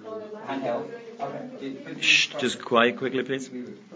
Just quiet quickly, please.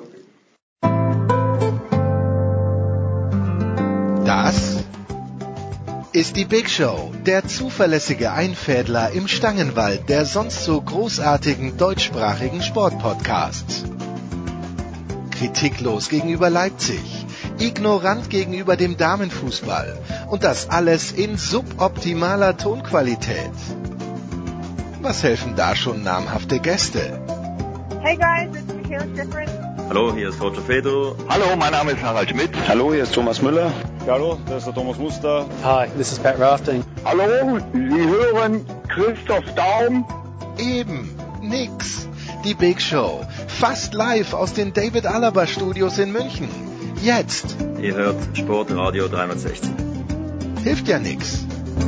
Das ist die Big Show, der zuverlässige Einfädler im Stangenwald der sonst so großartigen deutschsprachigen Sportpodcasts. Kritiklos gegenüber Leipzig, ignorant gegenüber dem Damenfußball und das alles in suboptimaler Tonqualität. Was helfen da schon namhafte Gäste? Hey guys, it's Michaela Schifrin. Hallo, hier ist Roger Fedor. Hallo, mein Name ist Harald Schmidt. Hallo, hier ist Thomas Müller. Hallo, das ist der Thomas Muster. Hi, this is Pat Rafting. Hallo, Sie hören Christoph Daum. Eben, nix. Die Big Show, fast live aus den David Alaba Studios in München. Jetzt. Ihr hört Sportradio 360. Hilft ja nix.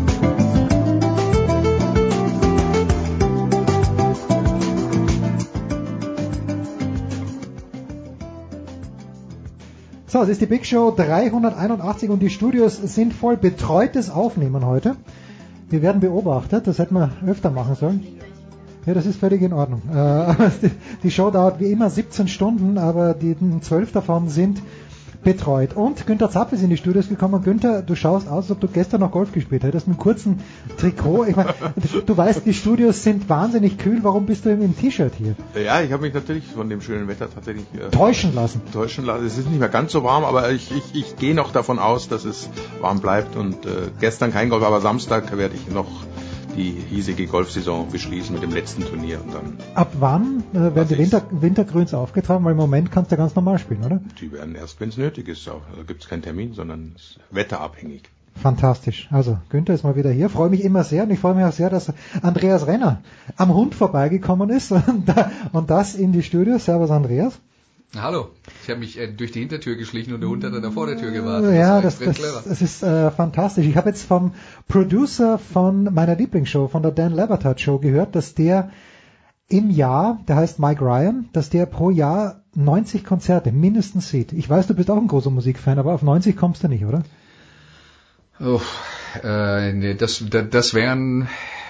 So, es ist die Big Show 381 und die Studios sind voll. Betreutes Aufnehmen heute. Wir werden beobachtet, das hätten wir öfter machen sollen. Ja, das ist völlig in Ordnung. Die Show dauert wie immer 17 Stunden, aber die 12 davon sind betreut. Und Günther Zapf ist in die Studios gekommen. Günther, du schaust aus, als ob du gestern noch Golf gespielt hättest, mit einem kurzen Trikot. Ich meine, du weißt, die Studios sind wahnsinnig kühl. Warum bist du im T-Shirt hier? Ja, ich habe mich natürlich von dem schönen Wetter tatsächlich täuschen lassen. Es ist nicht mehr ganz so warm, aber ich gehe noch davon aus, dass es warm bleibt. Und gestern kein Golf, aber Samstag werde ich noch die hiesige Golfsaison beschließen mit dem letzten Turnier. Und dann ab wann werden die Wintergrüns aufgetragen? Weil im Moment kannst du ganz normal spielen, oder? Die werden erst, wenn es nötig ist. Da gibt es keinen Termin, sondern es ist wetterabhängig. Fantastisch. Also Günther ist mal wieder hier. Freue mich immer sehr und ich freue mich auch sehr, dass Andreas Renner am Hund vorbeigekommen ist und das in die Studios. Servus Andreas. Hallo, ich habe mich durch die Hintertür geschlichen und der Hund hat dann vor der Tür gewartet. Ja, das ist fantastisch. Ich habe jetzt vom Producer von meiner Lieblingsshow, von der Dan Le Batard Show gehört, dass der im Jahr, der heißt Mike Ryan, dass der pro Jahr 90 Konzerte mindestens sieht. Ich weiß, du bist auch ein großer Musikfan, aber auf 90 kommst du nicht, oder? Oh, nee, das wären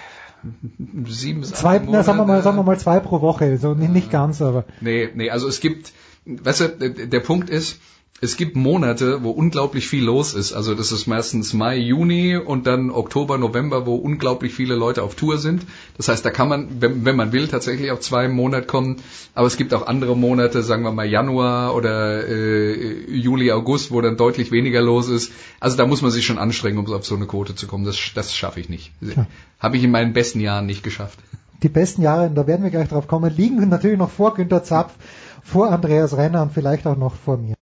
7 bis 8 Monate. Sagen wir mal 2 pro Woche, so nicht ganz, aber. Nee, also es gibt, weißt du, der Punkt ist, es gibt Monate, wo unglaublich viel los ist. Also das ist meistens Mai, Juni und dann Oktober, November, wo unglaublich viele Leute auf Tour sind. Das heißt, da kann man, wenn man will, tatsächlich auf 2 im Monat kommen. Aber es gibt auch andere Monate, sagen wir mal Januar oder Juli, August, wo dann deutlich weniger los ist. Also da muss man sich schon anstrengen, um auf so eine Quote zu kommen. Das schaffe ich nicht. Ja. Habe ich in meinen besten Jahren nicht geschafft. Die besten Jahre, da werden wir gleich drauf kommen, liegen natürlich noch vor Günther Zapf, vor Andreas Renner und vielleicht auch noch vor mir.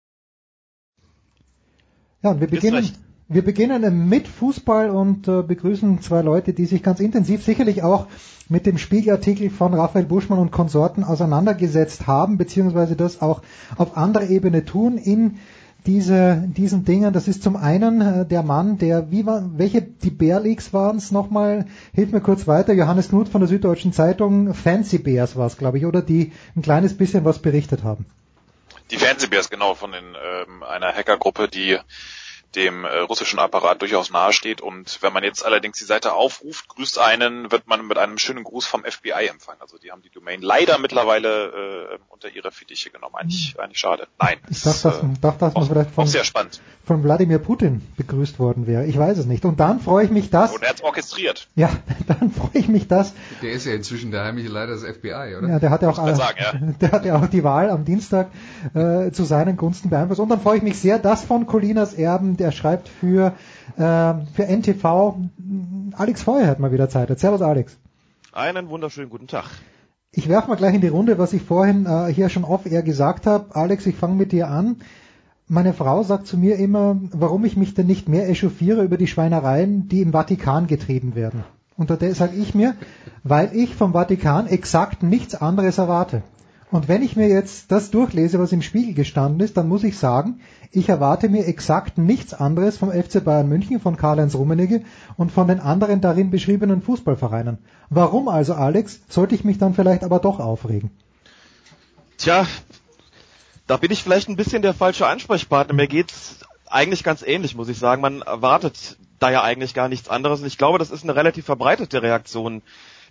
Ja, und wir beginnen mit Fußball und begrüßen 2 Leute, die sich ganz intensiv sicherlich auch mit dem Spiegelartikel von Raphael Buschmann und Konsorten auseinandergesetzt haben, beziehungsweise das auch auf anderer Ebene tun in diesen Dingen. Das ist zum einen der Mann, die Bear Leagues waren es nochmal, hilf mir kurz weiter, Johannes Knuth von der Süddeutschen Zeitung, Fancy Bears war es, glaube ich, oder die ein kleines bisschen was berichtet haben. Die Fancy Bears, genau, von einer Hackergruppe, die dem russischen Apparat durchaus nahesteht. Und wenn man jetzt allerdings die Seite aufruft, wird man mit einem schönen Gruß vom FBI empfangen. Also die haben die Domain leider mittlerweile unter ihre Fittiche genommen. Eigentlich schade. Nein. Ich dachte, dass man vielleicht sehr spannend. Von Wladimir Putin begrüßt worden wäre. Ich weiß es nicht. Und dann freue ich mich, dass... Und er hat es orchestriert. Ja, dann freue ich mich, dass... Der ist ja inzwischen der heimliche Leiter des FBI, oder? Ja, der hat ja auch die Wahl am Dienstag zu seinen Gunsten beeinflusst. Und dann freue ich mich sehr, dass von Colinas Erben, der schreibt für NTV, Alex Feuer hat mal wieder Zeit. Servus Alex. Einen wunderschönen guten Tag. Ich werfe mal gleich in die Runde, was ich vorhin hier schon off-air gesagt habe. Alex, ich fange mit dir an. Meine Frau sagt zu mir immer, warum ich mich denn nicht mehr echauffiere über die Schweinereien, die im Vatikan getrieben werden. Und da sage ich mir, weil ich vom Vatikan exakt nichts anderes erwarte. Und wenn ich mir jetzt das durchlese, was im Spiegel gestanden ist, dann muss ich sagen, ich erwarte mir exakt nichts anderes vom FC Bayern München, von Karl-Heinz Rummenigge und von den anderen darin beschriebenen Fußballvereinen. Warum also, Alex, sollte ich mich dann vielleicht aber doch aufregen? Tja, da bin ich vielleicht ein bisschen der falsche Ansprechpartner. Mir geht's eigentlich ganz ähnlich, muss ich sagen. Man erwartet da ja eigentlich gar nichts anderes. Und ich glaube, das ist eine relativ verbreitete Reaktion,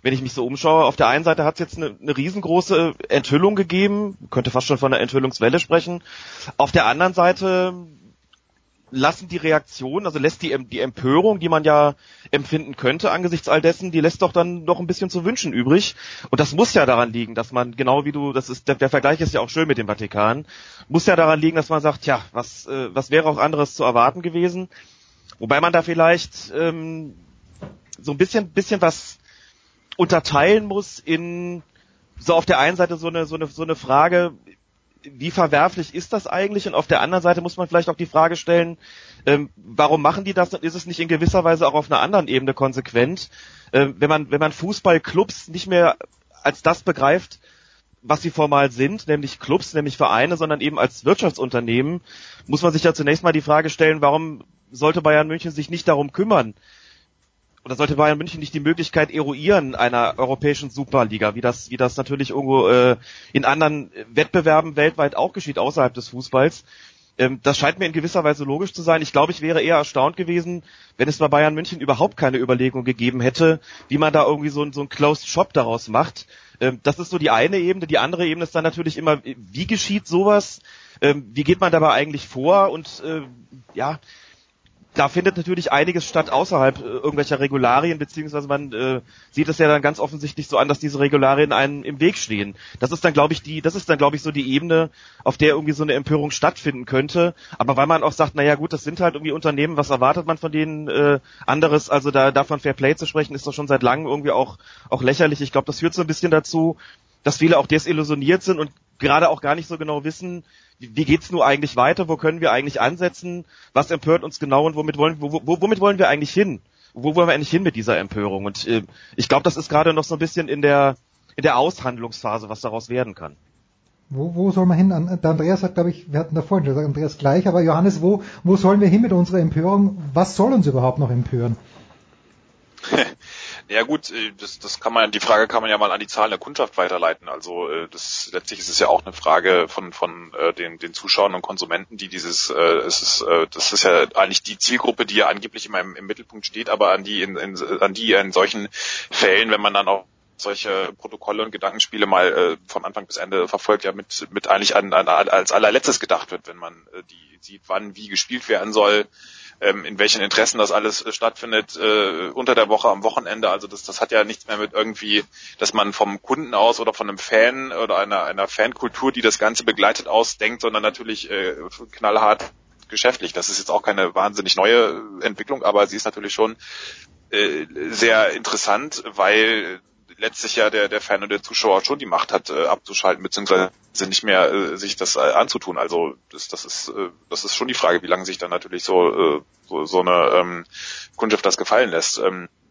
wenn ich mich so umschaue, auf der einen Seite hat es jetzt eine riesengroße Enthüllung gegeben, könnte fast schon von einer Enthüllungswelle sprechen. Auf der anderen Seite lassen die Reaktionen, also lässt die Empörung, die man ja empfinden könnte angesichts all dessen, die lässt doch dann noch ein bisschen zu wünschen übrig. Und das muss ja daran liegen, dass man, genau wie du, das ist, der Vergleich ist ja auch schön mit dem Vatikan, muss ja daran liegen, dass man sagt, tja, was wäre auch anderes zu erwarten gewesen? Wobei man da vielleicht so ein bisschen was unterteilen muss in so auf der einen Seite so eine Frage, wie verwerflich ist das eigentlich? Und auf der anderen Seite muss man vielleicht auch die Frage stellen, warum machen die das? Ist es nicht in gewisser Weise auch auf einer anderen Ebene konsequent? Wenn man Fußballclubs nicht mehr als das begreift, was sie formal sind, nämlich Clubs, nämlich Vereine, sondern eben als Wirtschaftsunternehmen, muss man sich ja zunächst mal die Frage stellen, warum sollte Bayern München sich nicht darum kümmern? Oder sollte Bayern München nicht die Möglichkeit eruieren einer europäischen Superliga, wie das natürlich irgendwo in anderen Wettbewerben weltweit auch geschieht, außerhalb des Fußballs? Das scheint mir in gewisser Weise logisch zu sein. Ich glaube, ich wäre eher erstaunt gewesen, wenn es bei Bayern München überhaupt keine Überlegung gegeben hätte, wie man da irgendwie so ein Closed Shop daraus macht. Das ist so die eine Ebene. Die andere Ebene ist dann natürlich immer, wie geschieht sowas? Wie geht man dabei eigentlich vor? Und da findet natürlich einiges statt außerhalb irgendwelcher Regularien, beziehungsweise man sieht es ja dann ganz offensichtlich so an, dass diese Regularien einem im Weg stehen. Das ist dann, glaube ich, so die Ebene, auf der irgendwie so eine Empörung stattfinden könnte. Aber weil man auch sagt, naja gut, das sind halt irgendwie Unternehmen, was erwartet man von denen anderes? Also davon Fair Play zu sprechen, ist doch schon seit langem irgendwie auch lächerlich. Ich glaube, das führt so ein bisschen dazu, dass viele auch desillusioniert sind und gerade auch gar nicht so genau wissen, wie geht's nun eigentlich weiter, wo können wir eigentlich ansetzen, was empört uns genau und womit wollen wir eigentlich hin? Wo wollen wir eigentlich hin mit dieser Empörung? Und ich glaube, das ist gerade noch so ein bisschen in der Aushandlungsphase, was daraus werden kann. Wo soll man hin? Der Andreas hat, glaube ich, wir hatten da vorhin schon gesagt, Andreas gleich, aber Johannes, wo sollen wir hin mit unserer Empörung? Was soll uns überhaupt noch empören? Ja gut, die Frage kann man ja mal an die Zahlen der Kundschaft weiterleiten. Also letztlich ist es ja auch eine Frage von den Zuschauern und Konsumenten, die das ist ja eigentlich die Zielgruppe, die ja angeblich immer im Mittelpunkt steht, aber an die in solchen Fällen, wenn man dann auch solche Protokolle und Gedankenspiele mal von Anfang bis Ende verfolgt, ja mit eigentlich als allerletztes gedacht wird, wenn man die sieht, wann wie gespielt werden soll, in welchen Interessen das alles stattfindet, unter der Woche, am Wochenende. Also das hat ja nichts mehr mit irgendwie, dass man vom Kunden aus oder von einem Fan oder einer Fankultur, die das Ganze begleitet, ausdenkt, sondern natürlich knallhart geschäftlich. Das ist jetzt auch keine wahnsinnig neue Entwicklung, aber sie ist natürlich schon sehr interessant, weil letztlich ja der Fan und der Zuschauer schon die Macht hat, abzuschalten, beziehungsweise nicht mehr sich das anzutun. Also das ist schon die Frage, wie lange sich dann natürlich so eine Kundschaft das gefallen lässt.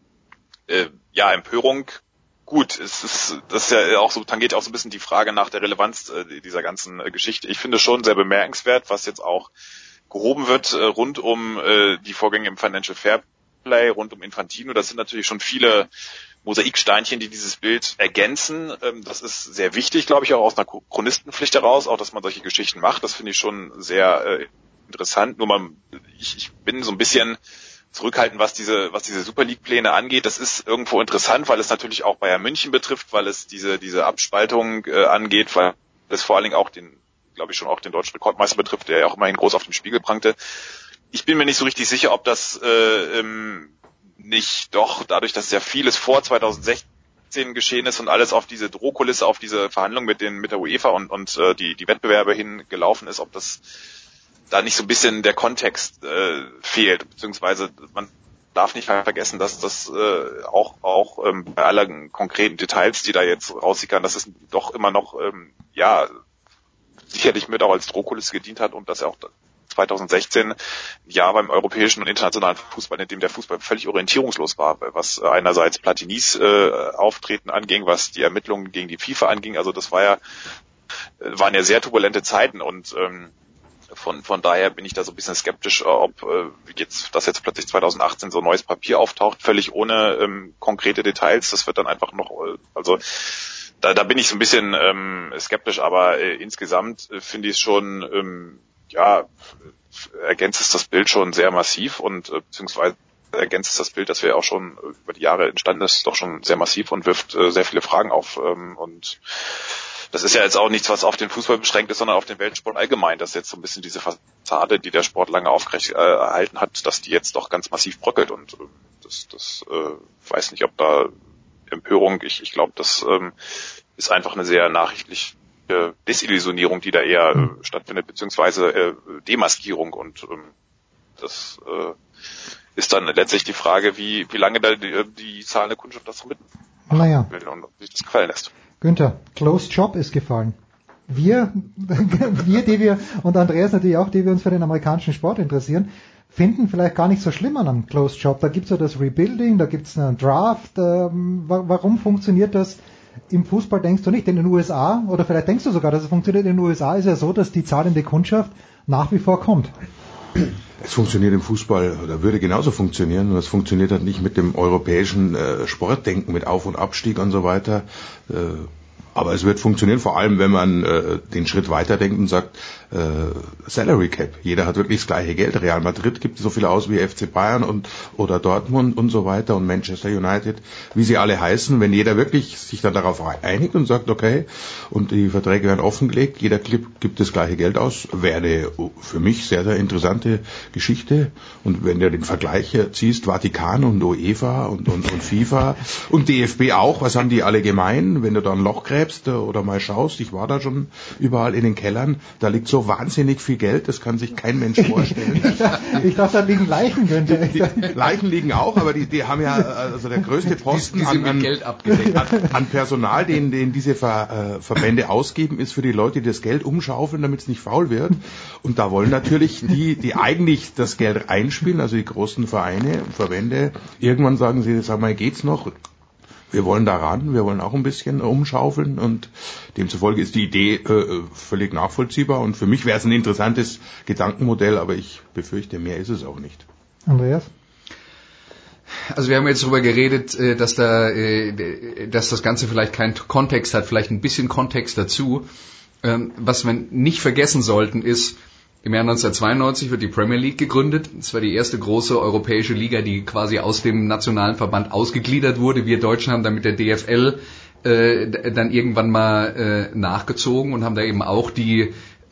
Empörung, gut, das ist ja auch so, tangiert ja auch so ein bisschen die Frage nach der Relevanz dieser ganzen Geschichte. Ich finde schon sehr bemerkenswert, was jetzt auch gehoben wird rund um die Vorgänge im Financial Fairplay, rund um Infantino. Das sind natürlich schon viele Mosaiksteinchen, die dieses Bild ergänzen. Das ist sehr wichtig, glaube ich, auch aus einer Chronistenpflicht heraus, auch dass man solche Geschichten macht. Das finde ich schon sehr interessant. Nur ich bin so ein bisschen zurückhaltend, was diese Super League-Pläne angeht. Das ist irgendwo interessant, weil es natürlich auch Bayern München betrifft, weil es diese Abspaltung angeht, weil es vor allen Dingen auch den deutschen Rekordmeister betrifft, der ja auch immerhin groß auf dem Spiegel prangte. Ich bin mir nicht so richtig sicher, ob das nicht doch, dadurch, dass ja vieles vor 2016 geschehen ist und alles auf diese Drohkulisse, auf diese Verhandlungen mit der UEFA und die Wettbewerbe hin gelaufen ist, ob das da nicht so ein bisschen der Kontext fehlt, beziehungsweise man darf nicht vergessen, dass das auch bei allen konkreten Details, die da jetzt raussickern, dass es doch immer noch sicherlich mit auch als Drohkulisse gedient hat und dass er auch 2016 ein Jahr beim europäischen und internationalen Fußball, in dem der Fußball völlig orientierungslos war, was einerseits Platinis Auftreten anging, was die Ermittlungen gegen die FIFA anging. Also das waren ja sehr turbulente Zeiten und von daher bin ich da so ein bisschen skeptisch, ob jetzt plötzlich 2018 so ein neues Papier auftaucht, völlig ohne konkrete Details. Das wird dann einfach noch, da bin ich so ein bisschen skeptisch, aber insgesamt finde ich es schon ergänzt es das Bild schon sehr massiv und beziehungsweise ergänzt das Bild, das wir auch schon über die Jahre entstanden ist, doch schon sehr massiv und wirft sehr viele Fragen auf. Und das ist ja jetzt auch nichts, was auf den Fußball beschränkt ist, sondern auf den Weltsport allgemein, dass jetzt so ein bisschen diese Fassade, die der Sport lange aufrecht erhalten hat, dass die jetzt doch ganz massiv bröckelt. Und das weiß nicht, ob da Empörung, ich glaube, das ist einfach eine sehr nachrichtliche Desillusionierung, die da eher stattfindet, beziehungsweise Demaskierung. Und das ist dann letztlich die Frage, wie lange da die zahlende Kundschaft das mit und sich das gefallen lässt. Günther, Closed Shop ist gefallen. Wir, die wir, und Andreas natürlich auch, die wir uns für den amerikanischen Sport interessieren, finden vielleicht gar nicht so schlimm an einem Closed Shop. Da gibt's ja das Rebuilding, da gibt's einen Draft. Warum funktioniert das im Fußball, denkst du nicht? Denn in den USA, oder vielleicht denkst du sogar, dass es funktioniert, in den USA ist ja so, dass die zahlende Kundschaft nach wie vor kommt. Es funktioniert im Fußball, oder würde genauso funktionieren, und es funktioniert halt nicht mit dem europäischen Sportdenken, mit Auf- und Abstieg und so weiter. Aber es wird funktionieren, vor allem wenn man den Schritt weiterdenkt und sagt, Salary Cap. Jeder hat wirklich das gleiche Geld. Real Madrid gibt so viel aus wie FC Bayern oder Dortmund und so weiter und Manchester United, wie sie alle heißen. Wenn jeder wirklich sich dann darauf einigt und sagt, okay, und die Verträge werden offengelegt, jeder Club gibt das gleiche Geld aus, wäre eine für mich sehr, sehr interessante Geschichte. Und wenn du den Vergleich ziehst, Vatikan und UEFA und FIFA und DFB auch, was haben die alle gemein? Wenn du da ein Loch gräbst oder mal schaust, ich war da schon überall in den Kellern, da liegt so wahnsinnig viel Geld, das kann sich kein Mensch vorstellen. Ich dachte, da liegen Leichen, Günther. Die Leichen liegen auch, aber die haben ja, also der größte Posten an Personal, den diese Verbände ausgeben, ist für die Leute, die das Geld umschaufeln, damit es nicht faul wird. Und da wollen natürlich die eigentlich das Geld einspielen, also die großen Vereine, Verbände, irgendwann sagen sie, sag mal, geht's noch? Wir wollen da ran, wir wollen auch ein bisschen umschaufeln und demzufolge ist die Idee völlig nachvollziehbar und für mich wäre es ein interessantes Gedankenmodell, aber ich befürchte, mehr ist es auch nicht. Andreas? Also wir haben jetzt darüber geredet, dass das Ganze vielleicht keinen Kontext hat, vielleicht ein bisschen Kontext dazu. Was wir nicht vergessen sollten ist, im Jahr 1992 wird die Premier League gegründet. Es war die erste große europäische Liga, die quasi aus dem nationalen Verband ausgegliedert wurde. Wir Deutschen haben dann mit der DFL dann irgendwann mal nachgezogen und haben da eben auch die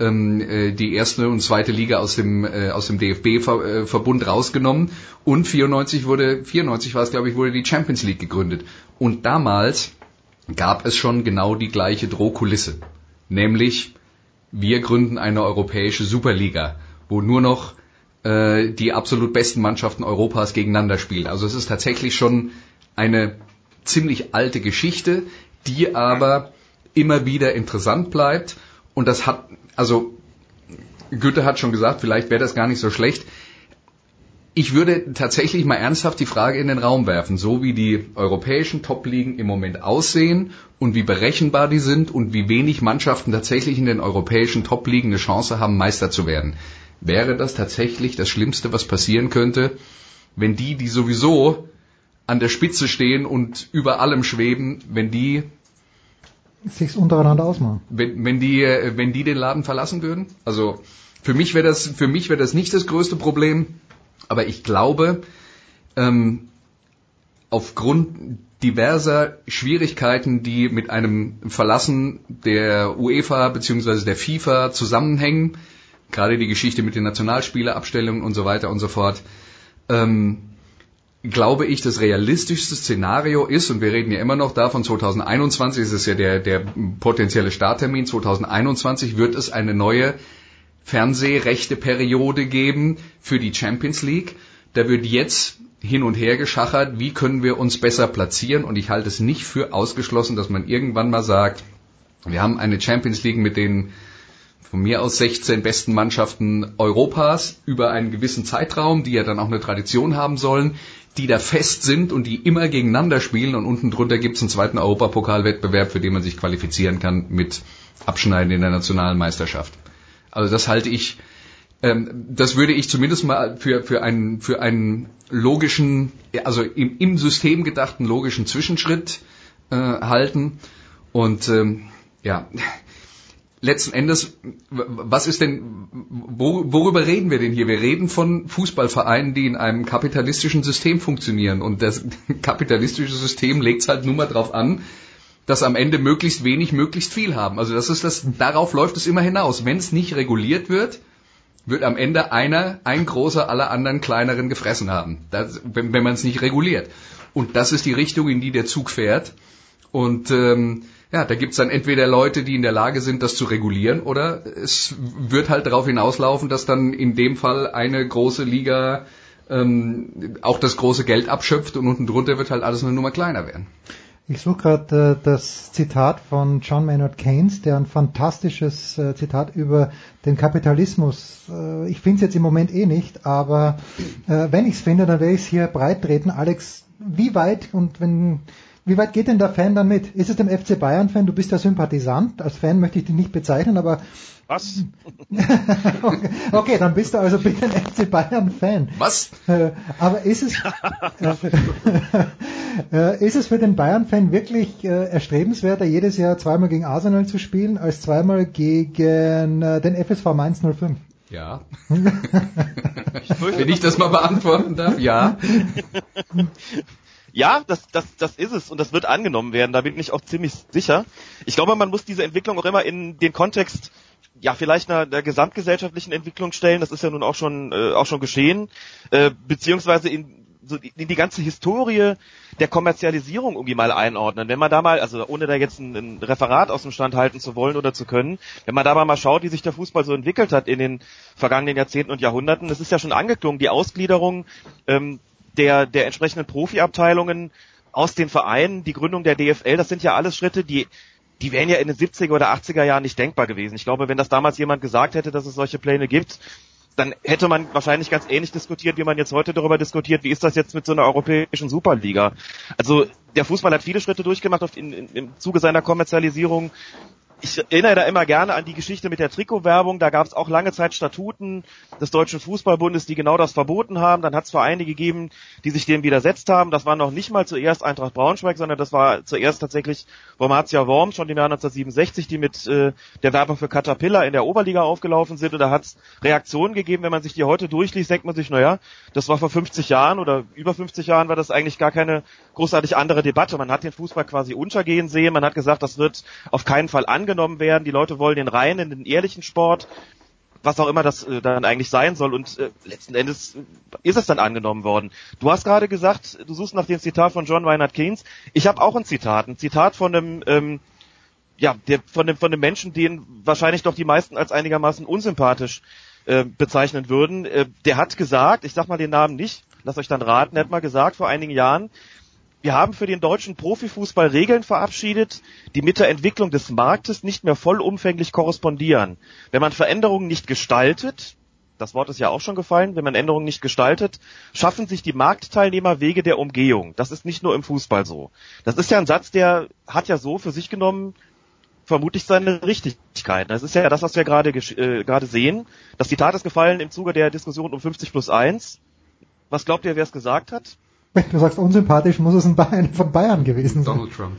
erste und zweite Liga aus dem DFB-Verbund rausgenommen. Und 94 war es, glaube ich, wurde die Champions League gegründet. Und damals gab es schon genau die gleiche Drohkulisse. Nämlich, wir gründen eine europäische Superliga, wo nur noch die absolut besten Mannschaften Europas gegeneinander spielen. Also es ist tatsächlich schon eine ziemlich alte Geschichte, die aber immer wieder interessant bleibt. Und das hat, also Goethe hat schon gesagt, vielleicht wäre das gar nicht so schlecht. Ich würde tatsächlich mal ernsthaft die Frage in den Raum werfen, so wie die europäischen Top-Ligen im Moment aussehen und wie berechenbar die sind und wie wenig Mannschaften tatsächlich in den europäischen Top-Ligen eine Chance haben, Meister zu werden. Wäre das tatsächlich das Schlimmste, was passieren könnte, wenn die sowieso an der Spitze stehen und über allem schweben, wenn die sich's untereinander ausmachen? Wenn die den Laden verlassen würden? Also für mich wäre das nicht das größte Problem. Aber ich glaube, aufgrund diverser Schwierigkeiten, die mit einem Verlassen der UEFA bzw. der FIFA zusammenhängen, gerade die Geschichte mit den Nationalspielerabstellungen und so weiter und so fort, glaube ich, das realistischste Szenario ist, und wir reden ja immer noch davon, 2021 ist es ja der potenzielle Starttermin, 2021 wird es eine neue Fernsehrechteperiode geben für die Champions League. Da wird jetzt hin und her geschachert, wie können wir uns besser platzieren, und ich halte es nicht für ausgeschlossen, dass man irgendwann mal sagt, wir haben eine Champions League mit den von mir aus 16 besten Mannschaften Europas über einen gewissen Zeitraum, die ja dann auch eine Tradition haben sollen, die da fest sind und die immer gegeneinander spielen, und unten drunter gibt es einen zweiten Europapokalwettbewerb, für den man sich qualifizieren kann mit Abschneiden in der nationalen Meisterschaft. Also das halte ich, das würde ich zumindest mal für einen logischen, also im System gedachten logischen Zwischenschritt halten. Und letzten Endes, was ist denn, worüber reden wir denn hier? Wir reden von Fußballvereinen, die in einem kapitalistischen System funktionieren. Und das kapitalistische System legt es halt nur mal drauf an, dass am Ende möglichst wenig, möglichst viel haben. Also darauf läuft es immer hinaus. Wenn es nicht reguliert wird, wird am Ende ein großer alle anderen kleineren gefressen haben. Wenn man es nicht reguliert. Und das ist die Richtung, in die der Zug fährt. Und da gibt's dann entweder Leute, die in der Lage sind, das zu regulieren, oder es wird halt darauf hinauslaufen, dass dann in dem Fall eine große Liga auch das große Geld abschöpft und unten drunter wird halt alles eine Nummer kleiner werden. Ich suche gerade das Zitat von John Maynard Keynes, der ein fantastisches Zitat über den Kapitalismus, ich finde es jetzt im Moment nicht, aber wenn ich es finde, dann werde ich es hier breit treten. Alex, wie weit geht denn der Fan dann mit? Ist es dem FC Bayern-Fan? Du bist ja Sympathisant. Als Fan möchte ich dich nicht bezeichnen, aber... Was? Okay, dann bist du also bitte ein FC Bayern-Fan. Was? Aber ist es für den Bayern-Fan wirklich erstrebenswerter, jedes Jahr zweimal gegen Arsenal zu spielen, als zweimal gegen den FSV Mainz 05? Ja. Wenn ich das mal beantworten darf, ja. Ja, das ist es und das wird angenommen werden, da bin ich auch ziemlich sicher. Ich glaube, man muss diese Entwicklung auch immer in den Kontext, ja, vielleicht einer gesamtgesellschaftlichen Entwicklung stellen, das ist ja nun auch schon geschehen, beziehungsweise in die ganze Historie der Kommerzialisierung irgendwie mal einordnen. Wenn man da mal, also ohne da jetzt ein Referat aus dem Stand halten zu wollen oder zu können, wenn man da mal schaut, wie sich der Fußball so entwickelt hat in den vergangenen Jahrzehnten und Jahrhunderten, das ist ja schon angeklungen, die Ausgliederung der entsprechenden Profiabteilungen aus den Vereinen, die Gründung der DFL, das sind ja alles Schritte, die wären ja in den 70er oder 80er Jahren nicht denkbar gewesen. Ich glaube, wenn das damals jemand gesagt hätte, dass es solche Pläne gibt, dann hätte man wahrscheinlich ganz ähnlich diskutiert, wie man jetzt heute darüber diskutiert, wie ist das jetzt mit so einer europäischen Superliga. Also der Fußball hat viele Schritte durchgemacht im Zuge seiner Kommerzialisierung. Ich erinnere da immer gerne an die Geschichte mit der Trikotwerbung. Da gab es auch lange Zeit Statuten des Deutschen Fußballbundes, die genau das verboten haben. Dann hat es Vereine gegeben, die sich dem widersetzt haben. Das war noch nicht mal zuerst Eintracht Braunschweig, sondern das war zuerst tatsächlich Wormatia Worms, schon im Jahr 1967, die mit der Werbung für Caterpillar in der Oberliga aufgelaufen sind. Und da hat es Reaktionen gegeben. Wenn man sich die heute durchliest, denkt man sich, naja, das war vor 50 Jahren oder über 50 Jahren war das eigentlich gar keine großartig andere Debatte. Man hat den Fußball quasi untergehen sehen. Man hat gesagt, das wird auf keinen Fall angenommen werden. Die Leute wollen den reinen, den ehrlichen Sport, was auch immer das dann eigentlich sein soll. Und letzten Endes ist es dann angenommen worden. Du hast gerade gesagt, du suchst nach dem Zitat von John Maynard Keynes. Ich habe auch ein Zitat von einem von dem Menschen, den wahrscheinlich doch die meisten als einigermaßen unsympathisch bezeichnen würden. Der hat gesagt, ich sag mal den Namen nicht, lasst euch dann raten, der hat mal gesagt vor einigen Jahren, wir haben für den deutschen Profifußball Regeln verabschiedet, die mit der Entwicklung des Marktes nicht mehr vollumfänglich korrespondieren. Wenn man Veränderungen nicht gestaltet, das Wort ist ja auch schon gefallen, wenn man Änderungen nicht gestaltet, schaffen sich die Marktteilnehmer Wege der Umgehung. Das ist nicht nur im Fußball so. Das ist ja ein Satz, der hat ja so für sich genommen vermutlich seine Richtigkeit. Das ist ja das, was wir gerade sehen. Das Zitat ist gefallen im Zuge der Diskussion um 50+1. Was glaubt ihr, wer es gesagt hat? Wenn du sagst unsympathisch, muss es ein Bayern von Bayern gewesen sein. Donald Trump.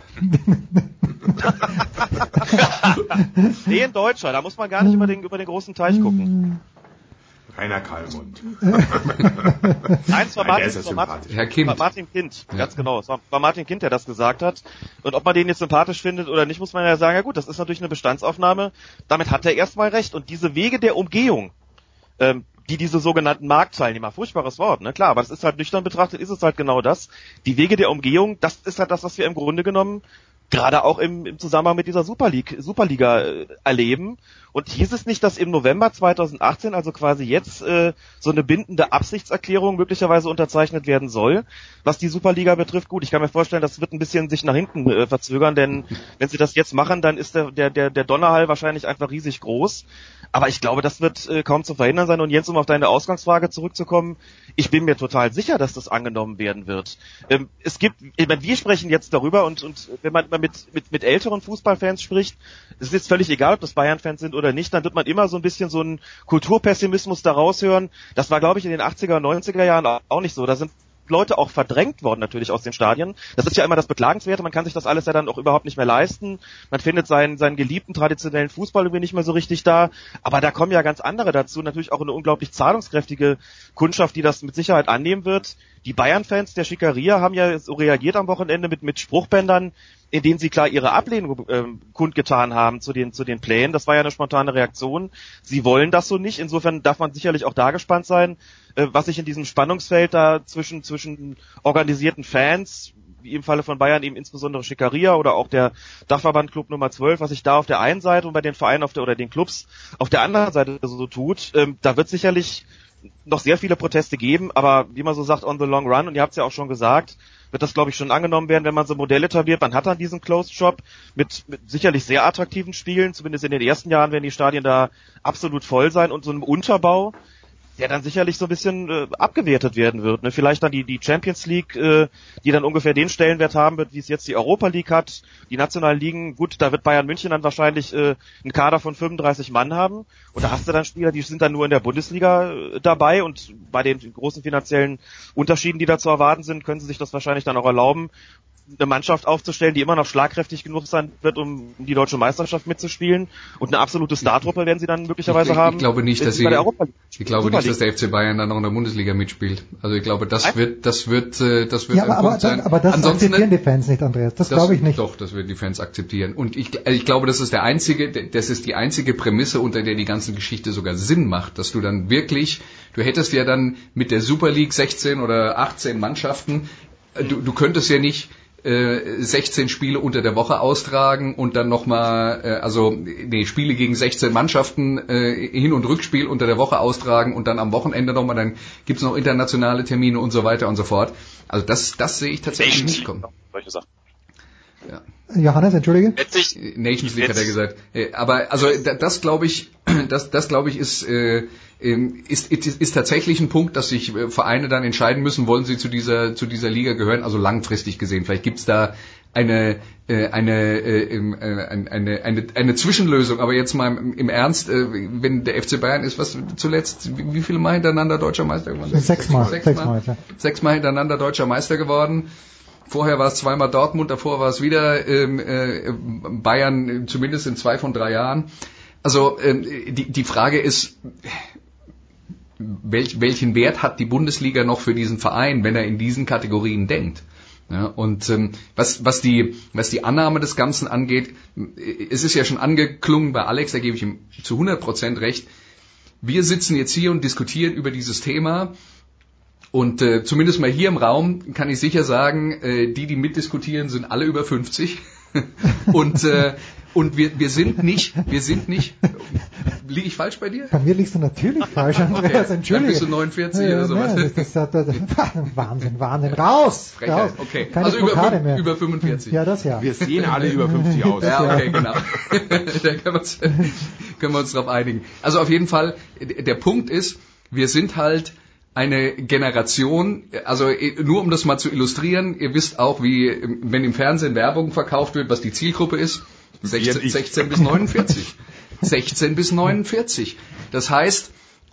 Nee, ein Deutscher, da muss man gar nicht über den großen Teich gucken. Rainer Kallmund. Nein, es war Martin Kind, ganz genau. Es war Martin Kind, der das gesagt hat. Und ob man den jetzt sympathisch findet oder nicht, muss man ja sagen, ja gut, das ist natürlich eine Bestandsaufnahme. Damit hat er erstmal recht. Und diese Wege der Umgehung, diese sogenannten Marktteilnehmer, furchtbares Wort, ne, klar, aber das ist halt nüchtern betrachtet, ist es halt genau das. Die Wege der Umgehung, das ist halt das, was wir im Grunde genommen gerade auch im Zusammenhang mit dieser Superliga erleben. Und hieß es nicht, dass im November 2018, also quasi jetzt, so eine bindende Absichtserklärung möglicherweise unterzeichnet werden soll, was die Superliga betrifft? Gut, ich kann mir vorstellen, das wird ein bisschen sich nach hinten verzögern, denn wenn sie das jetzt machen, dann ist der Donnerhall wahrscheinlich einfach riesig groß. Aber ich glaube, das wird kaum zu verhindern sein. Und Jens, um auf deine Ausgangsfrage zurückzukommen, ich bin mir total sicher, dass das angenommen werden wird. Wir sprechen jetzt darüber und wenn man mit älteren Fußballfans spricht, es ist jetzt völlig egal, ob das Bayern-Fans sind oder nicht, dann wird man immer so ein bisschen so einen Kulturpessimismus da raushören. Das war, glaube ich, in den 80er und 90er Jahren auch nicht so. Da sind Leute auch verdrängt worden natürlich aus den Stadien. Das ist ja immer das Beklagenswerte, man kann sich das alles ja dann auch überhaupt nicht mehr leisten. Man findet seinen geliebten traditionellen Fußball irgendwie nicht mehr so richtig da. Aber da kommen ja ganz andere dazu, natürlich auch eine unglaublich zahlungskräftige Kundschaft, die das mit Sicherheit annehmen wird. Die Bayern-Fans der Schickeria haben ja so reagiert am Wochenende mit Spruchbändern, in denen sie klar ihre Ablehnung kundgetan haben zu den Plänen. Das war ja eine spontane Reaktion. Sie wollen das so nicht. Insofern darf man sicherlich auch da gespannt sein, was sich in diesem Spannungsfeld da zwischen organisierten Fans, wie im Falle von Bayern eben insbesondere Schickeria oder auch der Dachverband Club Nummer 12, was sich da auf der einen Seite und bei den Vereinen oder den Clubs auf der anderen Seite so tut. Da wird sicherlich noch sehr viele Proteste geben, aber wie man so sagt, on the long run, und ihr habt es ja auch schon gesagt, wird das, glaube ich, schon angenommen werden, wenn man so ein Modell etabliert. Man hat dann diesen Closed Shop mit sicherlich sehr attraktiven Spielen, zumindest in den ersten Jahren werden die Stadien da absolut voll sein und so einem Unterbau, der dann sicherlich so ein bisschen abgewertet werden wird. Ne? Vielleicht dann die Champions League, die dann ungefähr den Stellenwert haben wird, wie es jetzt die Europa League hat. Die nationalen Ligen, gut, da wird Bayern München dann wahrscheinlich einen Kader von 35 Mann haben. Und da hast du dann Spieler, die sind dann nur in der Bundesliga dabei. Und bei den großen finanziellen Unterschieden, die da zu erwarten sind, können sie sich das wahrscheinlich dann auch erlauben, eine Mannschaft aufzustellen, die immer noch schlagkräftig genug sein wird, um die deutsche Meisterschaft mitzuspielen. Und eine absolute Startruppe werden sie dann möglicherweise haben. Ich glaube nicht, dass der FC Bayern dann noch in der Bundesliga mitspielt. Also ich glaube, das wird ja, ein Punkt sein. Aber das akzeptieren die Fans nicht, Andreas. Das glaube ich nicht. Doch, das werden die Fans akzeptieren. Und ich glaube, das ist die einzige Prämisse, unter der die ganze Geschichte sogar Sinn macht, dass du dann wirklich, du hättest ja dann mit der Super League 16 oder 18 Mannschaften, du könntest ja nicht 16 Spiele unter der Woche austragen und dann nochmal, Spiele gegen 16 Mannschaften, Hin- und Rückspiel unter der Woche austragen und dann am Wochenende nochmal, dann gibt's noch internationale Termine und so weiter und so fort. Also das sehe ich tatsächlich nicht kommen. Solche Sachen. Ja. Johannes, entschuldige? Nations League hat er gesagt. Aber also das glaube ich, ist tatsächlich ein Punkt, dass sich Vereine dann entscheiden müssen, wollen sie zu dieser Liga gehören, also langfristig gesehen. Vielleicht gibt's da eine Zwischenlösung, aber jetzt mal im Ernst, wenn der FC Bayern ist, was zuletzt, wie viele Mal hintereinander deutscher Meister geworden? Sechsmal hintereinander deutscher Meister geworden. Vorher war es zweimal Dortmund, davor war es wieder Bayern, zumindest in 2 von 3 Jahren. Also die Frage ist, welchen Wert hat die Bundesliga noch für diesen Verein, wenn er in diesen Kategorien denkt? Ja, und was die Annahme des Ganzen angeht, es ist ja schon angeklungen bei Alex, da gebe ich ihm zu 100% recht. Wir sitzen jetzt hier und diskutieren über dieses Thema. Und zumindest mal hier im Raum kann ich sicher sagen, die mitdiskutieren, sind alle über 50. Und wir sind nicht, liege ich falsch bei dir? Bei mir liegst du natürlich falsch, Andreas, okay. Entschuldige. Dann bist du 49 oder sowas. Wahnsinn, raus! Frechheit. Okay, keine also über 45. Ja, das ja. Wir sehen alle über 50 aus. Ja, okay, genau. Da können wir uns drauf einigen. Also auf jeden Fall, der Punkt ist, wir sind halt eine Generation, also nur um das mal zu illustrieren, ihr wisst auch, wie, wenn im Fernsehen Werbung verkauft wird, was die Zielgruppe ist, 16 bis 49. 16 bis 49. Das heißt,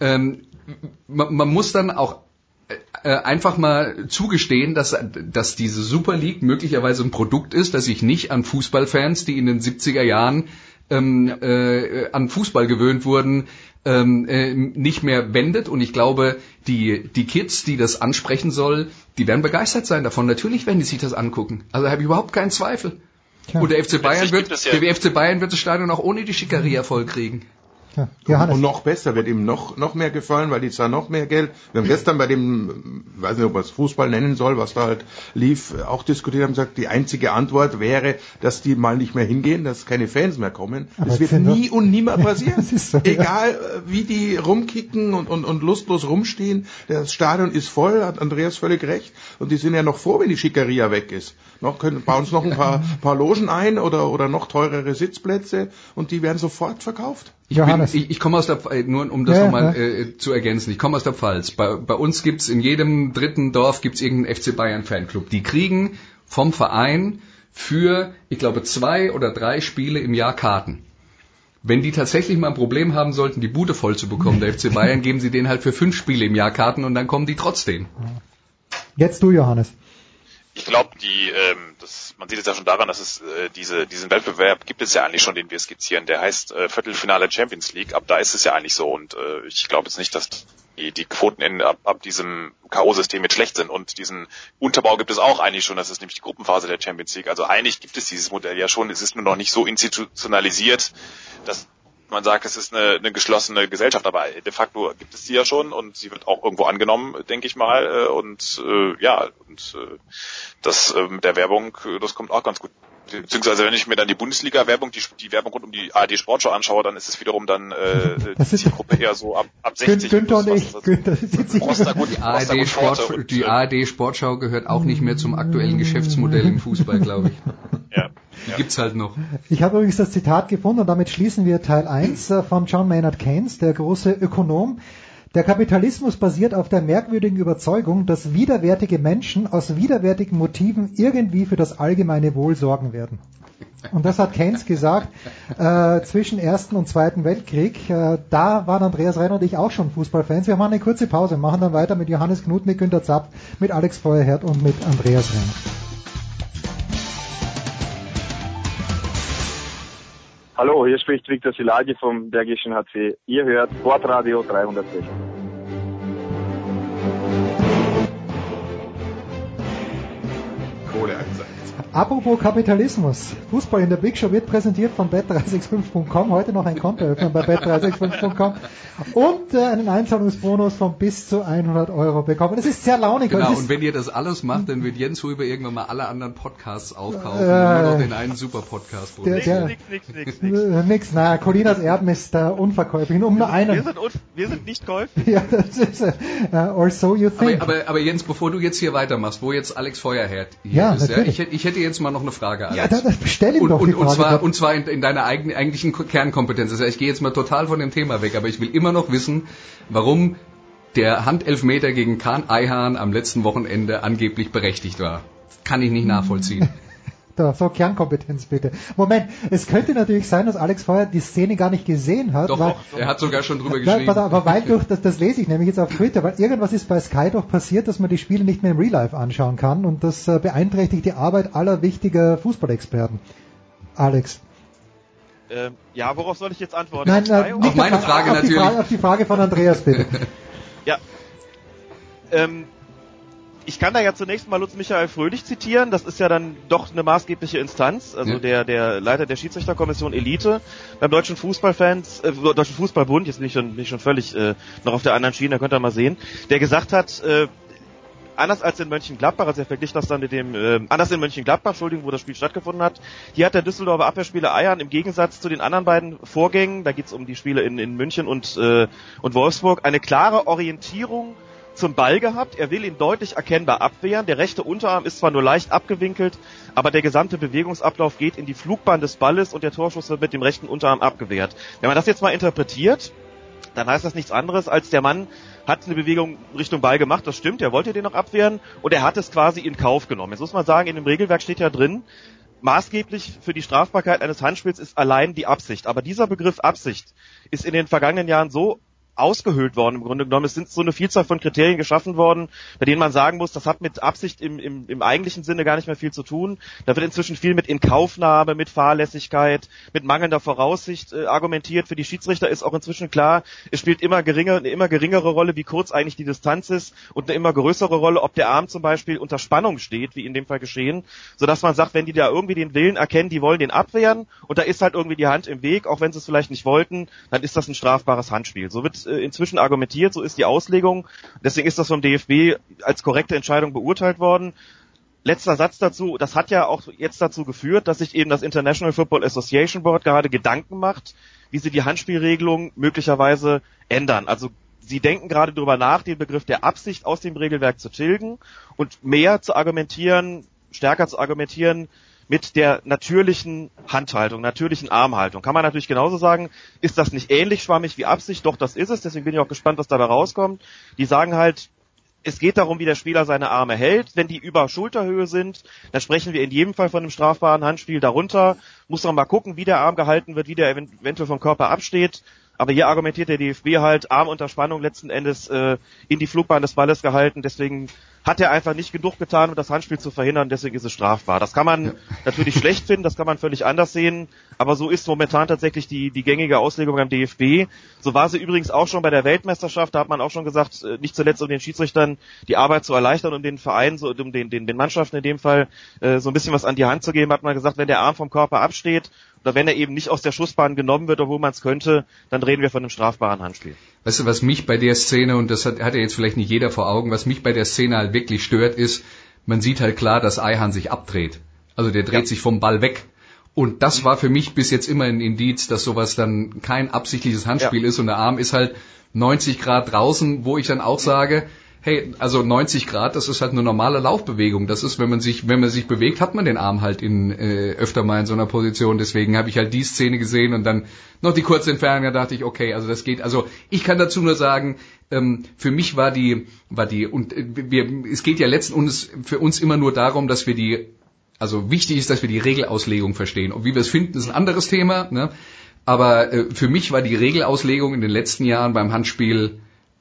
man muss dann auch einfach mal zugestehen, dass diese Super League möglicherweise ein Produkt ist, das sich nicht an Fußballfans, die in den 70er Jahren an Fußball gewöhnt wurden, nicht mehr wendet. Und ich glaube, die Kids, die das ansprechen soll, die werden begeistert sein davon. Natürlich werden die sich das angucken. Also da habe ich überhaupt keinen Zweifel. Tja. Und der FC Bayern wird das Stadion auch ohne die Schickeria voll kriegen. Ja, und noch besser, wird ihm noch mehr gefallen, weil die zwar noch mehr Geld, wir haben gestern bei dem, weiß nicht, ob man es Fußball nennen soll, was da halt lief, auch diskutiert haben, gesagt, die einzige Antwort wäre, dass die mal nicht mehr hingehen, dass keine Fans mehr kommen. Aber das wird nie und nimmer passieren. So, egal, wie die rumkicken und lustlos rumstehen, das Stadion ist voll, hat Andreas völlig recht, und die sind ja noch froh, wenn die Schickeria weg ist. Bauen uns noch ein paar Logen ein oder noch teurere Sitzplätze, und die werden sofort verkauft. Ich komme aus der, nur um das nochmal zu ergänzen, ich komme aus der Pfalz. Bei uns gibt's in jedem dritten Dorf gibt's irgendeinen FC Bayern Fanclub. Die kriegen vom Verein für, ich glaube, 2 oder 3 Spiele im Jahr Karten. Wenn die tatsächlich mal ein Problem haben sollten, die Bude voll zu bekommen, der FC Bayern, geben sie denen halt für 5 Spiele im Jahr Karten, und dann kommen die trotzdem. Jetzt du, Johannes. Ich glaube, man sieht es ja schon daran, dass es diesen Wettbewerb gibt es ja eigentlich schon, den wir skizzieren. Der heißt Viertelfinale Champions League. Ab da ist es ja eigentlich so. Und ich glaube jetzt nicht, dass die Quoten ab diesem K.O.-System jetzt schlecht sind. Und diesen Unterbau gibt es auch eigentlich schon. Das ist nämlich die Gruppenphase der Champions League. Also eigentlich gibt es dieses Modell ja schon. Es ist nur noch nicht so institutionalisiert, dass man sagt, es ist eine geschlossene Gesellschaft, aber de facto gibt es sie ja schon und sie wird auch irgendwo angenommen, denke ich mal. Das mit der Werbung, das kommt auch ganz gut. Beziehungsweise wenn ich mir dann die Bundesliga-Werbung, die Werbung rund um die ARD Sportschau anschaue, dann ist es wiederum dann die Zielgruppe eher so ab 60. Günther und ich. Die ARD Sportschau gehört auch nicht mehr zum aktuellen Geschäftsmodell im Fußball, glaube ich. Ja. Die gibt's halt noch. Ich habe übrigens das Zitat gefunden und damit schließen wir Teil 1 von John Maynard Keynes, der große Ökonom. Der Kapitalismus basiert auf der merkwürdigen Überzeugung, dass widerwärtige Menschen aus widerwärtigen Motiven irgendwie für das allgemeine Wohl sorgen werden. Und das hat Keynes gesagt zwischen Ersten und Zweiten Weltkrieg. Da waren Andreas Renn und ich auch schon Fußballfans. Wir machen eine kurze Pause, machen dann weiter mit Johannes Knut, mit Günter Zapp, mit Alex Feuerherd und mit Andreas Renn. Hallo, hier spricht Viktor Silagi vom Bergischen HC. Ihr hört Sportradio 360. Kohle angesagt. Apropos Kapitalismus. Fußball in der Big Show wird präsentiert von bet365.com. Heute noch ein Konto eröffnen bei bet365.com und einen Einzahlungsbonus von bis zu 100 € bekommen. Das ist sehr launig. Genau, und wenn ihr das alles macht, dann wird Jens Huber irgendwann mal alle anderen Podcasts aufkaufen und nur noch den einen super Podcast produzieren. Nix. Na, Colinas Erben ist unverkäuflich. Um nur einen. Wir sind nicht käuflich. Ja, das ist or so you think. Aber Jens, bevor du jetzt hier weitermachst, wo jetzt Alex Feuerherd hier ist, ich hätte jetzt mal noch eine Frage, Alex. Ja, stell ihm doch die Frage. Und zwar in deiner eigentlichen Kernkompetenz. Also ich gehe jetzt mal total von dem Thema weg, aber ich will immer noch wissen, warum der Handelfmeter gegen Kahn Eihahn am letzten Wochenende angeblich berechtigt war. Kann ich nicht nachvollziehen. So, Kernkompetenz bitte. Moment, es könnte natürlich sein, dass Alex Feuer die Szene gar nicht gesehen hat. Doch, er hat sogar schon drüber geschrieben. Aber weil das lese ich nämlich jetzt auf Twitter, weil irgendwas ist bei Sky doch passiert, dass man die Spiele nicht mehr im Real Life anschauen kann und das beeinträchtigt die Arbeit aller wichtiger Fußballexperten. Alex. Ja, worauf soll ich jetzt antworten? Nein, auf meine Frage natürlich. Auf die Frage von Andreas bitte. Ja. Ich kann da ja zunächst mal Lutz Michael Fröhlich zitieren, das ist ja dann doch eine maßgebliche Instanz, also der Leiter der Schiedsrichterkommission Elite beim Deutschen Deutschen Fußballbund, jetzt bin ich schon völlig noch auf der anderen Schiene, da könnt ihr mal sehen, der gesagt hat, anders als in Mönchengladbach, also er vergleicht das dann mit anders in Mönchengladbach, Entschuldigung, wo das Spiel stattgefunden hat, hier hat der Düsseldorfer Abwehrspieler Eihahn im Gegensatz zu den anderen beiden Vorgängen, da geht's um die Spiele in München und Wolfsburg, eine klare Orientierung zum Ball gehabt. Er will ihn deutlich erkennbar abwehren. Der rechte Unterarm ist zwar nur leicht abgewinkelt, aber der gesamte Bewegungsablauf geht in die Flugbahn des Balles und der Torschuss wird mit dem rechten Unterarm abgewehrt. Wenn man das jetzt mal interpretiert, dann heißt das nichts anderes, als der Mann hat eine Bewegung Richtung Ball gemacht, das stimmt, er wollte den noch abwehren und er hat es quasi in Kauf genommen. Jetzt muss man sagen, in dem Regelwerk steht ja drin, maßgeblich für die Strafbarkeit eines Handspiels ist allein die Absicht. Aber dieser Begriff Absicht ist in den vergangenen Jahren so ausgehöhlt worden im Grunde genommen. Es sind so eine Vielzahl von Kriterien geschaffen worden, bei denen man sagen muss, das hat mit Absicht im eigentlichen Sinne gar nicht mehr viel zu tun. Da wird inzwischen viel mit Inkaufnahme, mit Fahrlässigkeit, mit mangelnder Voraussicht argumentiert. Für die Schiedsrichter ist auch inzwischen klar, es spielt eine immer geringere Rolle, wie kurz eigentlich die Distanz ist und eine immer größere Rolle, ob der Arm zum Beispiel unter Spannung steht, wie in dem Fall geschehen, sodass man sagt, wenn die da irgendwie den Willen erkennen, die wollen den abwehren und da ist halt irgendwie die Hand im Weg, auch wenn sie es vielleicht nicht wollten, dann ist das ein strafbares Handspiel. So wird inzwischen argumentiert, so ist die Auslegung. Deswegen ist das vom DFB als korrekte Entscheidung beurteilt worden. Letzter Satz dazu, das hat ja auch jetzt dazu geführt, dass sich eben das International Football Association Board gerade Gedanken macht, wie sie die Handspielregelung möglicherweise ändern. Also sie denken gerade darüber nach, den Begriff der Absicht aus dem Regelwerk zu tilgen und mehr zu argumentieren, stärker zu argumentieren, mit der natürlichen Handhaltung, natürlichen Armhaltung. Kann man natürlich genauso sagen, ist das nicht ähnlich schwammig wie Absicht? Doch, das ist es. Deswegen bin ich auch gespannt, was dabei rauskommt. Die sagen halt, es geht darum, wie der Spieler seine Arme hält. Wenn die über Schulterhöhe sind, dann sprechen wir in jedem Fall von einem strafbaren Handspiel. Darunter muss man mal gucken, wie der Arm gehalten wird, wie der eventuell vom Körper absteht. Aber hier argumentiert der DFB halt, Arm unter Spannung letzten Endes in die Flugbahn des Balles gehalten. Deswegen hat er einfach nicht genug getan, um das Handspiel zu verhindern. Deswegen ist es strafbar. Das kann man natürlich schlecht finden, das kann man völlig anders sehen. Aber so ist momentan tatsächlich die gängige Auslegung beim DFB. So war sie übrigens auch schon bei der Weltmeisterschaft. Da hat man auch schon gesagt, nicht zuletzt um den Schiedsrichtern die Arbeit zu erleichtern, um den Vereinen, so, um den Mannschaften in dem Fall so ein bisschen was an die Hand zu geben, hat man gesagt, wenn der Arm vom Körper absteht oder wenn er eben nicht aus der Schussbahn genommen wird, obwohl man es könnte, dann reden wir von einem strafbaren Handspiel. Weißt du, was mich bei der Szene, und das hat ja jetzt vielleicht nicht jeder vor Augen, was mich bei der Szene halt wirklich stört, ist, man sieht halt klar, dass Ayhan sich abdreht. Also der dreht sich vom Ball weg. Und das war für mich bis jetzt immer ein Indiz, dass sowas dann kein absichtliches Handspiel ist und der Arm ist halt 90 Grad draußen, wo ich dann auch sage, hey, also 90 Grad, das ist halt eine normale Laufbewegung. Das ist, wenn man sich bewegt, hat man den Arm halt öfter mal in so einer Position. Deswegen habe ich halt die Szene gesehen und dann noch die kurze Entfernung, da dachte ich, okay, also das geht. Also ich kann dazu nur sagen, für mich war die es geht ja letzten Endes für uns immer nur darum, dass wir also wichtig ist, dass wir die Regelauslegung verstehen. Und wie wir es finden, ist ein anderes Thema, ne? Aber für mich war die Regelauslegung in den letzten Jahren beim Handspiel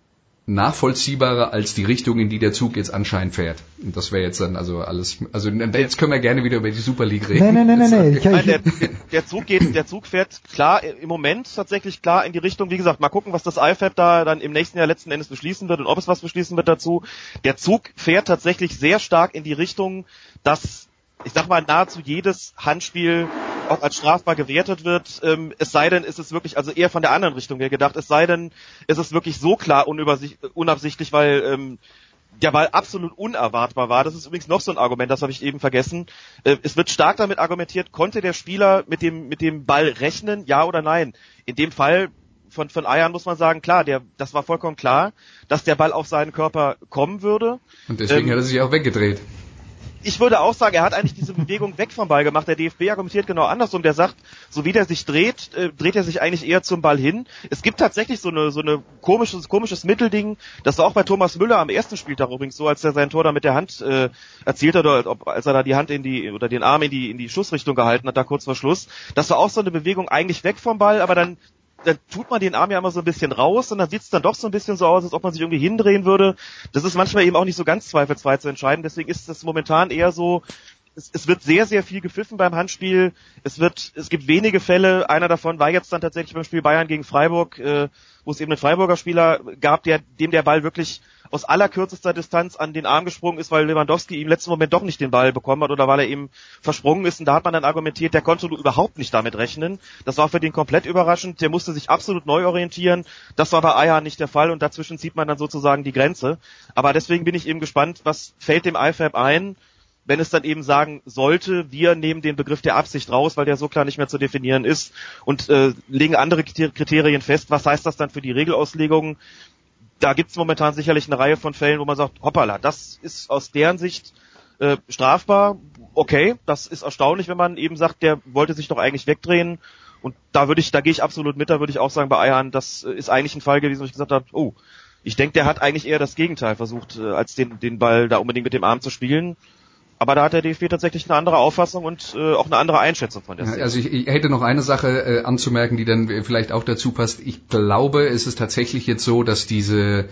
nachvollziehbarer als die Richtung, in die der Zug jetzt anscheinend fährt. Und das wäre jetzt dann also alles, also jetzt können wir gerne wieder über die Super League reden. Nein. Der Zug fährt klar, im Moment tatsächlich klar in die Richtung, wie gesagt, mal gucken, was das IFAB da dann im nächsten Jahr letzten Endes beschließen wird und ob es was beschließen wird dazu. Der Zug fährt tatsächlich sehr stark in die Richtung, dass, ich sag mal, nahezu jedes Handspiel auch als strafbar gewertet wird, es sei denn, ist es wirklich, also eher von der anderen Richtung her gedacht, es sei denn, ist es wirklich so klar unabsichtlich, weil der Ball absolut unerwartbar war. Das ist übrigens noch so ein Argument, das habe ich eben vergessen. Es wird stark damit argumentiert, konnte der Spieler mit dem Ball rechnen, ja oder nein? In dem Fall von Ayhan muss man sagen, klar, das war vollkommen klar, dass der Ball auf seinen Körper kommen würde. Und deswegen hat er sich auch weggedreht. Ich würde auch sagen, er hat eigentlich diese Bewegung weg vom Ball gemacht. Der DFB argumentiert genau andersrum. Der sagt, so wie der sich dreht er sich eigentlich eher zum Ball hin. Es gibt tatsächlich so eine komisches Mittelding. Das war auch bei Thomas Müller am ersten Spieltag übrigens so, als er sein Tor da mit der Hand erzielt hat, oder als er da die Hand oder den Arm in die Schussrichtung gehalten hat, da kurz vor Schluss. Das war auch so eine Bewegung eigentlich weg vom Ball, aber dann tut man den Arm ja immer so ein bisschen raus und dann sieht es dann doch so ein bisschen so aus, als ob man sich irgendwie hindrehen würde. Das ist manchmal eben auch nicht so ganz zweifelsfrei zu entscheiden. Deswegen ist es momentan eher so, es wird sehr, sehr viel gepfiffen beim Handspiel. Es gibt wenige Fälle. Einer davon war jetzt dann tatsächlich beim Spiel Bayern gegen Freiburg, wo es eben einen Freiburger Spieler gab, dem der Ball wirklich aus allerkürzester Distanz an den Arm gesprungen ist, weil Lewandowski im letzten Moment doch nicht den Ball bekommen hat oder weil er eben versprungen ist. Und da hat man dann argumentiert, der konnte überhaupt nicht damit rechnen. Das war für den komplett überraschend. Der musste sich absolut neu orientieren. Das war bei Ayhan nicht der Fall und dazwischen zieht man dann sozusagen die Grenze. Aber deswegen bin ich eben gespannt, was fällt dem IFAB ein, wenn es dann eben sagen sollte, wir nehmen den Begriff der Absicht raus, weil der so klar nicht mehr zu definieren ist und legen andere Kriterien fest. Was heißt das dann für die Regelauslegung? Da gibt es momentan sicherlich eine Reihe von Fällen, wo man sagt, hoppala, das ist aus deren Sicht strafbar. Okay, das ist erstaunlich, wenn man eben sagt, der wollte sich doch eigentlich wegdrehen. Und da gehe ich absolut mit, da würde ich auch sagen bei Ayhan, das ist eigentlich ein Fall gewesen, wo ich gesagt habe, oh, ich denke, der hat eigentlich eher das Gegenteil versucht, als den Ball da unbedingt mit dem Arm zu spielen. Aber da hat der DFB tatsächlich eine andere Auffassung und auch eine andere Einschätzung von der Szene. Also ich hätte noch eine Sache anzumerken, die dann vielleicht auch dazu passt. Ich glaube, es ist tatsächlich jetzt so, dass die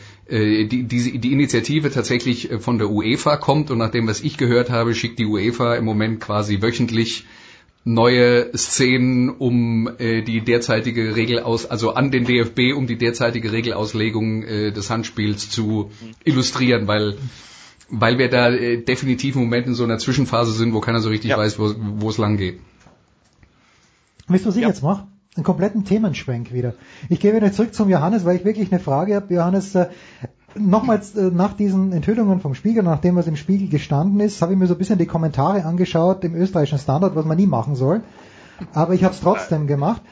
Initiative tatsächlich von der UEFA kommt und nach dem, was ich gehört habe, schickt die UEFA im Moment quasi wöchentlich neue Szenen, um die derzeitige an den DFB, um die derzeitige Regelauslegung des Handspiels zu illustrieren, weil wir da definitiv im Moment in so einer Zwischenphase sind, wo keiner so richtig weiß, wo es lang geht. Weißt du, was ich jetzt mache? Einen kompletten Themenschwenk wieder. Ich gehe wieder zurück zum Johannes, weil ich wirklich eine Frage habe. Johannes, nochmals nach diesen Enthüllungen vom Spiegel, nachdem was im Spiegel gestanden ist, habe ich mir so ein bisschen die Kommentare angeschaut im österreichischen Standard, was man nie machen soll. Aber ich habe es trotzdem gemacht.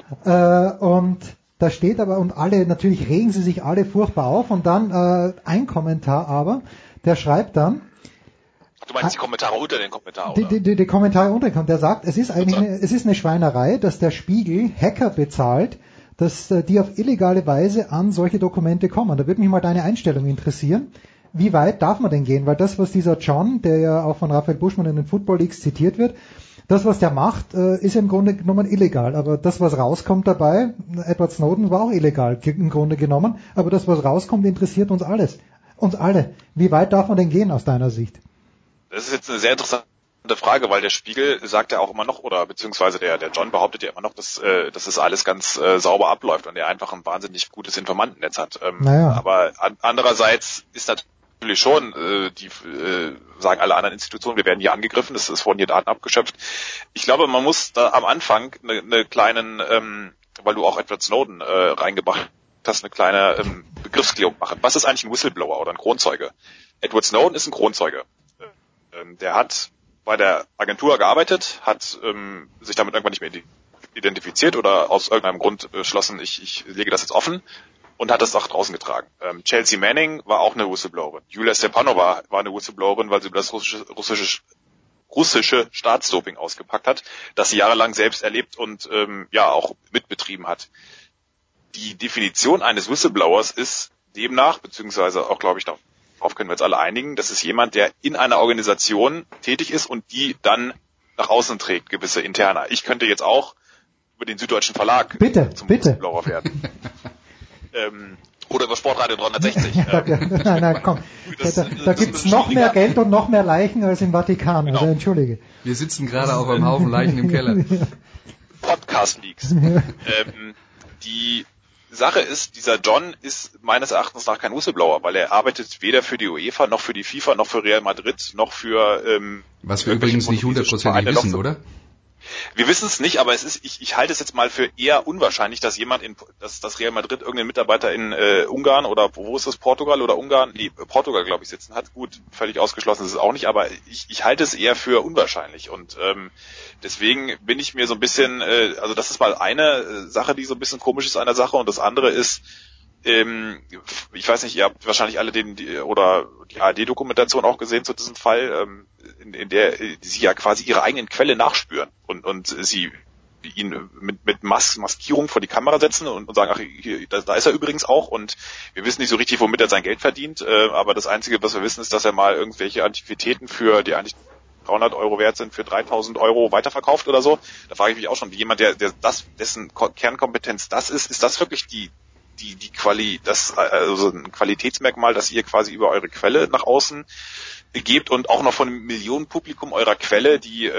Und da steht aber, und alle, natürlich regen sie sich alle furchtbar auf, und dann ein Kommentar aber, der schreibt dann, du meinst die Kommentare unter den Kommentaren? Die Kommentare unter den Kommentaren. Der sagt, es ist eigentlich eine Schweinerei, dass der Spiegel Hacker bezahlt, dass die auf illegale Weise an solche Dokumente kommen. Da würde mich mal deine Einstellung interessieren. Wie weit darf man denn gehen? Weil das, was dieser John, der ja auch von Raphael Buschmann in den Football Leagues zitiert wird, Das, was der macht, ist im Grunde genommen illegal. Aber das, was rauskommt dabei, Edward Snowden war auch illegal im Grunde genommen. Aber das, was rauskommt, interessiert uns alles. Uns alle. Wie weit darf man denn gehen aus deiner Sicht? Das ist jetzt eine sehr interessante Frage, weil der Spiegel sagt ja auch immer noch, oder beziehungsweise der John behauptet ja immer noch, dass es alles ganz sauber abläuft und er einfach ein wahnsinnig gutes Informantennetz hat. Aber andererseits ist natürlich schon, sagen alle anderen Institutionen, wir werden hier angegriffen, es wurden hier Daten abgeschöpft. Ich glaube, man muss da am Anfang eine kleinen, weil du auch Edward Snowden reingebracht hast, eine kleine Begriffsklärung machen. Was ist eigentlich ein Whistleblower oder ein Kronzeuge? Edward Snowden ist ein Kronzeuge. Der hat bei der Agentur gearbeitet, hat sich damit irgendwann nicht mehr identifiziert oder aus irgendeinem Grund beschlossen, ich lege das jetzt offen und hat das auch draußen getragen. Chelsea Manning war auch eine Whistleblowerin. Julia Stepanova war eine Whistleblowerin, weil sie über das russische Staatsdoping ausgepackt hat, das sie jahrelang selbst erlebt und auch mitbetrieben hat. Die Definition eines Whistleblowers ist demnach, beziehungsweise auch, glaube ich, darauf können wir uns alle einigen, das ist jemand, der in einer Organisation tätig ist und die dann nach außen trägt, gewisse Interna. Ich könnte jetzt auch über den Süddeutschen Verlag zum Whistleblower werden. Oder über Sportradio 360. Nein, komm. Da gibt's noch mehr Geld und noch mehr Leichen als im Vatikan. Genau. Also entschuldige. Wir sitzen gerade auf einem Haufen Leichen im Keller. Podcast-Leaks. Die Sache ist, dieser John ist meines Erachtens nach kein Whistleblower, weil er arbeitet weder für die UEFA, noch für die FIFA, noch für Real Madrid, noch für was wir übrigens nicht 100% wissen, oder? Wir wissen es nicht, aber ich halte es jetzt mal für eher unwahrscheinlich, dass dass Real Madrid irgendeinen Mitarbeiter in Ungarn oder wo ist das, Portugal oder Ungarn? Nee, Portugal, glaube ich, sitzen hat. Gut, völlig ausgeschlossen ist es auch nicht, aber ich halte es eher für unwahrscheinlich und deswegen bin ich mir so ein bisschen, also das ist mal eine Sache, die so ein bisschen komisch ist an der Sache und das andere ist, ich weiß nicht, ihr habt wahrscheinlich alle die ARD-Dokumentation auch gesehen zu diesem Fall, in der sie ja quasi ihre eigenen Quelle nachspüren und sie ihn mit Maskierung vor die Kamera setzen und sagen, ach, hier, da ist er übrigens auch und wir wissen nicht so richtig, womit er sein Geld verdient, aber das Einzige, was wir wissen, ist, dass er mal irgendwelche Antiquitäten für die eigentlich 300 Euro wert sind, für 3.000 Euro weiterverkauft oder so. Da frage ich mich auch schon, wie jemand, dessen Kernkompetenz das ist das wirklich also ein Qualitätsmerkmal, dass ihr quasi über eure Quelle nach außen gebt und auch noch von einem Millionenpublikum eurer Quelle, die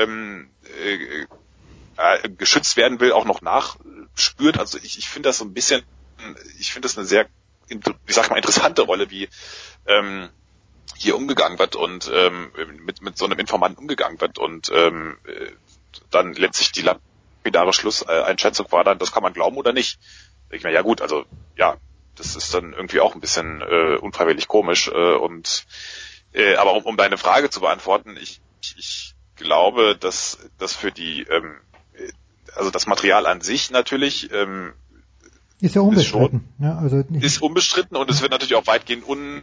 geschützt werden will, auch noch nachspürt. Also ich finde das so ein bisschen, ich finde das eine sehr, ich sag mal, interessante Rolle, wie hier umgegangen wird und mit so einem Informanten umgegangen wird und dann letztlich die lapidare Schlusseinschätzung war dann, das kann man glauben oder nicht. Ich meine, ja gut, also ja, das ist dann irgendwie auch ein bisschen unfreiwillig komisch aber um deine Frage zu beantworten, ich glaube, dass das für die also das Material an sich natürlich ist ja unbestritten. Ist unbestritten und es wird natürlich auch weitgehend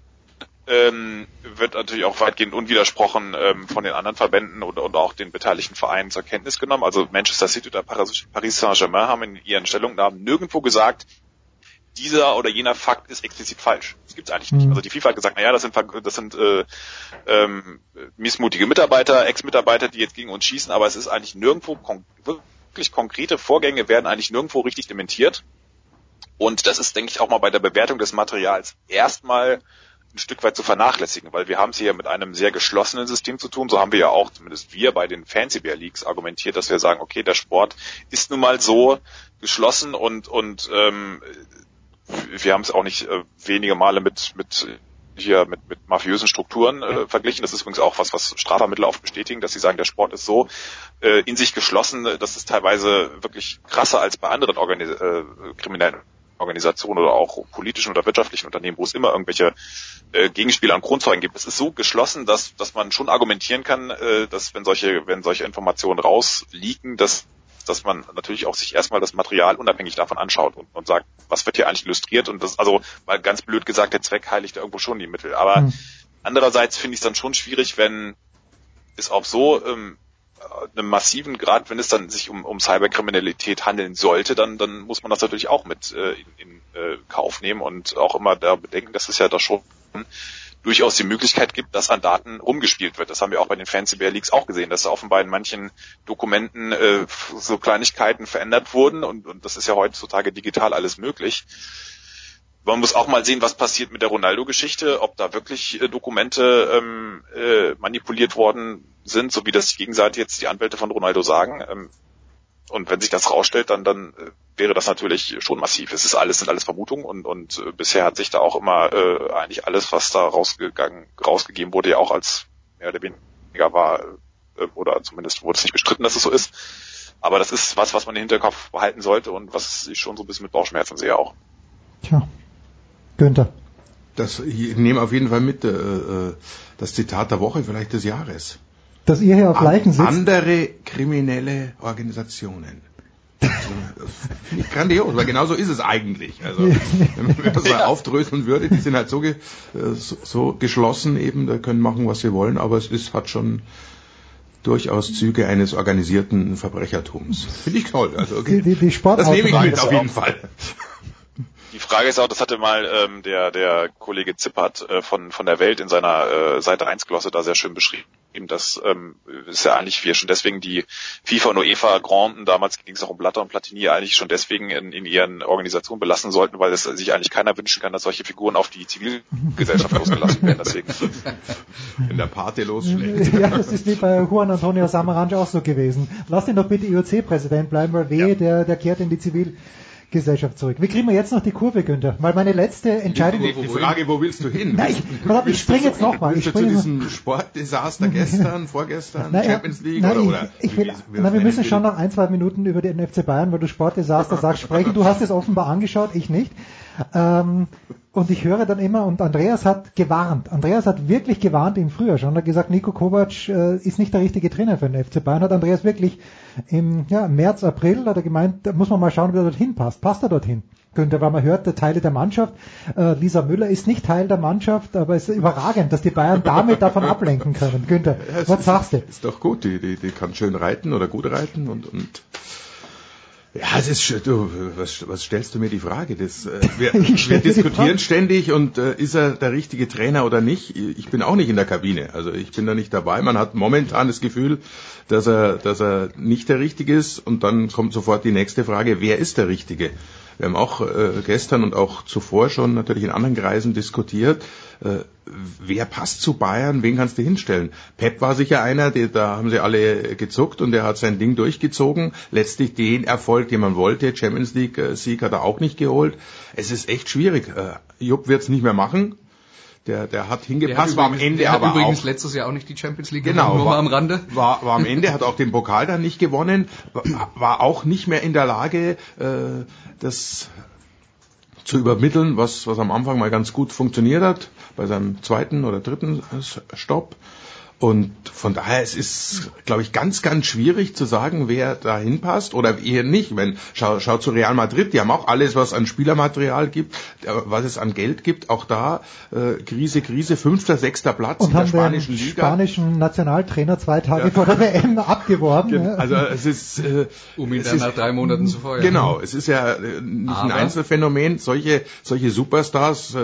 unwidersprochen von den anderen Verbänden und auch den beteiligten Vereinen zur Kenntnis genommen. Also Manchester City oder Paris Saint-Germain haben in ihren Stellungnahmen nirgendwo gesagt, dieser oder jener Fakt ist explizit falsch. Das gibt's eigentlich nicht. Also die FIFA hat gesagt, naja, das sind missmutige Mitarbeiter, Ex-Mitarbeiter, die jetzt gegen uns schießen, aber es ist eigentlich nirgendwo wirklich konkrete Vorgänge werden eigentlich nirgendwo richtig dementiert. Und das ist, denke ich, auch mal bei der Bewertung des Materials erstmal ein Stück weit zu vernachlässigen, weil wir haben es hier mit einem sehr geschlossenen System zu tun. So haben wir ja auch, zumindest wir bei den Fancy Bear Leagues argumentiert, dass wir sagen, okay, der Sport ist nun mal so geschlossen und wir haben es auch nicht wenige Male mit mafiösen Strukturen verglichen. Das ist übrigens auch was Strafvermittler oft bestätigen, dass sie sagen, der Sport ist so in sich geschlossen, dass es teilweise wirklich krasser als bei anderen kriminellen Organisationen oder auch politischen oder wirtschaftlichen Unternehmen, wo es immer irgendwelche Gegenspieler und Kronzeugen gibt. Es ist so geschlossen, dass man schon argumentieren kann, dass wenn solche Informationen rausleaken, dass man natürlich auch sich erstmal das Material unabhängig davon anschaut und sagt, was wird hier eigentlich illustriert und das, also mal ganz blöd gesagt, der Zweck heiligt irgendwo schon die Mittel. Aber andererseits finde ich es dann schon schwierig, wenn es auf so einem massiven Grad, wenn es dann sich um Cyberkriminalität handeln sollte, dann muss man das natürlich auch mit in Kauf nehmen und auch immer da bedenken, dass es ja doch schon durchaus die Möglichkeit gibt, dass an Daten rumgespielt wird. Das haben wir auch bei den Fantasy Bear Leagues auch gesehen, dass da offenbar in manchen Dokumenten so Kleinigkeiten verändert wurden und das ist ja heutzutage digital alles möglich. Man muss auch mal sehen, was passiert mit der Ronaldo-Geschichte, ob da wirklich Dokumente manipuliert worden sind, so wie das die Gegenseite jetzt die Anwälte von Ronaldo sagen. Und wenn sich das rausstellt, dann wäre das natürlich schon massiv. Sind alles Vermutungen und bisher hat sich da auch immer eigentlich alles, was da rausgegeben wurde, ja auch als mehr oder weniger war, oder zumindest wurde es nicht bestritten, dass es so ist. Aber das ist was man im Hinterkopf behalten sollte und was ich schon so ein bisschen mit Bauchschmerzen sehe auch. Tja, Günther. Ich nehme auf jeden Fall mit das Zitat der Woche, vielleicht des Jahres. Dass ihr hier auf Leichen sitzt? Andere kriminelle Organisationen. Finde ich grandios, weil genau so ist es eigentlich. Also, wenn man das mal aufdröseln würde, die sind halt so geschlossen eben, da können machen, was sie wollen, aber hat schon durchaus Züge eines organisierten Verbrechertums. Finde ich toll. Also, okay. Die das nehme ich mit auf jeden Fall. Die Frage ist auch, das hatte mal der Kollege Zippert von der Welt in seiner Seite 1 Glosse da sehr schön beschrieben, dass ist ja eigentlich wir schon deswegen die FIFA und UEFA Granden, damals ging es auch um Blatter und Platini, eigentlich schon deswegen in ihren Organisationen belassen sollten, weil es sich eigentlich keiner wünschen kann, dass solche Figuren auf die Zivilgesellschaft losgelassen werden. Deswegen in der Party losschlägt. Ja, das ist wie bei Juan Antonio Samaranch auch so gewesen. Lass ihn doch bitte IOC-Präsident bleiben, weil der kehrt in die Zivilgesellschaft zurück. Wie kriegen wir jetzt noch die Kurve, Günther? Weil meine letzte Entscheidung... Die Frage, wo willst du hin? Nein, ich springe jetzt nochmal. Willst du zu diesem Sportdesaster vorgestern, Champions League? Wir müssen schon noch 1-2 Minuten über den FC Bayern, weil du Sportdesaster sagst, sprechen. Du hast es offenbar angeschaut, ich nicht. Und ich höre dann immer, und Andreas hat wirklich gewarnt im Frühjahr schon, er hat gesagt, Niko Kovac ist nicht der richtige Trainer für den FC Bayern, hat Andreas wirklich im März, April, hat er gemeint, da muss man mal schauen, wie er dorthin passt. Passt er dorthin? Günther, weil man hört, der Teile der Mannschaft, Lisa Müller ist nicht Teil der Mannschaft, aber es ist überragend, dass die Bayern damit davon ablenken können. Günther, was sagst du? Ist doch gut, die kann schön reiten oder gut reiten und ja, es ist, was stellst du mir die Frage? Wir diskutieren ständig und ist er der richtige Trainer oder nicht? Ich bin auch nicht in der Kabine, also ich bin da nicht dabei. Man hat momentan das Gefühl, dass er nicht der Richtige ist und dann kommt sofort die nächste Frage, wer ist der Richtige? Wir haben auch gestern und auch zuvor schon natürlich in anderen Kreisen diskutiert, wer passt zu Bayern, wen kannst du hinstellen? Pep war sicher einer, da haben sie alle gezuckt und der hat sein Ding durchgezogen. Letztlich den Erfolg, den man wollte, Champions League Sieg hat er auch nicht geholt. Es ist echt schwierig. Jupp wird es nicht mehr machen. Der hat hingepasst, war am Ende aber auch. Übrigens letztes Jahr auch nicht die Champions League gewonnen, nur mal am Rande. War am Ende, hat auch den Pokal dann nicht gewonnen, war auch nicht mehr in der Lage, das zu übermitteln, was am Anfang mal ganz gut funktioniert hat, bei seinem zweiten oder dritten Stopp. Und von daher, es ist, glaube ich, ganz, ganz schwierig zu sagen, wer da hinpasst oder eher nicht. Schau zu Real Madrid, die haben auch alles, was an Spielermaterial gibt, was es an Geld gibt, auch da Krise, 5., 6. Platz und in der spanischen Liga. Und haben den spanischen Nationaltrainer 2 Tage vor der WM abgeworben. Genau. Also es ist... um ihn dann nach 3 Monaten zu feuern. Genau, es ist ja nicht ein Einzelfenomen. Solche Superstars,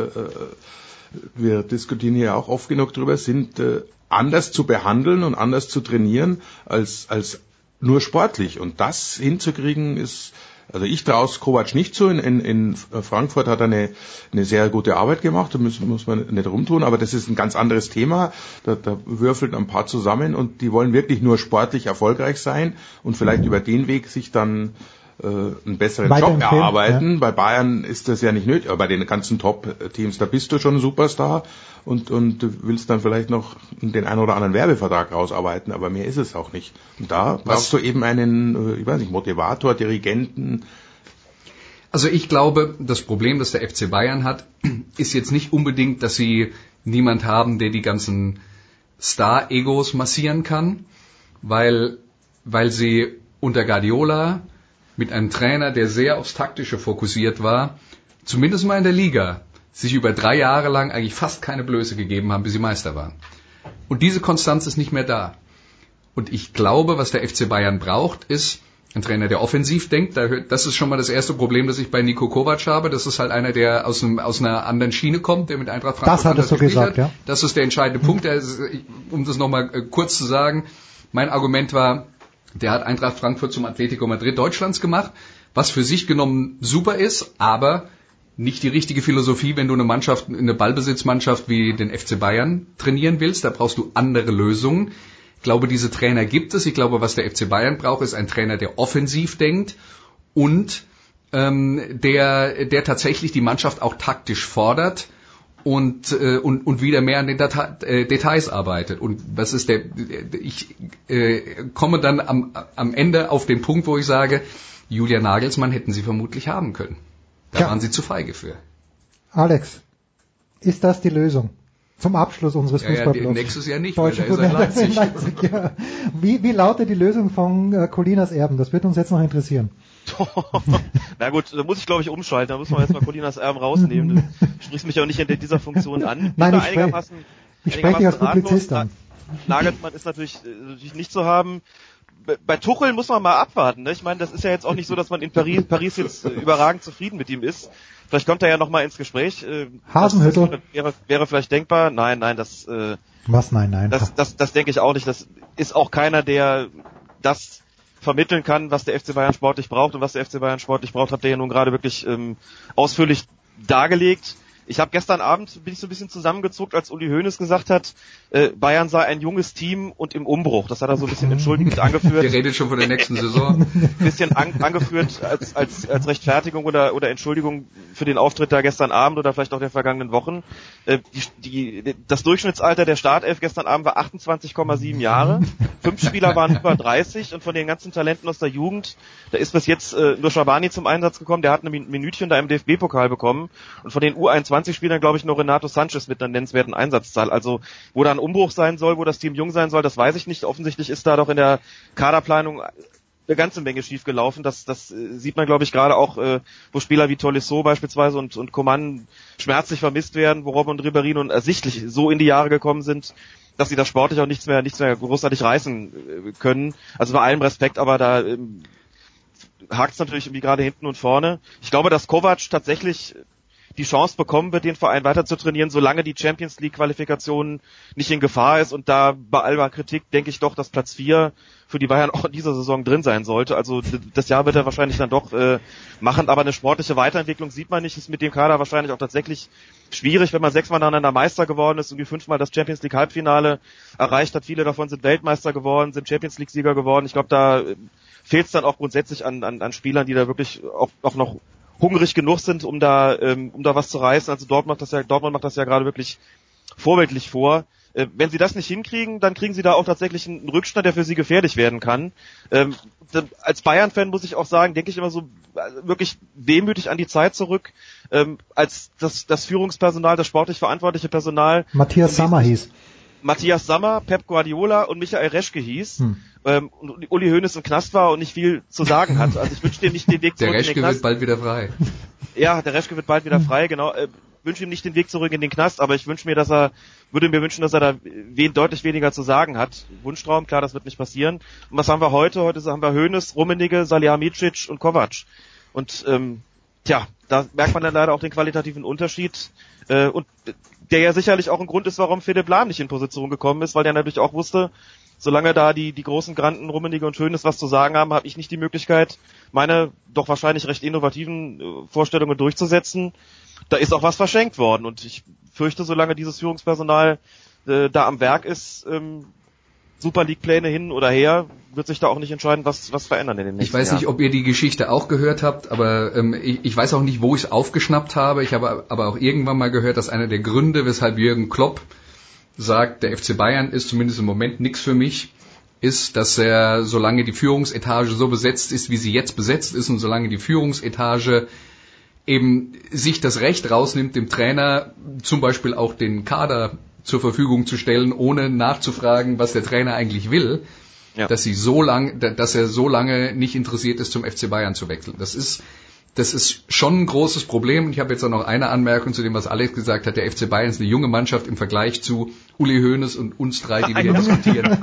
wir diskutieren hier auch oft genug drüber, sind... anders zu behandeln und anders zu trainieren als nur sportlich. Und das hinzukriegen ist, also ich traue es Kovac nicht zu. In Frankfurt hat er eine sehr gute Arbeit gemacht, da muss man nicht rumtun, aber das ist ein ganz anderes Thema. Da würfelt ein paar zusammen und die wollen wirklich nur sportlich erfolgreich sein und vielleicht über den Weg sich dann einen besseren Job erarbeiten. Ja. Bei Bayern ist das ja nicht nötig, aber bei den ganzen Top-Teams, da bist du schon ein Superstar und du willst dann vielleicht noch den einen oder anderen Werbevertrag rausarbeiten, aber mehr ist es auch nicht. Und da brauchst du eben einen, ich weiß nicht, Motivator, Dirigenten. Also ich glaube, das Problem, das der FC Bayern hat, ist jetzt nicht unbedingt, dass sie niemand haben, der die ganzen Star-Egos massieren kann, weil sie unter Guardiola mit einem Trainer, der sehr aufs Taktische fokussiert war, zumindest mal in der Liga, sich über 3 Jahre lang eigentlich fast keine Blöße gegeben haben, bis sie Meister waren. Und diese Konstanz ist nicht mehr da. Und ich glaube, was der FC Bayern braucht, ist ein Trainer, der offensiv denkt. Das ist schon mal das erste Problem, das ich bei Niko Kovac habe. Das ist halt einer, der aus einer anderen Schiene kommt, der mit Eintracht Frankfurt... Das hat er so gesagt, ja. Das ist der entscheidende Punkt. Um das nochmal kurz zu sagen, mein Argument war, der hat Eintracht Frankfurt zum Atletico Madrid Deutschlands gemacht, was für sich genommen super ist, aber nicht die richtige Philosophie, wenn du eine Ballbesitzmannschaft wie den FC Bayern trainieren willst. Da brauchst du andere Lösungen. Ich glaube, diese Trainer gibt es. Ich glaube, was der FC Bayern braucht, ist ein Trainer, der offensiv denkt und der tatsächlich die Mannschaft auch taktisch fordert und wieder mehr an den Details arbeitet. Und was ist ich komme dann am Ende auf den Punkt, wo ich sage, Julian Nagelsmann hätten sie vermutlich haben können. Da waren sie zu feige für. Alex, ist das die Lösung? Zum Abschluss unseres Fußballblogs. Nächstes Jahr nicht, Deutsche weil da ist in Leipzig. Ja. Wie lautet die Lösung von Colinas Erben? Das wird uns jetzt noch interessieren. Na gut, da muss ich glaube ich umschalten. Da müssen wir jetzt mal Colinas Erben rausnehmen. Du sprichst mich auch nicht in dieser Funktion an. Nein, ich spreche als Publizist an. Nagelsmann ist natürlich nicht zu haben. Bei Tuchel muss man mal abwarten. Ne? Ich meine, das ist ja jetzt auch nicht so, dass man in Paris jetzt überragend zufrieden mit ihm ist. Vielleicht kommt er ja nochmal ins Gespräch. Hasenhüttl. Wäre vielleicht denkbar. Nein, das... Was? Nein. Das denke ich auch nicht. Das ist auch keiner, der das vermitteln kann, was der FC Bayern sportlich braucht. Und was der FC Bayern sportlich braucht, habt ihr ja nun gerade wirklich ausführlich dargelegt. Ich habe gestern Abend, bin ich so ein bisschen zusammengezuckt, als Uli Hoeneß gesagt hat, Bayern sei ein junges Team und im Umbruch. Das hat er so ein bisschen entschuldigend angeführt. Der redet schon von der nächsten Saison. Bisschen angeführt als Rechtfertigung oder Entschuldigung für den Auftritt da gestern Abend oder vielleicht auch der vergangenen Wochen. Das Durchschnittsalter der Startelf gestern Abend war 28,7 Jahre. 5 Spieler waren über 30 und von den ganzen Talenten aus der Jugend, da ist bis jetzt nur Schabani zum Einsatz gekommen. Der hat ein Minütchen da im DFB-Pokal bekommen. Und von den U21-Spielern, glaube ich, nur Renato Sanchez mit einer nennenswerten Einsatzzahl. Also, wo da ein Umbruch sein soll, wo das Team jung sein soll, das weiß ich nicht. Offensichtlich ist da doch in der Kaderplanung eine ganze Menge schief gelaufen. Das sieht man, glaube ich, gerade auch, wo Spieler wie Tolisso beispielsweise und Coman schmerzlich vermisst werden, wo Robben und Ribéry nun ersichtlich so in die Jahre gekommen sind, dass sie da sportlich auch nichts mehr großartig reißen können. Also bei allem Respekt, aber da hakt es natürlich irgendwie gerade hinten und vorne. Ich glaube, dass Kovac tatsächlich die Chance bekommen wird, den Verein weiter zu trainieren, solange die Champions League Qualifikation nicht in Gefahr ist. Und da bei aller Kritik denke ich doch, dass Platz 4 für die Bayern auch in dieser Saison drin sein sollte. Also das Jahr wird er wahrscheinlich dann doch machen, aber eine sportliche Weiterentwicklung sieht man nicht. Ist mit dem Kader wahrscheinlich auch tatsächlich schwierig, wenn man 6-mal nacheinander Meister geworden ist und wie 5-mal das Champions League Halbfinale erreicht hat. Viele davon sind Weltmeister geworden, sind Champions League Sieger geworden. Ich glaube, da fehlt es dann auch grundsätzlich an Spielern, die da wirklich auch noch hungrig genug sind, um da was zu reißen. Also Dortmund macht das ja gerade wirklich vorbildlich vor. Wenn sie das nicht hinkriegen, dann kriegen sie da auch tatsächlich einen Rückstand, der für sie gefährlich werden kann. Als Bayern-Fan muss ich auch sagen, denke ich immer so wirklich wehmütig an die Zeit zurück, als das Führungspersonal, das sportlich verantwortliche Personal Matthias Sammer hieß. Matthias Sammer, Pep Guardiola und Michael Reschke hieß. Und Uli Hoeneß im Knast war und nicht viel zu sagen hat. Also ich wünsche dem nicht den Weg zurück in den Knast. Der Reschke wird bald wieder frei. Ja, der Reschke wird bald wieder frei, genau. Wünsche ihm nicht den Weg zurück in den Knast, aber ich würde mir wünschen, dass er da deutlich weniger zu sagen hat. Wunschtraum, klar, das wird nicht passieren. Und was haben wir heute? Heute haben wir Hoeneß, Rummenigge, Salihamidzic und Kovac. Und da merkt man dann leider auch den qualitativen Unterschied. Und der ja sicherlich auch ein Grund ist, warum Philipp Lahm nicht in Position gekommen ist, weil der natürlich auch wusste, solange da die großen Granden Rummenigge und Hoeneß was zu sagen haben, habe ich nicht die Möglichkeit, meine doch wahrscheinlich recht innovativen Vorstellungen durchzusetzen. Da ist auch was verschenkt worden und ich fürchte, solange dieses Führungspersonal da am Werk ist, Super League-Pläne hin oder her, wird sich da auch nicht entscheiden, was verändern in den nächsten Jahren. Ich weiß nicht, ob ihr die Geschichte auch gehört habt, aber ich weiß auch nicht, wo ich es aufgeschnappt habe. Ich habe aber auch irgendwann mal gehört, dass einer der Gründe, weshalb Jürgen Klopp sagt, der FC Bayern ist zumindest im Moment nichts für mich, ist, dass er, solange die Führungsetage so besetzt ist, wie sie jetzt besetzt ist und solange die Führungsetage eben sich das Recht rausnimmt, dem Trainer zum Beispiel auch den Kader zur Verfügung zu stellen, ohne nachzufragen, was der Trainer eigentlich will, dass er so lange nicht interessiert ist, zum FC Bayern zu wechseln. Das ist Das ist schon ein großes Problem. Ich habe jetzt auch noch eine Anmerkung zu dem, was Alex gesagt hat. Der FC Bayern ist eine junge Mannschaft im Vergleich zu Uli Hoeneß und uns drei, die wir hier diskutieren.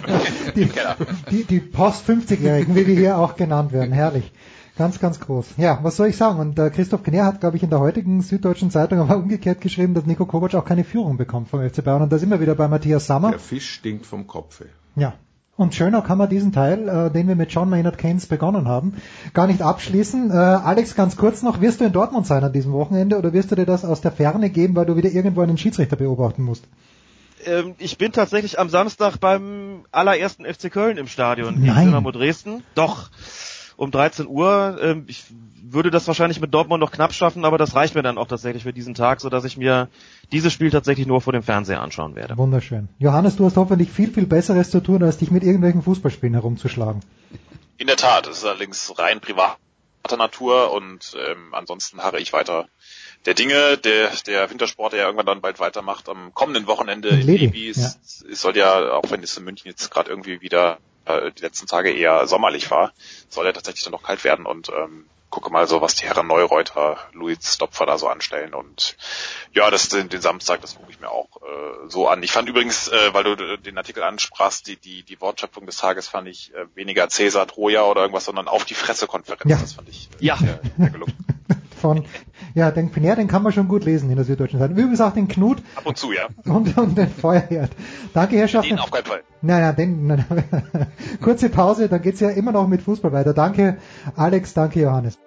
Die Post-50-Jährigen, wie wir hier auch genannt werden. Herrlich. Ganz, ganz groß. Ja, was soll ich sagen? Und Christoph Kner hat, glaube ich, in der heutigen Süddeutschen Zeitung aber umgekehrt geschrieben, dass Niko Kovac auch keine Führung bekommt vom FC Bayern. Und da sind wir wieder bei Matthias Sammer. Der Fisch stinkt vom Kopfe. Ja. Und schöner kann man diesen Teil, den wir mit John Maynard Keynes begonnen haben, gar nicht abschließen. Alex, ganz kurz noch, wirst du in Dortmund sein an diesem Wochenende oder wirst du dir das aus der Ferne geben, weil du wieder irgendwo einen Schiedsrichter beobachten musst? Ich bin tatsächlich am Samstag beim allerersten FC Köln im Stadion gegen Dynamo Dresden. Doch, um 13 Uhr. Ich würde das wahrscheinlich mit Dortmund noch knapp schaffen, aber das reicht mir dann auch tatsächlich für diesen Tag, sodass ich mir dieses Spiel tatsächlich nur vor dem Fernseher anschauen werde. Wunderschön. Johannes, du hast hoffentlich viel, viel Besseres zu tun, als dich mit irgendwelchen Fußballspielen herumzuschlagen. In der Tat, es ist allerdings rein privater Natur und ansonsten harre ich weiter der Dinge. Der Wintersport, der ja irgendwann dann bald weitermacht, am kommenden Wochenende in Levi. Es soll ja, auch wenn es in München jetzt gerade irgendwie wieder die letzten Tage eher sommerlich war, soll ja tatsächlich dann noch kalt werden und gucke mal so, was die Herren Neureuter, Louis Stopfer da so anstellen und ja, den Samstag, das gucke ich mir auch so an. Ich fand übrigens, weil du den Artikel ansprachst, die Wortschöpfung des Tages fand ich weniger Cäsar, Troja oder irgendwas, sondern auf die Fresse-Konferenz. Ja. Das fand ich sehr gelungen. Den Pinär, den kann man schon gut lesen in der Süddeutschen Zeitung. Übrigens auch den Knut. Ab und zu, ja. Und den Feuerherd. Danke, Herrschaften. Den auf keinen Fall. Nein. Kurze Pause, dann geht's ja immer noch mit Fußball weiter. Danke, Alex, danke, Johannes.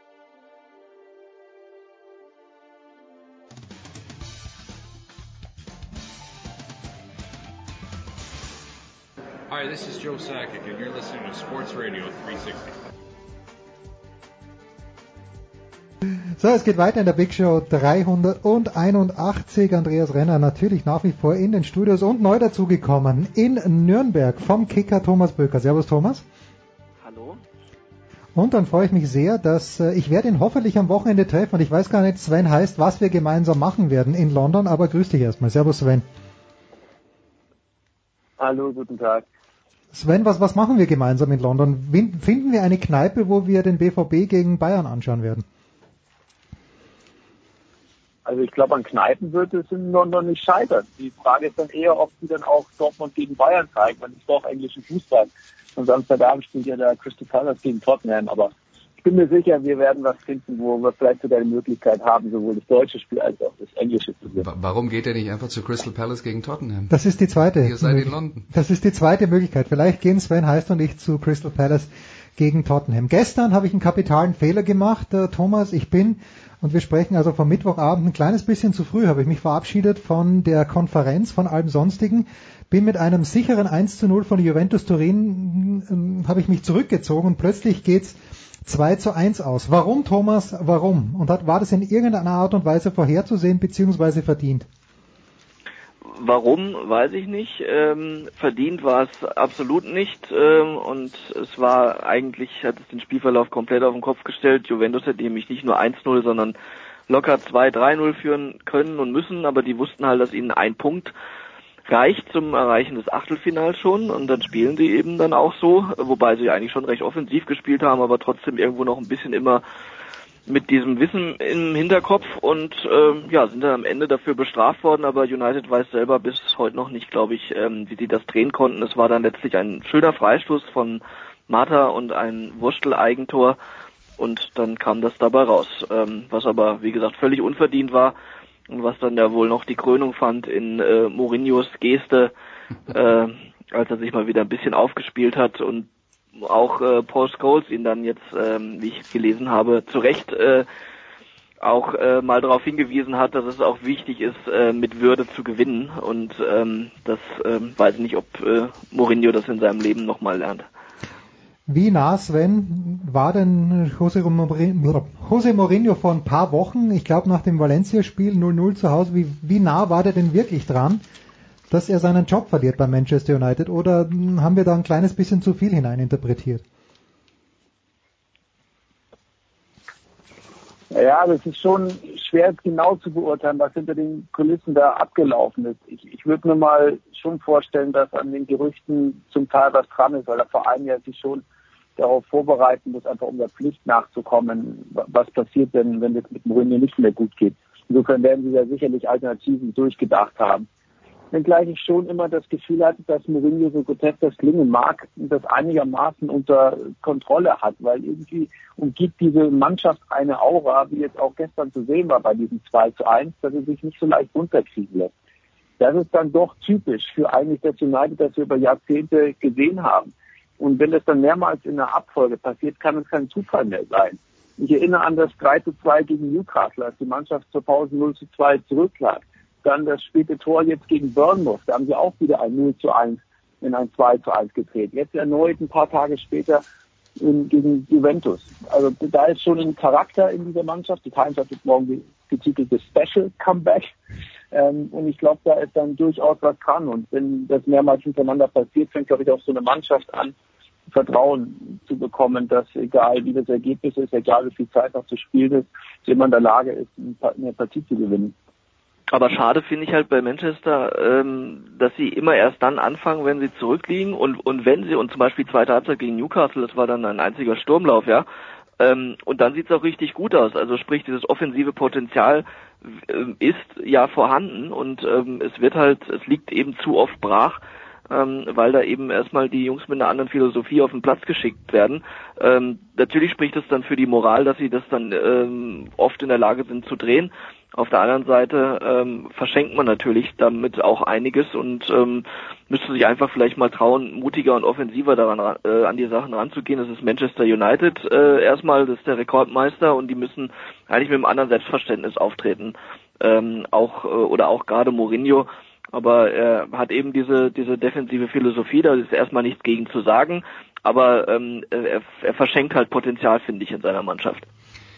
Hi, this is Joe Sakic and you're listening to Sports Radio 360. So, es geht weiter in der Big Show 381. Andreas Renner natürlich nach wie vor in den Studios und neu dazugekommen in Nürnberg vom Kicker Thomas Böker. Servus Thomas. Hallo. Und dann freue ich mich sehr, dass ich werde ihn hoffentlich am Wochenende treffen und ich weiß gar nicht, Sven heißt, was wir gemeinsam machen werden in London, aber grüß dich erstmal. Servus Sven. Hallo, guten Tag. Sven, was machen wir gemeinsam in London? Finden wir eine Kneipe, wo wir den BVB gegen Bayern anschauen werden? Also ich glaube, an Kneipen wird es in London nicht scheitern. Die Frage ist dann eher, ob sie dann auch Dortmund gegen Bayern zeigen, weil es doch englischen Fußball. Am Samstagabend spielt ja der Crystal Palace gegen Tottenham, aber ich bin mir sicher, wir werden was finden, wo wir vielleicht sogar die Möglichkeit haben, sowohl das deutsche Spiel als auch das englische zu sehen. Warum geht er nicht einfach zu Crystal Palace gegen Tottenham? Das ist die zweite. Ihr seid in London. Das ist die zweite Möglichkeit. Vielleicht gehen Sven Heist und ich zu Crystal Palace gegen Tottenham. Gestern habe ich einen kapitalen Fehler gemacht, Thomas. Und wir sprechen also vom Mittwochabend ein kleines bisschen zu früh, habe ich mich verabschiedet von der Konferenz, von allem Sonstigen, bin mit einem sicheren 1:0 von Juventus Turin, habe ich mich zurückgezogen und plötzlich geht's 2:1 aus. Warum, Thomas, warum? Und war das in irgendeiner Art und Weise vorherzusehen bzw. verdient? Warum, weiß ich nicht. Verdient war es absolut nicht. Und es war eigentlich, hat es den Spielverlauf komplett auf den Kopf gestellt. Juventus hätte nämlich nicht nur 1:0, sondern locker 2-3-0 führen können und müssen. Aber die wussten halt, dass ihnen ein Punkt reicht zum Erreichen des Achtelfinals schon. Und dann spielen sie eben dann auch so. Wobei sie eigentlich schon recht offensiv gespielt haben, aber trotzdem irgendwo noch ein bisschen immer mit diesem Wissen im Hinterkopf und sind dann am Ende dafür bestraft worden, aber United weiß selber bis heute noch nicht, glaube ich, wie sie das drehen konnten. Es war dann letztlich ein schöner Freistoß von Mata und ein Wurstel-Eigentor und dann kam das dabei raus, was aber, wie gesagt, völlig unverdient war und was dann ja wohl noch die Krönung fand in Mourinhos Geste, als er sich mal wieder ein bisschen aufgespielt hat und auch Paul Scholes ihn dann jetzt, wie ich gelesen habe, zu Recht auch mal darauf hingewiesen hat, dass es auch wichtig ist, mit Würde zu gewinnen. Und das weiß ich nicht, ob Mourinho das in seinem Leben nochmal lernt. Wie nah, Sven, war denn José Mourinho vor ein paar Wochen, ich glaube nach dem Valencia-Spiel 0-0 zu Hause, wie nah war der denn wirklich dran, dass er seinen Job verliert bei Manchester United, oder haben wir da ein kleines bisschen zu viel hineininterpretiert? Ja, das ist schon schwer genau zu beurteilen, was hinter den Kulissen da abgelaufen ist. Ich würde mir mal schon vorstellen, dass an den Gerüchten zum Teil was dran ist, weil der Verein ja sich schon darauf vorbereiten muss, einfach um der Pflicht nachzukommen. Was passiert denn, wenn es mit Mourinho nicht mehr gut geht? Insofern werden sie da sicherlich Alternativen durchgedacht haben. Wenngleich ich schon immer das Gefühl hatte, dass Mourinho, so grotesk das klingen mag, das einigermaßen unter Kontrolle hat, weil irgendwie umgibt diese Mannschaft eine Aura, wie jetzt auch gestern zu sehen war bei diesem 2:1, dass er sich nicht so leicht runterkriegen lässt. Das ist dann doch typisch für eigentlich das United, das wir über Jahrzehnte gesehen haben. Und wenn das dann mehrmals in der Abfolge passiert, kann es kein Zufall mehr sein. Ich erinnere an das 3:2 gegen Newcastle, als die Mannschaft zur Pause 0:2 zurücklag. Dann das späte Tor jetzt gegen Bournemouth. Da haben sie auch wieder ein 0:1 in ein 2:1 gedreht. Jetzt erneut ein paar Tage später gegen Juventus. Also da ist schon ein Charakter in dieser Mannschaft. Die Times hat jetzt morgen getitelte Special Comeback. Und ich glaube, da ist dann durchaus was dran. Und wenn das mehrmals hintereinander passiert, fängt, glaube ich, auch so eine Mannschaft an, Vertrauen zu bekommen, dass egal wie das Ergebnis ist, egal wie viel Zeit noch zu spielen ist, jemand in der Lage ist, eine Partie zu gewinnen. Aber schade finde ich halt bei Manchester, dass sie immer erst dann anfangen, wenn sie zurückliegen und wenn sie, und zum Beispiel zweite Halbzeit gegen Newcastle, das war dann ein einziger Sturmlauf, ja, und dann sieht's auch richtig gut aus. Also sprich, dieses offensive Potenzial ist ja vorhanden und es liegt eben zu oft brach, weil da eben erstmal die Jungs mit einer anderen Philosophie auf den Platz geschickt werden. Natürlich spricht es dann für die Moral, dass sie das dann oft in der Lage sind zu drehen. Auf der anderen Seite verschenkt man natürlich damit auch einiges und müsste sich einfach vielleicht mal trauen, mutiger und offensiver daran an die Sachen ranzugehen. Das ist Manchester United erstmal, das ist der Rekordmeister und die müssen eigentlich mit einem anderen Selbstverständnis auftreten. Auch gerade Mourinho, aber er hat eben diese defensive Philosophie, da ist erstmal nichts gegen zu sagen, aber er verschenkt halt Potenzial, finde ich, in seiner Mannschaft.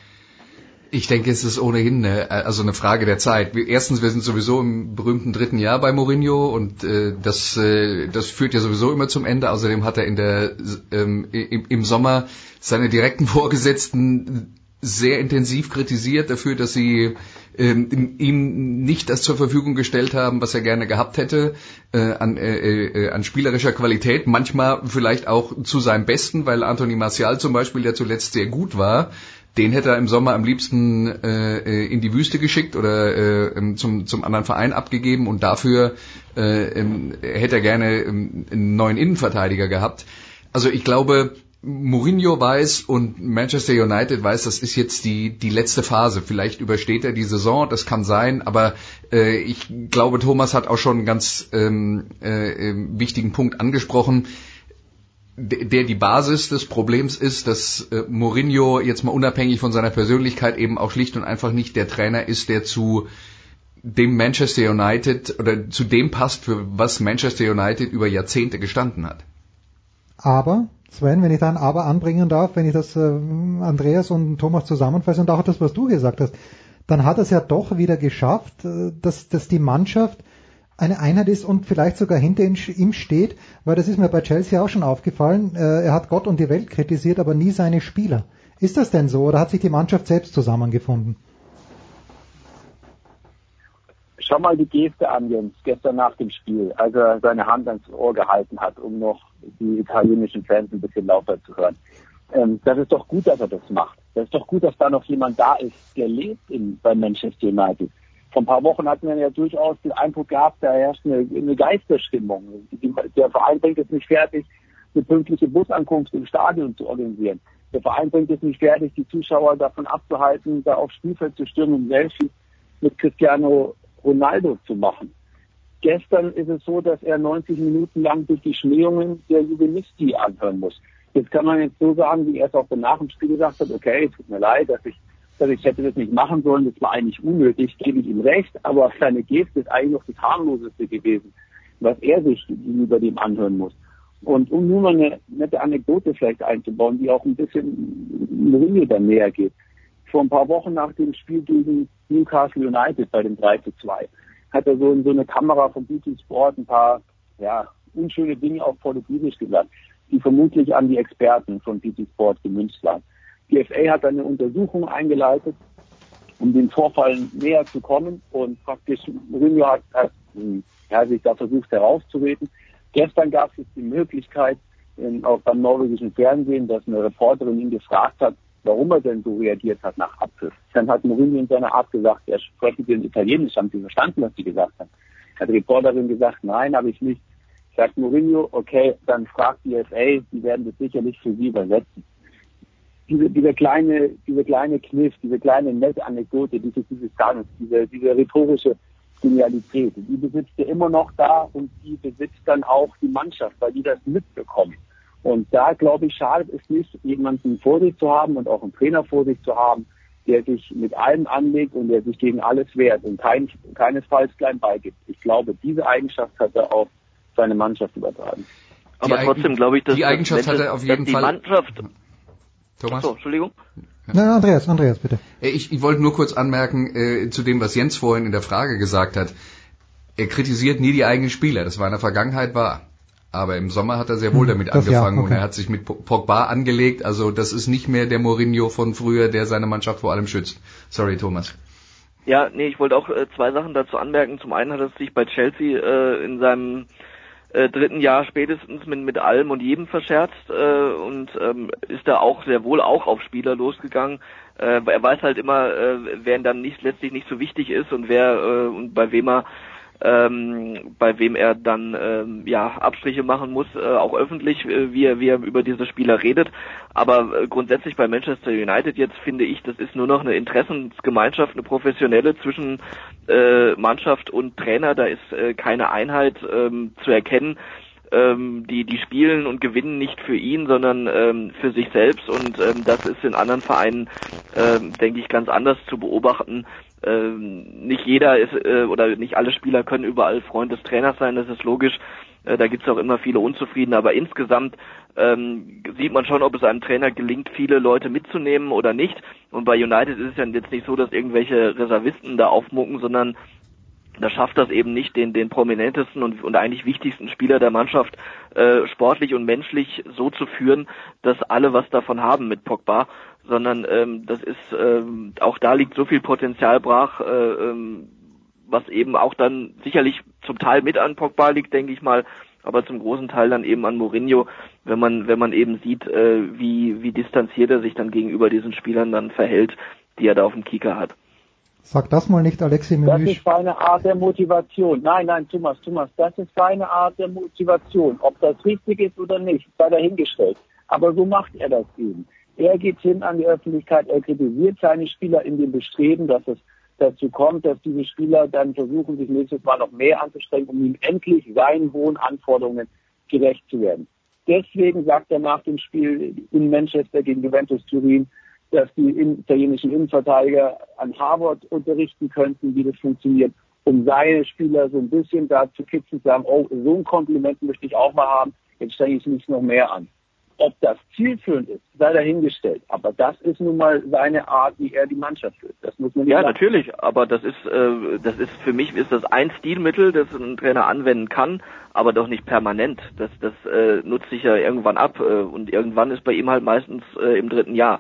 Ich denke, es ist ohnehin eine Frage der Zeit. Erstens, wir sind sowieso im berühmten 3. Jahr bei Mourinho und das führt ja sowieso immer zum Ende. Außerdem hat er im Sommer seine direkten Vorgesetzten sehr intensiv kritisiert dafür, dass sie ihm nicht das zur Verfügung gestellt haben, was er gerne gehabt hätte an spielerischer Qualität. Manchmal vielleicht auch zu seinem Besten, weil Anthony Martial zum Beispiel, der zuletzt sehr gut war, den hätte er im Sommer am liebsten in die Wüste geschickt oder zum anderen Verein abgegeben und dafür hätte er gerne einen neuen Innenverteidiger gehabt. Also ich glaube, Mourinho weiß und Manchester United weiß, das ist jetzt die letzte Phase. Vielleicht übersteht er die Saison, das kann sein, aber ich glaube, Thomas hat auch schon einen ganz wichtigen Punkt angesprochen, der die Basis des Problems ist, dass Mourinho jetzt mal unabhängig von seiner Persönlichkeit eben auch schlicht und einfach nicht der Trainer ist, der zu dem Manchester United oder zu dem passt, für was Manchester United über Jahrzehnte gestanden hat. Aber, Sven, wenn ich da ein Aber anbringen darf, wenn ich das Andreas und Thomas zusammenfasse und auch das, was du gesagt hast, dann hat er es ja doch wieder geschafft, dass die Mannschaft eine Einheit ist und vielleicht sogar hinter ihm steht, weil das ist mir bei Chelsea auch schon aufgefallen. Er hat Gott und die Welt kritisiert, aber nie seine Spieler. Ist das denn so oder hat sich die Mannschaft selbst zusammengefunden? Schau mal die Geste an, Jens, gestern nach dem Spiel, als er seine Hand ans Ohr gehalten hat, um noch die italienischen Fans ein bisschen lauter zu hören. Das ist doch gut, dass er das macht. Das ist doch gut, dass da noch jemand da ist, der lebt bei Manchester United. Vor ein paar Wochen hatten wir ja durchaus den Eindruck gehabt, da herrscht eine Geisterstimmung. Der Verein bringt es nicht fertig, eine pünktliche Busankunft im Stadion zu organisieren. Der Verein bringt es nicht fertig, die Zuschauer davon abzuhalten, da aufs Spielfeld zu stürmen und Selfie mit Cristiano Ronaldo zu machen. Gestern ist es so, dass er 90 Minuten lang durch die Schmähungen der Juvenisti anhören muss. Jetzt kann man jetzt so sagen, wie er es auch danach im Spiel gesagt hat, okay, es tut mir leid, dass ich hätte das nicht machen sollen, das war eigentlich unnötig, gebe ich ihm recht, aber seine Geste ist eigentlich noch das harmloseste gewesen, was er sich gegenüber dem anhören muss. Und um nur mal eine nette Anekdote vielleicht einzubauen, die auch ein bisschen Mourinho dann näher geht. Vor ein paar Wochen nach dem Spiel gegen Newcastle United bei dem 3:2 hat er so in so eine Kamera von BT Sport ein paar unschöne Dinge auf Portugiesisch gesagt, die vermutlich an die Experten von BT Sport gemünzt waren. Die FA hat eine Untersuchung eingeleitet, um den Vorfall näher zu kommen und praktisch Mourinho hat sich da versucht herauszureden. Gestern gab es jetzt die Möglichkeit, auch beim norwegischen Fernsehen, dass eine Reporterin ihn gefragt hat, warum er denn so reagiert hat nach Abpfiff. Dann hat Mourinho in seiner Art gesagt, er spreche in Italienisch, haben Sie verstanden, was Sie gesagt haben? Hat die Reporterin gesagt, nein, habe ich nicht. Sagt Mourinho, okay, dann fragt die FA, die werden das sicherlich für Sie übersetzen. Diese kleine Kniff, diese kleine nette Anekdote, diese rhetorische Genialität, die besitzt er immer noch da und die besitzt dann auch die Mannschaft, weil die das mitbekommen. Und da, glaube ich, schadet es nicht, jemanden vor sich zu haben und auch einen Trainer vor sich zu haben, der sich mit allem anlegt und der sich gegen alles wehrt und keinesfalls klein beigibt. Ich glaube, diese Eigenschaft hat er auf seine Mannschaft übertragen. Aber trotzdem glaube ich, dass die Eigenschaft hat er auf jeden Fall. Mannschaft. Thomas? Achso, Entschuldigung. Na, Andreas, bitte. Ich wollte nur kurz anmerken, zu dem, was Jens vorhin in der Frage gesagt hat. Er kritisiert nie die eigenen Spieler. Das war in der Vergangenheit wahr. Aber im Sommer hat er sehr wohl damit angefangen und er hat sich mit Pogba angelegt. Also das ist nicht mehr der Mourinho von früher, der seine Mannschaft vor allem schützt. Sorry, Thomas. Ja, nee, ich wollte auch zwei Sachen dazu anmerken. Zum einen hat er sich bei Chelsea in seinem dritten Jahr spätestens mit allem und jedem verscherzt und ist da auch sehr wohl auch auf Spieler losgegangen. Er weiß halt immer, wer dann letztlich nicht so wichtig ist und wer und bei wem er dann Abstriche machen muss, auch öffentlich, wie er über diese Spieler redet. Aber grundsätzlich bei Manchester United jetzt finde ich, das ist nur noch eine Interessensgemeinschaft, eine professionelle zwischen Mannschaft und Trainer. Da ist keine Einheit zu erkennen. Die spielen und gewinnen nicht für ihn, sondern für sich selbst und das ist in anderen Vereinen, denke ich, ganz anders zu beobachten. Nicht jeder ist oder nicht alle Spieler können überall Freund des Trainers sein, das ist logisch. Da gibt es auch immer viele Unzufriedene, aber insgesamt sieht man schon, ob es einem Trainer gelingt, viele Leute mitzunehmen oder nicht. Und bei United ist es ja jetzt nicht so, dass irgendwelche Reservisten da aufmucken, sondern da schafft das eben nicht, den prominentesten und eigentlich wichtigsten Spieler der Mannschaft sportlich und menschlich so zu führen, dass alle was davon haben mit Pogba, sondern das ist auch da liegt so viel Potenzial brach, was eben auch dann sicherlich zum Teil mit an Pogba liegt, denke ich mal, aber zum großen Teil dann eben an Mourinho, wenn man eben sieht, wie distanziert er sich dann gegenüber diesen Spielern dann verhält, die er da auf dem Kicker hat. Sag das mal nicht, Alexi Memüsch. Das ist seine Art der Motivation. Nein, Thomas, das ist seine Art der Motivation. Ob das richtig ist oder nicht, sei dahingestellt. Aber so macht er das eben. Er geht hin an die Öffentlichkeit, er kritisiert seine Spieler in dem Bestreben, dass es dazu kommt, dass diese Spieler dann versuchen, sich nächstes Mal noch mehr anzustrengen, um ihm endlich seinen hohen Anforderungen gerecht zu werden. Deswegen sagt er nach dem Spiel in Manchester gegen Juventus Turin, dass die italienischen Innenverteidiger an Harvard unterrichten könnten, wie das funktioniert, um seine Spieler so ein bisschen da zu kitzeln, zu sagen, oh, so ein Kompliment möchte ich auch mal haben, jetzt strenge ich mich noch mehr an. Ob das zielführend ist, sei dahingestellt. Aber das ist nun mal seine Art, wie er die Mannschaft führt. Das muss man nicht sagen. Natürlich. Aber das ist für mich ist das ein Stilmittel, das ein Trainer anwenden kann, aber doch nicht permanent. Das nutzt sich ja irgendwann ab und irgendwann ist bei ihm halt meistens im dritten Jahr.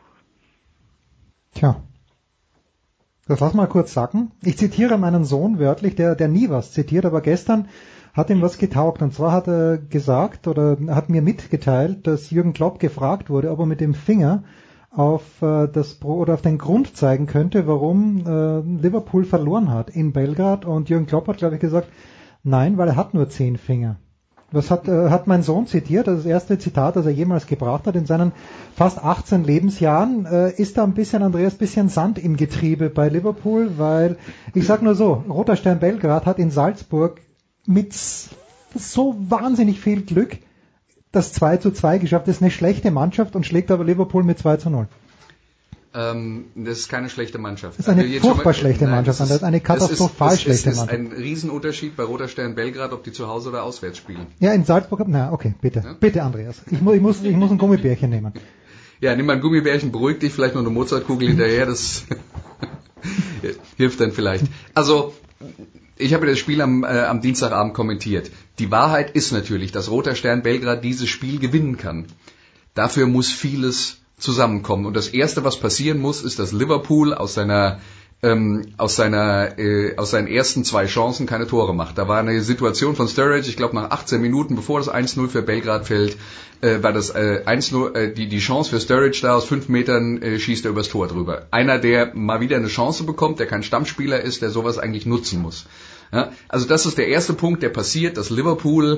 Tja. Das lass mal kurz sacken. Ich zitiere meinen Sohn wörtlich, der nie was zitiert, aber gestern hat ihm was getaugt. Und zwar hat er gesagt oder hat mir mitgeteilt, dass Jürgen Klopp gefragt wurde, ob er mit dem Finger auf auf den Grund zeigen könnte, warum Liverpool verloren hat in Belgrad. Und Jürgen Klopp hat, glaube ich, gesagt, nein, weil er hat nur 10 Finger. Das hat mein Sohn zitiert, das erste Zitat, das er jemals gebracht hat in seinen fast 18 Lebensjahren. Ist da ein bisschen Sand im Getriebe bei Liverpool, weil, ich sag nur so, Roter Stern Belgrad hat in Salzburg mit so wahnsinnig viel Glück das 2:2 geschafft. Das ist eine schlechte Mannschaft und schlägt aber Liverpool mit 2:0. Das ist keine schlechte Mannschaft. Das ist eine furchtbar schlechte Mannschaft. Das ist eine katastrophal schlechte Mannschaft. Es ist ein Riesenunterschied bei Roter Stern Belgrad, ob die zu Hause oder auswärts spielen. Ja, in Salzburg, okay, bitte. Ja? Bitte, Andreas. Ich muss ein Gummibärchen nehmen. Ja, nimm mal ein Gummibärchen, beruhig dich, vielleicht noch eine Mozartkugel hinterher, das hilft dann vielleicht. Also, ich habe das Spiel am Dienstagabend kommentiert. Die Wahrheit ist natürlich, dass Roter Stern Belgrad dieses Spiel gewinnen kann. Dafür muss vieles zusammenkommen. Und das Erste, was passieren muss, ist, dass Liverpool aus seiner aus seinen ersten 2 Chancen keine Tore macht. Da war eine Situation von Sturridge, ich glaube nach 18 Minuten, bevor das 1-0 für Belgrad fällt, war das 1-0, die Chance für Sturridge da aus 5 Metern schießt er übers Tor drüber. Einer, der mal wieder eine Chance bekommt, der kein Stammspieler ist, der sowas eigentlich nutzen muss. Ja, also das ist der erste Punkt, der passiert, dass Liverpool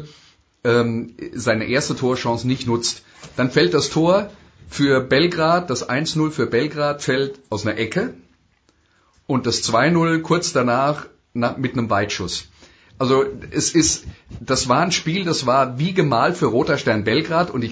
seine erste Torchance nicht nutzt. Dann fällt das Tor für Belgrad, das 1-0 für Belgrad fällt aus einer Ecke. Und das 2-0 kurz danach mit einem Weitschuss. Also das war ein Spiel, das war wie gemalt für Roter Stern Belgrad. Und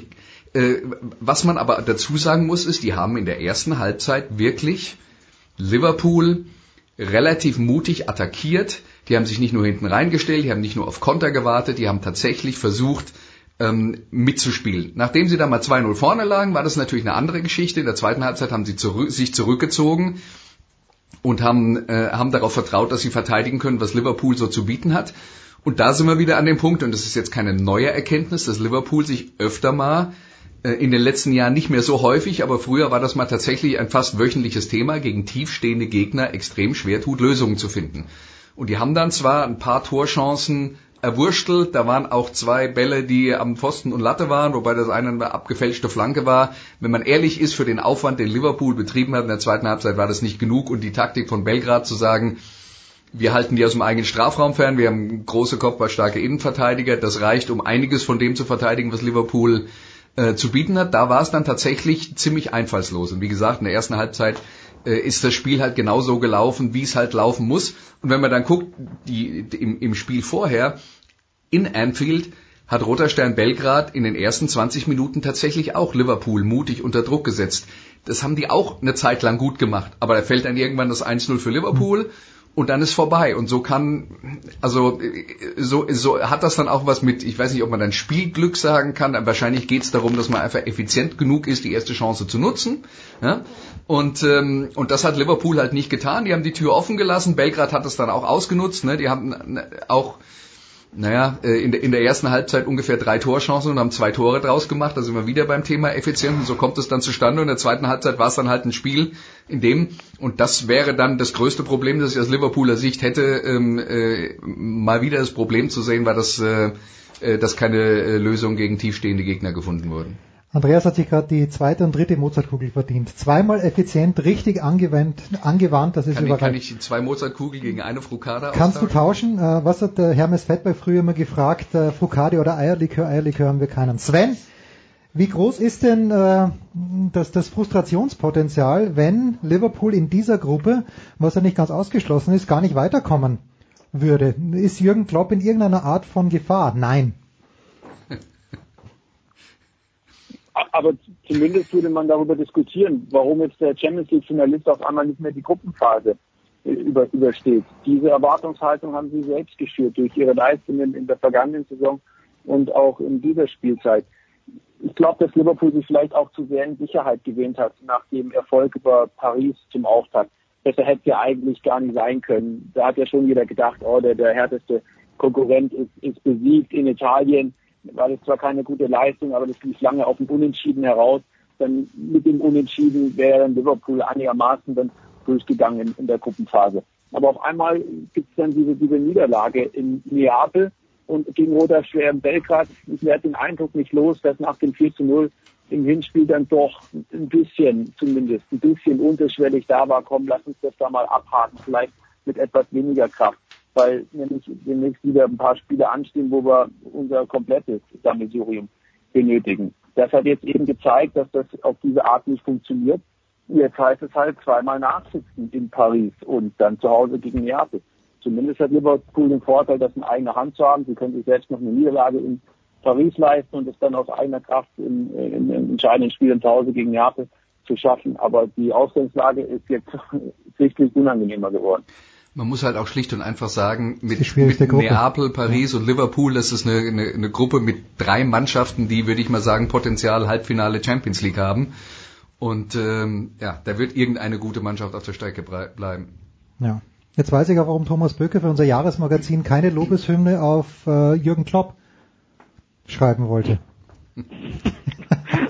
was man aber dazu sagen muss, ist, die haben in der ersten Halbzeit wirklich Liverpool relativ mutig attackiert. Die haben sich nicht nur hinten reingestellt, die haben nicht nur auf Konter gewartet, die haben tatsächlich versucht, mitzuspielen. Nachdem sie da mal 2-0 vorne lagen, war das natürlich eine andere Geschichte. In der zweiten Halbzeit haben sie sich zurückgezogen und haben darauf vertraut, dass sie verteidigen können, was Liverpool so zu bieten hat. Und da sind wir wieder an dem Punkt, und das ist jetzt keine neue Erkenntnis, dass Liverpool sich öfter mal in den letzten Jahren nicht mehr so häufig, aber früher war das mal tatsächlich ein fast wöchentliches Thema, gegen tiefstehende Gegner extrem schwer tut, Lösungen zu finden. Und die haben dann zwar ein paar Torchancen erwurstelt, da waren auch 2 Bälle, die am Pfosten und Latte waren, wobei das eine eine abgefälschte Flanke war. Wenn man ehrlich ist, für den Aufwand, den Liverpool betrieben hat in der zweiten Halbzeit, war das nicht genug. Und die Taktik von Belgrad zu sagen, wir halten die aus dem eigenen Strafraum fern, wir haben große kopfballstarke Innenverteidiger, das reicht, um einiges von dem zu verteidigen, was Liverpool zu bieten hat. Da war es dann tatsächlich ziemlich einfallslos. Und wie gesagt, in der ersten Halbzeit ist das Spiel halt genauso gelaufen, wie es halt laufen muss. Und wenn man dann guckt, im Spiel vorher, in Anfield, hat Roter Stern Belgrad in den ersten 20 Minuten tatsächlich auch Liverpool mutig unter Druck gesetzt. Das haben die auch eine Zeit lang gut gemacht. Aber da fällt dann irgendwann das 1-0 für Liverpool und dann ist vorbei. Und so hat das dann auch was mit, ich weiß nicht, ob man dann Spielglück sagen kann, aber wahrscheinlich geht es darum, dass man einfach effizient genug ist, die erste Chance zu nutzen. Ja? Und das hat Liverpool halt nicht getan. Die haben die Tür offen gelassen. Belgrad hat es dann auch ausgenutzt. Ne? Die haben auch in der ersten Halbzeit ungefähr 3 Torchancen und haben 2 Tore draus gemacht. Da sind wir wieder beim Thema effizient und so kommt es dann zustande. Und in der zweiten Halbzeit war es dann halt ein Spiel, und das wäre dann das größte Problem, das ich aus Liverpooler Sicht hätte, mal wieder das Problem zu sehen, war, dass keine Lösung gegen tiefstehende Gegner gefunden wurden. Andreas hat sich gerade die 2. und 3. Mozartkugel verdient. 2-mal effizient, richtig angewandt, das ist überragend. Kann ich 2 Mozartkugeln gegen eine Frucada Kannst du tauschen? Was hat der Hermes Fettberg früher immer gefragt? Frucade oder Eierlikör? Eierlikör haben wir keinen. Sven, wie groß ist denn das Frustrationspotenzial, wenn Liverpool in dieser Gruppe, was ja nicht ganz ausgeschlossen ist, gar nicht weiterkommen würde? Ist Jürgen Klopp in irgendeiner Art von Gefahr? Nein. Aber zumindest würde man darüber diskutieren, warum jetzt der Champions League Finalist auf einmal nicht mehr die Gruppenphase übersteht. Diese Erwartungshaltung haben sie selbst geschürt durch ihre Leistungen in der vergangenen Saison und auch in dieser Spielzeit. Ich glaube, dass Liverpool sich vielleicht auch zu sehr in Sicherheit gewähnt hat nach dem Erfolg über Paris zum Auftakt. Besser hätte es ja eigentlich gar nicht sein können. Da hat ja schon jeder gedacht, der härteste Konkurrent ist besiegt in Italien. War das zwar keine gute Leistung, aber das lief lange auf dem Unentschieden heraus. Dann mit dem Unentschieden wäre dann Liverpool einigermaßen dann durchgegangen in der Gruppenphase. Aber auf einmal gibt es dann diese Niederlage in Neapel und gegen Roter Stern Belgrad. Ich werde den Eindruck nicht los, dass nach dem 4-0 im Hinspiel dann doch ein bisschen unterschwellig da war. Komm, lass uns das da mal abhaken, vielleicht mit etwas weniger Kraft. Weil nämlich demnächst wieder ein paar Spiele anstehen, wo wir unser komplettes Sammelsurium benötigen. Das hat jetzt eben gezeigt, dass das auf diese Art nicht funktioniert. Jetzt heißt es halt 2-mal nachsitzen in Paris und dann zu Hause gegen Neapel. Zumindest hat Liverpool den Vorteil, das in eigener Hand zu haben. Sie können sich selbst noch eine Niederlage in Paris leisten und es dann aus eigener Kraft in entscheidenden Spielen zu Hause gegen Neapel zu schaffen. Aber die Ausgangslage ist jetzt sichtlich unangenehmer geworden. Man muss halt auch schlicht und einfach sagen, mit Neapel, Paris und Liverpool, das ist eine Gruppe mit 3 Mannschaften, die, würde ich mal sagen, Potenzial Halbfinale Champions League haben. Und da wird irgendeine gute Mannschaft auf der Strecke bleiben. Ja. Jetzt weiß ich auch, warum Thomas Böcke für unser Jahresmagazin keine Lobeshymne auf Jürgen Klopp schreiben wollte.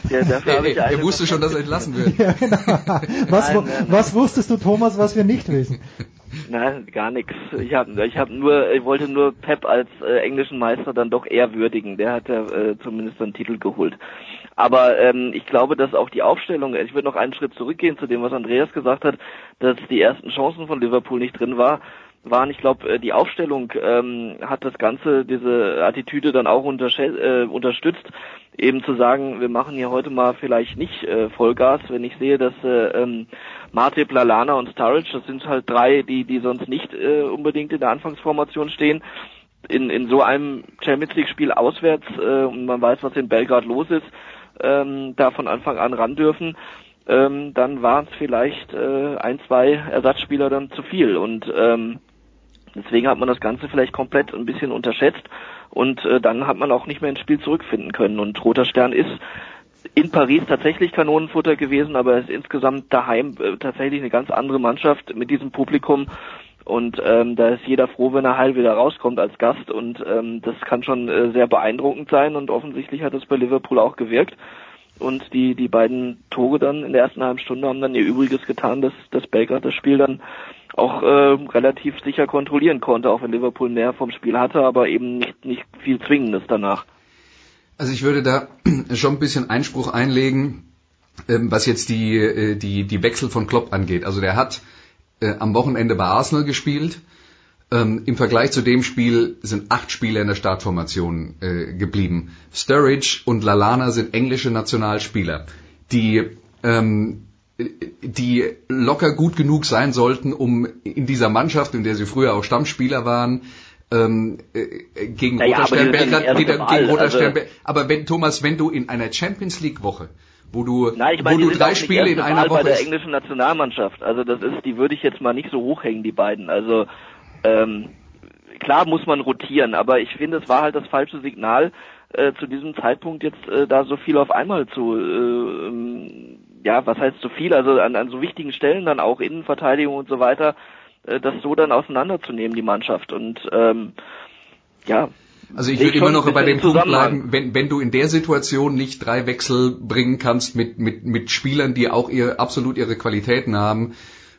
Er wusste schon, dass er entlassen wird. Ja, genau. Was wusstest du, Thomas, was wir nicht wissen? Nein, gar nichts. Ich wollte nur Pep als englischen Meister dann doch eher würdigen. Der hat ja zumindest einen Titel geholt. Aber ich glaube, dass auch die Aufstellung, ich würde noch einen Schritt zurückgehen zu dem, was Andreas gesagt hat, dass die ersten Chancen von Liverpool nicht drin waren. Ich glaube, die Aufstellung hat das Ganze, diese Attitüde dann auch unterstützt, eben zu sagen, wir machen hier heute mal vielleicht nicht Vollgas. Wenn ich sehe, dass Matip, Lallana und Sturridge, das sind halt drei, die sonst nicht unbedingt in der Anfangsformation stehen, in so einem Champions-League-Spiel auswärts, und man weiß, was in Belgrad los ist, da von Anfang an ran dürfen, dann waren es vielleicht 1-2 Ersatzspieler dann zu viel. Und deswegen hat man das Ganze vielleicht komplett ein bisschen unterschätzt und dann hat man auch nicht mehr ins Spiel zurückfinden können. Und Roter Stern ist in Paris tatsächlich Kanonenfutter gewesen, aber es ist insgesamt daheim tatsächlich eine ganz andere Mannschaft mit diesem Publikum. Und da ist jeder froh, wenn er heil wieder rauskommt als Gast. Und das kann schon sehr beeindruckend sein. Und offensichtlich hat es bei Liverpool auch gewirkt. Und die beiden Tore dann in der ersten halben Stunde haben dann ihr Übriges getan, dass Belgrad das Spiel dann auch relativ sicher kontrollieren konnte, auch wenn Liverpool mehr vom Spiel hatte, aber eben nicht viel Zwingendes danach. Also ich würde da schon ein bisschen Einspruch einlegen, was jetzt die Wechsel von Klopp angeht. Also der hat am Wochenende bei Arsenal gespielt. Im Vergleich zu dem Spiel sind 8 Spieler in der Startformation geblieben. Sturridge und Lallana sind englische Nationalspieler, die locker gut genug sein sollten, um in dieser Mannschaft, in der sie früher auch Stammspieler waren, gegen Roter Stern Belgrad wieder gegen Roter Stern Belgrad. Aber wenn du in einer Champions League Woche, wo du 3 Spiele in einer Woche bei der englischen Nationalmannschaft, also die würde ich jetzt mal nicht so hochhängen, die beiden. Also klar muss man rotieren, aber ich finde, es war halt das falsche Signal, zu diesem Zeitpunkt jetzt da so viel auf einmal was heißt so viel, also an so wichtigen Stellen dann auch Innenverteidigung und so weiter, das so dann auseinanderzunehmen, die Mannschaft. Und also ich würde immer noch bei dem Punkt bleiben, wenn du in der Situation nicht 3 Wechsel bringen kannst mit Spielern, die auch absolut ihre Qualitäten haben,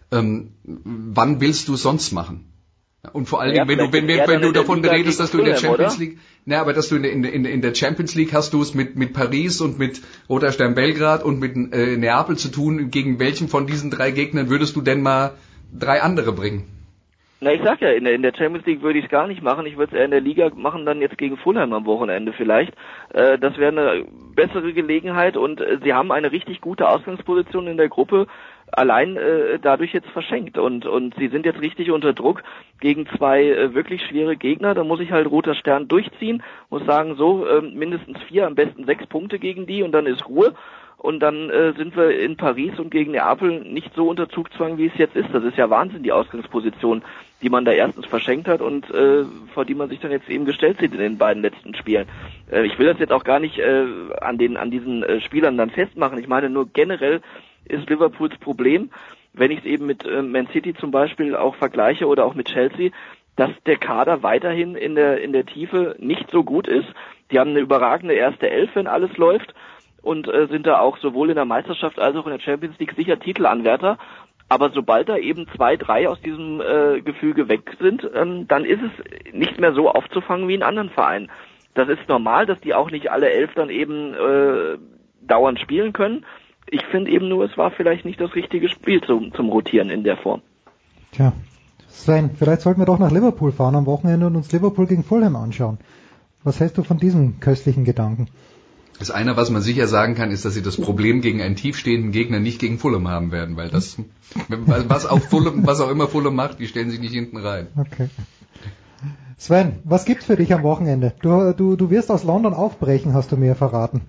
wann willst du sonst machen? Und vor allen Dingen, wenn du davon redest, dass du in der Champions League, aber dass du in der Champions League hast du es mit Paris und mit Roter Stern Belgrad und mit Neapel zu tun, gegen welchen von diesen 3 Gegnern würdest du denn mal 3 andere bringen? Na, ich sag ja, in der Champions League würde ich es gar nicht machen. Ich würde es eher in der Liga machen, dann jetzt gegen Fulham am Wochenende vielleicht. Das wäre eine bessere Gelegenheit und sie haben eine richtig gute Ausgangsposition in der Gruppe allein dadurch jetzt verschenkt und sie sind jetzt richtig unter Druck gegen 2 wirklich schwere Gegner. Da muss ich halt Roter Stern durchziehen, muss sagen, so mindestens 4, am besten 6 Punkte gegen die und dann ist Ruhe. Und dann sind wir in Paris und gegen Neapel nicht so unter Zugzwang, wie es jetzt ist. Das ist ja Wahnsinn, die Ausgangsposition, die man da erstens verschenkt hat und vor die man sich dann jetzt eben gestellt sieht in den beiden letzten Spielen. Ich will das jetzt auch gar nicht an diesen Spielern dann festmachen. Ich meine nur generell ist Liverpools Problem, wenn ich es eben mit Man City zum Beispiel auch vergleiche oder auch mit Chelsea, dass der Kader weiterhin in der Tiefe nicht so gut ist. Die haben eine überragende erste Elf, wenn alles läuft. Und sind da auch sowohl in der Meisterschaft als auch in der Champions League sicher Titelanwärter. Aber sobald da eben 2, 3 aus diesem Gefüge weg sind, dann ist es nicht mehr so aufzufangen wie in anderen Vereinen. Das ist normal, dass die auch nicht alle 11 dann eben dauernd spielen können. Ich finde eben nur, es war vielleicht nicht das richtige Spiel zum Rotieren in der Form. Tja, Sven, vielleicht sollten wir doch nach Liverpool fahren am Wochenende und uns Liverpool gegen Fulham anschauen. Was hältst du von diesem köstlichen Gedanken? Das eine, was man sicher sagen kann, ist, dass sie das Problem gegen einen tiefstehenden Gegner nicht gegen Fulham haben werden, weil das, was auch immer Fulham macht, die stellen sich nicht hinten rein. Okay. Sven, was gibt's für dich am Wochenende? Du wirst aus London aufbrechen, hast du mir verraten.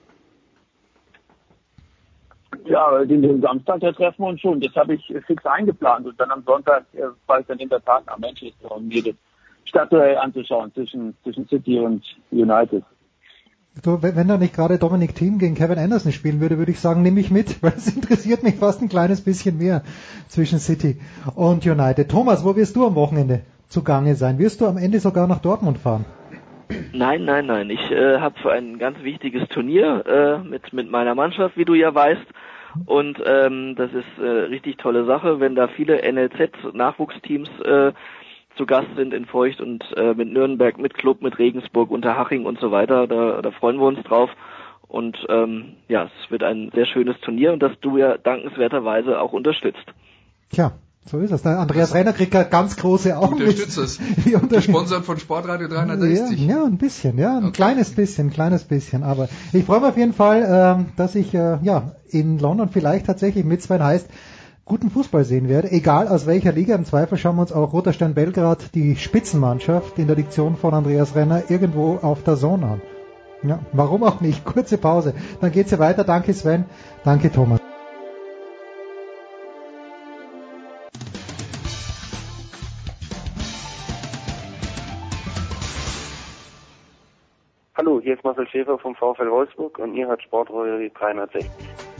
Ja, den Samstag, da treffen wir uns schon. Das habe ich fix eingeplant. Und dann am Sonntag fahre ich dann in der Tat nach Manchester, um mir das Stadtduell anzuschauen zwischen City und United. Du, wenn da nicht gerade Dominic Thiem gegen Kevin Anderson spielen würde, würde ich sagen, nimm mich mit, weil es interessiert mich fast ein kleines bisschen mehr zwischen City und United. Thomas, wo wirst du am Wochenende zugange sein? Wirst du am Ende sogar nach Dortmund fahren? Nein. Ich habe ein ganz wichtiges Turnier mit meiner Mannschaft, wie du ja weißt. Und das ist richtig tolle Sache, wenn da viele NLZ-Nachwuchsteams zu Gast sind in Feucht und mit Nürnberg, mit Club, mit Regensburg, Unterhaching und so weiter. Da freuen wir uns drauf. Und es wird ein sehr schönes Turnier und das du ja dankenswerterweise auch unterstützt. Tja, so ist es. Der Andreas Renner kriegt ja ganz große Augen. Unterstützt es. Gesponsert von Sportradio 360. Ja, ein bisschen, ein kleines bisschen. Aber ich freue mich auf jeden Fall, dass ich in London vielleicht tatsächlich mit Sven Heist guten Fußball sehen werde, egal aus welcher Liga. Im Zweifel schauen wir uns auch Roter Stern Belgrad, die Spitzenmannschaft in der Diktion von Andreas Renner, irgendwo auf der Zone an. Ja, warum auch nicht? Kurze Pause. Dann geht's ja weiter. Danke Sven. Danke Thomas. Hallo, hier ist Marcel Schäfer vom VfL Wolfsburg und ihr hört Sportradio 360.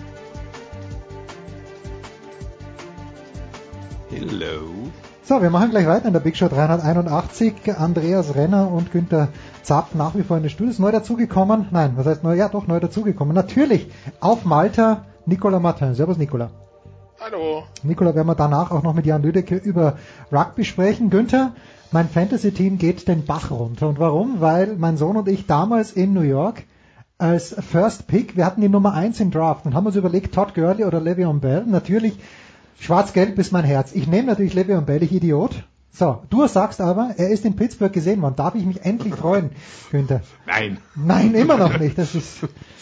Hello. So, wir machen gleich weiter in der Big Show 381. Andreas Renner und Günther Zapp nach wie vor in den Studios. Neu dazugekommen. Nein, was heißt neu? Ja, doch, neu dazugekommen. Natürlich auf Malta Nicolas Martin. Servus, Nicolas. Hallo. Nicolas, werden wir danach auch noch mit Jan Lüdecke über Rugby sprechen. Günther, mein Fantasy-Team geht den Bach runter. Und warum? Weil mein Sohn und ich damals in New York als First Pick, wir hatten die Nummer 1 im Draft und haben uns überlegt, Todd Gurley oder Le'Veon Bell. Natürlich schwarz-gelb ist mein Herz. Ich nehme natürlich Le'Veon Bell, ich Idiot. So, du sagst aber, er ist in Pittsburgh gesehen worden. Darf ich mich endlich freuen, Günther? Nein, immer noch nicht. Das ist...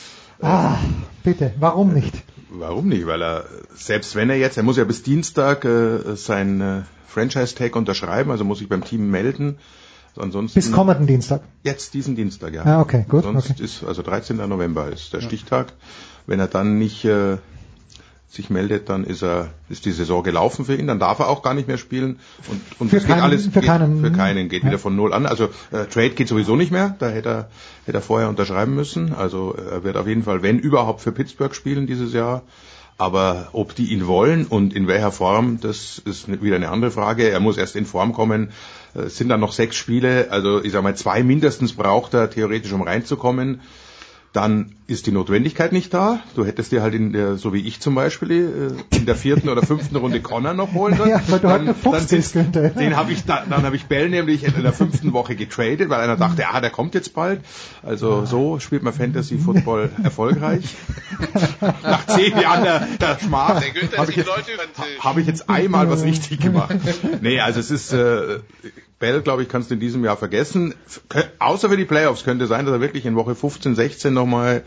bitte, warum nicht? Warum nicht? Weil er, selbst wenn er muss ja bis Dienstag sein Franchise-Tag unterschreiben, also muss sich beim Team melden. Ansonsten, bis kommenden Dienstag? Jetzt diesen Dienstag, ja. Ah, okay, gut. Sonst ist, also 13. November ist der Stichtag. Wenn er dann nicht sich meldet, dann ist die Saison gelaufen für ihn, dann darf er auch gar nicht mehr spielen und für keinen geht wieder von null an. Also Trade geht sowieso nicht mehr, da hätte er vorher unterschreiben müssen. Also er wird auf jeden Fall, wenn überhaupt, für Pittsburgh spielen dieses Jahr. Aber ob die ihn wollen und in welcher Form, das ist wieder eine andere Frage. Er muss erst in Form kommen. Es sind dann noch 6 Spiele, also ich sag mal 2 mindestens braucht er theoretisch, um reinzukommen. Dann ist die Notwendigkeit nicht da. Du hättest dir halt so wie ich zum Beispiel, in der 4. oder 5. Runde Connor noch holen sollen. Ja, weil du halt dann habe ich Bell nämlich in der 5. Woche getradet, weil einer dachte, der kommt jetzt bald. Also so spielt man Fantasy Football erfolgreich. Nach 10 Jahren der Schmach habe ich jetzt einmal was richtig gemacht. Nee, also es ist Bell, glaube ich, kannst du in diesem Jahr vergessen. Außer für die Playoffs könnte sein, dass er wirklich in Woche 15, 16 nochmal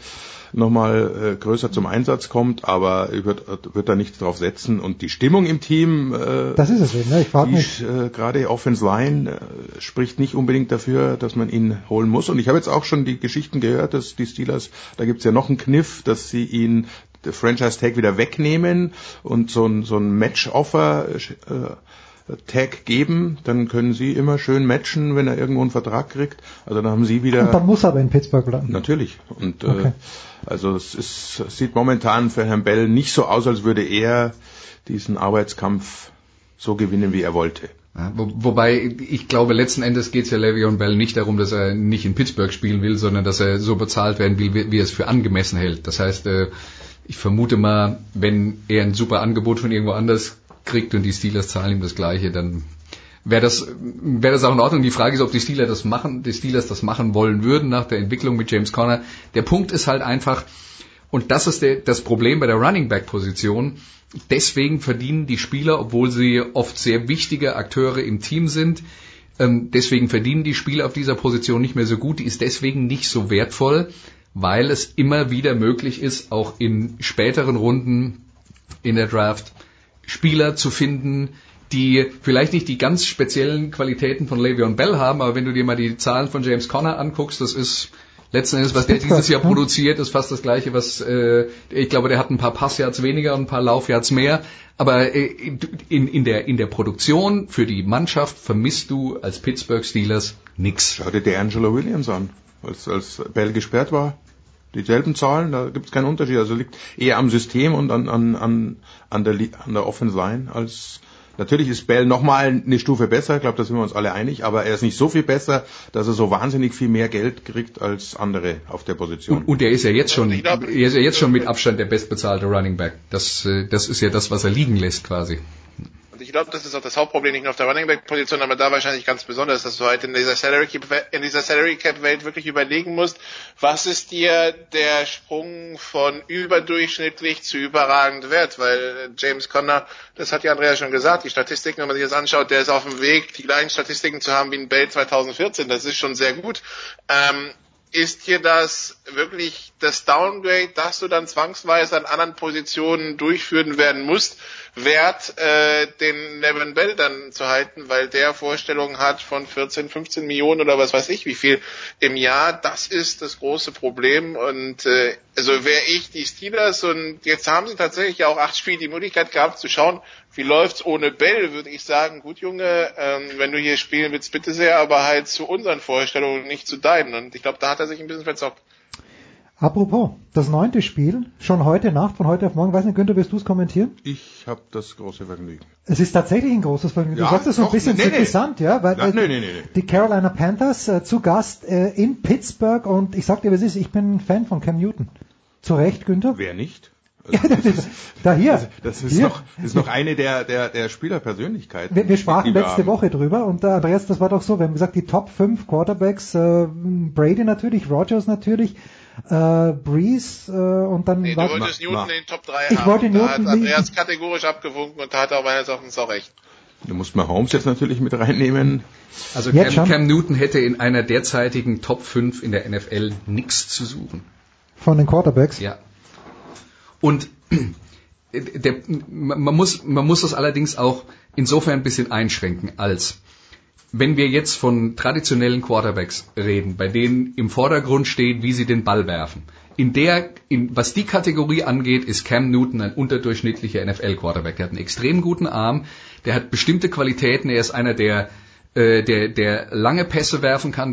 größer zum Einsatz kommt, aber ich wird da nichts drauf setzen. Und die Stimmung im Team, das ist es eben, ne? Ich frage mich. Gerade Offense Line spricht nicht unbedingt dafür, dass man ihn holen muss. Und ich habe jetzt auch schon die Geschichten gehört, dass die Steelers, da gibt's ja noch einen Kniff, dass sie ihn der Franchise Tag wieder wegnehmen und so ein Match-Offer Tag geben, dann können sie immer schön matchen, wenn er irgendwo einen Vertrag kriegt. Also dann haben sie wieder... Und dann muss er aber in Pittsburgh bleiben. Natürlich. Und also es sieht momentan für Herrn Bell nicht so aus, als würde er diesen Arbeitskampf so gewinnen, wie er wollte. Ja, wobei, ich glaube, letzten Endes geht es ja Le'Veon Bell nicht darum, dass er nicht in Pittsburgh spielen will, sondern dass er so bezahlt werden will, wie er es für angemessen hält. Das heißt, ich vermute mal, wenn er ein super Angebot von irgendwo anders kriegt und die Steelers zahlen ihm das Gleiche, dann wäre das auch in Ordnung. Die Frage ist, ob die Steelers das machen wollen würden nach der Entwicklung mit James Conner. Der Punkt ist halt einfach, und das ist das Problem bei der Running Back Position, deswegen verdienen die Spieler, obwohl sie oft sehr wichtige Akteure im Team sind, deswegen verdienen die Spieler auf dieser Position nicht mehr so gut, die ist deswegen nicht so wertvoll, weil es immer wieder möglich ist, auch in späteren Runden in der Draft Spieler zu finden, die vielleicht nicht die ganz speziellen Qualitäten von Le'Veon Bell haben, aber wenn du dir mal die Zahlen von James Conner anguckst, das ist letzten Endes, was der dieses Jahr produziert, ist fast das Gleiche, was ich glaube, der hat ein paar Passyards weniger und ein paar Laufyards mehr, aber in der Produktion für die Mannschaft vermisst du als Pittsburgh Steelers nix. Schau dir D'Angelo Williams an, als Bell gesperrt war. Dieselben Zahlen, da gibt es keinen Unterschied. Also liegt eher am System und an der Offense Line, als Natürlich ist Bell nochmal eine Stufe besser, ich glaube, da sind wir uns alle einig, aber er ist nicht so viel besser, dass er so wahnsinnig viel mehr Geld kriegt als andere auf der Position. Und er ist ja jetzt schon mit Abstand der bestbezahlte Running Back. Das ist ja das, was er liegen lässt quasi. Und ich glaube, das ist auch das Hauptproblem, nicht nur auf der Running Back Position, aber da wahrscheinlich ganz besonders, dass du halt in dieser Salary Cap Welt wirklich überlegen musst, was ist dir der Sprung von überdurchschnittlich zu überragend wert, weil James Conner, das hat ja Andrea schon gesagt, die Statistiken, wenn man sich das anschaut, der ist auf dem Weg, die gleichen Statistiken zu haben wie in Bell 2014, das ist schon sehr gut. Ist hier das wirklich das Downgrade, das du dann zwangsweise an anderen Positionen durchführen werden musst, wert, den Le'Veon Bell dann zu halten, weil der Vorstellungen hat von 14, 15 Millionen oder was weiß ich wie viel im Jahr? Das ist das große Problem und also wäre ich die Steelers und jetzt haben sie tatsächlich auch 8 Spiele die Möglichkeit gehabt zu schauen, wie läuft's ohne Bell, würde ich sagen, gut Junge, wenn du hier spielen willst, bitte sehr, aber halt zu unseren Vorstellungen, nicht zu deinen. Und ich glaube, da hat er sich ein bisschen verzockt. Apropos, das 9. Spiel, schon heute Nacht, von heute auf morgen, weiß nicht, Günther, wirst du es kommentieren? Ich habe das große Vergnügen. Es ist tatsächlich ein großes Vergnügen. Du sagst das so ein bisschen suffisant, ja? Weil die Carolina Panthers zu Gast in Pittsburgh und ich sag dir, was ist, ich bin ein Fan von Cam Newton. Zu Recht, Günther? Wer nicht? Das ist noch eine der Spielerpersönlichkeiten. Wir sprachen letzte Woche drüber und Andreas, das war doch so, wir haben gesagt, die Top 5 Quarterbacks, Brady natürlich, Rodgers natürlich, Breeze und dann... Nee, du wolltest Newton in den Top 3 ich haben. Wollte da Newton hat Andreas kategorisch abgewunken und da hat er meines Erachtens auch recht. Du musst mal Holmes jetzt natürlich mit reinnehmen. Also Cam Newton hätte in einer derzeitigen Top 5 in der NFL nichts zu suchen. Von den Quarterbacks? Ja. Und man muss das allerdings auch insofern ein bisschen einschränken, als wenn wir jetzt von traditionellen Quarterbacks reden, bei denen im Vordergrund steht, wie sie den Ball werfen. Was die Kategorie angeht, ist Cam Newton ein unterdurchschnittlicher NFL-Quarterback. Der hat einen extrem guten Arm, der hat bestimmte Qualitäten, er ist einer, der lange Pässe werfen kann,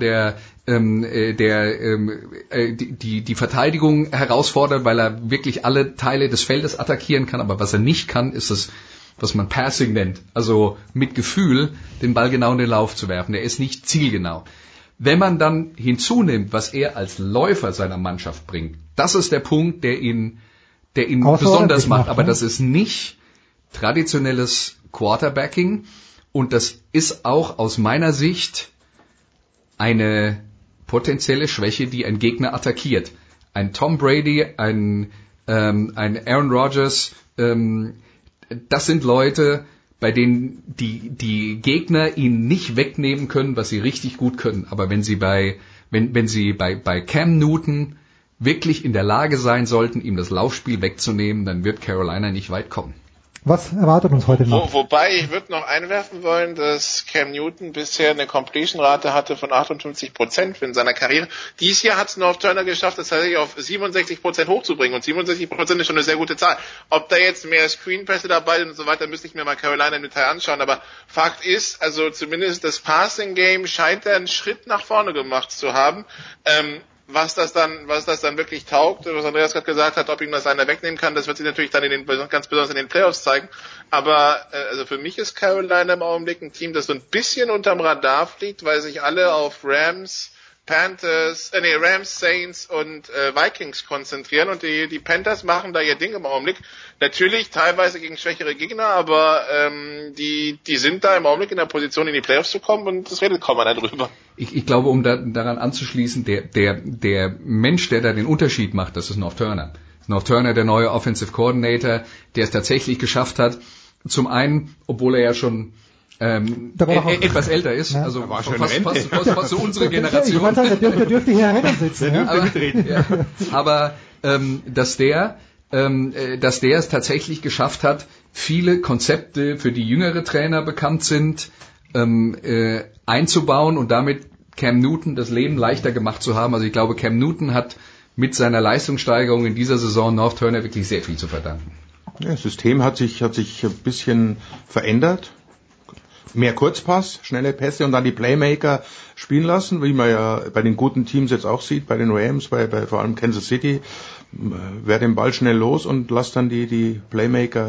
die Verteidigung herausfordert, weil er wirklich alle Teile des Feldes attackieren kann. Aber was er nicht kann, ist das, was man Passing nennt. Also mit Gefühl den Ball genau in den Lauf zu werfen. Er ist nicht zielgenau. Wenn man dann hinzunimmt, was er als Läufer seiner Mannschaft bringt, das ist der Punkt, der ihn besonders macht. Aber das ist nicht traditionelles Quarterbacking. Und das ist auch aus meiner Sicht eine potenzielle Schwäche, die ein Gegner attackiert. Ein Tom Brady, ein Aaron Rodgers, das sind Leute, bei denen die Gegner ihnen nicht wegnehmen können, was sie richtig gut können. Aber wenn sie bei Cam Newton wirklich in der Lage sein sollten, ihm das Laufspiel wegzunehmen, dann wird Carolina nicht weit kommen. Was erwartet uns heute Nacht? Wobei, ich würde noch einwerfen wollen, dass Cam Newton bisher eine Completion-Rate hatte von 58% in seiner Karriere. Dieses Jahr hat es North Turner geschafft, das tatsächlich auf 67% hochzubringen. Und 67% ist schon eine sehr gute Zahl. Ob da jetzt mehr Screenpässe dabei sind und so weiter, müsste ich mir mal Carolina im Detail anschauen. Aber Fakt ist, also zumindest das Passing-Game scheint er einen Schritt nach vorne gemacht zu haben. Was das dann wirklich taugt, was Andreas gerade gesagt hat, ob ihm das einer wegnehmen kann, das wird sich natürlich dann ganz besonders in den Playoffs zeigen. Aber also für mich ist Carolina im Augenblick ein Team, das so ein bisschen unterm Radar fliegt, weil sich alle auf Rams, Saints und Vikings konzentrieren und die Panthers machen da ihr Ding im Augenblick. Natürlich teilweise gegen schwächere Gegner, aber die sind da im Augenblick in der Position, in die Playoffs zu kommen und es redet kaum einer drüber. Ich glaube, um daran anzuschließen, der Mensch, der da den Unterschied macht, das ist North Turner. North Turner, der neue Offensive Coordinator, der es tatsächlich geschafft hat, zum einen, obwohl er ja schon etwas älter ist, ja. Also fast so unsere Generation. Ich meine, der dürfte hier herinnen sitzen. Aber dass der es tatsächlich geschafft hat, viele Konzepte, für die jüngere Trainer bekannt sind, einzubauen und damit Cam Newton das Leben leichter gemacht zu haben. Also ich glaube, Cam Newton hat mit seiner Leistungssteigerung in dieser Saison North Turner wirklich sehr viel zu verdanken. Ja, das System hat sich ein bisschen verändert. Mehr Kurzpass, schnelle Pässe und dann die Playmaker spielen lassen, wie man ja bei den guten Teams jetzt auch sieht, bei den Rams, bei vor allem Kansas City. Wer den Ball schnell los und lasst dann die Playmaker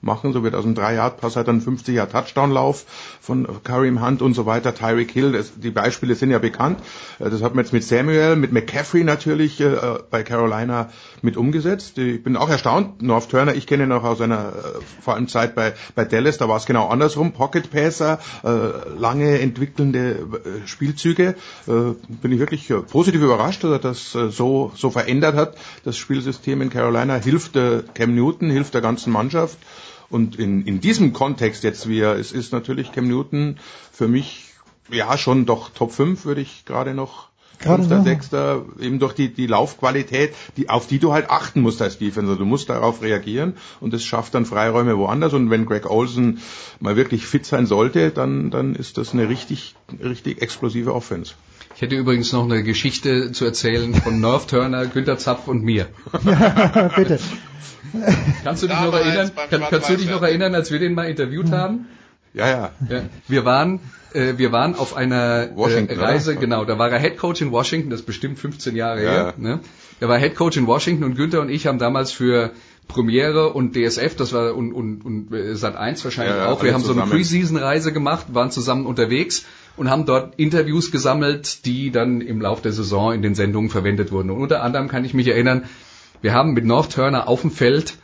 machen. So wird aus dem 3-Yard-Pass halt dann 50-Yard-Touchdown-Lauf von Kareem Hunt und so weiter. Tyreek Hill, die Beispiele sind ja bekannt. Das hat man jetzt mit Samuel, mit McCaffrey natürlich bei Carolina mit umgesetzt. Ich bin auch erstaunt. Norv Turner, ich kenne ihn noch aus einer vor allem Zeit bei Dallas, da war es genau andersrum. Pocket-Passer, lange entwickelnde Spielzüge. Bin ich wirklich positiv überrascht, dass er das so verändert hat. Das Spielsystem in Carolina hilft Cam Newton, hilft der ganzen Mannschaft. Und in diesem Kontext jetzt, wie er es ist, natürlich Cam Newton für mich ja schon doch Top 5 würde ich gerade noch. Fünfter, Sechster, eben durch die Laufqualität, auf die du halt achten musst als Defense. Also du musst darauf reagieren und es schafft dann Freiräume woanders. Und wenn Greg Olsen mal wirklich fit sein sollte, dann ist das eine richtig explosive Offense. Ich hätte übrigens noch eine Geschichte zu erzählen von Norv Turner, Günter Zapf und mir. Ja, bitte. Kannst du dich noch erinnern, als wir den mal interviewt haben? Ja. Wir waren auf einer Reise, oder? Genau, da war er Head Coach in Washington, das ist bestimmt 15 Jahre her. Ne? Er war Head Coach in Washington und Günther und ich haben damals für Premiere und DSF, das war und Sat1 wahrscheinlich auch, wir haben so eine Preseason-Reise gemacht, waren zusammen unterwegs und haben dort Interviews gesammelt, die dann im Lauf der Saison in den Sendungen verwendet wurden. Und unter anderem kann ich mich erinnern, wir haben mit Norv Turner auf dem Feld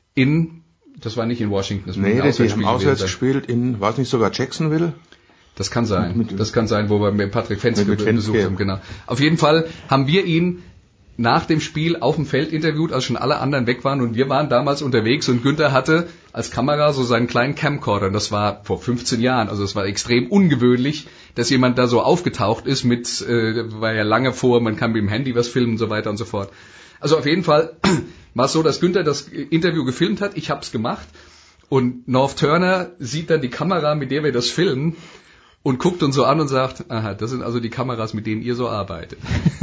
das war nicht in Washington, das war ein Auswärtsspiel. Die haben auswärts gespielt war es nicht sogar Jacksonville? Das kann sein, wo wir mit Patrick Fenske besucht haben, genau. Auf jeden Fall haben wir ihn nach dem Spiel auf dem Feld interviewt, als schon alle anderen weg waren und wir waren damals unterwegs und Günther hatte als Kamera so seinen kleinen Camcorder und das war vor 15 Jahren, also es war extrem ungewöhnlich, dass jemand da so aufgetaucht ist war ja lange vor, man kann mit dem Handy was filmen und so weiter und so fort. Also auf jeden Fall war es so, dass Günther das Interview gefilmt hat, ich hab's gemacht und Norv Turner sieht dann die Kamera, mit der wir das filmen und guckt uns so an und sagt, aha, das sind also die Kameras, mit denen ihr so arbeitet.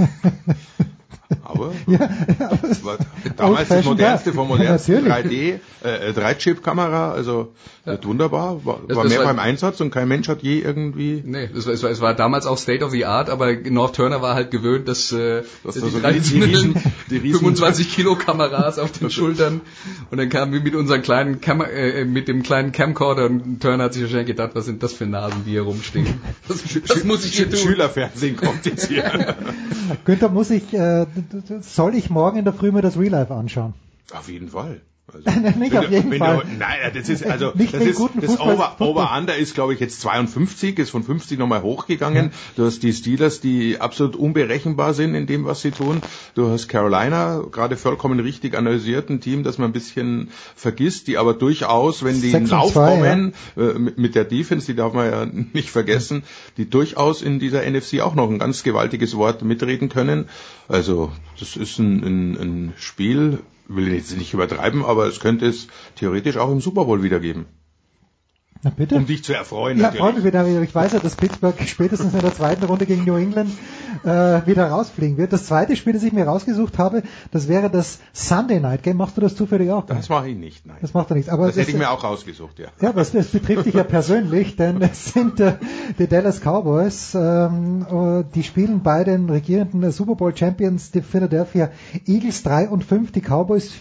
Aber das war damals das modernste vom modernsten 3-Chip-Kamera, also wunderbar, war mehrfach im Einsatz und kein Mensch hat je irgendwie... Nee, es war damals auch State of the Art, aber Norv Turner war halt gewöhnt, dass die traditionellen 25 Kilo Kameras auf den Schultern und dann kamen wir mit unseren kleinen mit dem kleinen Camcorder und Turner hat sich wahrscheinlich gedacht, was sind das für Nasen, die hier rumstehen. Das muss ich hier tun. Schülerfernsehen kommt jetzt hier. Günther, soll ich morgen in der Früh mir das Real Life anschauen? Auf jeden Fall. Also, nicht auf jeden Fall. Nein, das ist das Over-Under ist, glaube ich, jetzt 52, ist von 50 nochmal hochgegangen. Ja. Du hast die Steelers, die absolut unberechenbar sind in dem, was sie tun. Du hast Carolina, gerade vollkommen richtig analysiert, ein Team, das man ein bisschen vergisst, die aber durchaus, wenn die in Lauf kommen, mit der Defense, die darf man ja nicht vergessen, die durchaus in dieser NFC auch noch ein ganz gewaltiges Wort mitreden können. Also, das ist ein Spiel, will ich jetzt nicht übertreiben, aber es könnte es theoretisch auch im Super Bowl wieder geben. Na bitte. Um dich zu erfreuen. Ja, freue mich wieder. Ich weiß ja, dass Pittsburgh spätestens in der zweiten Runde gegen New England wieder rausfliegen wird. Das zweite Spiel, das ich mir rausgesucht habe, das wäre das Sunday Night Game. Machst du das zufällig auch? Das mache ich nicht, nein. Das macht er nicht. Aber das hätte ich mir auch rausgesucht, ja. Ja, das betrifft dich ja persönlich, denn es sind die Dallas Cowboys, die spielen bei den regierenden Super Bowl Champions, die Philadelphia Eagles 3-5, die Cowboys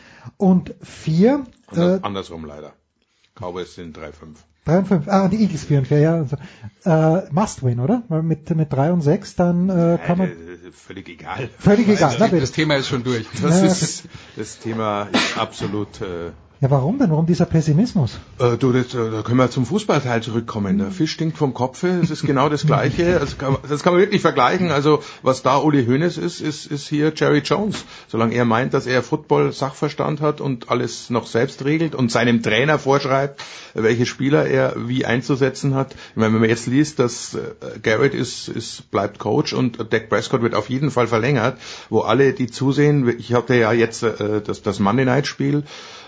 4-4. Andersrum leider. Cowboys sind 3-5. Die Eagles 4-4, ja. Must win, oder? Weil mit 3-6 dann kann man... Völlig egal. Völlig egal. Das Thema ist schon durch. Das Thema ist absolut... Ja, warum denn? Warum dieser Pessimismus? Da können wir zum Fußballteil zurückkommen. Der Fisch stinkt vom Kopfe, das ist genau das Gleiche. Das kann man wirklich vergleichen. Also was da Uli Hoeneß ist hier Jerry Jones. Solange er meint, dass er Football-Sachverstand hat und alles noch selbst regelt und seinem Trainer vorschreibt, welche Spieler er wie einzusetzen hat. Ich meine, wenn man jetzt liest, dass Garrett bleibt Coach und Dak Prescott wird auf jeden Fall verlängert, wo alle, die zusehen, ich hatte ja jetzt das Monday Night Spiel,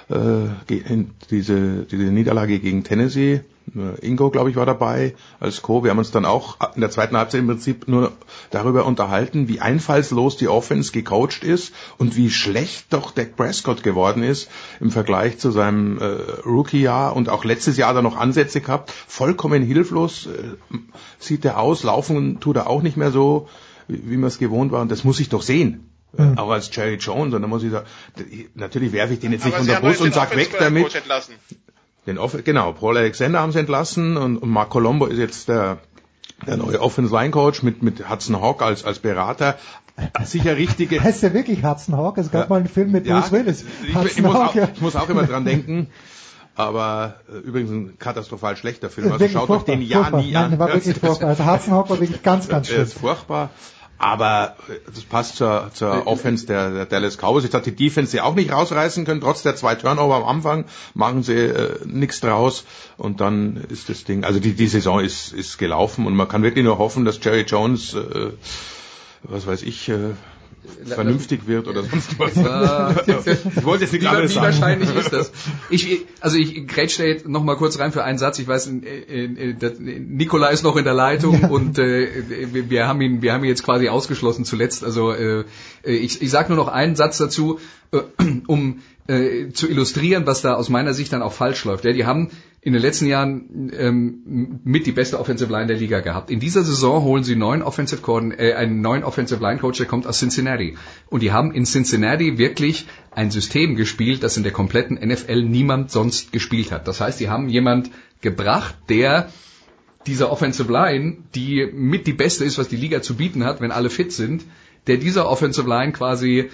diese Niederlage gegen Tennessee. Ingo, glaube ich, war dabei als Co. Wir haben uns dann auch in der zweiten Halbzeit im Prinzip nur darüber unterhalten, wie einfallslos die Offense gecoacht ist und wie schlecht doch Dak Prescott geworden ist im Vergleich zu seinem Rookie-Jahr und auch letztes Jahr hat er noch Ansätze gehabt. Vollkommen hilflos sieht er aus, laufen tut er auch nicht mehr so, wie man es gewohnt war und das muss ich doch sehen. Auch als Jerry Jones. Und dann muss ich sagen, natürlich werfe ich den jetzt nicht von der Bus und sag weg damit. Genau, Paul Alexander haben sie entlassen und Mark Colombo ist jetzt der neue Offensive Line Coach mit Hudson Hawk als Berater. Sicher richtige. Heißt der wirklich Hudson Hawk? Es gab mal einen Film mit Bruce Willis. Ich muss auch immer dran denken. Aber übrigens ein katastrophal schlechter Film. Also schaut euch den ja nie an. Nein, war wirklich furchtbar. Also Hudson Hawk war wirklich ganz, ganz schlimm. Das ist furchtbar. Aber das passt zur Offense der Dallas Cowboys. Ich dachte, die Defense sie auch nicht rausreißen können. Trotz der 2 Turnover am Anfang machen sie nichts draus. Und dann ist das Ding, also die Saison ist gelaufen. Und man kann wirklich nur hoffen, dass Jerry Jones, was weiß ich, vernünftig wird oder sonst was. Ich wollte jetzt nichts anderes sagen. Wie wahrscheinlich ist das? Ich grätsch da jetzt noch mal kurz rein für einen Satz. Ich weiß, Nikola ist noch in der Leitung und wir haben ihn jetzt quasi ausgeschlossen zuletzt. Also ich sage nur noch einen Satz dazu, um zu illustrieren, was da aus meiner Sicht dann auch falsch läuft. Ja, die haben in den letzten Jahren mit die beste Offensive Line der Liga gehabt. In dieser Saison holen sie einen neuen Offensive Line Coach, der kommt aus Cincinnati. Und die haben in Cincinnati wirklich ein System gespielt, das in der kompletten NFL niemand sonst gespielt hat. Das heißt, die haben jemand gebracht, der dieser Offensive Line, die mit die beste ist, was die Liga zu bieten hat, wenn alle fit sind, der dieser Offensive Line quasi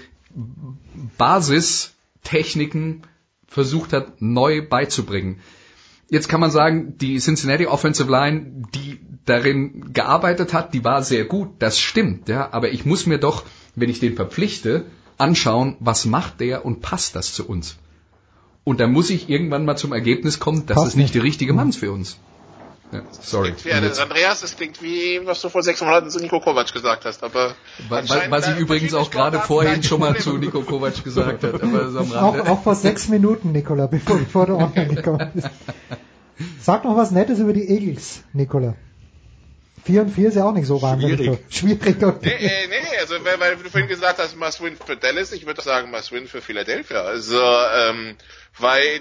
Basistechniken versucht hat, neu beizubringen. Jetzt kann man sagen, die Cincinnati Offensive Line, die darin gearbeitet hat, die war sehr gut, das stimmt, ja, aber ich muss mir doch, wenn ich den verpflichte, anschauen, was macht der und passt das zu uns? Und dann muss ich irgendwann mal zum Ergebnis kommen, das ist nicht der richtige Mann für uns. Ja, sorry. Andreas, das klingt wie, was du vor 6 Monaten zu Nico Kovac gesagt hast, aber was ich übrigens auch gerade vorhin schon mal zu Nico Kovac gesagt hat. Aber so am Rande. Auch vor 6 Minuten, Nikola, bevor du online gekommen bist. Sag noch was Nettes über die Eagles, Nikola. 4-4 ist ja auch nicht so wahnsinnig schwierig. Nee, also weil du vorhin gesagt hast, must win für Dallas, ich würde sagen, must win für Philadelphia. Also, weil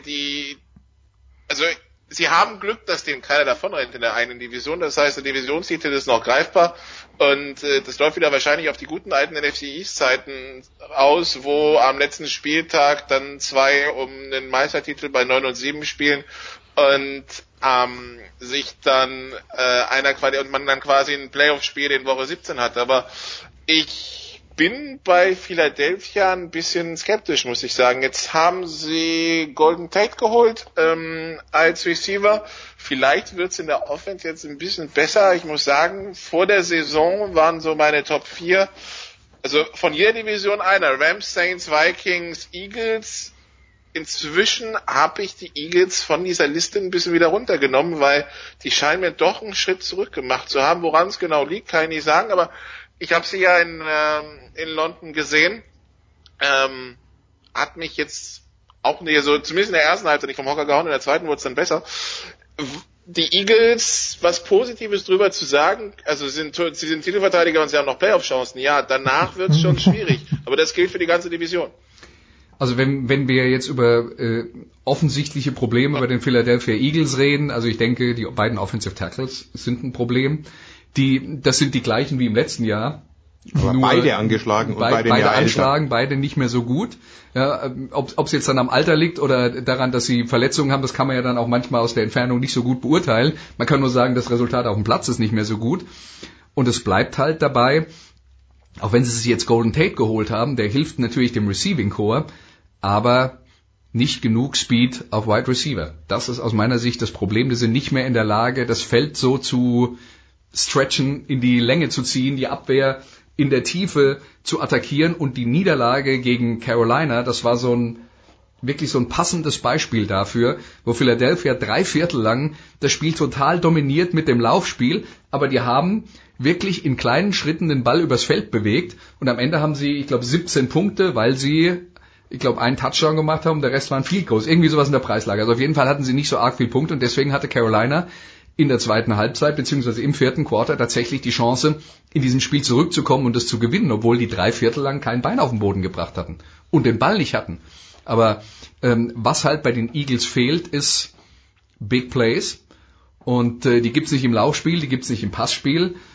sie haben Glück, dass denen keiner davonrennt in der einen Division. Das heißt, der Divisionstitel ist noch greifbar. Und das läuft wieder wahrscheinlich auf die guten alten NFC East Zeiten aus, wo am letzten Spieltag dann 2 um den Meistertitel bei 9-7 spielen und sich dann und man dann quasi ein Playoff-Spiel in Woche 17 hat. Aber ich bin bei Philadelphia ein bisschen skeptisch, muss ich sagen. Jetzt haben sie Golden Tate geholt als Receiver. Vielleicht wird's in der Offense jetzt ein bisschen besser. Ich muss sagen, vor der Saison waren so meine Top 4, also von jeder Division einer, Rams, Saints, Vikings, Eagles. Inzwischen habe ich die Eagles von dieser Liste ein bisschen wieder runtergenommen, weil die scheinen mir doch einen Schritt zurück gemacht zu haben. Woran es genau liegt, kann ich nicht sagen, aber ich habe sie ja in London gesehen. Hat mich jetzt auch nicht, so zumindest in der ersten Halbzeit nicht vom Hocker gehauen, in der zweiten wurde es dann besser. Die Eagles, was Positives drüber zu sagen, also sie sind Titelverteidiger und sie haben noch Playoff-Chancen. Ja, danach wird es schon schwierig, aber das gilt für die ganze Division. Also wenn wir jetzt über offensichtliche Probleme bei den Philadelphia Eagles reden, also ich denke, die beiden Offensive Tackles sind ein Problem. Das sind die gleichen wie im letzten Jahr. Aber nur beide angeschlagen und beide anschlagen, beide nicht mehr so gut. Ja, ob es jetzt dann am Alter liegt oder daran, dass sie Verletzungen haben, das kann man ja dann auch manchmal aus der Entfernung nicht so gut beurteilen. Man kann nur sagen, das Resultat auf dem Platz ist nicht mehr so gut. Und es bleibt halt dabei, auch wenn sie sich jetzt Golden Tate geholt haben, der hilft natürlich dem Receiving Core, aber nicht genug Speed auf Wide Receiver. Das ist aus meiner Sicht das Problem. Die sind nicht mehr in der Lage, das Feld so zu stretchen, in die Länge zu ziehen, die Abwehr in der Tiefe zu attackieren. Und die Niederlage gegen Carolina, das war wirklich so ein passendes Beispiel dafür, wo Philadelphia 3/4 lang das Spiel total dominiert mit dem Laufspiel, aber die haben wirklich in kleinen Schritten den Ball übers Feld bewegt und am Ende haben sie, ich glaube, 17 Punkte, weil sie, ich glaube, einen Touchdown gemacht haben, der Rest waren Field Goals, irgendwie sowas in der Preislage. Also auf jeden Fall hatten sie nicht so arg viel Punkte und deswegen hatte Carolina in der zweiten Halbzeit beziehungsweise im 4. Quarter tatsächlich die Chance, in diesem Spiel zurückzukommen und es zu gewinnen, obwohl die 3/4 lang kein Bein auf den Boden gebracht hatten und den Ball nicht hatten. Aber was halt bei den Eagles fehlt, ist Big Plays und die gibt's nicht im Laufspiel, die gibt's nicht im Passspiel.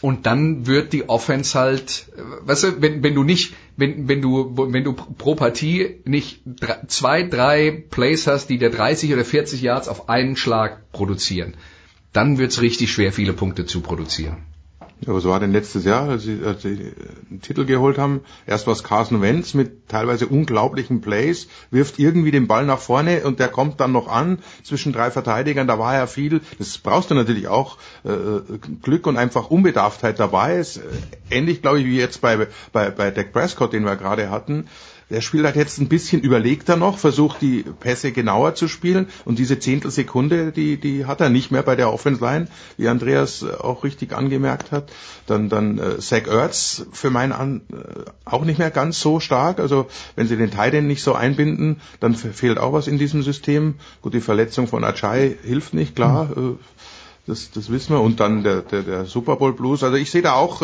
Und dann wird die Offense halt, weißt du, wenn du pro Partie nicht 2-3 Plays hast, die dir 30 oder 40 Yards auf einen Schlag produzieren, dann wird's richtig schwer, viele Punkte zu produzieren. Ja, was war denn letztes Jahr, als sie einen Titel geholt haben? Erst war es Carson Wentz mit teilweise unglaublichen Plays, wirft irgendwie den Ball nach vorne und der kommt dann noch an zwischen 3 Verteidigern. Da war ja viel, das brauchst du natürlich auch, Glück und einfach Unbedarftheit dabei. Ist ähnlich, glaube ich, wie jetzt bei Dak Prescott, den wir gerade hatten. Der spielt halt jetzt ein bisschen überlegter noch, versucht die Pässe genauer zu spielen und diese Zehntelsekunde, die hat er nicht mehr bei der Offense Line, wie Andreas auch richtig angemerkt hat. Dann Zach Ertz für meinen auch nicht mehr ganz so stark. Also wenn sie den Tight End nicht so einbinden, dann fehlt auch was in diesem System. Gut, die Verletzung von Ajay hilft nicht, klar, das wissen wir. Und dann der Super Bowl Blues. Also ich sehe da auch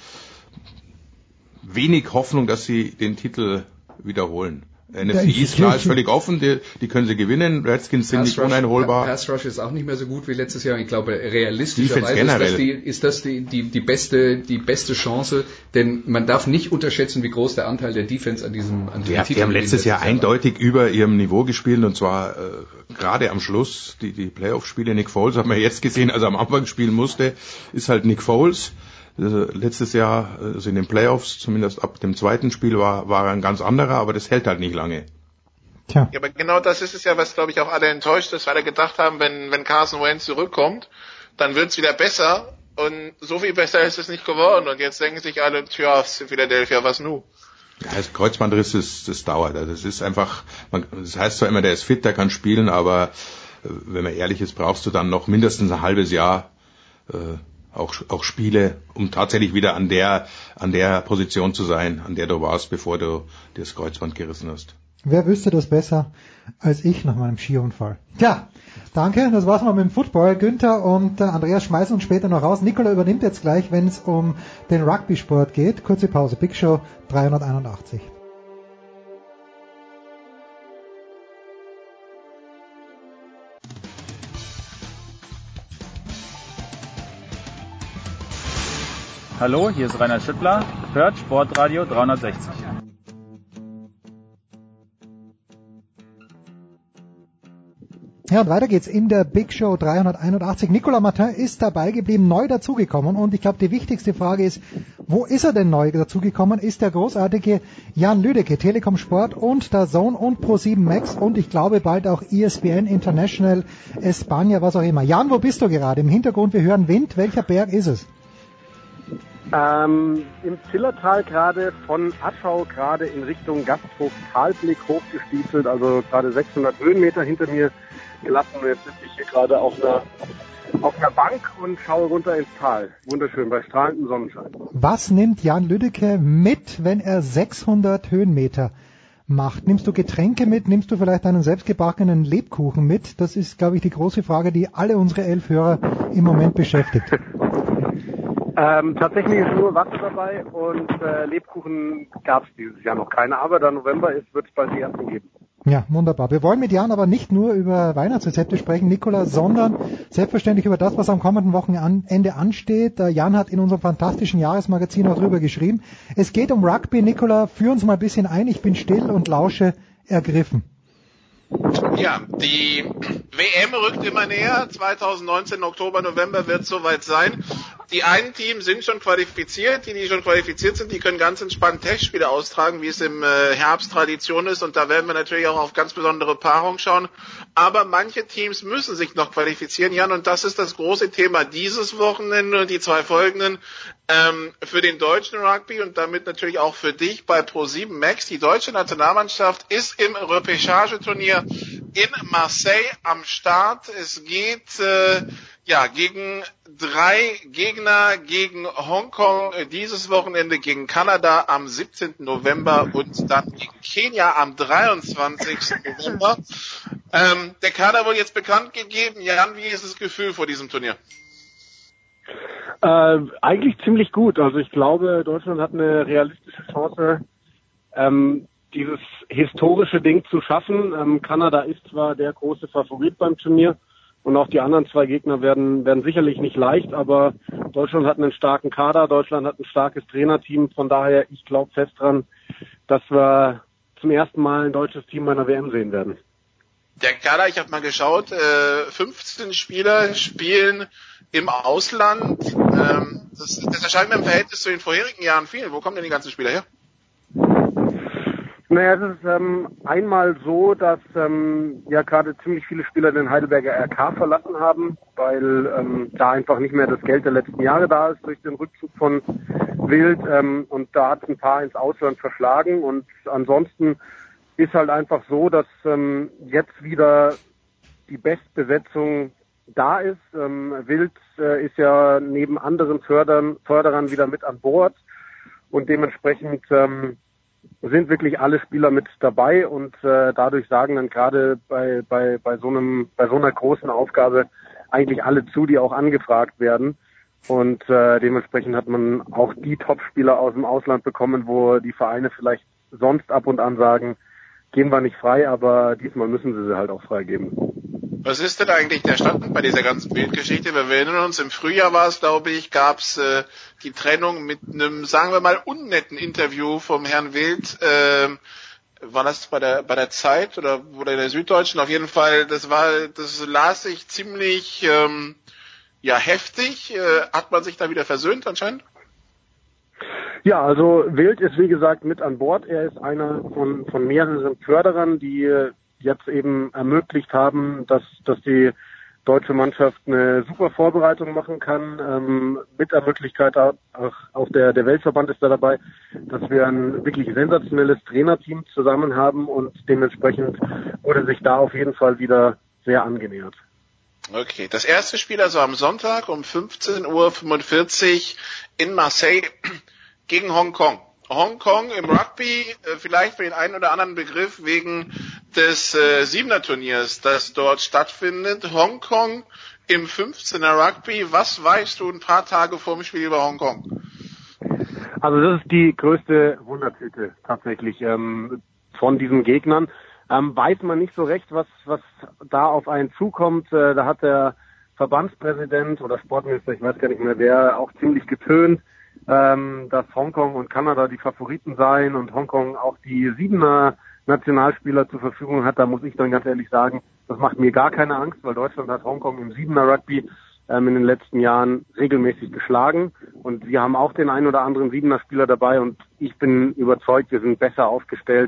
wenig Hoffnung, dass sie den Titel wiederholen. NFC East, klar, ist völlig offen, die können sie gewinnen. Redskins sind nicht uneinholbar. Pass Rush ist auch nicht mehr so gut wie letztes Jahr. Ich glaube, realistischerweise ist das die beste Chance, denn man darf nicht unterschätzen, wie groß der Anteil der Defense an diesem Titel. Die haben letztes Jahr eindeutig über ihrem Niveau gespielt und zwar gerade am Schluss, die Playoff-Spiele. Nick Foles hat man jetzt gesehen, als er am Anfang spielen musste, ist halt Nick Foles. Letztes Jahr, also in den Playoffs, zumindest ab dem zweiten Spiel, war er ein ganz anderer, aber das hält halt nicht lange. Tja. Ja, aber genau das ist es ja, was, glaube ich, auch alle enttäuscht ist, weil alle gedacht haben, wenn Carson Wentz zurückkommt, dann wird's wieder besser und so viel besser ist es nicht geworden und jetzt denken sich alle, tja, Philadelphia, was nu? Ja, das Kreuzbandriss, das dauert. Das ist einfach, das heißt zwar immer, der ist fit, der kann spielen, aber wenn man ehrlich ist, brauchst du dann noch mindestens ein halbes Jahr, auch Spiele, um tatsächlich wieder an der Position zu sein, an der du warst, bevor du das Kreuzband gerissen hast. Wer wüsste das besser als ich nach meinem Skiunfall? Tja, danke, das war's mal mit dem Football. Günther und Andreas schmeißen uns später noch raus. Nikola übernimmt jetzt gleich, wenn es um den Rugby-Sport geht. Kurze Pause, Big Show 381. Hallo, hier ist Rainer Schüttler, hört Sportradio 360. Ja, und weiter geht's in der Big Show 381. Nicolas Martin ist dabei geblieben, neu dazugekommen und ich glaube, die wichtigste Frage ist, wo ist er denn neu dazugekommen? Ist der großartige Jan Lüdecke, Telekom Sport und DAZN und Pro7 Max und ich glaube bald auch ESPN International, España, was auch immer. Jan, wo bist du gerade? Im Hintergrund, wir hören Wind. Welcher Berg ist es? Im Zillertal gerade von Aschau gerade in Richtung Gasthof Talblick hochgestiefelt, also gerade 600 Höhenmeter hinter mir gelassen und jetzt sitze ich hier gerade auf einer Bank und schaue runter ins Tal. Wunderschön, bei strahlendem Sonnenschein. Was nimmt Jan Lüdecke mit, wenn er 600 Höhenmeter macht? Nimmst du Getränke mit? Nimmst du vielleicht einen selbstgebackenen Lebkuchen mit? Das ist, glaube ich, die große Frage, die alle unsere 11 Hörer im Moment beschäftigt. Tatsächlich ist nur Wasser dabei und Lebkuchen gab es dieses Jahr noch keine, aber da November ist, wird es bald die ersten geben. Ja, wunderbar. Wir wollen mit Jan aber nicht nur über Weihnachtsrezepte sprechen, Nicola, sondern selbstverständlich über das, was am kommenden Wochenende ansteht. Jan hat in unserem fantastischen Jahresmagazin auch drüber geschrieben. Es geht um Rugby. Nicola, führ uns mal ein bisschen ein. Ich bin still und lausche ergriffen. Ja, die WM rückt immer näher. 2019, Oktober, November wird es soweit sein. Die einen Teams sind schon qualifiziert. Die schon qualifiziert sind, die können ganz entspannt Testspiele austragen, wie es im Herbst Tradition ist. Und da werden wir natürlich auch auf ganz besondere Paarungen schauen. Aber manche Teams müssen sich noch qualifizieren, Jan. Und das ist das große Thema dieses Wochenende und die zwei folgenden für den deutschen Rugby und damit natürlich auch für dich bei Pro7 Max. Die deutsche Nationalmannschaft ist im Repêchage-Turnier in Marseille am Start. Es geht gegen 3 Gegner, gegen Hongkong dieses Wochenende, gegen Kanada am 17. November und dann gegen Kenia am 23. November. Der Kader wurde jetzt bekannt gegeben. Jan, wie ist das Gefühl vor diesem Turnier? Eigentlich ziemlich gut. Also ich glaube, Deutschland hat eine realistische Chance, dieses historische Ding zu schaffen. Kanada ist zwar der große Favorit beim Turnier und auch die anderen zwei Gegner werden sicherlich nicht leicht, aber Deutschland hat einen starken Kader, Deutschland hat ein starkes Trainerteam. Von daher, ich glaube fest dran, dass wir zum ersten Mal ein deutsches Team bei einer WM sehen werden. Der Kader, ich habe mal geschaut, 15 Spieler spielen im Ausland. Das erscheint mir im Verhältnis zu den vorherigen Jahren viel. Wo kommen denn die ganzen Spieler her? Naja, es ist einmal so, dass ja gerade ziemlich viele Spieler den Heidelberger RK verlassen haben, weil da einfach nicht mehr das Geld der letzten Jahre da ist durch den Rückzug von Wild und da hat ein paar ins Ausland verschlagen und ansonsten ist halt einfach so, dass jetzt wieder die Bestbesetzung da ist. Wild ist ja neben anderen Förderern wieder mit an Bord und dementsprechend sind wirklich alle Spieler mit dabei und dadurch sagen dann gerade bei so einer großen Aufgabe eigentlich alle zu, die auch angefragt werden. Und dementsprechend hat man auch die Top-Spieler aus dem Ausland bekommen, wo die Vereine vielleicht sonst ab und an sagen, geben wir nicht frei, aber diesmal müssen sie halt auch freigeben. Was ist denn eigentlich der Stand bei dieser ganzen Bildgeschichte? Wir erinnern uns, im Frühjahr war es, glaube ich, gab es die Trennung mit einem, sagen wir mal, unnetten Interview vom Herrn Wild. War das bei der Zeit oder in der Süddeutschen? Auf jeden Fall, das las sich ziemlich heftig. Hat man sich da wieder versöhnt anscheinend? Ja, also Wild ist wie gesagt mit an Bord. Er ist einer von mehreren Förderern, die jetzt eben ermöglicht haben, dass die deutsche Mannschaft eine super Vorbereitung machen kann. Mit der Möglichkeit auch der Weltverband ist da dabei, dass wir ein wirklich sensationelles Trainerteam zusammen haben und dementsprechend wurde sich da auf jeden Fall wieder sehr angenähert. Okay, das erste Spiel also am Sonntag um 15:45 Uhr in Marseille gegen Hongkong. Hongkong im Rugby, vielleicht für den einen oder anderen Begriff wegen des Siebener-Turniers, das dort stattfindet. Hongkong im 15er Rugby. Was weißt du ein paar Tage vor dem Spiel über Hongkong? Also das ist die größte Wundertüte tatsächlich von diesen Gegnern. Weiß man nicht so recht, was da auf einen zukommt. Da hat der Verbandspräsident oder Sportminister, ich weiß gar nicht mehr wer, auch ziemlich getönt, dass Hongkong und Kanada die Favoriten seien und Hongkong auch die 7er Nationalspieler zur Verfügung hat. Da muss ich dann ganz ehrlich sagen, das macht mir gar keine Angst, weil Deutschland hat Hongkong im 7er Rugby in den letzten Jahren regelmäßig geschlagen und wir haben auch den einen oder anderen 7er Spieler dabei und ich bin überzeugt, wir sind besser aufgestellt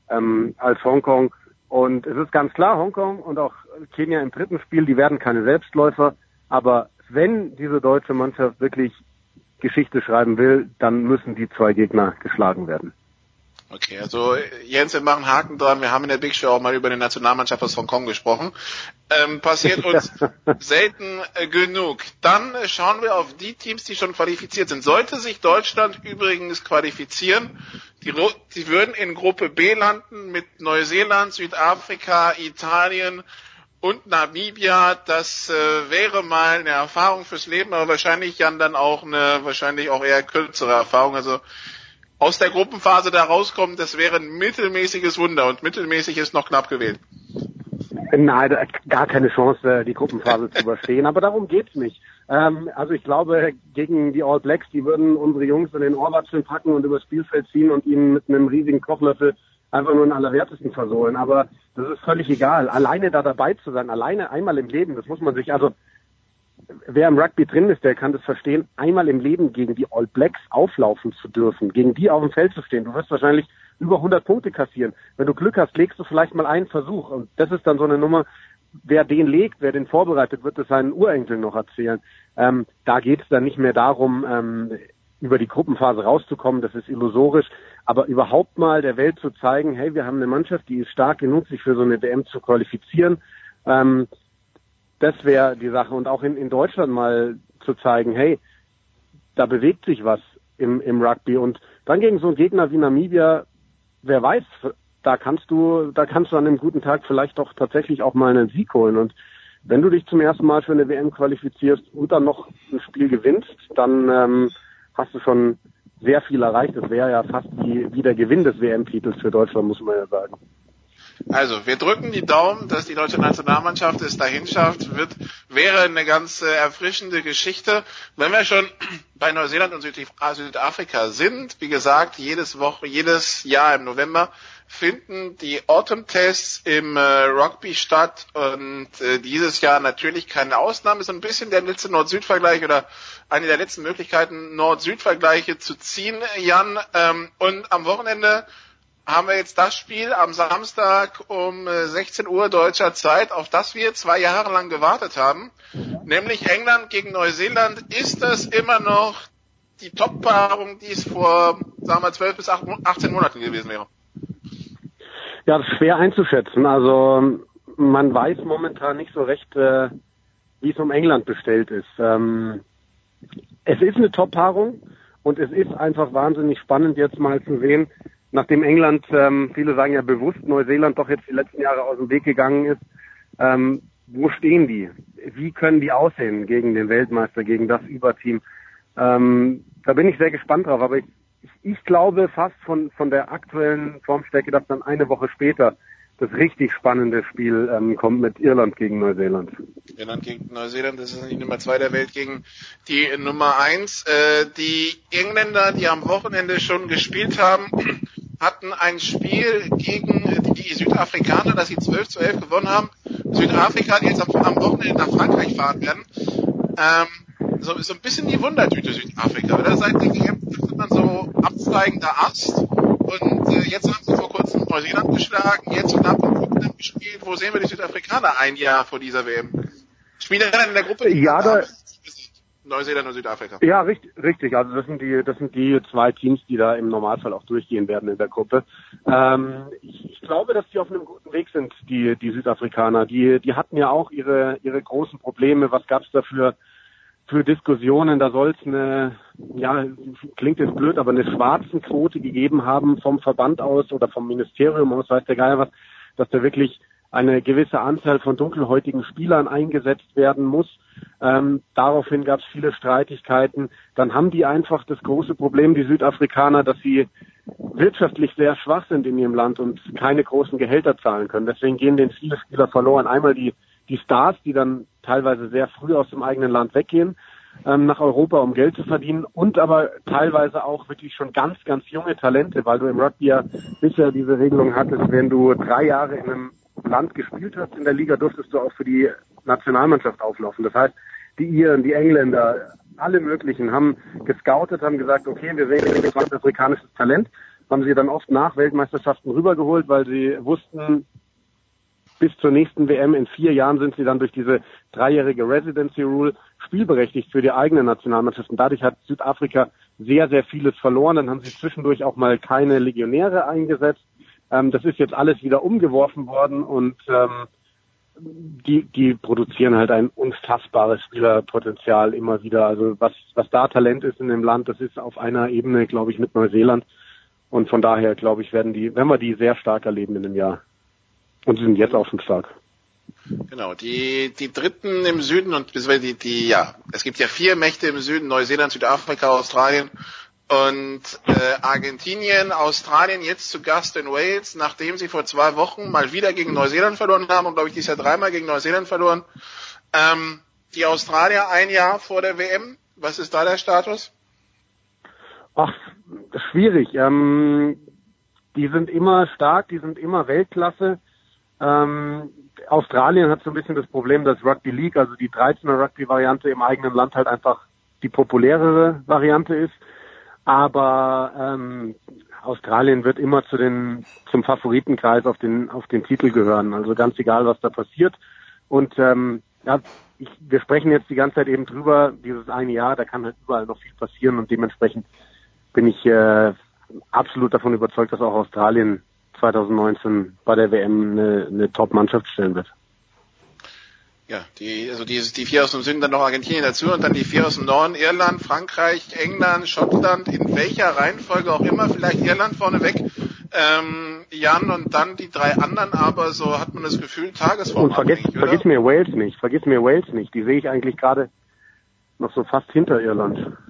als Hongkong. Und es ist ganz klar, Hongkong und auch Kenia im dritten Spiel, die werden keine Selbstläufer, aber wenn diese deutsche Mannschaft wirklich Geschichte schreiben will, dann müssen die zwei Gegner geschlagen werden. Okay, also Jens, wir machen Haken dran. Wir haben in der Big Show auch mal über die Nationalmannschaft aus Hongkong gesprochen. Passiert uns selten genug. Dann schauen wir auf die Teams, die schon qualifiziert sind. Sollte sich Deutschland übrigens qualifizieren, die würden in Gruppe B landen mit Neuseeland, Südafrika, Italien und Namibia. Das wäre mal eine Erfahrung fürs Leben, aber wahrscheinlich dann auch eine wahrscheinlich auch eher kürzere Erfahrung. Also aus der Gruppenphase da rauskommen, das wäre ein mittelmäßiges Wunder und mittelmäßig ist noch knapp gewählt. Nein, gar keine Chance, die Gruppenphase zu überstehen, aber darum geht's nicht. Also ich glaube, gegen die All Blacks, die würden unsere Jungs in den Ohrwatscheln packen und übers Spielfeld ziehen und ihnen mit einem riesigen Kochlöffel einfach nur den Allerwertesten versohlen. Aber das ist völlig egal. Alleine da dabei zu sein, alleine einmal im Leben, das muss man sich, also wer im Rugby drin ist, der kann das verstehen, einmal im Leben gegen die All Blacks auflaufen zu dürfen, gegen die auf dem Feld zu stehen. Du wirst wahrscheinlich über 100 Punkte kassieren. Wenn du Glück hast, legst du vielleicht mal einen Versuch. Und das ist dann so eine Nummer, wer den legt, wer den vorbereitet, wird es seinen Urenkeln noch erzählen. Da geht es dann nicht mehr darum, über die Gruppenphase rauszukommen, das ist illusorisch. Aber überhaupt mal der Welt zu zeigen, hey, wir haben eine Mannschaft, die ist stark genug, sich für so eine WM zu qualifizieren. Das wäre die Sache. Und auch in Deutschland mal zu zeigen, hey, da bewegt sich was im Rugby. Und dann gegen so einen Gegner wie Namibia, wer weiß, da kannst du an einem guten Tag vielleicht doch tatsächlich auch mal einen Sieg holen. Und wenn du dich zum ersten Mal für eine WM qualifizierst und dann noch ein Spiel gewinnst, dann hast du schon sehr viel erreicht. Das wäre ja fast wie der Gewinn des WM-Titels für Deutschland, muss man ja sagen. Also, wir drücken die Daumen, dass die deutsche Nationalmannschaft es dahin schafft. Wäre eine ganz erfrischende Geschichte. Wenn wir schon bei Neuseeland und Südafrika sind, wie gesagt, jedes Jahr im November finden die Autumn Tests im Rugby statt und dieses Jahr natürlich keine Ausnahme. So ein bisschen der letzte Nord-Süd-Vergleich oder eine der letzten Möglichkeiten, Nord-Süd-Vergleiche zu ziehen, Jan. Und am Wochenende haben wir jetzt das Spiel am Samstag um 16 Uhr deutscher Zeit, auf das wir 2 Jahre lang gewartet haben, nämlich England gegen Neuseeland. Ist das immer noch die Top-Paarung, die es vor, sagen wir, 12 bis 18 Monaten gewesen wäre? Ja, das ist schwer einzuschätzen. Also man weiß momentan nicht so recht, wie es um England bestellt ist. Es ist eine Top-Paarung und es ist einfach wahnsinnig spannend jetzt mal zu sehen, nachdem England, viele sagen ja bewusst, Neuseeland doch jetzt die letzten Jahre aus dem Weg gegangen ist, wo stehen die? Wie können die aussehen gegen den Weltmeister, gegen das Überteam? Da bin ich sehr gespannt drauf, aber ich glaube fast von der aktuellen Formstärke, dass dann eine Woche später das richtig spannende Spiel kommt mit Irland gegen Neuseeland. Irland gegen Neuseeland, das ist die Nummer 2 der Welt gegen die Nummer 1. Die Engländer, die am Wochenende schon gespielt haben, hatten ein Spiel gegen die Südafrikaner, das sie 12-11 gewonnen haben. Südafrika, die jetzt am Wochenende nach Frankreich fahren werden. So ein bisschen die Wundertüte Südafrika, oder? Seit der WM ist man so absteigender Ast. Und jetzt haben sie vor kurzem Neuseeland geschlagen, jetzt knapp im Gruppenrennen gespielt. Wo sehen wir die Südafrikaner ein Jahr vor dieser WM? Spielen dann in der Gruppe? Ja, Neuseeland und Südafrika. Ja, richtig. Also das sind die 2 Teams, die da im Normalfall auch durchgehen werden in der Gruppe. Ich glaube, dass die auf einem guten Weg sind, die Südafrikaner. Die hatten ja auch ihre großen Probleme. Was gab's da für Diskussionen? Da soll es klingt jetzt blöd, aber eine Schwarzenquote gegeben haben vom Verband aus oder vom Ministerium aus, weiß der Geier was, dass da wirklich eine gewisse Anzahl von dunkelhäutigen Spielern eingesetzt werden muss. Daraufhin gab es viele Streitigkeiten. Dann haben die einfach das große Problem, die Südafrikaner, dass sie wirtschaftlich sehr schwach sind in ihrem Land und keine großen Gehälter zahlen können. Deswegen gehen denen viele Spieler verloren. Einmal die Stars, die dann teilweise sehr früh aus dem eigenen Land weggehen, nach Europa, um Geld zu verdienen, und aber teilweise auch wirklich schon ganz, ganz junge Talente, weil du im Rugby ja bisher diese Regelung hattest, wenn du 3 Jahre in einem Land gespielt hast in der Liga, durftest du auch für die Nationalmannschaft auflaufen. Das heißt, die Iren, die Engländer, alle möglichen haben gescoutet, haben gesagt, okay, wir sehen ein afrikanisches Talent, haben sie dann oft nach Weltmeisterschaften rübergeholt, weil sie wussten, bis zur nächsten WM in 4 Jahren sind sie dann durch diese 3-jährige Residency Rule spielberechtigt für die eigene Nationalmannschaft. Und dadurch hat Südafrika sehr, sehr vieles verloren. Dann haben sie zwischendurch auch mal keine Legionäre eingesetzt. Das ist jetzt alles wieder umgeworfen worden und die produzieren halt ein unfassbares Spielerpotenzial immer wieder. Also was da Talent ist in dem Land, das ist auf einer Ebene, glaube ich, mit Neuseeland. Und von daher, glaube ich, werden wir die sehr stark erleben in dem Jahr. Und sie sind jetzt auch schon stark. Genau, die Dritten im Süden und es gibt ja 4 Mächte im Süden, Neuseeland, Südafrika, Australien und Argentinien. Australien jetzt zu Gast in Wales, nachdem sie vor 2 Wochen mal wieder gegen Neuseeland verloren haben und glaube ich dieses Jahr 3-mal gegen Neuseeland verloren. Die Australier 1 Jahr vor der WM, was ist da der Status? Ach, schwierig. Die sind immer stark, die sind immer Weltklasse. Australien hat so ein bisschen das Problem, dass Rugby League, also die 13er Rugby-Variante im eigenen Land halt einfach die populärere Variante ist. Aber Australien wird immer zum Favoritenkreis auf den Titel gehören. Also ganz egal, was da passiert. Und wir sprechen jetzt die ganze Zeit eben drüber, dieses eine Jahr, da kann halt überall noch viel passieren und dementsprechend bin ich absolut davon überzeugt, dass auch Australien 2019 bei der WM eine Top-Mannschaft stellen wird. Ja, die 4 aus dem Süden, dann noch Argentinien dazu und dann die 4 aus dem Norden, Irland, Frankreich, England, Schottland, in welcher Reihenfolge auch immer, vielleicht Irland vorneweg, Jan, und dann die 3 anderen, aber so hat man das Gefühl, Tagesform. Und vergiss mir Wales nicht, die sehe ich eigentlich gerade noch so fast hinter Irland.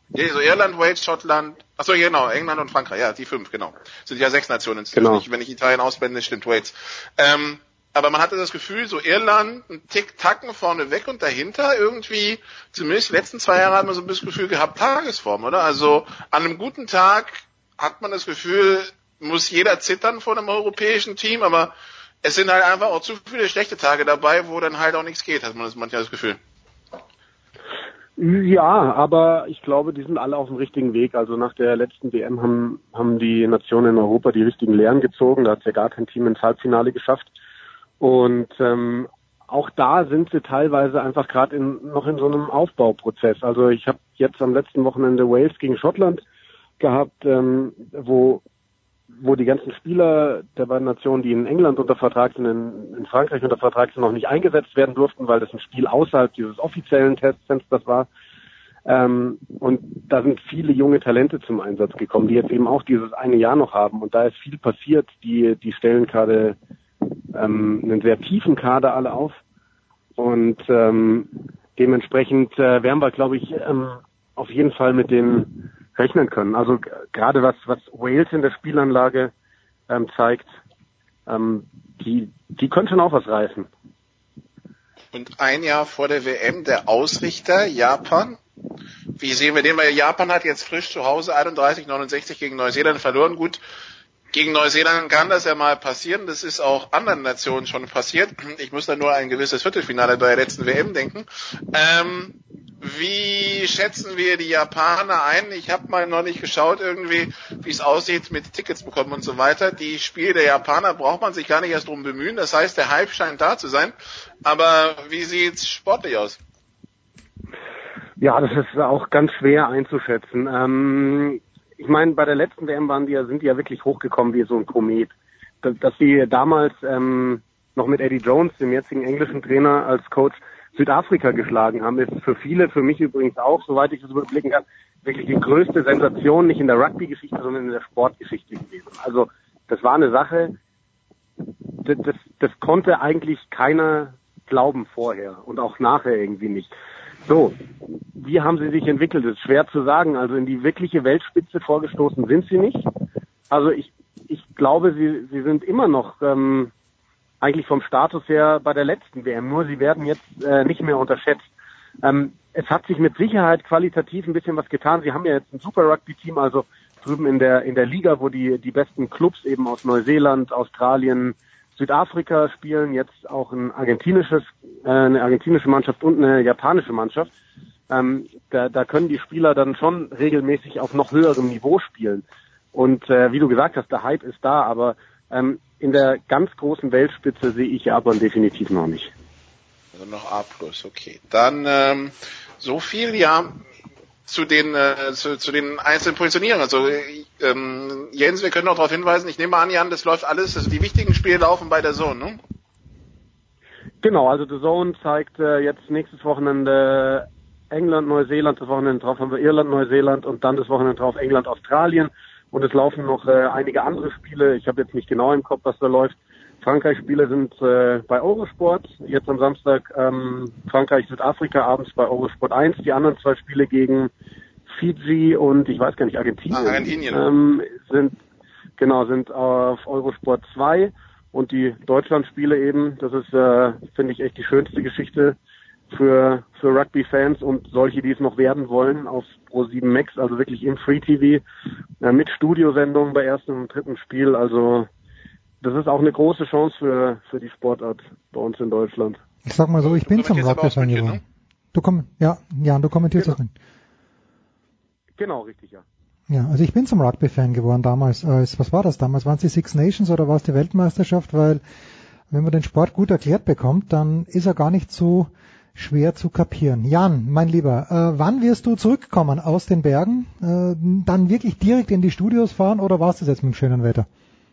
Ja, so Irland, Wales, Schottland, achso, genau, England und Frankreich, ja, die 5, genau. Sind ja 6 Nationen inzwischen, genau. Wenn ich Italien ausblende, stimmt Wales. Aber man hatte das Gefühl, so Irland, ein Tick-Tacken vorne weg und dahinter irgendwie, zumindest die letzten 2 Jahre hat man so ein bisschen das Gefühl gehabt, Tagesform, oder? Also an einem guten Tag hat man das Gefühl, muss jeder zittern vor einem europäischen Team, aber es sind halt einfach auch zu viele schlechte Tage dabei, wo dann halt auch nichts geht, hat man das manchmal das Gefühl. Ja, aber ich glaube, die sind alle auf dem richtigen Weg. Also nach der letzten WM haben die Nationen in Europa die richtigen Lehren gezogen. Da hat ja gar kein Team ins Halbfinale geschafft. Und auch da sind sie teilweise einfach gerade noch in so einem Aufbauprozess. Also ich habe jetzt am letzten Wochenende Wales gegen Schottland gehabt, wo die ganzen Spieler der beiden Nationen, die in England unter Vertrag sind, in Frankreich unter Vertrag sind, noch nicht eingesetzt werden durften, weil das ein Spiel außerhalb dieses offiziellen Testfensters war. Und da sind viele junge Talente zum Einsatz gekommen, die jetzt eben auch dieses eine Jahr noch haben. Und da ist viel passiert. Die stellen gerade einen sehr tiefen Kader alle auf. Und dementsprechend werden wir, glaube ich, auf jeden Fall mit denen rechnen können. Also gerade was Wales in der Spielanlage zeigt, die können schon auch was reißen. Und ein Jahr vor der WM der Ausrichter Japan. Wie sehen wir den? Weil Japan hat jetzt frisch zu Hause 31-69 gegen Neuseeland verloren. Gut, gegen Neuseeland kann das ja mal passieren. Das ist auch anderen Nationen schon passiert. Ich muss da nur an ein gewisses Viertelfinale bei der letzten WM denken. Wie schätzen wir die Japaner ein? Ich habe mal noch nicht geschaut irgendwie, wie es aussieht mit Tickets bekommen und so weiter. Die Spiele der Japaner braucht man sich gar nicht erst drum bemühen. Das heißt, der Hype scheint da zu sein. Aber wie sieht's sportlich aus? Ja, das ist auch ganz schwer einzuschätzen. Ich meine, bei der letzten WM sind die ja wirklich hochgekommen wie so ein Komet. Dass die damals noch mit Eddie Jones, dem jetzigen englischen Trainer als Coach, Südafrika geschlagen haben, ist für viele, für mich übrigens auch, soweit ich das überblicken kann, wirklich die größte Sensation, nicht in der Rugby-Geschichte, sondern in der Sportgeschichte gewesen. Also das war eine Sache, das konnte eigentlich keiner glauben vorher und auch nachher irgendwie nicht. So, wie haben sie sich entwickelt? Das ist schwer zu sagen. Also in die wirkliche Weltspitze vorgestoßen sind sie nicht. Also ich glaube, sie sind immer noch eigentlich vom Status her bei der letzten WM. Nur sie werden jetzt nicht mehr unterschätzt. Es hat sich mit Sicherheit qualitativ ein bisschen was getan. Sie haben ja jetzt ein Super Rugby-Team, also drüben in der Liga, wo die besten Clubs eben aus Neuseeland, Australien, Südafrika spielen, jetzt auch eine argentinische Mannschaft und eine japanische Mannschaft. Da können die Spieler dann schon regelmäßig auf noch höherem Niveau spielen. Und wie du gesagt hast, der Hype ist da, aber in der ganz großen Weltspitze sehe ich Japan definitiv noch nicht. Also noch A+, okay. Dann so viel, ja, zu den einzelnen Positionierungen. Also Jens, wir können noch darauf hinweisen, ich nehme an, Jan, das läuft alles, also die wichtigen Spiele laufen bei der Zone, ne? Genau, also The Zone zeigt jetzt nächstes Wochenende England, Neuseeland, das Wochenende drauf haben wir Irland, Neuseeland und dann das Wochenende drauf England, Australien. Und es laufen noch einige andere Spiele. Ich habe jetzt nicht genau im Kopf, was da läuft. Frankreich-Spiele sind bei Eurosport. Jetzt am Samstag Frankreich, Südafrika, abends bei Eurosport 1. Die anderen 2 Spiele gegen Fiji und ich weiß gar nicht, Argentinien. Sind auf Eurosport 2. Und die Deutschland-Spiele eben, das ist, finde ich, echt die schönste Geschichte für Rugby-Fans und solche, die es noch werden wollen, auf Pro7 Max, also wirklich im Free-TV, mit Studiosendungen bei ersten und dritten Spiel. Also das ist auch eine große Chance für die Sportart bei uns in Deutschland. Ich sag mal so, ich bin zum Rugby-Fan geworden. Ne? Du kommentierst das nicht. Genau, richtig, ja. Ja, also ich bin zum Rugby-Fan geworden damals. Was war das damals? Waren es die Six Nations oder war es die Weltmeisterschaft? Weil wenn man den Sport gut erklärt bekommt, dann ist er gar nicht so schwer zu kapieren. Jan, mein Lieber, wann wirst du zurückkommen aus den Bergen? Dann wirklich direkt in die Studios fahren oder warst du jetzt mit dem schönen Wetter?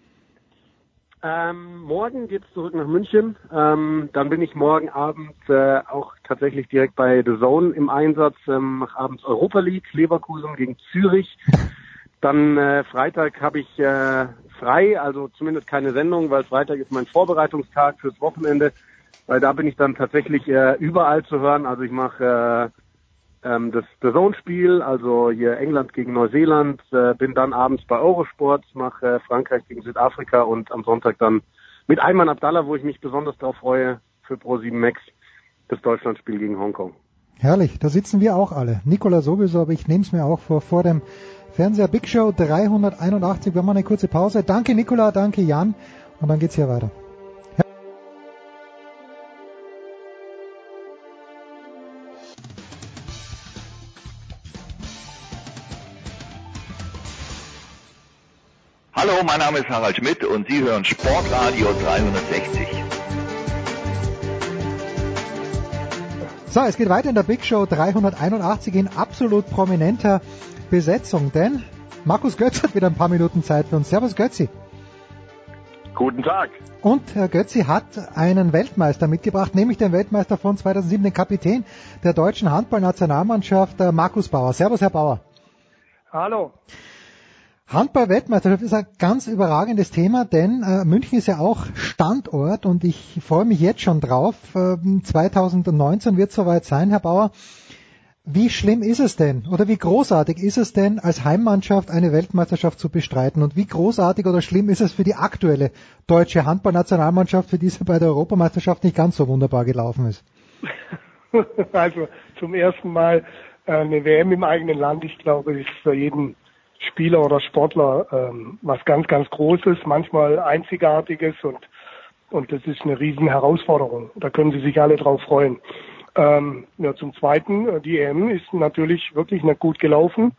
Morgen geht's zurück nach München. Dann bin ich morgen Abend auch tatsächlich direkt bei The Zone im Einsatz. Mach abends Europa League, Leverkusen gegen Zürich. Dann Freitag habe ich frei, also zumindest keine Sendung, weil Freitag ist mein Vorbereitungstag fürs Wochenende. Weil da bin ich dann tatsächlich überall zu hören. Also ich mache das DAZN-Spiel, also hier England gegen Neuseeland, bin dann abends bei Eurosport, mache Frankreich gegen Südafrika und am Sonntag dann mit Ayman Abdallah, wo ich mich besonders darauf freue, für Pro7 Max das Deutschlandspiel gegen Hongkong. Herrlich, da sitzen wir auch alle. Nicola sowieso, aber ich nehme es mir auch vor dem Fernseher. Big Show 381, wir machen eine kurze Pause. Danke Nicola, danke Jan und dann geht's hier weiter. Hallo, mein Name ist Harald Schmidt und Sie hören Sportradio 360. So, es geht weiter in der Big Show 381 in absolut prominenter Besetzung, denn Markus Götz hat wieder ein paar Minuten Zeit für uns. Servus Götzi. Guten Tag. Und Herr Götzi hat einen Weltmeister mitgebracht, nämlich den Weltmeister von 2007, den Kapitän der deutschen Handballnationalmannschaft, Markus Bauer. Servus, Herr Bauer. Hallo. Handball-Weltmeisterschaft ist ein ganz überragendes Thema, denn München ist ja auch Standort und ich freue mich jetzt schon drauf. 2019 wird es soweit sein, Herr Bauer. Wie schlimm ist es denn oder wie großartig ist es denn, als Heimmannschaft eine Weltmeisterschaft zu bestreiten? Und wie großartig oder schlimm ist es für die aktuelle deutsche Handballnationalmannschaft, für die es bei der Europameisterschaft nicht ganz so wunderbar gelaufen ist? Also zum ersten Mal eine WM im eigenen Land, ich glaube, ist für jeden Spieler oder Sportler was ganz, ganz Großes, manchmal Einzigartiges und das ist eine riesen Herausforderung. Da können Sie sich alle drauf freuen. Zum Zweiten, die EM ist natürlich wirklich nicht gut gelaufen,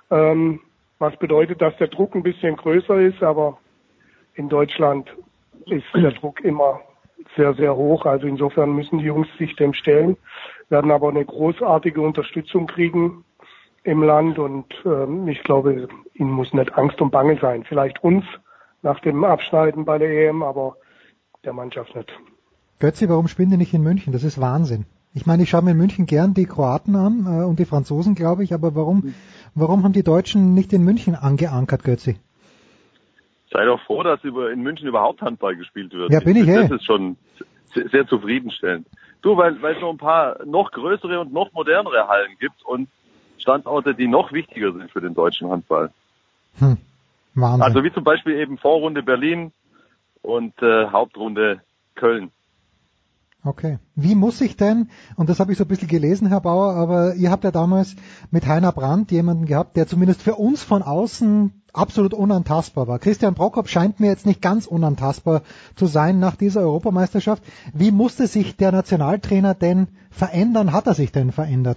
was bedeutet, dass der Druck ein bisschen größer ist, aber in Deutschland ist der Druck immer sehr, sehr hoch. Also insofern müssen die Jungs sich dem stellen, werden aber eine großartige Unterstützung kriegen im Land und ich glaube, ihnen muss nicht Angst und Bange sein. Vielleicht uns nach dem Abschneiden bei der EM, aber der Mannschaft nicht. Götzi, warum spielen die nicht in München? Das ist Wahnsinn. Ich meine, ich schaue mir in München gern die Kroaten an und die Franzosen, glaube ich, aber warum haben die Deutschen nicht in München angeankert, Götzi? Sei doch froh, dass in München überhaupt Handball gespielt wird. Ja, bin ich Das ist schon sehr zufriedenstellend. Du, weil es noch ein paar noch größere und noch modernere Hallen gibt und Standorte, die noch wichtiger sind für den deutschen Handball. Wahnsinn. Also wie zum Beispiel eben Vorrunde Berlin und Hauptrunde Köln. Okay. Wie muss ich denn, und das habe ich so ein bisschen gelesen, Herr Bauer, aber ihr habt ja damals mit Heiner Brandt jemanden gehabt, der zumindest für uns von außen absolut unantastbar war. Christian Prokop scheint mir jetzt nicht ganz unantastbar zu sein nach dieser Europameisterschaft. Wie musste sich der Nationaltrainer denn verändern? Hat er sich denn verändert?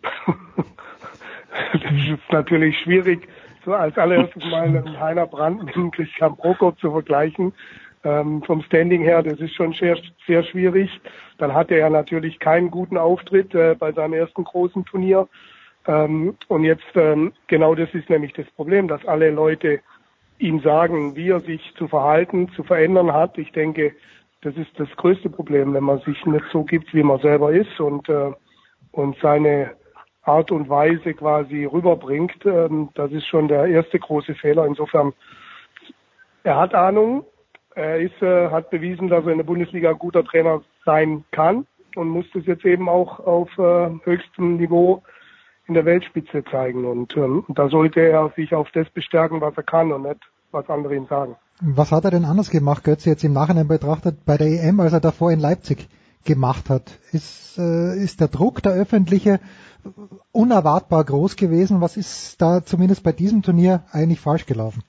Das ist natürlich schwierig, so als allererstes mal einen Heiner Brandt mit dem Christian Prokop zu vergleichen. Vom Standing her, das ist schon sehr, sehr schwierig. Dann hatte er natürlich keinen guten Auftritt bei seinem ersten großen Turnier. Und jetzt, genau das ist nämlich das Problem, dass alle Leute ihm sagen, wie er sich zu verhalten, zu verändern hat. Ich denke, das ist das größte Problem, wenn man sich nicht so gibt, wie man selber ist und seine Art und Weise quasi rüberbringt. Das ist schon der erste große Fehler. Insofern, er hat Ahnung. Er hat bewiesen, dass er in der Bundesliga ein guter Trainer sein kann und muss das jetzt eben auch auf höchstem Niveau in der Weltspitze zeigen. Und da sollte er sich auf das bestärken, was er kann und nicht, was andere ihm sagen. Was hat er denn anders gemacht, Götze, jetzt im Nachhinein betrachtet, bei der EM, als er davor in Leipzig gemacht hat? Ist der Druck, der öffentliche, unerwartbar groß gewesen? Was ist da zumindest bei diesem Turnier eigentlich falsch gelaufen?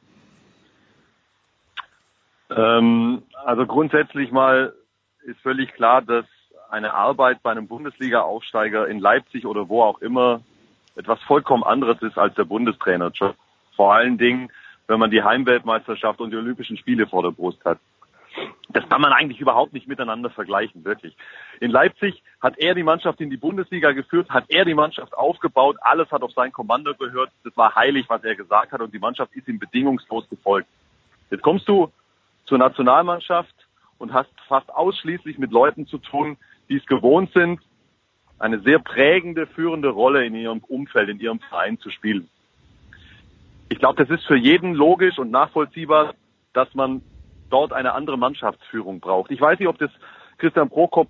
Also grundsätzlich mal ist völlig klar, dass eine Arbeit bei einem Bundesliga-Aufsteiger in Leipzig oder wo auch immer etwas vollkommen anderes ist als der Bundestrainerjob. Vor allen Dingen, wenn man die Heimweltmeisterschaft und die Olympischen Spiele vor der Brust hat. Das kann man eigentlich überhaupt nicht miteinander vergleichen, wirklich. In Leipzig hat er die Mannschaft in die Bundesliga geführt, hat er die Mannschaft aufgebaut, alles hat auf sein Kommando gehört, das war heilig, was er gesagt hat und die Mannschaft ist ihm bedingungslos gefolgt. Jetzt kommst du zur Nationalmannschaft und hast fast ausschließlich mit Leuten zu tun, die es gewohnt sind, eine sehr prägende, führende Rolle in ihrem Umfeld, in ihrem Verein zu spielen. Ich glaube, das ist für jeden logisch und nachvollziehbar, dass man dort eine andere Mannschaftsführung braucht. Ich weiß nicht, ob das Christian Prokop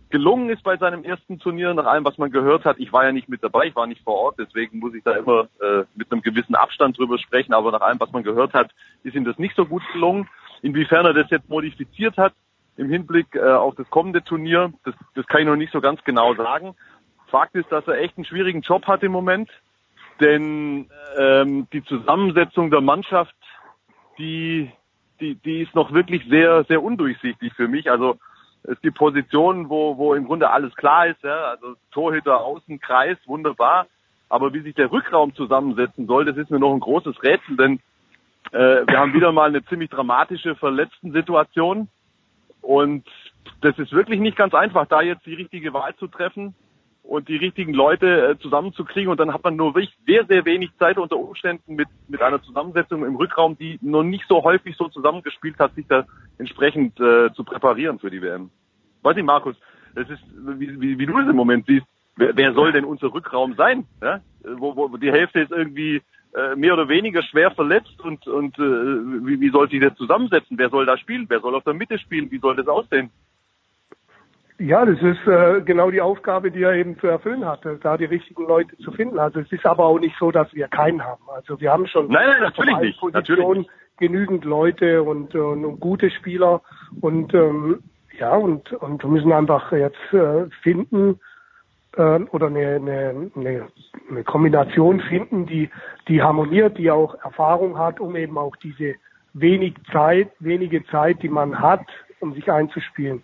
gelungen ist bei seinem ersten Turnier, nach allem, was man gehört hat. Ich war ja nicht mit dabei, ich war nicht vor Ort, deswegen muss ich da immer mit einem gewissen Abstand drüber sprechen, aber nach allem, was man gehört hat, ist ihm das nicht so gut gelungen. Inwiefern er das jetzt modifiziert hat im Hinblick auf das kommende Turnier, das kann ich noch nicht so ganz genau sagen. Fakt ist, dass er echt einen schwierigen Job hat im Moment, denn die Zusammensetzung der Mannschaft, die ist noch wirklich sehr, sehr undurchsichtig für mich. Also es gibt Positionen, wo im Grunde alles klar ist, ja, also Torhüter, Außen, Kreis, wunderbar. Aber wie sich der Rückraum zusammensetzen soll, das ist mir noch ein großes Rätsel, denn wir haben wieder mal eine ziemlich dramatische Verletzten-Situation und das ist wirklich nicht ganz einfach, da jetzt die richtige Wahl zu treffen und die richtigen Leute zusammenzukriegen und dann hat man nur wirklich sehr, sehr wenig Zeit unter Umständen mit einer Zusammensetzung im Rückraum, die noch nicht so häufig so zusammengespielt hat, sich da entsprechend zu präparieren für die WM. Weiß nicht, Markus, das ist, wie du es im Moment siehst, wer soll denn unser Rückraum sein? Ja? Wo die Hälfte ist irgendwie mehr oder weniger schwer verletzt und wie soll sich das zusammensetzen? Wer soll da spielen? Wer soll auf der Mitte spielen? Wie soll das aussehen? Ja, das ist genau die Aufgabe, die er eben zu erfüllen hatte, da die richtigen Leute zu finden. Also es ist aber auch nicht so, dass wir keinen haben. Also wir haben schon nein, natürlich nicht. Positionen genügend Leute und gute Spieler und und wir müssen einfach jetzt finden oder eine Kombination finden, die harmoniert, die auch Erfahrung hat, um eben auch diese wenige Zeit, die man hat, um sich einzuspielen,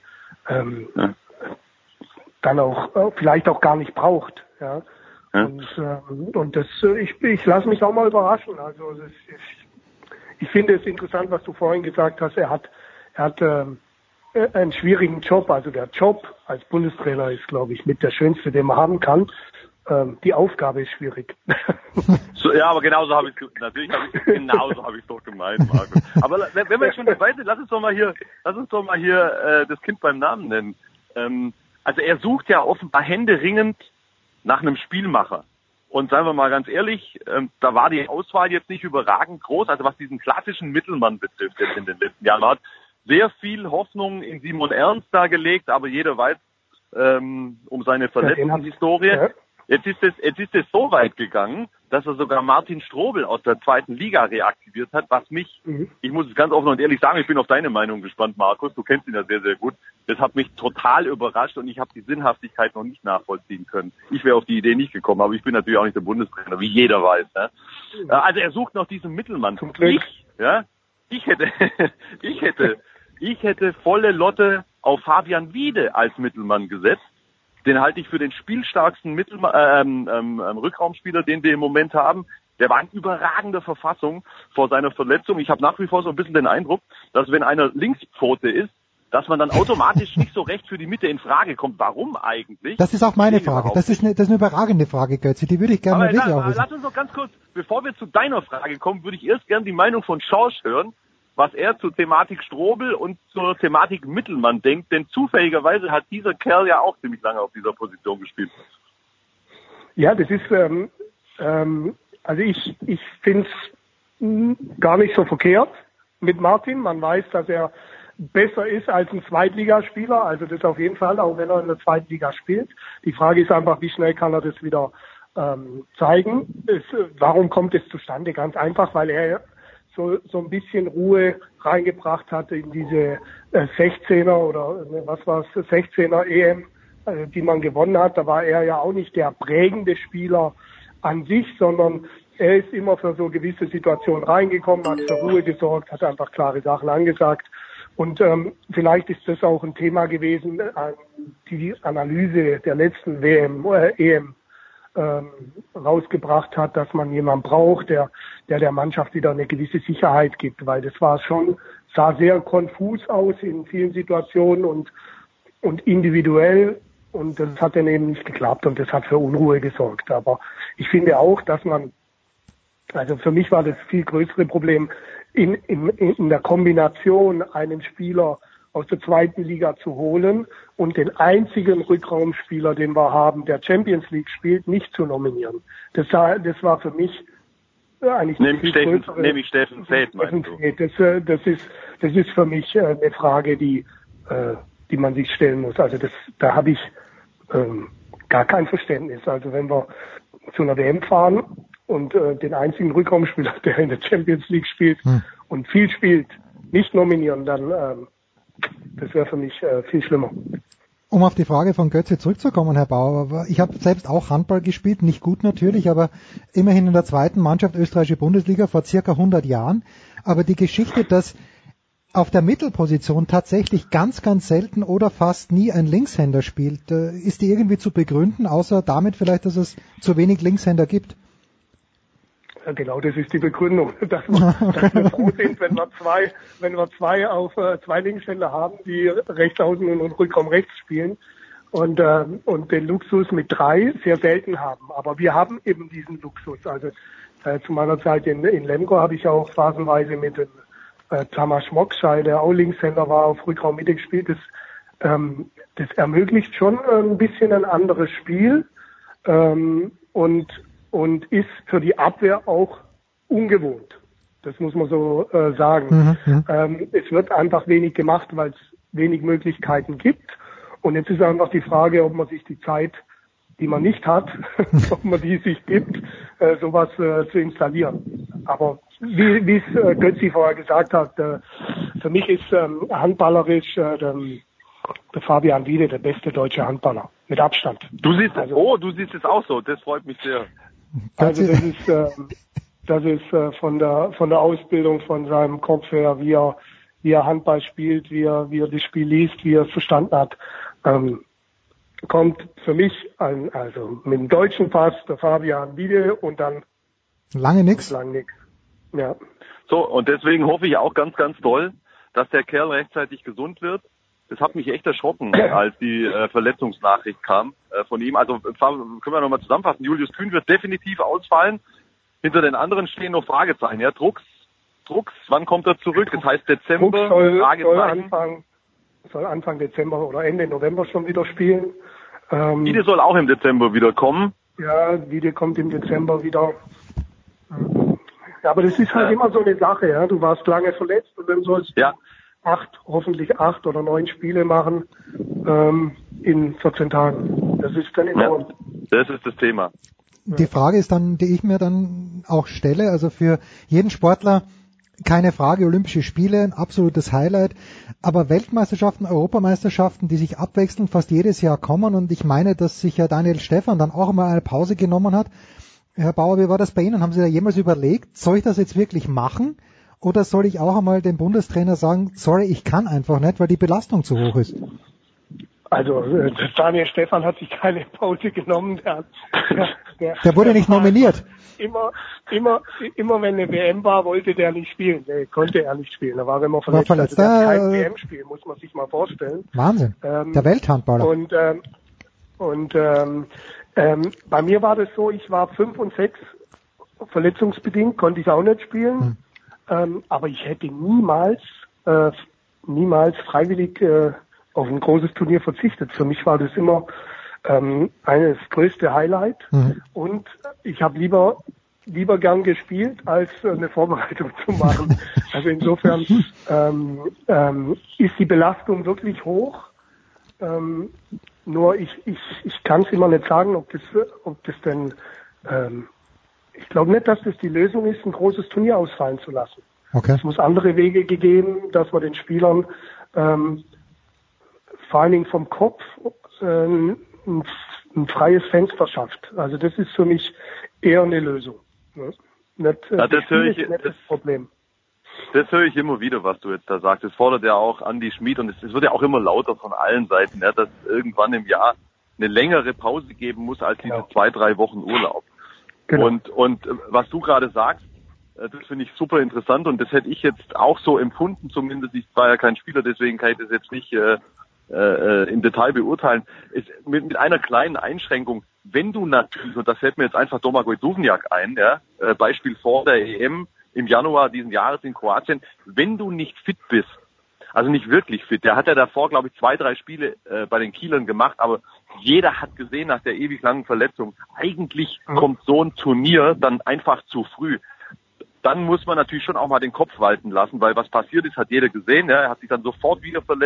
dann auch vielleicht auch gar nicht braucht. Ja. Und das ich lasse mich auch mal überraschen. Also ich finde es interessant, was du vorhin gesagt hast. Er hat einen schwierigen Job. Also der Job als Bundestrainer ist, glaube ich, mit der schönste, den man haben kann. Die Aufgabe ist schwierig. So, ja, aber genauso habe ich es doch gemeint, Markus. Aber wenn wir schon dabei sind, lass uns doch mal hier das Kind beim Namen nennen. Also er sucht ja offenbar händeringend nach einem Spielmacher. Und seien wir mal ganz ehrlich, da war die Auswahl jetzt nicht überragend groß, also was diesen klassischen Mittelmann betrifft jetzt in den letzten Jahren. Man hat sehr viel Hoffnung in Simon Ernst da gelegt, aber jeder weiß um seine Verletzungshistorie. Ja. Jetzt ist es so weit gegangen, dass er sogar Martin Strobel aus der 2. Liga reaktiviert hat, was mich, ich muss es ganz offen und ehrlich sagen, ich bin auf deine Meinung gespannt, Markus, du kennst ihn ja sehr, sehr gut. Das hat mich total überrascht und ich habe die Sinnhaftigkeit noch nicht nachvollziehen können. Ich wäre auf die Idee nicht gekommen, aber ich bin natürlich auch nicht der Bundestrainer, wie jeder weiß. Ne? Also er sucht nach diesem Mittelmann. Zum Glück. Ich hätte volle Lotte auf Fabian Wiede als Mittelmann gesetzt. Den halte ich für den spielstarksten Rückraumspieler, den wir im Moment haben. Der war in überragender Verfassung vor seiner Verletzung. Ich habe nach wie vor so ein bisschen den Eindruck, dass wenn einer Linkspfote ist, dass man dann automatisch nicht so recht für die Mitte in Frage kommt. Warum eigentlich? Das ist auch meine Frage. Das ist eine überragende Frage, Götze. Die würde ich gerne wirklich auch wissen. Lass uns noch ganz kurz, bevor wir zu deiner Frage kommen, würde ich erst gerne die Meinung von Schorsch hören, was er zur Thematik Strobel und zur Thematik Mittelmann denkt, denn zufälligerweise hat dieser Kerl ja auch ziemlich lange auf dieser Position gespielt. Ja, das ist, also ich finde es gar nicht so verkehrt mit Martin. Man weiß, dass er besser ist als ein Zweitligaspieler, also das auf jeden Fall, auch wenn er in der zweiten Liga spielt. Die Frage ist einfach, wie schnell kann er das wieder zeigen? Warum kommt es zustande? Ganz einfach, weil er so ein bisschen Ruhe reingebracht hatte in diese 16er oder was war es, 16er EM, die man gewonnen hat. Da war er ja auch nicht der prägende Spieler an sich, sondern er ist immer für so gewisse Situationen reingekommen, hat für Ruhe gesorgt, hat einfach klare Sachen angesagt. Und vielleicht ist das auch ein Thema gewesen, die Analyse der letzten EM rausgebracht hat, dass man jemanden braucht, der Mannschaft wieder eine gewisse Sicherheit gibt, weil das sah sehr konfus aus in vielen Situationen und individuell und das hat dann eben nicht geklappt und das hat für Unruhe gesorgt. Aber ich finde auch, dass also für mich war das viel größere Problem, in der Kombination einen Spieler aus der zweiten Liga zu holen und den einzigen Rückraumspieler, den wir haben, der Champions League spielt, nicht zu nominieren. Das war für mich eigentlich nämlich Steffen Feld, meinst du? Das ist für mich eine Frage, die die man sich stellen muss. Also da habe ich gar kein Verständnis. Also wenn wir zu einer WM fahren und den einzigen Rückraumspieler, der in der Champions League spielt und viel spielt, nicht nominieren, dann das wäre für mich viel schlimmer. Um auf die Frage von Götze zurückzukommen, Herr Bauer, ich habe selbst auch Handball gespielt, nicht gut natürlich, aber immerhin in der zweiten Mannschaft österreichische Bundesliga vor circa 100 Jahren. Aber die Geschichte, dass auf der Mittelposition tatsächlich ganz, ganz selten oder fast nie ein Linkshänder spielt, ist die irgendwie zu begründen, außer damit vielleicht, dass es zu wenig Linkshänder gibt? Ja, genau, das ist die Begründung, dass wir froh sind, wenn wir zwei Linkshänder haben, die rechts außen und Rückraum rechts spielen und den Luxus mit 3 sehr selten haben. Aber wir haben eben diesen Luxus. Also zu meiner Zeit in Lemgo habe ich auch phasenweise mit dem Tamas Schmockschei, der auch Linkshänder war, auf Rückraum Mitte gespielt. Das ermöglicht schon ein bisschen ein anderes Spiel und ist für die Abwehr auch ungewohnt. Das muss man so sagen. Es wird einfach wenig gemacht, weil es wenig Möglichkeiten gibt. Und jetzt ist einfach die Frage, ob man sich die Zeit, die man nicht hat, ob man die sich gibt, sowas zu installieren. Aber wie es Götzi vorher gesagt hat, für mich ist handballerisch der Fabian Wiede der beste deutsche Handballer. Mit Abstand. Du siehst es auch so. Das freut mich sehr. Also das ist von der Ausbildung, von seinem Kopf her, wie er Handball spielt, wie er das Spiel liest, wie er es verstanden hat, kommt für mich also mit dem deutschen Pass der Fabian Wiede und dann lange nix. Ja. So, und deswegen hoffe ich auch ganz, ganz doll, dass der Kerl rechtzeitig gesund wird. Das hat mich echt erschrocken, als die Verletzungsnachricht kam von ihm. Also können wir nochmal zusammenfassen. Julius Kühn wird definitiv ausfallen. Hinter den anderen stehen noch Fragezeichen. Ja, Drucks, wann kommt er zurück? Das heißt Dezember. Soll Anfang Dezember oder Ende November schon wieder spielen. Wiede soll auch im Dezember wieder kommen. Ja, Wiede kommt im Dezember wieder. Ja, aber das ist halt immer so eine Sache. Ja, du warst lange verletzt und dann sollst du hoffentlich 8 oder 9 Spiele machen in 14 Tagen. Das ist dann enorm. Das ist das Thema. Die Frage ist dann, die ich mir dann auch stelle, also für jeden Sportler keine Frage, Olympische Spiele, ein absolutes Highlight, aber Weltmeisterschaften, Europameisterschaften, die sich abwechselnd fast jedes Jahr kommen und ich meine, dass sich ja Daniel Stephan dann auch mal eine Pause genommen hat. Herr Bauer, wie war das bei Ihnen? Haben Sie da jemals überlegt, soll ich das jetzt wirklich machen? Oder soll ich auch einmal dem Bundestrainer sagen, sorry, ich kann einfach nicht, weil die Belastung zu hoch ist? Also Daniel Stephan hat sich keine Pause genommen. Der wurde nicht nominiert. Immer wenn eine WM war, wollte der nicht spielen. Konnte er nicht spielen. Da war immer verletzt. Also kein WM-Spiel, muss man sich mal vorstellen. Wahnsinn. Der Welthandballer. Und bei mir war das so, ich war 5 und 6 verletzungsbedingt, konnte ich auch nicht spielen. Aber ich hätte niemals freiwillig auf ein großes Turnier verzichtet. Für mich war das immer das größte Highlight. Und ich habe lieber gern gespielt, als eine Vorbereitung zu machen. Also insofern ist die Belastung wirklich hoch. Nur ich kann es immer nicht sagen, ob das denn ich glaube nicht, dass das die Lösung ist, ein großes Turnier ausfallen zu lassen. Okay. Es muss andere Wege geben, dass man den Spielern vor allen Dingen vom Kopf ein freies Fenster schafft. Also das ist für mich eher eine Lösung. Ne? Nicht das Problem. Das höre ich immer wieder, was du jetzt da sagst. Das fordert ja auch Andi Schmid und es wird ja auch immer lauter von allen Seiten, ja, dass irgendwann im Jahr eine längere Pause geben muss als diese 2-3 Wochen Urlaub. Genau. Und was du gerade sagst, das finde ich super interessant und das hätte ich jetzt auch so empfunden, zumindest. Ich war ja kein Spieler, deswegen kann ich das jetzt nicht im Detail beurteilen. Mit einer kleinen Einschränkung, wenn du natürlich, und das fällt mir jetzt einfach Domagoj Duvnjak ein, ja, Beispiel vor der EM im Januar diesen Jahres in Kroatien, wenn du nicht fit bist, also nicht wirklich fit, der hat ja davor, glaube ich, 2-3 Spiele bei den Kielern gemacht, aber jeder hat gesehen nach der ewig langen Verletzung, eigentlich kommt so ein Turnier dann einfach zu früh. Dann muss man natürlich schon auch mal den Kopf walten lassen, weil was passiert ist, hat jeder gesehen, ja, er hat sich dann sofort wieder verletzt,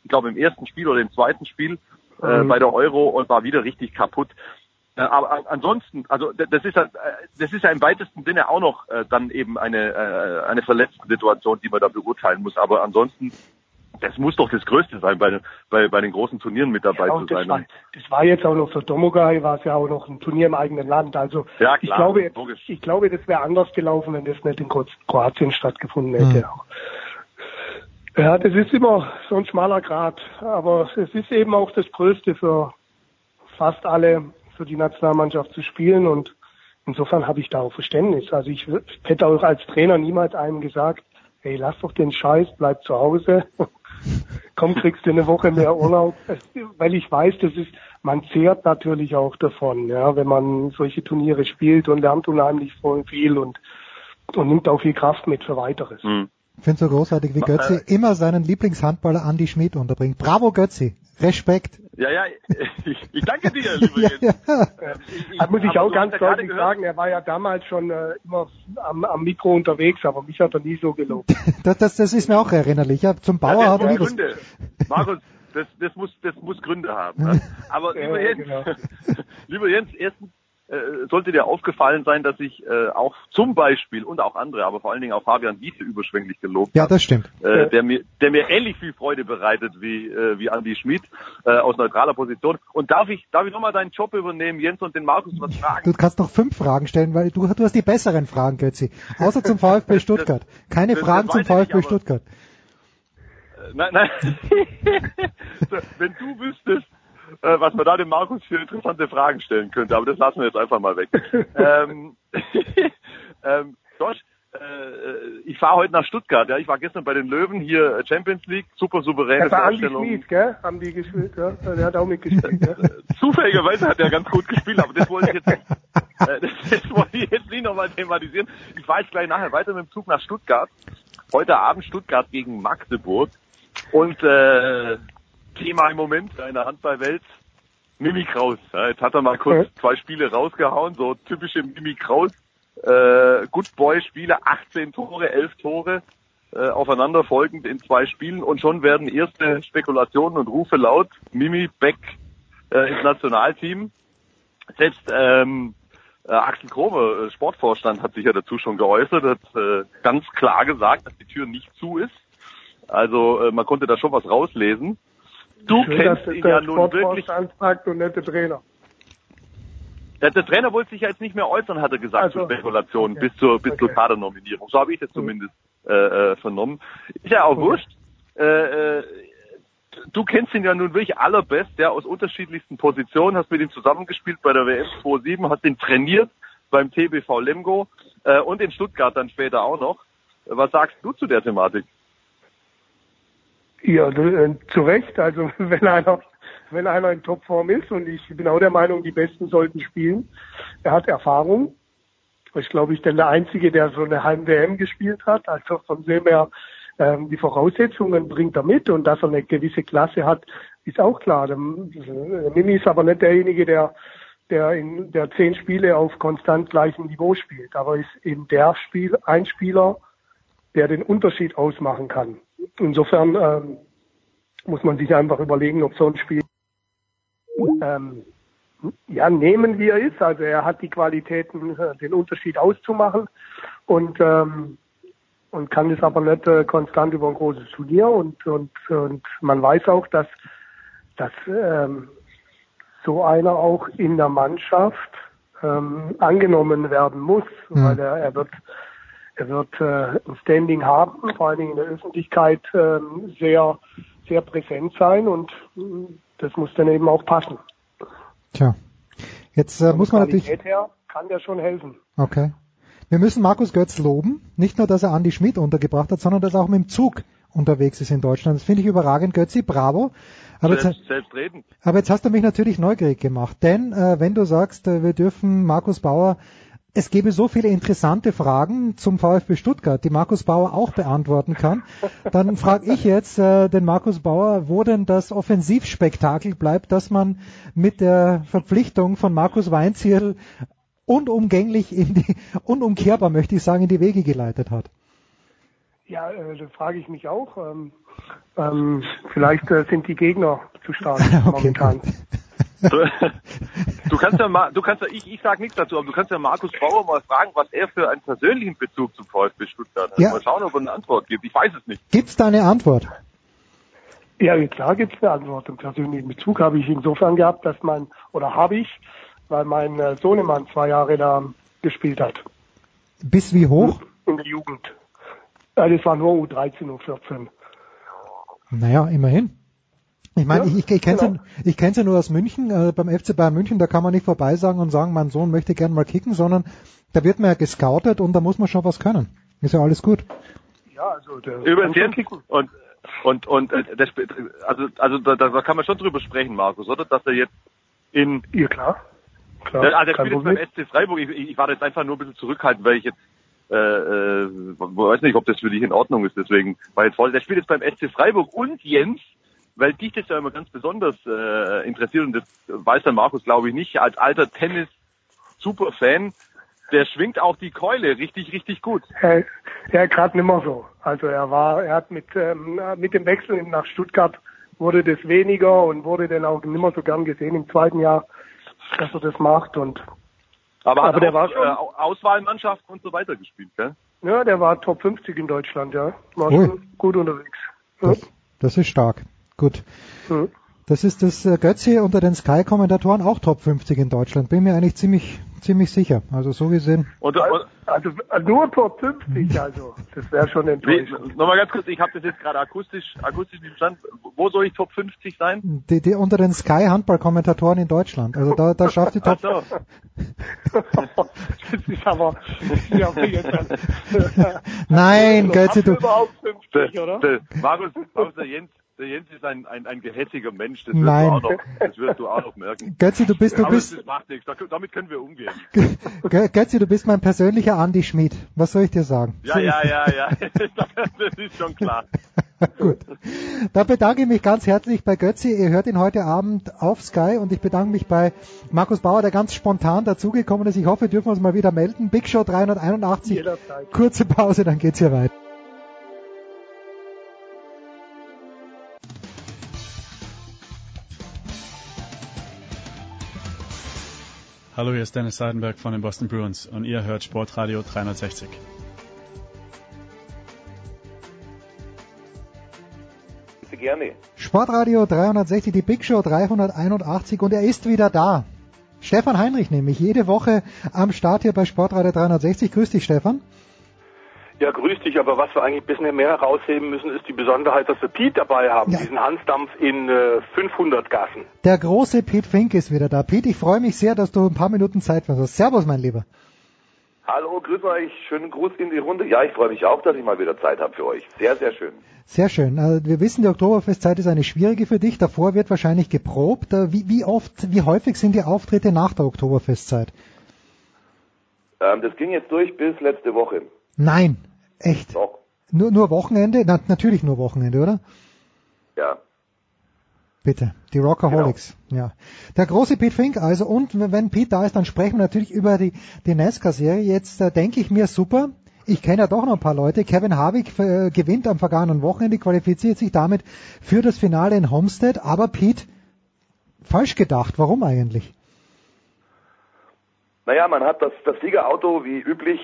ich glaube im ersten Spiel oder im zweiten Spiel bei der Euro und war wieder richtig kaputt. Aber ansonsten, also das ist ja im weitesten Sinne auch noch dann eben eine verletzte Situation, die man da beurteilen muss. Aber ansonsten, das muss doch das Größte sein, bei den großen Turnieren mit dabei zu sein. Das war jetzt auch noch für Domogai, war es ja auch noch ein Turnier im eigenen Land. Also ja, klar, ich glaube, das wäre anders gelaufen, wenn das nicht in Kroatien stattgefunden hätte. Ja, das ist immer so ein schmaler Grat. Aber es ist eben auch das Größte für fast alle, für die Nationalmannschaft zu spielen, und insofern habe ich da auch Verständnis. Also ich hätte auch als Trainer niemals einem gesagt, hey, lass doch den Scheiß, bleib zu Hause, komm, kriegst du eine Woche mehr Urlaub, weil ich weiß, man zehrt natürlich auch davon, ja, wenn man solche Turniere spielt und lernt unheimlich viel und nimmt auch viel Kraft mit für weiteres. Ich finde es so großartig, wie Götzi immer seinen Lieblingshandballer Andi Schmid unterbringt. Bravo Götzi, Respekt. Ja, ich danke dir, lieber Jens. Muss ich auch ganz deutlich sagen, er war ja damals schon immer am Mikro unterwegs, aber mich hat er nie so gelobt. Das ist mir auch erinnerlich. Ja, zum Bauer hat er nie Gründe. Markus, das muss Gründe haben. Ne? Aber lieber Jens, erstens sollte dir aufgefallen sein, dass ich auch zum Beispiel und auch andere, aber vor allen Dingen auch Fabian Wiese überschwänglich gelobt habe. Ja, das stimmt. Der mir ähnlich viel Freude bereitet wie Andi Schmid aus neutraler Position. Und darf ich nochmal deinen Job übernehmen, Jens, und den Markus was fragen? Du kannst noch 5 Fragen stellen, weil du hast die besseren Fragen, Götzi. Außer zum VfB Stuttgart. Keine Fragen zum VfB Stuttgart. Nein. Wenn du wüsstest, was man da dem Markus für interessante Fragen stellen könnte, aber das lassen wir jetzt einfach mal weg. Josh, ich fahre heute nach Stuttgart, ja, ich war gestern bei den Löwen, hier Champions League, super souveräne Vorstellung. Andi Schmid, gell? Haben die gespielt, ja? Der hat auch mitgespielt, ja? Zufälligerweise hat er ganz gut gespielt, aber das wollte ich jetzt nicht nochmal thematisieren. Ich fahre jetzt gleich nachher weiter mit dem Zug nach Stuttgart. Heute Abend Stuttgart gegen Magdeburg. Und Thema im Moment in der Handballwelt, Mimi Kraus. Ja, jetzt hat er mal kurz 2 Spiele rausgehauen, so typische Mimi Kraus. Good Boy Spiele, 18 Tore, 11 Tore, aufeinanderfolgend in 2 Spielen, und schon werden erste Spekulationen und Rufe laut, Mimi back ins Nationalteam. Selbst Axel Kromer, Sportvorstand, hat sich ja dazu schon geäußert, hat ganz klar gesagt, dass die Tür nicht zu ist. Also man konnte da schon was rauslesen. Du kennst ihn ja nun wirklich. Und nicht der Trainer. Der Trainer wollte sich ja jetzt nicht mehr äußern, hat er gesagt, zu Spekulationen bis zur Kadernominierung. So habe ich das zumindest vernommen. Ist ja auch wurscht. Du kennst ihn ja nun wirklich allerbest, der aus unterschiedlichsten Positionen, hast mit ihm zusammengespielt bei der WM 2007, hast ihn trainiert beim TBV Lemgo und in Stuttgart dann später auch noch. Was sagst du zu der Thematik? Ja, zu Recht. Also wenn einer in Topform ist, und ich bin auch der Meinung, die Besten sollten spielen. Er hat Erfahrung. Ich glaube, ich bin der Einzige, der so eine Heim-WM gespielt hat. Also von dem her, die Voraussetzungen bringt er mit, und dass er eine gewisse Klasse hat, ist auch klar. Der Mimi ist aber nicht derjenige, der 10 Spiele auf konstant gleichem Niveau spielt. Aber ist eben ein Spieler, der den Unterschied ausmachen kann. Insofern muss man sich einfach überlegen, ob so ein Spiel nehmen wie er ist. Also er hat die Qualitäten, den Unterschied auszumachen, und kann es aber nicht konstant über ein großes Turnier. Und man weiß auch, dass so einer auch in der Mannschaft angenommen werden muss, weil er wird ein Standing haben, vor allen Dingen in der Öffentlichkeit sehr, sehr präsent sein, und das muss dann eben auch passen. Tja, jetzt muss man natürlich... Her kann der schon helfen. Okay. Wir müssen Markus Götz loben, nicht nur, dass er Andi Schmid untergebracht hat, sondern dass er auch mit dem Zug unterwegs ist in Deutschland. Das finde ich überragend, Götzi, bravo. Aber jetzt hast du mich natürlich neugierig gemacht, denn wenn du sagst, wir dürfen Markus Bauer, es gäbe so viele interessante Fragen zum VfB Stuttgart, die Markus Bauer auch beantworten kann, dann frage ich jetzt den Markus Bauer, wo denn das Offensivspektakel bleibt, das man mit der Verpflichtung von Markus Weinzierl unumkehrbar, möchte ich sagen, in die Wege geleitet hat. Ja, das frage ich mich auch. Vielleicht sind die Gegner zu stark momentan. Ich sage nichts dazu, aber du kannst ja Markus Bauer mal fragen, was er für einen persönlichen Bezug zum VfB Stuttgart hat. Ja. Mal schauen, ob er eine Antwort gibt. Ich weiß es nicht. Gibt's da eine Antwort? Ja, klar gibt's eine Antwort. Im persönlichen Bezug habe ich insofern gehabt, weil mein Sohnemann 2 Jahre da gespielt hat. Bis wie hoch? In der Jugend. Ja, das war nur U13, U14. Naja, immerhin. Ich meine, Ja, ich kenn's ja nur aus München, beim FC Bayern München, da kann man nicht vorbeisagen und sagen, mein Sohn möchte gern mal kicken, sondern da wird man ja gescoutet und da muss man schon was können. Ist ja alles gut. Ja, also Übrigens da kann man schon drüber sprechen, Markus, oder? Dass er jetzt Ja, klar. Also er spielt jetzt beim SC Freiburg. Ich war jetzt einfach nur ein bisschen zurückhaltend, weil ich jetzt weiß nicht, ob das für dich in Ordnung ist, deswegen war jetzt voll. Der spielt jetzt beim SC Freiburg und Jens, weil dich das ja immer ganz besonders interessiert und das weiß der Markus, glaube ich, nicht, als alter Tennis-Superfan, der schwingt auch die Keule richtig, richtig gut. Ja, gerade nimmer so. Also er hat mit dem Wechsel nach Stuttgart wurde das weniger und wurde dann auch nimmer so gern gesehen im zweiten Jahr, dass er das macht aber der auch, war schon Auswahlmannschaften und so weiter gespielt, gell? Ja, der war Top 50 in Deutschland, ja. War schon gut unterwegs. Ja. Das ist stark. Gut. Mhm. Das ist das Götzi unter den Sky-Kommentatoren auch Top 50 in Deutschland. Bin mir eigentlich ziemlich sicher. Also so gesehen. Also nur Top 50, also. Das wäre schon enttäuschend. Nochmal ganz kurz, ich habe das jetzt gerade akustisch nicht verstanden. Wo soll ich Top 50 sein? Die unter den Sky-Handball-Kommentatoren in Deutschland. Also da schafft die Top... Ach so. Das ist aber jetzt Nein, Götzi, du... überhaupt 50, oder? Markus, der Jens ist ein gehässiger Mensch, das wirst du auch noch merken. Götzi, du bist... Das macht nichts, damit können wir umgehen. Götzi, du bist mein persönlicher Andi Schmid. Was soll ich dir sagen? Ja, das ist schon klar. Gut. Da bedanke ich mich ganz herzlich bei Götzi. Ihr hört ihn heute Abend auf Sky und ich bedanke mich bei Markus Bauer, der ganz spontan dazugekommen ist. Ich hoffe, wir dürfen uns mal wieder melden. Big Show 381. Jederzeit. Kurze Pause, dann geht's hier weiter. Hallo, hier ist Dennis Seidenberg von den Boston Bruins und ihr hört Sportradio 360. Gerne. Sportradio 360, die Big Show 381 und er ist wieder da. Stefan Heinrich nämlich, jede Woche am Start hier bei Sportradio 360. Grüß dich, Stefan. Ja, grüß dich, aber was wir eigentlich ein bisschen mehr herausheben müssen, ist die Besonderheit, dass wir Pete dabei haben, diesen Hansdampf in 500 Gassen. Der große Pete Fink ist wieder da. Pete, ich freue mich sehr, dass du ein paar Minuten Zeit hast. Servus, mein Lieber. Hallo, grüß euch, schönen Gruß in die Runde. Ja, ich freue mich auch, dass ich mal wieder Zeit habe für euch. Sehr, sehr schön. Sehr schön. Wir wissen, die Oktoberfestzeit ist eine schwierige für dich. Davor wird wahrscheinlich geprobt. Wie häufig sind die Auftritte nach der Oktoberfestzeit? Das ging jetzt durch bis letzte Woche. Nein, echt? Doch. Nur Wochenende? Natürlich nur Wochenende, oder? Ja. Bitte, die Rockaholics. Genau. Ja. Der große Pete Fink, also, und wenn Pete da ist, dann sprechen wir natürlich über die NASCAR-Serie. Jetzt denke ich mir, super, ich kenne ja doch noch ein paar Leute. Kevin Harvick gewinnt am vergangenen Wochenende, qualifiziert sich damit für das Finale in Homestead. Aber Pete, falsch gedacht. Warum eigentlich? Naja, man hat das Siegerauto wie üblich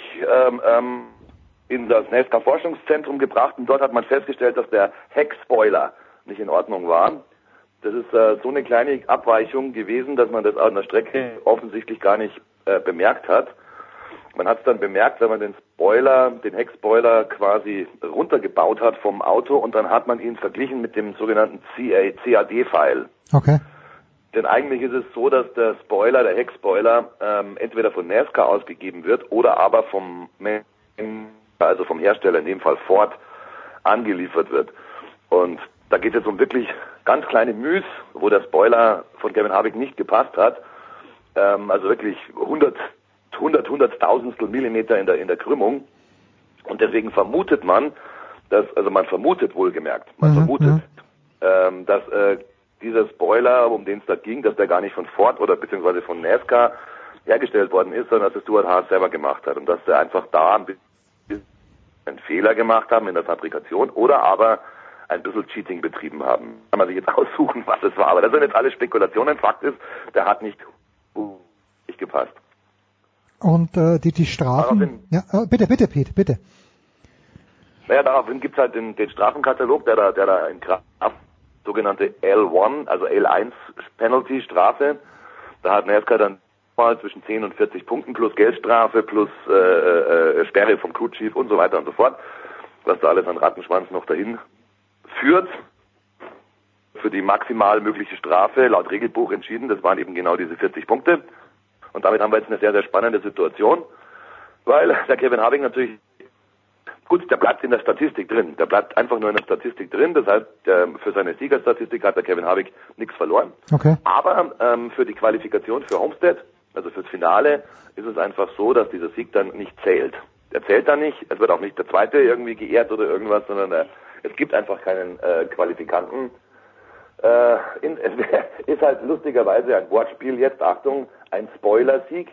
in das NASCAR-Forschungszentrum gebracht und dort hat man festgestellt, dass der Heckspoiler nicht in Ordnung war. Das ist so eine kleine Abweichung gewesen, dass man das an der Strecke offensichtlich gar nicht bemerkt hat. Man hat es dann bemerkt, wenn man den Heckspoiler quasi runtergebaut hat vom Auto und dann hat man ihn verglichen mit dem sogenannten CAD-File. Okay. Denn eigentlich ist es so, dass der Heckspoiler, entweder von NASCAR ausgegeben wird oder aber vom Hersteller, in dem Fall Ford, angeliefert wird. Und da geht es jetzt um wirklich ganz kleine Mühs, wo der Spoiler von Kevin Harvick nicht gepasst hat. Also wirklich hunderttausendstel Millimeter in der Krümmung. Und deswegen vermutet man, dass dieser Spoiler, um den es da ging, dass der gar nicht von Ford oder beziehungsweise von NASCAR hergestellt worden ist, sondern dass es Stuart Haas selber gemacht hat. Und dass er einfach da ein bisschen einen Fehler gemacht haben in der Fabrikation oder aber ein bisschen Cheating betrieben haben. Kann man sich jetzt aussuchen, was es war. Aber das sind jetzt alle Spekulationen. Fakt ist, der hat nicht gepasst. Und die Strafen... Bitte, Pete, bitte. Naja, daraufhin gibt's halt den Strafenkatalog, der da in Kraft, sogenannte L1, also L1 Penalty, Strafe. Da hat NASCAR dann mal zwischen 10 und 40 Punkten plus Geldstrafe plus Sperre vom Crew Chief und so weiter und so fort. Was da alles an Rattenschwanz noch dahin führt. Für die maximal mögliche Strafe laut Regelbuch entschieden. Das waren eben genau diese 40 Punkte. Und damit haben wir jetzt eine sehr, sehr spannende Situation, weil der Kevin Harvick natürlich, gut, der bleibt in der Statistik drin. Der bleibt einfach nur in der Statistik drin. Das heißt, für seine Siegerstatistik hat der Kevin Harvick nichts verloren. Okay. Aber für die Qualifikation für Homestead, also fürs Finale, ist es einfach so, dass dieser Sieg dann nicht zählt. Der zählt dann nicht. Es wird auch nicht der Zweite irgendwie geehrt oder irgendwas, sondern es gibt einfach keinen Qualifikanten. Es ist halt lustigerweise ein Wortspiel jetzt, Achtung, ein Spoiler-Sieg.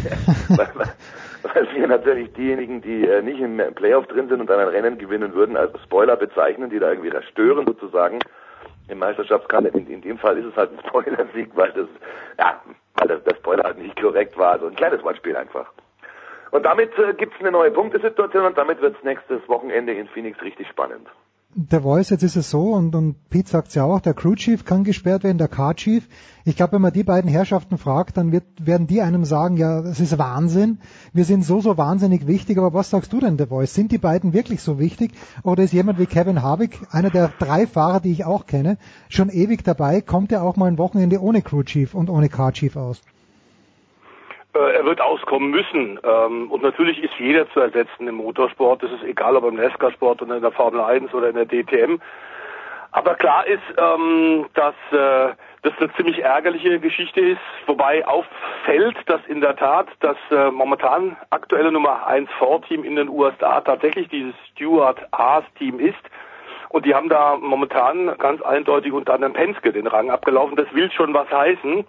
weil wir natürlich diejenigen, die nicht im Playoff drin sind und dann ein Rennen gewinnen würden, als Spoiler bezeichnen, die da irgendwie stören sozusagen im Meisterschaftskampf. In dem Fall ist es halt ein Spoiler-Sieg, weil der Spoiler halt nicht korrekt war. Also ein kleines Wortspiel einfach. Und damit gibt's eine neue Punktesituation und damit wird's nächstes Wochenende in Phoenix richtig spannend. Der Voice, jetzt ist es so, und Pete sagt's ja auch, der Crew Chief kann gesperrt werden, der Car Chief. Ich glaube, wenn man die beiden Herrschaften fragt, dann werden die einem sagen, ja, das ist Wahnsinn, wir sind so wahnsinnig wichtig, aber was sagst du denn, der Voice? Sind die beiden wirklich so wichtig? Oder ist jemand wie Kevin Harvick, einer der 3 Fahrer, die ich auch kenne, schon ewig dabei, kommt er auch mal ein Wochenende ohne Crew Chief und ohne Car Chief aus? Er wird auskommen müssen. Und natürlich ist jeder zu ersetzen im Motorsport. Das ist egal, ob im NASCAR-Sport oder in der Formel 1 oder in der DTM. Aber klar ist, dass das eine ziemlich ärgerliche Geschichte ist. Wobei auffällt, dass in der Tat das momentan aktuelle Nummer 1 Ford-Team in den USA tatsächlich dieses Stewart-Haas-Team ist. Und die haben da momentan ganz eindeutig unter anderem Penske den Rang abgelaufen. Das will schon was heißen.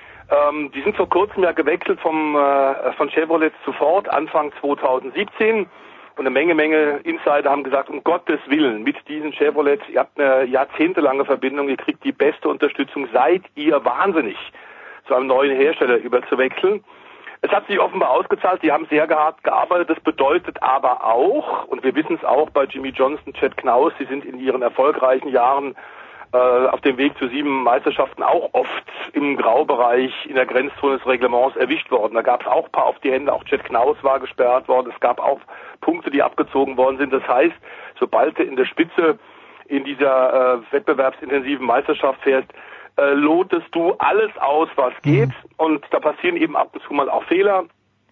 Die sind vor kurzem ja gewechselt von Chevrolet zu Ford, Anfang 2017. Und eine Menge Insider haben gesagt, um Gottes Willen, mit diesen Chevrolet, ihr habt eine jahrzehntelange Verbindung, ihr kriegt die beste Unterstützung, seid ihr wahnsinnig, zu einem neuen Hersteller überzuwechseln. Es hat sich offenbar ausgezahlt, die haben sehr hart gearbeitet, das bedeutet aber auch, und wir wissen es auch bei Jimmy Johnson, Chad Knaus, sie sind in ihren erfolgreichen Jahren auf dem Weg zu 7 Meisterschaften auch oft im Graubereich in der Grenzzone des Reglements erwischt worden. Da gab es auch ein paar auf die Hände, auch Chad Knaus war gesperrt worden, es gab auch Punkte, die abgezogen worden sind. Das heißt, sobald du in der Spitze in dieser wettbewerbsintensiven Meisterschaft fährst, lotest du alles aus, was geht, und da passieren eben ab und zu mal auch Fehler.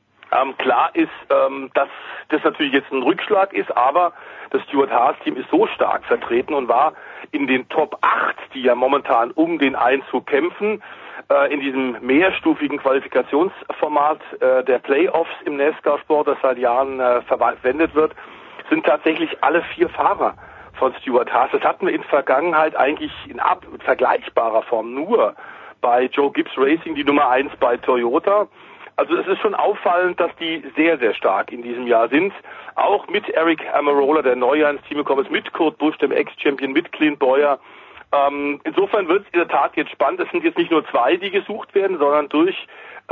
Klar ist, dass das natürlich jetzt ein Rückschlag ist, aber das Stewart-Haas-Team ist so stark vertreten und war in den Top 8, die ja momentan um den Einzug kämpfen, in diesem mehrstufigen Qualifikationsformat der Playoffs im NASCAR-Sport, das seit Jahren verwendet wird, sind tatsächlich alle 4 Fahrer von Stewart-Haas. Das hatten wir in Vergangenheit eigentlich in vergleichbarer Form nur bei Joe Gibbs Racing, die Nummer 1 bei Toyota. Also es ist schon auffallend, dass die sehr, sehr stark in diesem Jahr sind. Auch mit Eric Almirola, der neu ins Team gekommen ist, mit Kurt Busch, dem Ex-Champion, mit Clint Bowyer. Insofern wird es in der Tat jetzt spannend. Es sind jetzt nicht nur 2, die gesucht werden, sondern durch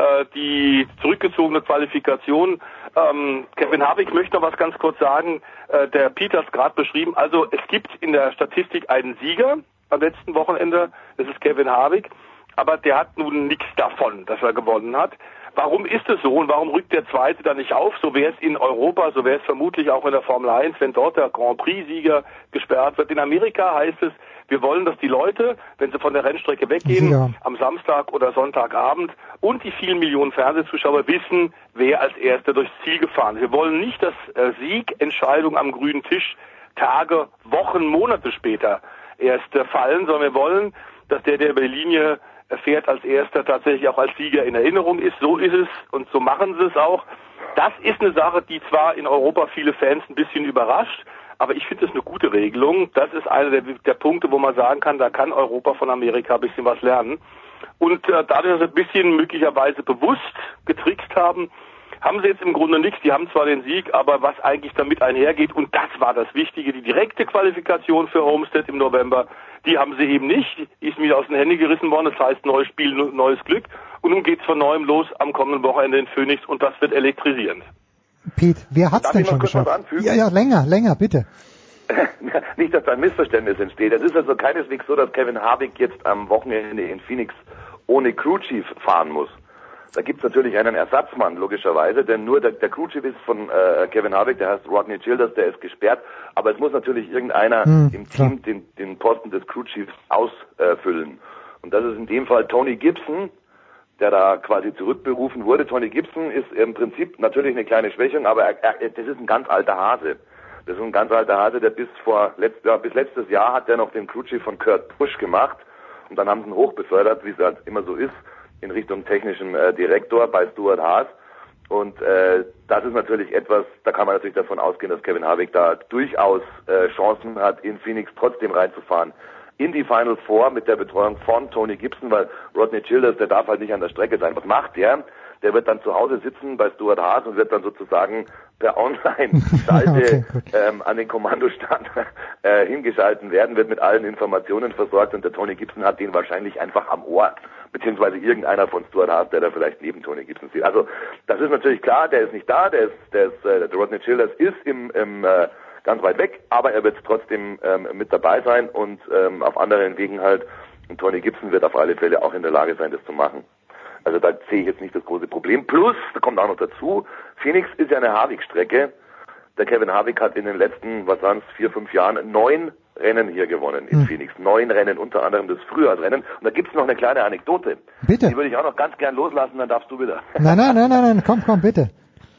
die zurückgezogene Qualifikation. Kevin Harvick möchte noch was ganz kurz sagen. Der Peter hat es gerade beschrieben. Also es gibt in der Statistik einen Sieger am letzten Wochenende. Das ist Kevin Harvick. Aber der hat nun nichts davon, dass er gewonnen hat. Warum ist es so und warum rückt der Zweite da nicht auf? So wäre es in Europa, so wäre es vermutlich auch in der Formel 1, wenn dort der Grand Prix-Sieger gesperrt wird. In Amerika heißt es, wir wollen, dass die Leute, wenn sie von der Rennstrecke weggehen, am Samstag oder Sonntagabend und die vielen Millionen Fernsehzuschauer wissen, wer als Erster durchs Ziel gefahren ist. Wir wollen nicht, dass Siegentscheidungen am grünen Tisch Tage, Wochen, Monate später erst fallen, sondern wir wollen, dass der über die Linie fährt, als Erster tatsächlich auch als Sieger in Erinnerung ist. So ist es und so machen sie es auch. Das ist eine Sache, die zwar in Europa viele Fans ein bisschen überrascht, aber ich finde das eine gute Regelung. Das ist einer der Punkte, wo man sagen kann, da kann Europa von Amerika ein bisschen was lernen. Und dadurch, dass sie ein bisschen möglicherweise bewusst getrickst haben, haben sie jetzt im Grunde nichts. Die haben zwar den Sieg, aber was eigentlich damit einhergeht, und das war das Wichtige, die direkte Qualifikation für Homestead im November, die haben sie eben nicht. Die ist wieder aus den Händen gerissen worden. Das heißt, neues Spiel, neues Glück. Und nun geht's von neuem los am kommenden Wochenende in Phoenix und das wird elektrisierend. Pete, wer hat's denn schon geschafft? Ja, länger, bitte. Nicht, dass da ein Missverständnis entsteht. Es ist also keineswegs so, dass Kevin Harvick jetzt am Wochenende in Phoenix ohne Crew Chief fahren muss. Da gibt's natürlich einen Ersatzmann, logischerweise, denn nur der Crew Chief ist von Kevin Harvick, der heißt Rodney Childers, der ist gesperrt, aber es muss natürlich irgendeiner im Team den Posten des Crew Chiefs ausfüllen. Und das ist in dem Fall Tony Gibson, der da quasi zurückberufen wurde. Tony Gibson ist im Prinzip natürlich eine kleine Schwächung, aber das ist ein ganz alter Hase. Das ist ein ganz alter Hase, der bis letztes Jahr hat der noch den Crew Chief von Kurt Busch gemacht und dann haben sie ihn hochbefördert, wie es halt immer so ist, in Richtung technischen Direktor bei Stuart Haas. Und das ist natürlich etwas, da kann man natürlich davon ausgehen, dass Kevin Harvick da durchaus Chancen hat, in Phoenix trotzdem reinzufahren in die Final Four mit der Betreuung von Tony Gibson, weil Rodney Childers, der darf halt nicht an der Strecke sein. Was macht der? Der wird dann zu Hause sitzen bei Stuart Haas und wird dann sozusagen per Online-Schalte an den Kommandostand hingeschalten werden, wird mit allen Informationen versorgt und der Tony Gibson hat den wahrscheinlich einfach am Ohr, beziehungsweise irgendeiner von Stuart Haas, der da vielleicht neben Tony Gibson steht. Also das ist natürlich klar, der ist nicht da, der Rodney Childers ist ganz weit weg, aber er wird trotzdem mit dabei sein und auf anderen Wegen halt. Und Tony Gibson wird auf alle Fälle auch in der Lage sein, das zu machen. Also da sehe ich jetzt nicht das große Problem. Plus, da kommt auch noch dazu, Phoenix ist ja eine Harvick-Strecke. Der Kevin Harvick hat in den letzten, 4-5 Jahren 9 Rennen hier gewonnen in Phoenix. 9 Rennen, unter anderem das Frühjahrsrennen. Und da gibt's noch eine kleine Anekdote. Bitte. Die würde ich auch noch ganz gern loslassen, dann darfst du wieder. Nein, komm, bitte.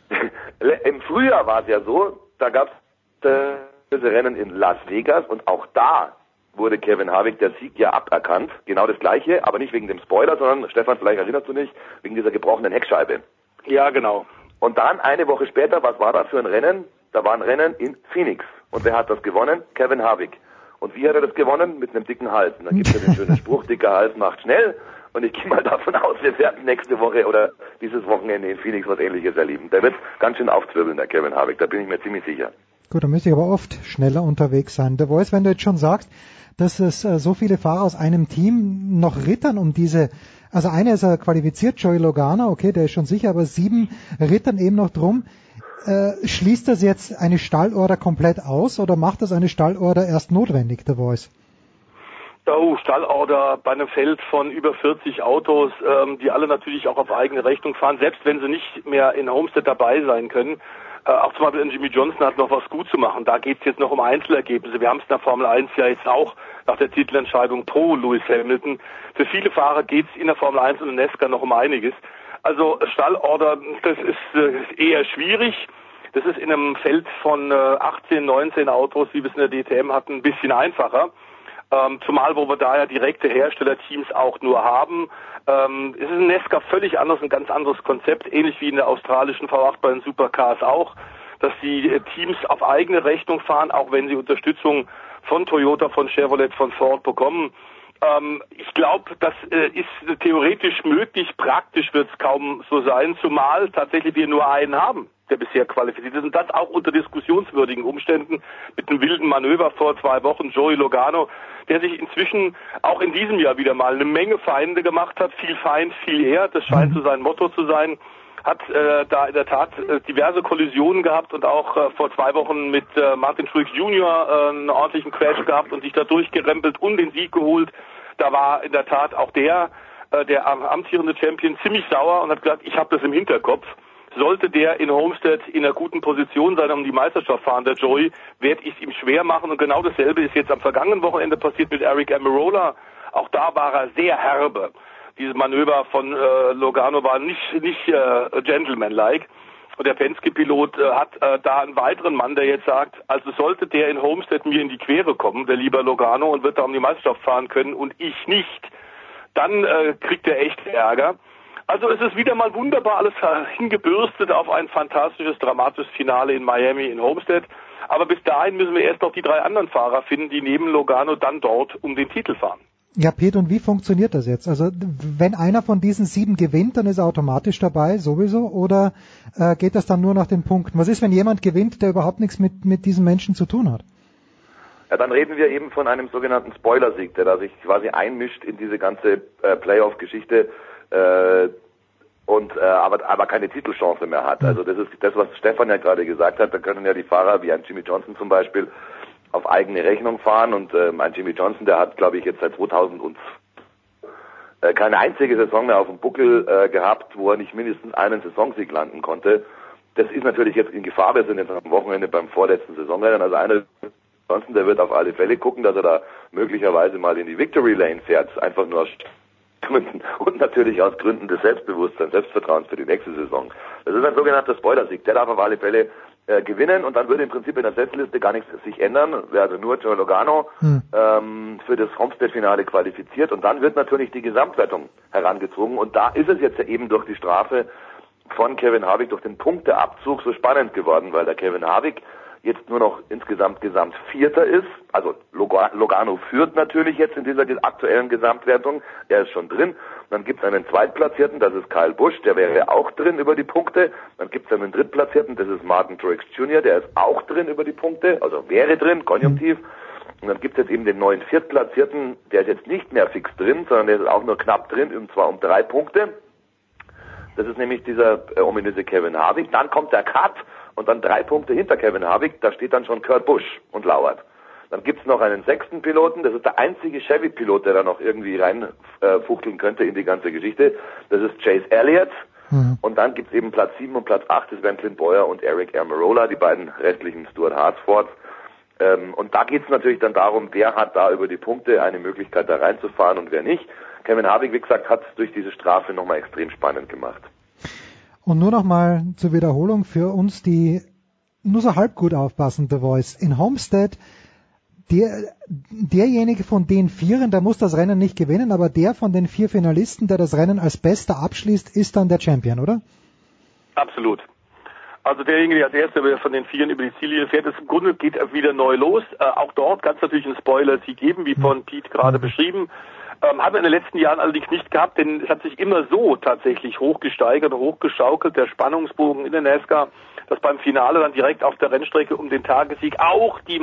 Im Frühjahr war es ja so, da gab's diese Rennen in Las Vegas und auch da wurde Kevin Harvick der Sieg ja aberkannt. Genau das Gleiche, aber nicht wegen dem Spoiler, sondern, Stefan, vielleicht erinnerst du dich, wegen dieser gebrochenen Heckscheibe. Ja, genau. Und dann eine Woche später, was war da für ein Rennen? Da war ein Rennen in Phoenix. Und wer hat das gewonnen? Kevin Harvick. Und wie hat er das gewonnen? Mit einem dicken Hals. Und dann gibt es ja den schönen Spruch, dicker Hals macht schnell. Und ich gehe mal davon aus, wir werden nächste Woche oder dieses Wochenende in Phoenix was Ähnliches erleben. Der wird ganz schön aufzwirbeln, der Kevin Harvick. Da bin ich mir ziemlich sicher. Gut, da müsste ich aber oft schneller unterwegs sein. Der Voice, wenn du jetzt schon sagst, dass es so viele Fahrer aus einem Team noch rittern um diese, also einer ist qualifiziert, Joey Logano, okay, der ist schon sicher, aber 7 rittern eben noch drum. Schließt das jetzt eine Stallorder komplett aus oder macht das eine Stallorder erst notwendig, der Voice? Oh, Stallorder bei einem Feld von über 40 Autos, die alle natürlich auch auf eigene Rechnung fahren, selbst wenn sie nicht mehr in Homestead dabei sein können. Auch zum Beispiel Jimmy Johnson hat noch was gut zu machen. Da geht es jetzt noch um Einzelergebnisse. Wir haben es in der Formel 1 ja jetzt auch nach der Titelentscheidung pro Lewis Hamilton. Für viele Fahrer geht es in der Formel 1 und in NASCAR noch um einiges. Also Stallorder, das ist eher schwierig. Das ist in einem Feld von 18, 19 Autos, wie wir es in der DTM hatten, ein bisschen einfacher. Zumal, wo wir da ja direkte Herstellerteams auch nur haben. Es ist in NASCAR völlig anders, ein ganz anderes Konzept, ähnlich wie in der australischen V8 bei den Supercars auch, dass die Teams auf eigene Rechnung fahren, auch wenn sie Unterstützung von Toyota, von Chevrolet, von Ford bekommen. Ich glaube, das ist theoretisch möglich, praktisch wird es kaum so sein, zumal tatsächlich wir nur einen haben, der bisher qualifiziert ist. Und das auch unter diskussionswürdigen Umständen mit einem wilden Manöver vor 2 Wochen, Joey Logano, der sich inzwischen auch in diesem Jahr wieder mal eine Menge Feinde gemacht hat. Viel Feind, viel eher. Das scheint so sein Motto zu sein. Hat da in der Tat diverse Kollisionen gehabt und auch vor 2 Wochen mit Martin Truex Jr. Einen ordentlichen Crash gehabt und sich da durchgerempelt und den Sieg geholt. Da war in der Tat auch der amtierende Champion ziemlich sauer und hat gesagt, ich habe das im Hinterkopf. Sollte der in Homestead in einer guten Position sein, um die Meisterschaft fahren, der Joey, werde ich es ihm schwer machen. Und genau dasselbe ist jetzt am vergangenen Wochenende passiert mit Eric Almirola. Auch da war er sehr herbe. Dieses Manöver von Logano war nicht gentlemanlike. Und der Penske-Pilot hat da einen weiteren Mann, der jetzt sagt, also sollte der in Homestead mir in die Quere kommen, der lieber Logano, und wird da um die Meisterschaft fahren können und ich nicht, dann kriegt er echt Ärger. Also es ist wieder mal wunderbar alles hingebürstet auf ein fantastisches, dramatisches Finale in Miami in Homestead. Aber bis dahin müssen wir erst noch die 3 anderen Fahrer finden, die neben Logano dann dort um den Titel fahren. Ja, Pete, und wie funktioniert das jetzt? Also wenn einer von diesen 7 gewinnt, dann ist er automatisch dabei, sowieso, oder geht das dann nur nach den Punkten? Was ist, wenn jemand gewinnt, der überhaupt nichts mit diesen Menschen zu tun hat? Ja, dann reden wir eben von einem sogenannten Spoilersieg, der da sich quasi einmischt in diese ganze Playoff-Geschichte aber keine Titelchance mehr hat. Also das ist das, was Stefan ja gerade gesagt hat. Da können ja die Fahrer wie ein Jimmy Johnson zum Beispiel auf eigene Rechnung fahren und ein Jimmy Johnson, der hat, glaube ich, jetzt seit 2000 keine einzige Saison mehr auf dem Buckel gehabt, wo er nicht mindestens einen Saisonsieg landen konnte. Das ist natürlich jetzt in Gefahr. Wir sind jetzt am Wochenende beim vorletzten Saisonrennen. Also einer Johnson, der wird auf alle Fälle gucken, dass er da möglicherweise mal in die Victory Lane fährt, einfach nur aus Gründen und natürlich aus Gründen des Selbstbewusstseins, Selbstvertrauens für die nächste Saison. Das ist ein sogenannter Spoilersieg. Der darf auf alle Fälle gewinnen und dann würde im Prinzip in der Setzliste gar nichts sich ändern, wäre also nur Joe Logano für das Homestead-Finale qualifiziert und dann wird natürlich die Gesamtwertung herangezogen und da ist es jetzt ja eben durch die Strafe von Kevin Harvick, durch den Punkteabzug so spannend geworden, weil der Kevin Harvick jetzt nur noch insgesamt Vierter ist, also Logano führt natürlich jetzt in dieser aktuellen Gesamtwertung, er ist schon drin. Dann gibt es einen Zweitplatzierten, das ist Kyle Busch, der wäre auch drin über die Punkte. Dann gibt es einen Drittplatzierten, das ist Martin Truex Jr., der ist auch drin über die Punkte, also wäre drin, konjunktiv. Und dann gibt es jetzt eben den neuen Viertplatzierten, der ist jetzt nicht mehr fix drin, sondern der ist auch nur knapp drin, und zwar um 3 Punkte. Das ist nämlich dieser ominöse Kevin Harvick. Dann kommt der Cut und dann 3 Punkte hinter Kevin Harvick, da steht dann schon Kurt Busch und lauert. Dann gibt's noch einen 6. Piloten, das ist der einzige Chevy-Pilot, der da noch irgendwie reinfuchteln könnte in die ganze Geschichte. Das ist Chase Elliott. Und dann gibt's eben Platz 7 und Platz 8, das wären Clint Bowyer und Eric Almirola, die beiden restlichen Stuart Hartsfords. Und da geht's natürlich dann darum, wer hat da über die Punkte eine Möglichkeit da reinzufahren und wer nicht. Kevin Harvick, wie gesagt, hat es durch diese Strafe nochmal extrem spannend gemacht. Und nur nochmal zur Wiederholung für uns, die nur so halb gut aufpassen, The Voice. In Homestead, derjenige von den 4, der muss das Rennen nicht gewinnen, aber der von den 4 Finalisten, der das Rennen als Bester abschließt, ist dann der Champion, oder? Absolut. Also derjenige, der als Erster von den 4 über die Ziellinie fährt, ist im Grunde geht er wieder neu los. Auch dort kann es natürlich einen Spoiler-Sieg geben, wie von Pete gerade beschrieben. Haben wir in den letzten Jahren allerdings nicht gehabt, denn es hat sich immer so tatsächlich hochgesteigert und hochgeschaukelt, der Spannungsbogen in der NASCAR, dass beim Finale dann direkt auf der Rennstrecke um den Tagessieg auch die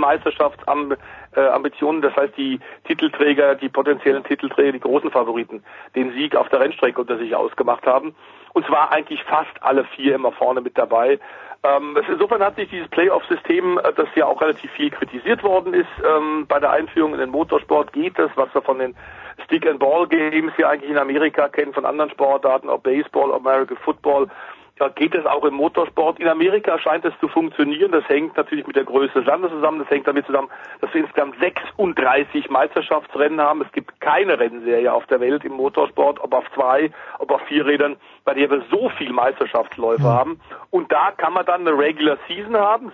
Meisterschaftsambitionen, das heißt die Titelträger, die potenziellen Titelträger, die großen Favoriten, den Sieg auf der Rennstrecke unter sich ausgemacht haben. Und zwar eigentlich fast alle 4 immer vorne mit dabei. Insofern hat sich dieses Playoff-System, das ja auch relativ viel kritisiert worden ist, bei der Einführung in den Motorsport geht es, was wir von den Stick-and-Ball-Games ja eigentlich in Amerika kennen, von anderen Sportarten, ob Baseball, American Football, ja, geht es auch im Motorsport. In Amerika scheint es zu funktionieren. Das hängt natürlich mit der Größe des Landes zusammen. Das hängt damit zusammen, dass wir insgesamt 36 Meisterschaftsrennen haben. Es gibt keine Rennserie auf der Welt im Motorsport, ob auf 2, ob auf 4 Rädern, bei der wir so viel Meisterschaftsläufe haben. Und da kann man dann eine Regular Season haben,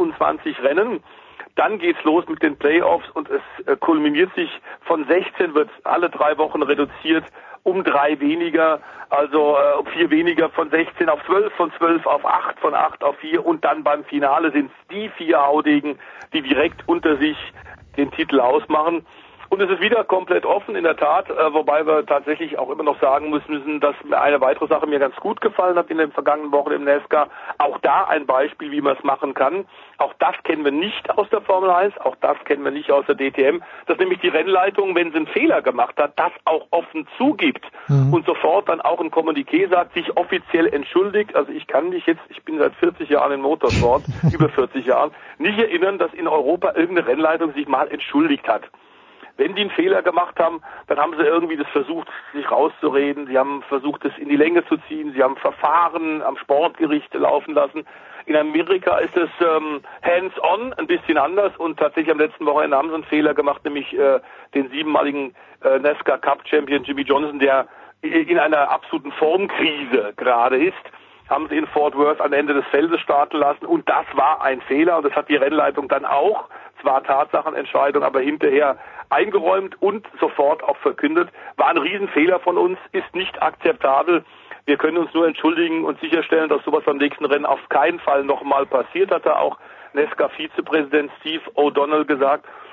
26 Rennen. Dann geht's los mit den Playoffs und es kulminiert sich von 16, wird alle 3 Wochen reduziert um 3 weniger, also 4 weniger, von 16 auf 12, von 12 auf 8, von 8 auf 4 und dann beim Finale sind es die 4 Haudegen, die direkt unter sich den Titel ausmachen. Und es ist wieder komplett offen, in der Tat, wobei wir tatsächlich auch immer noch sagen müssen, dass eine weitere Sache mir ganz gut gefallen hat in den vergangenen Wochen im NASCAR. Auch da ein Beispiel, wie man es machen kann. Auch das kennen wir nicht aus der Formel 1, auch das kennen wir nicht aus der DTM, dass nämlich die Rennleitung, wenn sie einen Fehler gemacht hat, das auch offen zugibt und sofort dann auch ein Kommuniqué sagt, sich offiziell entschuldigt. Also ich kann mich jetzt, ich bin seit 40 Jahren im Motorsport, über 40 Jahren, nicht erinnern, dass in Europa irgendeine Rennleitung sich mal entschuldigt hat. Wenn die einen Fehler gemacht haben, dann haben sie irgendwie das versucht, sich rauszureden. Sie haben versucht, es in die Länge zu ziehen. Sie haben Verfahren am Sportgericht laufen lassen. In Amerika ist es hands-on, ein bisschen anders. Und tatsächlich am letzten Wochenende haben sie einen Fehler gemacht, nämlich den 7-maligen NASCAR Cup Champion Jimmy Johnson, der in einer absoluten Formkrise gerade ist, haben sie in Fort Worth am Ende des Feldes starten lassen. Und das war ein Fehler. Und das hat die Rennleitung dann auch, zwar Tatsachenentscheidung, aber hinterher eingeräumt und sofort auch verkündet. War ein Riesenfehler von uns, ist nicht akzeptabel. Wir können uns nur entschuldigen und sicherstellen, dass sowas beim nächsten Rennen auf keinen Fall nochmal passiert, hat auch NASCAR-Vizepräsident Steve O'Donnell gesagt.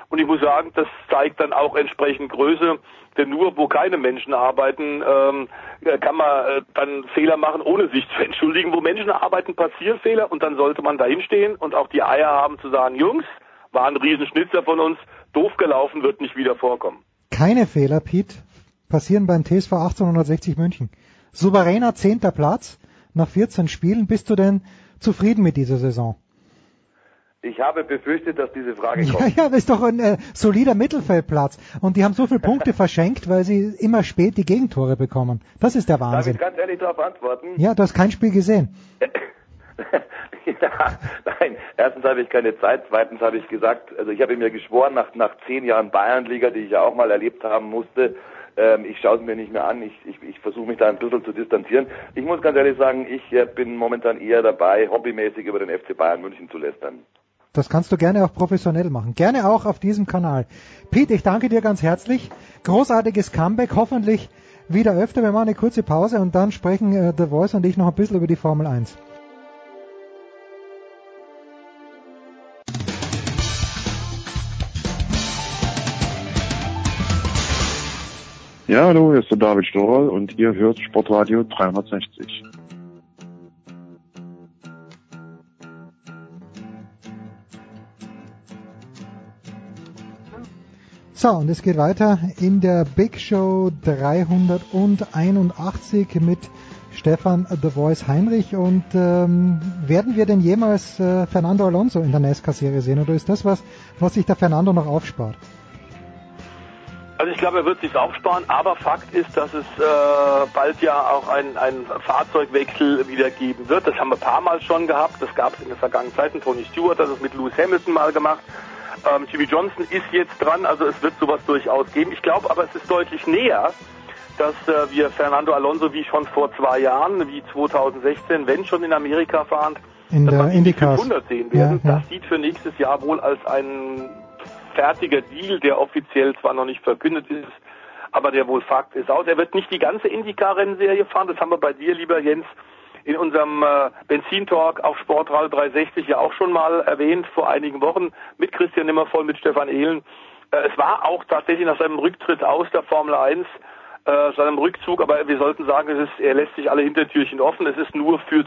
Und ich muss sagen, das zeigt dann auch entsprechend Größe, denn nur wo keine Menschen arbeiten, kann man dann Fehler machen, ohne sich zu entschuldigen. Wo Menschen arbeiten, passieren Fehler und dann sollte man dahin stehen und auch die Eier haben zu sagen, Jungs, war ein Riesenschnitzer von uns, doof gelaufen, wird nicht wieder vorkommen. Keine Fehler, Piet, passieren beim TSV 1860 München. Souveräner 10. Platz nach 14 Spielen. Bist du denn zufrieden mit dieser Saison? Ich habe befürchtet, dass diese Frage kommt. Ja, das ist doch ein solider Mittelfeldplatz. Und die haben so viele Punkte verschenkt, weil sie immer spät die Gegentore bekommen. Das ist der Wahnsinn. Darf ich ganz ehrlich darauf antworten? Ja, du hast kein Spiel gesehen. Ja, nein, erstens habe ich keine Zeit, zweitens habe ich gesagt, also ich habe mir geschworen, nach 10 Jahren Bayernliga, die ich ja auch mal erlebt haben musste, ich schaue es mir nicht mehr an, ich versuche mich da ein bisschen zu distanzieren. Ich muss ganz ehrlich sagen, ich bin momentan eher dabei, hobbymäßig über den FC Bayern München zu lästern. Das kannst du gerne auch professionell machen. Gerne auch auf diesem Kanal. Pete, ich danke dir ganz herzlich. Großartiges Comeback. Hoffentlich wieder öfter. Wir machen eine kurze Pause und dann sprechen The Voice und ich noch ein bisschen über die Formel 1. Ja, hallo, hier ist der David Storl und ihr hört Sportradio 360. So, und es geht weiter in der Big Show 381 mit Stefan The Voice Heinrich. Und werden wir denn jemals Fernando Alonso in der NASCAR-Serie sehen? Oder ist das was sich der Fernando noch aufspart? Also ich glaube, er wird sich aufsparen, aber Fakt ist, dass es bald ja auch einen Fahrzeugwechsel wieder geben wird. Das haben wir ein paar Mal schon gehabt. Das gab es in der vergangenen Zeit. Tony Stewart hat das mit Lewis Hamilton mal gemacht. Jimmy Johnson ist jetzt dran, also es wird sowas durchaus geben. Ich glaube aber, es ist deutlich näher, dass wir Fernando Alonso wie schon vor 2 Jahren, wie 2016, wenn schon in Amerika fahrend, in der IndyCar 500 sehen werden. Ja. Das sieht für nächstes Jahr wohl als ein fertiger Deal, der offiziell zwar noch nicht verkündet ist, aber der wohl Fakt ist aus. Er wird nicht die ganze IndyCar-Rennserie fahren, das haben wir bei dir, lieber Jens, in unserem Benzin-Talk auf Sportradio 360 ja auch schon mal erwähnt, vor einigen Wochen, mit Christian Nimmervoll, mit Stefan Ehlen. Es war auch tatsächlich nach seinem Rücktritt aus der Formel 1, seinem Rückzug, aber wir sollten sagen, er lässt sich alle Hintertürchen offen. Es ist nur für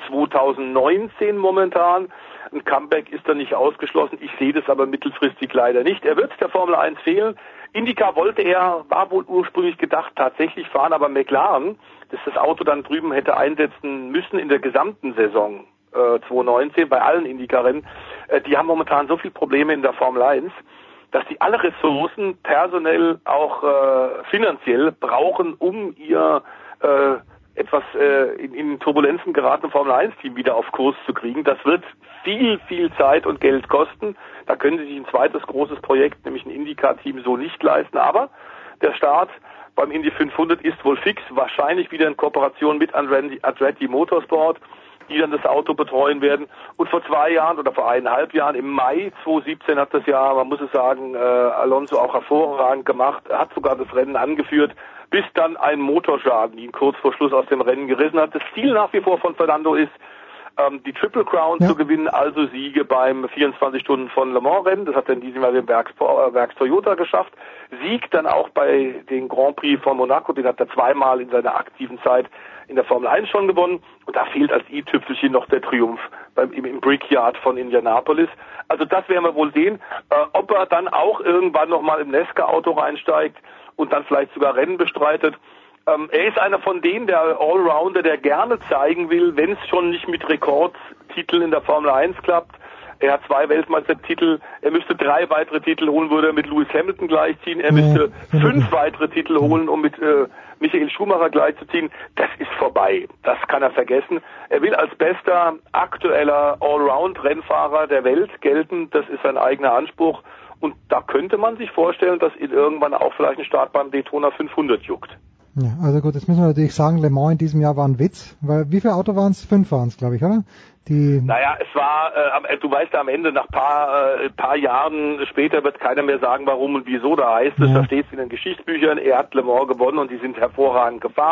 2019 momentan. Ein Comeback ist da nicht ausgeschlossen. Ich sehe das aber mittelfristig leider nicht. Er wird der Formel 1 fehlen. IndyCar war wohl ursprünglich gedacht, tatsächlich fahren, aber McLaren, das Auto dann drüben hätte einsetzen müssen in der gesamten Saison 2019 bei allen IndyCar-Rennen, die haben momentan so viele Probleme in der Formel 1, dass die alle Ressourcen personell, auch finanziell brauchen, um ihr etwas in Turbulenzen geratene Formel-1-Team wieder auf Kurs zu kriegen. Das wird viel, viel Zeit und Geld kosten. Da können sie sich ein zweites großes Projekt, nämlich ein IndyCar-Team, so nicht leisten. Aber der Start beim Indy 500 ist wohl fix, wahrscheinlich wieder in Kooperation mit Andretti Motorsport, die dann das Auto betreuen werden. Und vor 2 Jahren oder vor 1,5 Jahren, im Mai 2017 hat das Jahr, man muss es sagen, Alonso auch hervorragend gemacht, hat sogar das Rennen angeführt, bis dann ein Motorschaden ihn kurz vor Schluss aus dem Rennen gerissen hat. Das Ziel nach wie vor von Fernando ist, die Triple Crown zu gewinnen, also Siege beim 24 Stunden von Le Mans Rennen. Das hat er in diesem Jahr den Werks Toyota geschafft. Sieg dann auch bei den Grand Prix von Monaco, den hat er 2-mal in seiner aktiven Zeit in der Formel 1 schon gewonnen. Und da fehlt als i-Tüpfelchen noch der Triumph im Brickyard von Indianapolis. Also das werden wir wohl sehen. Ob er dann auch irgendwann nochmal im NASCAR-Auto reinsteigt und dann vielleicht sogar Rennen bestreitet. Er ist einer von denen, der Allrounder, der gerne zeigen will, wenn es schon nicht mit Rekordtiteln in der Formel 1 klappt. Er hat 2 Weltmeistertitel. Er müsste 3 weitere Titel holen, würde er mit Lewis Hamilton gleichziehen. Er müsste 5 weitere Titel holen, um mit Michael Schumacher gleichzuziehen. Das ist vorbei. Das kann er vergessen. Er will als bester aktueller Allround-Rennfahrer der Welt gelten. Das ist sein eigener Anspruch. Und da könnte man sich vorstellen, dass ihn irgendwann auch vielleicht ein Start beim Daytona 500 juckt. Ja, also gut, jetzt müssen wir natürlich sagen, Le Mans in diesem Jahr war ein Witz, weil wie viele Auto waren es? 5 waren es, glaube ich, oder? Naja, es war, du weißt ja, am Ende, nach paar Jahren später wird keiner mehr sagen, warum und wieso, da heißt es, da steht es in den Geschichtsbüchern, er hat Le Mans gewonnen und die sind hervorragend gefahren.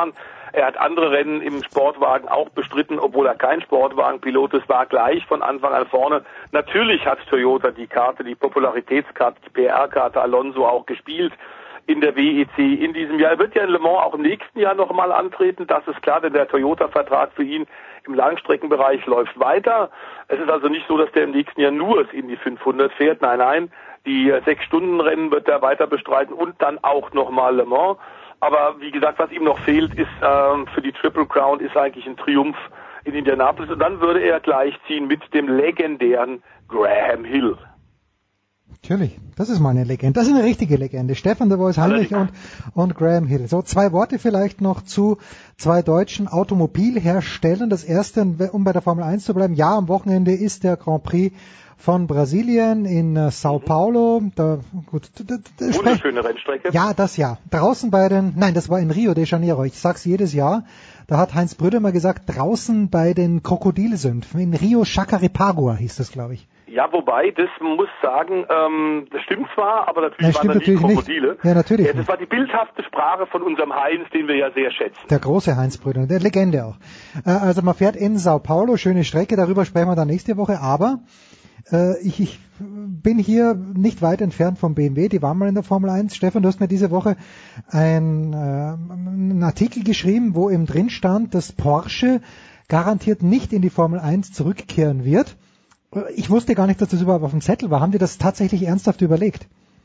Er hat andere Rennen im Sportwagen auch bestritten, obwohl er kein Sportwagenpilot ist, war gleich von Anfang an vorne. Natürlich hat Toyota die Karte, die Popularitätskarte, die PR-Karte Alonso auch gespielt in der WEC in diesem Jahr. Er wird ja in Le Mans auch im nächsten Jahr nochmal antreten, das ist klar, denn der Toyota-Vertrag für ihn im Langstreckenbereich läuft weiter. Es ist also nicht so, dass der im nächsten Jahr nur in die 500 fährt. Nein, die 6-Stunden-Rennen wird er weiter bestreiten und dann auch nochmal Le Mans. Aber wie gesagt, was ihm noch fehlt, ist für die Triple Crown ist eigentlich ein Triumph in Indianapolis. Und dann würde er gleichziehen mit dem legendären Graham Hill. Natürlich, das ist mal eine Legende. Das ist eine richtige Legende. Stefan de Vois Heinrich und Graham Hill. So, 2 Worte vielleicht noch zu 2 deutschen Automobilherstellern. Das erste, um bei der Formel 1 zu bleiben, ja, am Wochenende ist der Grand Prix von Brasilien in Sao Paulo. Wunderschöne Rennstrecke. Ja, das ja. Draußen das war in Rio de Janeiro. Ich sag's jedes Jahr. Da hat Heinz Brüder mal gesagt, draußen bei den Krokodilsümpfen. In Rio Chacaripagua hieß das, glaube ich. Ja, wobei, das muss sagen, das stimmt zwar, aber natürlich waren da nie Krokodile. Nicht. Ja, natürlich. Ja, das war die bildhafte Sprache von unserem Heinz, den wir ja sehr schätzen. Der große Heinz Brüder, der Legende auch. Also man fährt in Sao Paulo, schöne Strecke, darüber sprechen wir dann nächste Woche, aber ich bin hier nicht weit entfernt vom BMW, die waren mal in der Formel 1. Stefan, du hast mir diese Woche einen Artikel geschrieben, wo eben drin stand, dass Porsche garantiert nicht in die Formel 1 zurückkehren wird. Ich wusste gar nicht, dass das überhaupt auf dem Zettel war. Haben die das tatsächlich ernsthaft überlegt?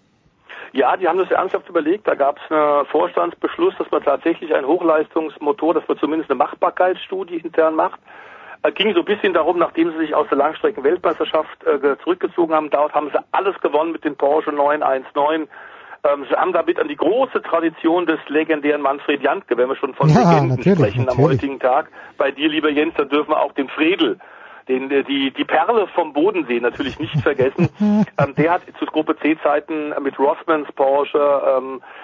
Ja, die haben das ernsthaft überlegt. Da gab es einen Vorstandsbeschluss, dass man tatsächlich ein Hochleistungsmotor, dass man zumindest eine Machbarkeitsstudie intern macht. Ging so ein bisschen darum, nachdem sie sich aus der Langstrecken-Weltmeisterschaft zurückgezogen haben. Dort haben sie alles gewonnen mit dem Porsche 919. Sie haben damit an die große Tradition des legendären Manfred Jantke, wenn wir schon von Legenden sprechen am heutigen Tag. Bei dir, lieber Jens, da dürfen wir auch den Fredel, die Perle vom Bodensee natürlich nicht vergessen. Der hat zu Gruppe C-Zeiten mit Rothmans Porsche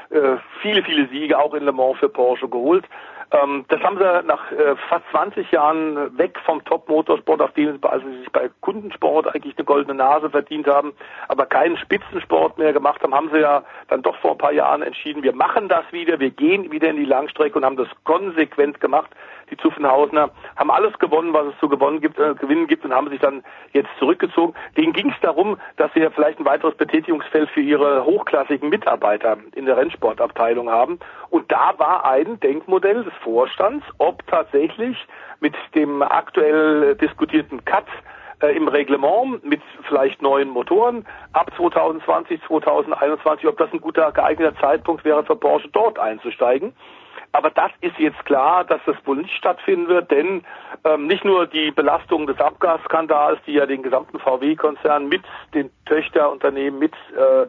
viele Siege auch in Le Mans für Porsche geholt. Das haben sie nach fast 20 Jahren weg vom Top-Motorsport, auf dem sie sich bei Kundensport eigentlich eine goldene Nase verdient haben, aber keinen Spitzensport mehr gemacht haben, sie ja dann doch vor ein paar Jahren entschieden, wir machen das wieder, wir gehen wieder in die Langstrecke und haben das konsequent gemacht. Die Zuffenhausener haben alles gewonnen, was es zu gewinnen gibt und haben sich dann jetzt zurückgezogen. Denen ging es darum, dass sie ja vielleicht ein weiteres Betätigungsfeld für ihre hochklassigen Mitarbeiter in der Rennsportabteilung haben. Und da war ein Denkmodell des Vorstands, ob tatsächlich mit dem aktuell diskutierten Cut im Reglement mit vielleicht neuen Motoren ab 2020, 2021, ob das ein guter, geeigneter Zeitpunkt wäre für Porsche dort einzusteigen. Aber das ist jetzt klar, dass das wohl nicht stattfinden wird, denn nicht nur die Belastung des Abgasskandals, die ja den gesamten VW-Konzern mit den Töchterunternehmen, mit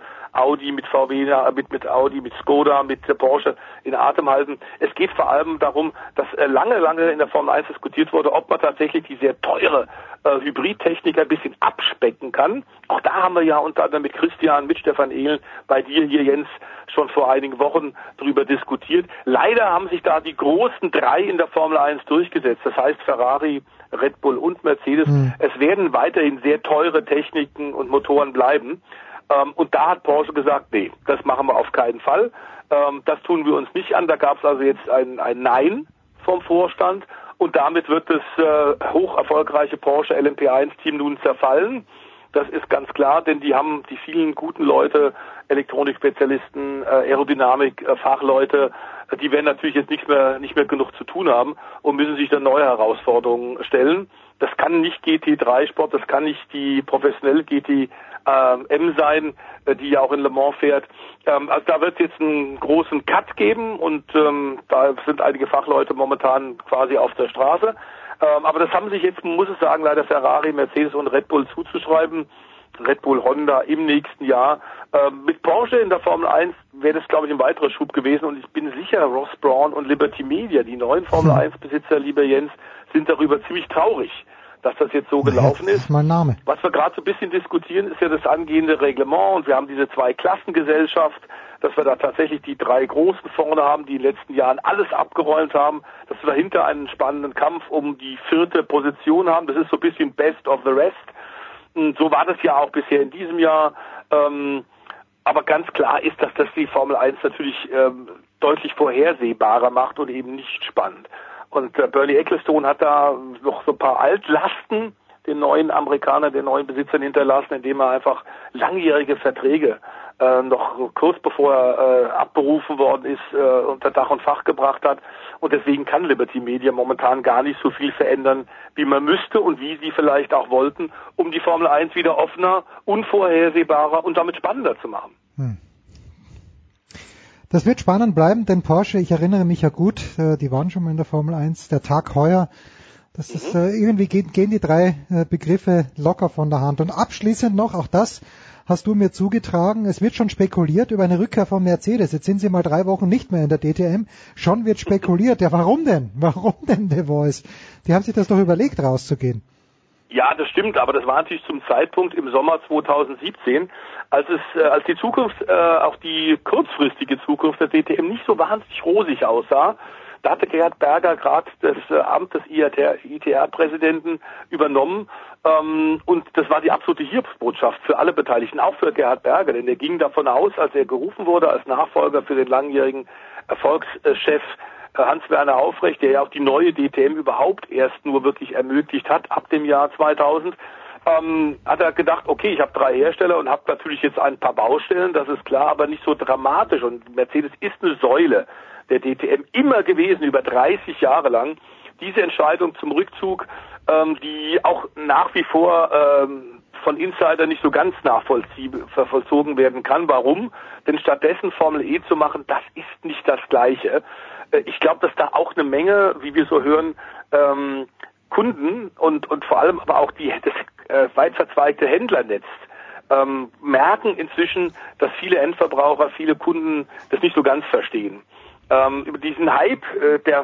Audi, mit VW, mit Audi, mit Skoda, mit Porsche in Atem halten. Es geht vor allem darum, dass lange in der Formel 1 diskutiert wurde, ob man tatsächlich die sehr teure Hybridtechnik ein bisschen abspecken kann. Auch da haben wir ja unter anderem mit Christian, mit Stefan Ehlen, bei dir hier, Jens, schon vor einigen Wochen drüber diskutiert. Leider haben sich da die großen 3 in der Formel 1 durchgesetzt. Das heißt Ferrari, Red Bull und Mercedes. Es werden weiterhin sehr teure Techniken und Motoren bleiben. Und da hat Porsche gesagt, nee, das machen wir auf keinen Fall. Das tun wir uns nicht an. Da gab es also jetzt ein Nein vom Vorstand. Und damit wird das hoch erfolgreiche Porsche LMP1-Team nun zerfallen. Das ist ganz klar, denn die haben die vielen guten Leute, Elektronikspezialisten, Aerodynamik, Fachleute, die werden natürlich jetzt nicht mehr genug zu tun haben und müssen sich dann neue Herausforderungen stellen. Das kann nicht GT3-Sport, das kann nicht die professionelle GT-M sein, die ja auch in Le Mans fährt. Also da wird es jetzt einen großen Cut geben und da sind einige Fachleute momentan quasi auf der Straße. Aber das haben sich jetzt, muss ich sagen, leider Ferrari, Mercedes und Red Bull zuzuschreiben. Red Bull, Honda im nächsten Jahr. Mit Porsche in der Formel 1 wäre das, glaube ich, ein weiterer Schub gewesen. Und ich bin sicher, Ross Brawn und Liberty Media, die neuen Formel 1-Besitzer, lieber Jens, sind darüber ziemlich traurig, dass das jetzt so gelaufen ist. Mein Name. Was wir gerade so ein bisschen diskutieren, ist ja das angehende Reglement. Und wir haben diese 2-Klassengesellschaft, dass wir da tatsächlich die 3 Großen vorne haben, die in den letzten Jahren alles abgeräumt haben, dass wir dahinter einen spannenden Kampf um die 4. Position haben. Das ist so ein bisschen Best of the Rest. Und so war das ja auch bisher in diesem Jahr. Aber ganz klar ist, dass das die Formel 1 natürlich deutlich vorhersehbarer macht und eben nicht spannend. Und Bernie Ecclestone hat da noch so ein paar Altlasten den neuen Amerikanern, den neuen Besitzern hinterlassen, indem er einfach langjährige Verträge noch kurz bevor er abberufen worden ist, unter Dach und Fach gebracht hat. Und deswegen kann Liberty Media momentan gar nicht so viel verändern, wie man müsste und wie sie vielleicht auch wollten, um die Formel 1 wieder offener, unvorhersehbarer und damit spannender zu machen. Das wird spannend bleiben, denn Porsche, ich erinnere mich ja gut, die waren schon mal in der Formel 1, der Tag heuer, das ist irgendwie gehen die drei Begriffe locker von der Hand. Und abschließend noch, auch das hast du mir zugetragen, es wird schon spekuliert über eine Rückkehr von Mercedes. Jetzt sind sie mal 3 Wochen nicht mehr in der DTM. Schon wird spekuliert. Ja, warum denn? Warum denn, The Voice? Die haben sich das doch überlegt, rauszugehen. Ja, das stimmt, aber das war natürlich zum Zeitpunkt im Sommer 2017, als die Zukunft, auch die kurzfristige Zukunft der DTM nicht so wahnsinnig rosig aussah. Da hatte Gerhard Berger gerade das Amt des ITR-Präsidenten übernommen, und das war die absolute Hiobsbotschaft für alle Beteiligten, auch für Gerhard Berger, denn er ging davon aus, als er gerufen wurde als Nachfolger für den langjährigen Erfolgschef Hans-Werner Aufrecht, der ja auch die neue DTM überhaupt erst nur wirklich ermöglicht hat ab dem Jahr 2000, hat er gedacht, okay, ich habe 3 Hersteller und habe natürlich jetzt ein paar Baustellen, das ist klar, aber nicht so dramatisch. Und Mercedes ist eine Säule der DTM immer gewesen, über 30 Jahre lang. Diese Entscheidung zum Rückzug, die auch nach wie vor von Insider nicht so ganz vollzogen werden kann. Warum? Denn stattdessen Formel E zu machen, das ist nicht das Gleiche. Ich glaube, dass da auch eine Menge, wie wir so hören, Kunden und vor allem aber auch das weit verzweigte Händlernetz merken inzwischen, dass viele Endverbraucher, viele Kunden das nicht so ganz verstehen. Über diesen Hype der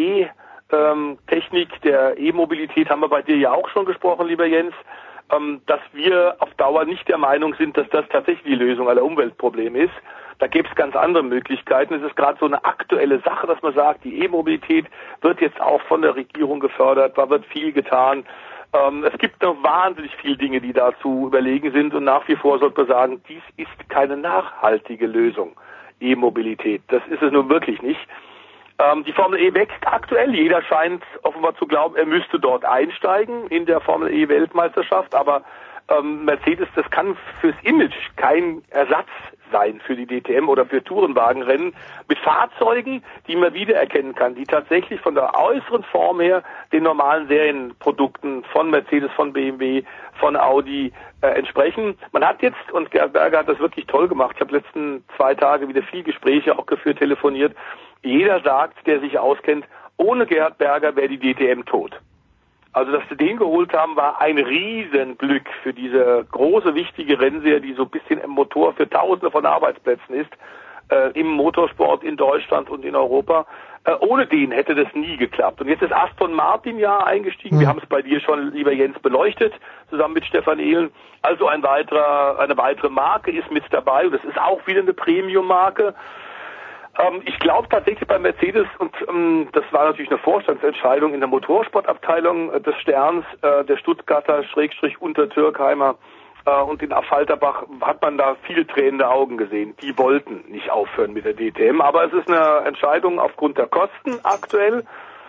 E-Technik, der E-Mobilität haben wir bei dir ja auch schon gesprochen, lieber Jens, dass wir auf Dauer nicht der Meinung sind, dass das tatsächlich die Lösung aller Umweltprobleme ist. Da gäbe es ganz andere Möglichkeiten. Es ist gerade so eine aktuelle Sache, dass man sagt, die E-Mobilität wird jetzt auch von der Regierung gefördert, da wird viel getan. Es gibt noch wahnsinnig viele Dinge, die da zu überlegen sind, und nach wie vor sollte man sagen, dies ist keine nachhaltige Lösung. E-Mobilität. Das ist es nun wirklich nicht. Die Formel E wächst aktuell. Jeder scheint offenbar zu glauben, er müsste dort einsteigen in der Formel E Weltmeisterschaft. Aber Mercedes, das kann fürs Image kein Ersatz sein für die DTM oder für Tourenwagenrennen mit Fahrzeugen, die man wiedererkennen kann, die tatsächlich von der äußeren Form her den normalen Serienprodukten von Mercedes, von BMW, von Audi entsprechen. Man hat jetzt, und Gerhard Berger hat das wirklich toll gemacht, ich habe letzten 2 Tage wieder viel Gespräche auch geführt, telefoniert, jeder sagt, der sich auskennt, ohne Gerhard Berger wäre die DTM tot. Also, dass sie den geholt haben, war ein Riesenglück für diese große, wichtige Rennserie, die so ein bisschen im Motor für Tausende von Arbeitsplätzen ist, im Motorsport in Deutschland und in Europa. Ohne den hätte das nie geklappt. Und jetzt ist Aston Martin ja eingestiegen. Wir haben es bei dir schon, lieber Jens, beleuchtet, zusammen mit Stefan Ehlen. Also eine weitere Marke ist mit dabei. Und das ist auch wieder eine Premium-Marke. Ich glaube tatsächlich bei Mercedes, und das war natürlich eine Vorstandsentscheidung in der Motorsportabteilung des Sterns, der Stuttgarter / Untertürkheimer und in Affalterbach hat man da viele tränende Augen gesehen. Die wollten nicht aufhören mit der DTM, aber es ist eine Entscheidung aufgrund der Kosten aktuell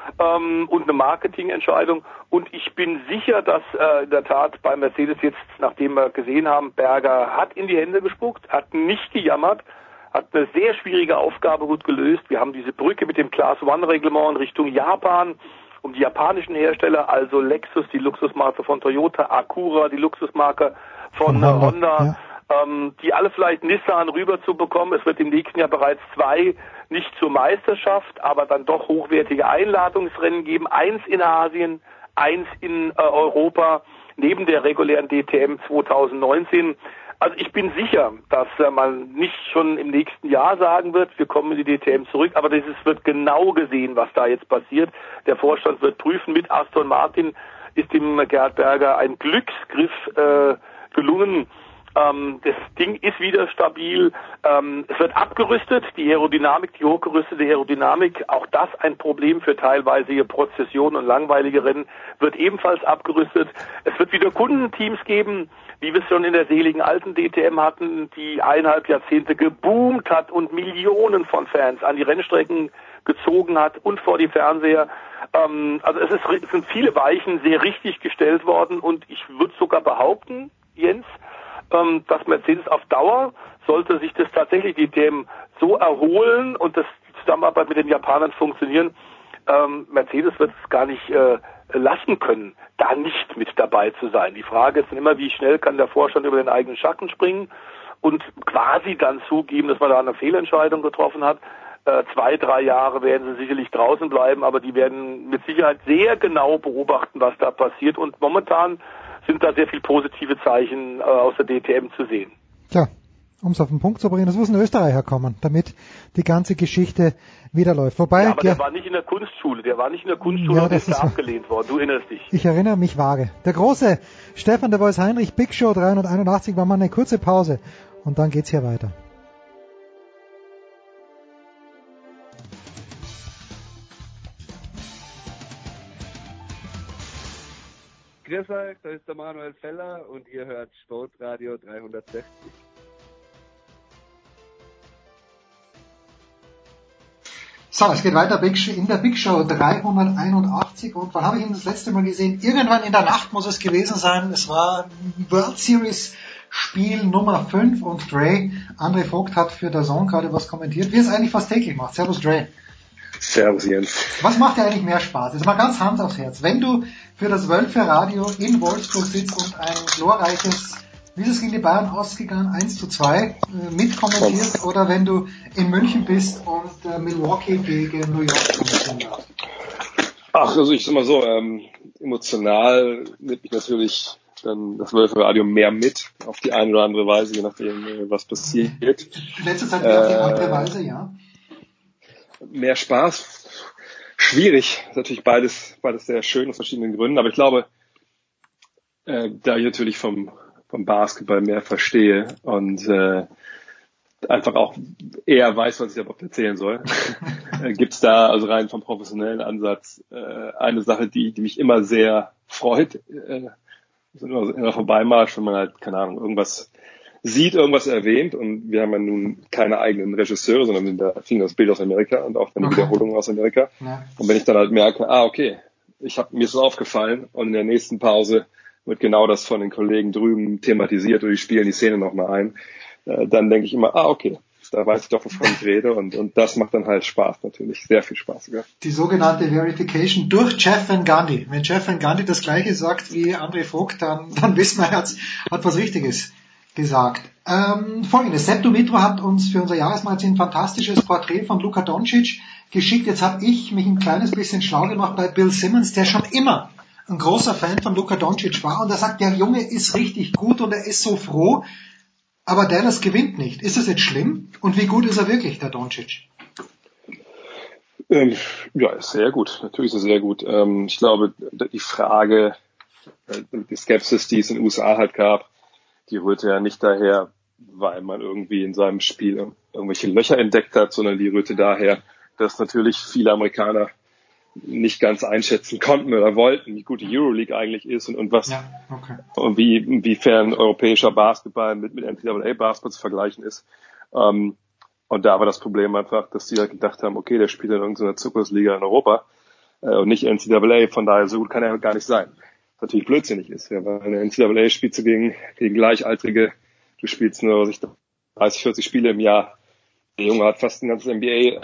und eine Marketingentscheidung. Und ich bin sicher, dass in der Tat bei Mercedes jetzt, nachdem wir gesehen haben, Berger hat in die Hände gespuckt, hat nicht gejammert, hat eine sehr schwierige Aufgabe gut gelöst. Wir haben diese Brücke mit dem Class-1-Reglement in Richtung Japan, um die japanischen Hersteller, also Lexus, die Luxusmarke von Toyota, Acura, die Luxusmarke von Honda, die alle vielleicht Nissan rüberzubekommen. Es wird im nächsten Jahr bereits 2, nicht zur Meisterschaft, aber dann doch hochwertige Einladungsrennen geben. 1 in Asien, 1 in Europa, neben der regulären DTM 2019. Also ich bin sicher, dass man nicht schon im nächsten Jahr sagen wird, wir kommen in die DTM zurück, aber das wird genau gesehen, was da jetzt passiert. Der Vorstand wird prüfen, mit Aston Martin ist dem Gerhard Berger ein Glücksgriff gelungen, Das Ding ist wieder stabil. Es wird abgerüstet, die Aerodynamik, die hochgerüstete Aerodynamik, auch das ein Problem für teilweise Prozessionen und langweilige Rennen, wird ebenfalls abgerüstet. Es wird wieder Kundenteams geben, wie wir es schon in der seligen alten DTM hatten, die 1,5 Jahrzehnte geboomt hat und Millionen von Fans an die Rennstrecken gezogen hat und vor die Fernseher. Also es sind viele Weichen sehr richtig gestellt worden und ich würde sogar behaupten, Jens, dass Mercedes auf Dauer, sollte sich das tatsächlich die Themen so erholen und die Zusammenarbeit mit den Japanern funktionieren, Mercedes wird es gar nicht lassen können, da nicht mit dabei zu sein. Die Frage ist dann immer, wie schnell kann der Vorstand über den eigenen Schatten springen und quasi dann zugeben, dass man da eine Fehlentscheidung getroffen hat. 2-3 Jahre werden sie sicherlich draußen bleiben, aber die werden mit Sicherheit sehr genau beobachten, was da passiert und momentan sind da sehr viel positive Zeichen aus der DTM zu sehen. Tja, um es auf den Punkt zu bringen, das muss ein Österreicher kommen, damit die ganze Geschichte wieder läuft. Wobei, ja, aber der war nicht in der Kunstschule, und ist da abgelehnt worden, du erinnerst dich. Ich erinnere mich vage. Der große Stefan de Vois Heinrich, Big Show 381, war mal eine kurze Pause und dann geht's hier weiter. Grüß euch, da ist der Manuel Feller und ihr hört Sportradio 360. So, es geht weiter in der Big Show 381 und wann habe ich ihn das letzte Mal gesehen? Irgendwann in der Nacht muss es gewesen sein. Es war World Series Spiel Nummer 5 und André Vogt hat für DAZN gerade was kommentiert, wie es eigentlich fast täglich macht. Servus Dre. Servus Jens. Was macht dir eigentlich mehr Spaß? Jetzt mal ganz Hand aufs Herz. Wenn du für das Wölfe Radio in Wolfsburg sitzt und ein glorreiches, wie ist es gegen die Bayern ausgegangen, 1:2 mitkommentierst oder wenn du in München bist und Milwaukee gegen New York kommentiert? Ach, also ich sag mal so, emotional nimmt mich natürlich dann das Wölfe Radio mehr mit, auf die eine oder andere Weise, je nachdem, was passiert. In letzter Zeit auf die andere Weise, ja. Mehr Spaß, schwierig, ist natürlich beides sehr schön aus verschiedenen Gründen, aber ich glaube, da ich natürlich vom Basketball mehr verstehe und einfach auch eher weiß, was ich überhaupt erzählen soll, gibt's da also rein vom professionellen Ansatz eine Sache, die mich immer sehr freut, immer vorbeimarscht, wenn man halt, keine Ahnung, irgendwas sieht, irgendwas erwähnt und wir haben ja nun keine eigenen Regisseure, sondern da kriegen das Bild aus Amerika und auch dann die Wiederholung aus Amerika. Ja. Und wenn ich dann halt merke, okay, mir ist es aufgefallen und in der nächsten Pause wird genau das von den Kollegen drüben thematisiert oder die spielen die Szene nochmal ein, dann denke ich immer, okay, da weiß ich doch, wovon ich rede und das macht dann halt Spaß natürlich, sehr viel Spaß. Ja. Die sogenannte Verification durch Jeff Van Gundy. Wenn Jeff Van Gundy das Gleiche sagt wie André Vogt, dann wissen wir, er hat was Richtiges gesagt. Folgendes, Sepp Dumitro hat uns für unser Jahresmagazin ein fantastisches Porträt von Luka Doncic geschickt. Jetzt habe ich mich ein kleines bisschen schlau gemacht bei Bill Simmons, der schon immer ein großer Fan von Luka Doncic war und er sagt, der Junge ist richtig gut und er ist so froh, aber Dallas gewinnt nicht. Ist das jetzt schlimm? Und wie gut ist er wirklich, der Doncic? Ja, ist sehr gut. Natürlich ist er sehr gut. Ich glaube, die Frage, die Skepsis, die es in den USA halt gab, die rührte ja nicht daher, weil man irgendwie in seinem Spiel irgendwelche Löcher entdeckt hat, sondern die rührte daher, dass natürlich viele Amerikaner nicht ganz einschätzen konnten oder wollten, wie gut die Euroleague eigentlich ist und was und inwiefern europäischer Basketball mit NCAA Basketball zu vergleichen ist. Und da war das Problem einfach, dass die halt gedacht haben, okay, der spielt in irgendeiner Zirkusliga in Europa und nicht NCAA, von daher so gut kann er gar nicht sein. Was natürlich blödsinnig ist, ja, weil in der NCAA spielst du gegen Gleichaltrige, du spielst nur 30, 40 Spiele im Jahr. Der Junge hat fast ein ganzes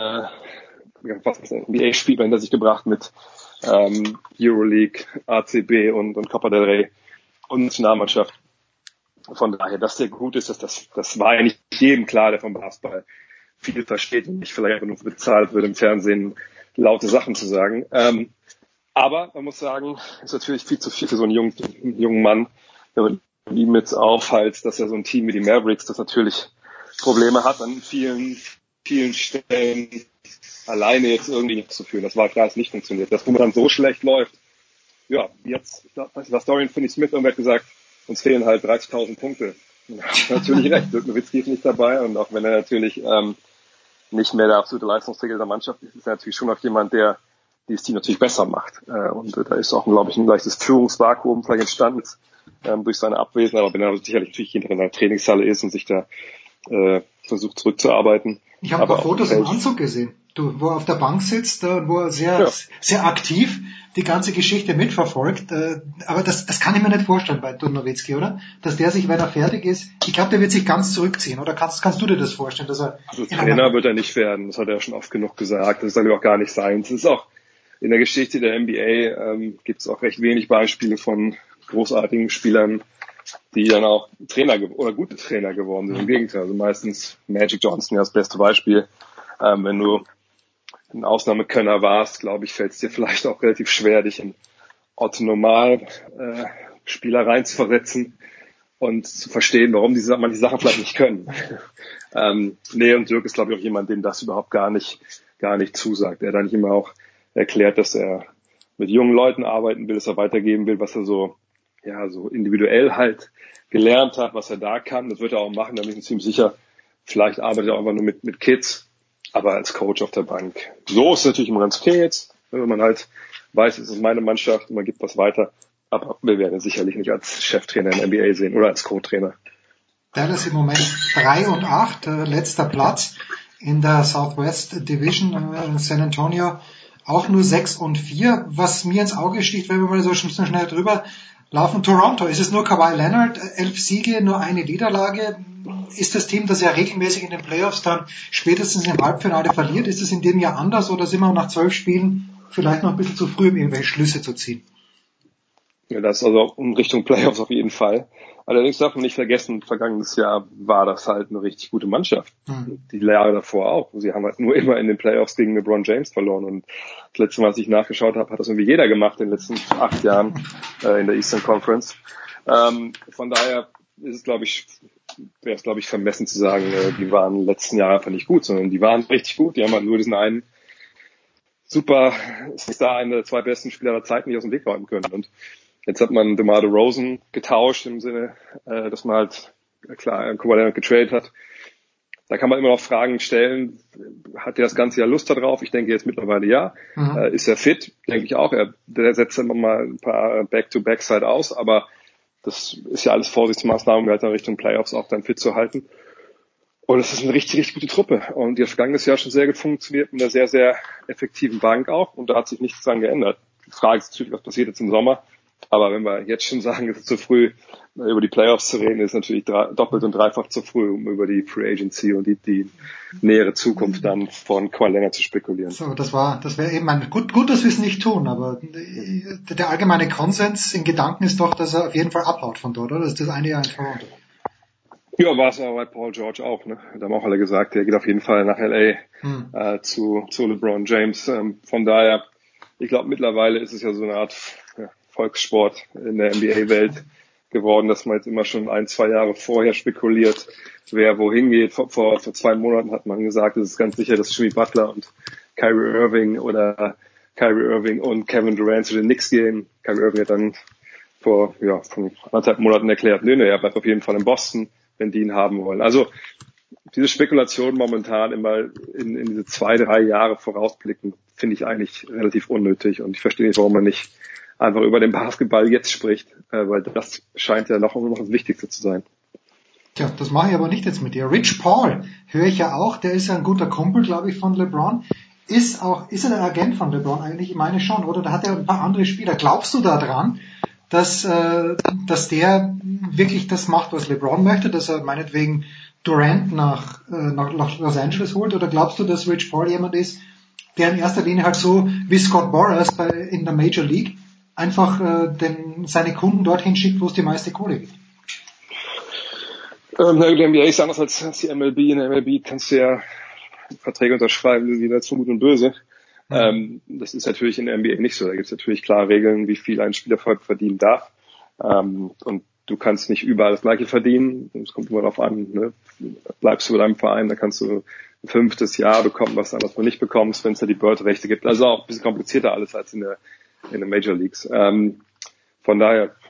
NBA-Spiel hinter sich gebracht mit Euroleague, ACB und Copa del Rey und Nationalmannschaft. Von daher, dass der gut ist, das war ja nicht jedem klar, der vom Basketball viel versteht und nicht vielleicht nur bezahlt wird, im Fernsehen laute Sachen zu sagen. Aber man muss sagen, ist natürlich viel zu viel für so einen jungen Mann, wenn man ihm jetzt aufhält, dass er so ein Team wie die Mavericks, das natürlich Probleme hat an vielen Stellen, alleine jetzt irgendwie nicht zu führen. Das war klar, es nicht funktioniert. Das, wo man dann so schlecht läuft, ja, jetzt, was Dorian Finney-Smith irgendwer hat gesagt, uns fehlen halt 30.000 Punkte. Natürlich recht. Dirk Nowitzki ist nicht dabei und auch wenn er natürlich nicht mehr der absolute Leistungsträger der Mannschaft ist, ist er natürlich schon auch jemand, der dieses Team natürlich besser macht. Und da ist auch, glaube ich, ein leichtes Führungsvakuum vielleicht entstanden durch seine Abwesenheit, aber wenn er sicherlich natürlich hinter in der Trainingshalle ist und sich da versucht zurückzuarbeiten. Ich habe ein paar Fotos im Anzug gesehen, wo er auf der Bank sitzt und wo er sehr aktiv die ganze Geschichte mitverfolgt. Aber das kann ich mir nicht vorstellen bei Nowitzki, oder? Dass der sich, wenn er fertig ist, ich glaube, der wird sich ganz zurückziehen. Oder kannst du dir das vorstellen? Dass er also Trainer wird er nicht werden, das hat er schon oft genug gesagt. Das soll ja auch gar nicht sein. Es ist auch in der Geschichte der NBA gibt es auch recht wenig Beispiele von großartigen Spielern, die dann auch Trainer oder gute Trainer geworden sind. Im Gegenteil, also meistens Magic Johnson ja das beste Beispiel. Wenn du ein Ausnahmekönner warst, glaube ich, fällt es dir vielleicht auch relativ schwer, dich in Otto-Normal-Spieler reinzuversetzen und zu verstehen, warum man die Sachen vielleicht nicht können. Und Dirk ist, glaube ich, auch jemand, dem das überhaupt gar nicht zusagt. Er dann nicht immer auch erklärt, dass er mit jungen Leuten arbeiten will, dass er weitergeben will, was er so individuell halt gelernt hat, was er da kann. Das wird er auch machen, da bin ich mir ziemlich sicher. Vielleicht arbeitet er auch einfach nur mit Kids, aber als Coach auf der Bank. So ist es natürlich immer ganz okay jetzt, wenn man halt weiß, es ist meine Mannschaft und man gibt was weiter. Aber wir werden sicherlich nicht als Cheftrainer in der NBA sehen oder als Co-Trainer. Dallas im Moment 3-8, letzter Platz in der Southwest Division. San Antonio auch nur 6-4. Was mir ins Auge sticht, wenn wir mal so schnell drüber laufen. Toronto, ist es nur Kawhi Leonard, 11 Siege, nur eine Niederlage? Ist das Team, das ja regelmäßig in den Playoffs dann spätestens im Halbfinale verliert, ist es in dem Jahr anders oder sind wir nach 12 Spielen vielleicht noch ein bisschen zu früh, um irgendwelche Schlüsse zu ziehen? Ja, das ist also in Richtung Playoffs auf jeden Fall. Allerdings darf man nicht vergessen, vergangenes Jahr war das halt eine richtig gute Mannschaft. Die Jahre davor auch. Sie haben halt nur immer in den Playoffs gegen LeBron James verloren. Und das letzte Mal, als ich nachgeschaut habe, hat das irgendwie jeder gemacht in den letzten 8 Jahren in der Eastern Conference. Von daher ist es, glaube ich, vermessen zu sagen, die waren in den letzten Jahren einfach nicht gut, sondern die waren richtig gut. Die haben halt nur diesen einen Star, einen der 2 besten Spieler der Zeit nicht aus dem Weg räumen können. Und jetzt hat man DeMar DeRozan getauscht im Sinne, dass man halt klar Kawhi Leonard getradet hat. Da kann man immer noch Fragen stellen. Hat er das ganze Jahr Lust darauf? Ich denke jetzt mittlerweile ja. Ist er fit? Denke ich auch. Der setzt immer mal ein paar Back-to-Backs halt aus, aber das ist ja alles Vorsichtsmaßnahmen, um halt in Richtung Playoffs auch dann fit zu halten. Und es ist eine richtig, richtig gute Truppe. Und die hat vergangenes Jahr schon sehr gut funktioniert mit einer sehr, sehr effektiven Bank auch. Und da hat sich nichts dran geändert. Die Frage ist natürlich, was passiert jetzt im Sommer. Aber wenn wir jetzt schon sagen, es ist zu früh, über die Playoffs zu reden, ist natürlich doppelt und dreifach zu früh, um über die Free Agency und die nähere Zukunft dann von Kawhi Leonard zu spekulieren. So, das wäre eben gut, dass wir es nicht tun, aber der allgemeine Konsens in Gedanken ist doch, dass er auf jeden Fall abhaut von dort, oder? Das ist das eine Jahr in Toronto. Ja, war es aber bei Paul George auch, ne? Da haben auch alle gesagt, der geht auf jeden Fall nach LA zu LeBron James. Von daher, ich glaube, mittlerweile ist es ja so eine Art Volkssport in der NBA-Welt geworden, dass man jetzt immer schon 1-2 Jahre vorher spekuliert, wer wohin geht. Vor 2 Monaten hat man gesagt, es ist ganz sicher, dass Jimmy Butler und Kyrie Irving und Kevin Durant zu den Knicks gehen. Kyrie Irving hat dann vor 1,5 Monaten erklärt, er bleibt auf jeden Fall in Boston, wenn die ihn haben wollen. Also diese Spekulation momentan immer in diese 2-3 Jahre vorausblicken, finde ich eigentlich relativ unnötig und ich verstehe nicht, warum man nicht einfach über den Basketball jetzt spricht, weil das scheint ja noch das Wichtigste zu sein. Tja, das mache ich aber nicht jetzt mit dir. Rich Paul höre ich ja auch, der ist ja ein guter Kumpel, glaube ich, von LeBron. Ist er der Agent von LeBron eigentlich? Ich meine schon, oder? Da hat er ein paar andere Spieler. Glaubst du da dran, dass der wirklich das macht, was LeBron möchte, dass er meinetwegen Durant nach Los Angeles holt? Oder glaubst du, dass Rich Paul jemand ist, der in erster Linie halt so wie Scott Boras in der Major League einfach seine Kunden dorthin schickt, wo es die meiste Kohle gibt? Die NBA ist anders als die MLB. In der MLB kannst du ja Verträge unterschreiben, die dazu gut und böse. Das ist natürlich in der NBA nicht so. Da gibt es natürlich klare Regeln, wie viel ein Spieler verdienen darf. Und du kannst nicht überall das Gleiche verdienen. Es kommt immer darauf an, ne? Bleibst du bei deinem Verein, da kannst du ein 5. Jahr bekommen, was du nicht bekommst, wenn es da die Bird-Rechte gibt. Also auch ein bisschen komplizierter alles als in den Major Leagues. Von daher,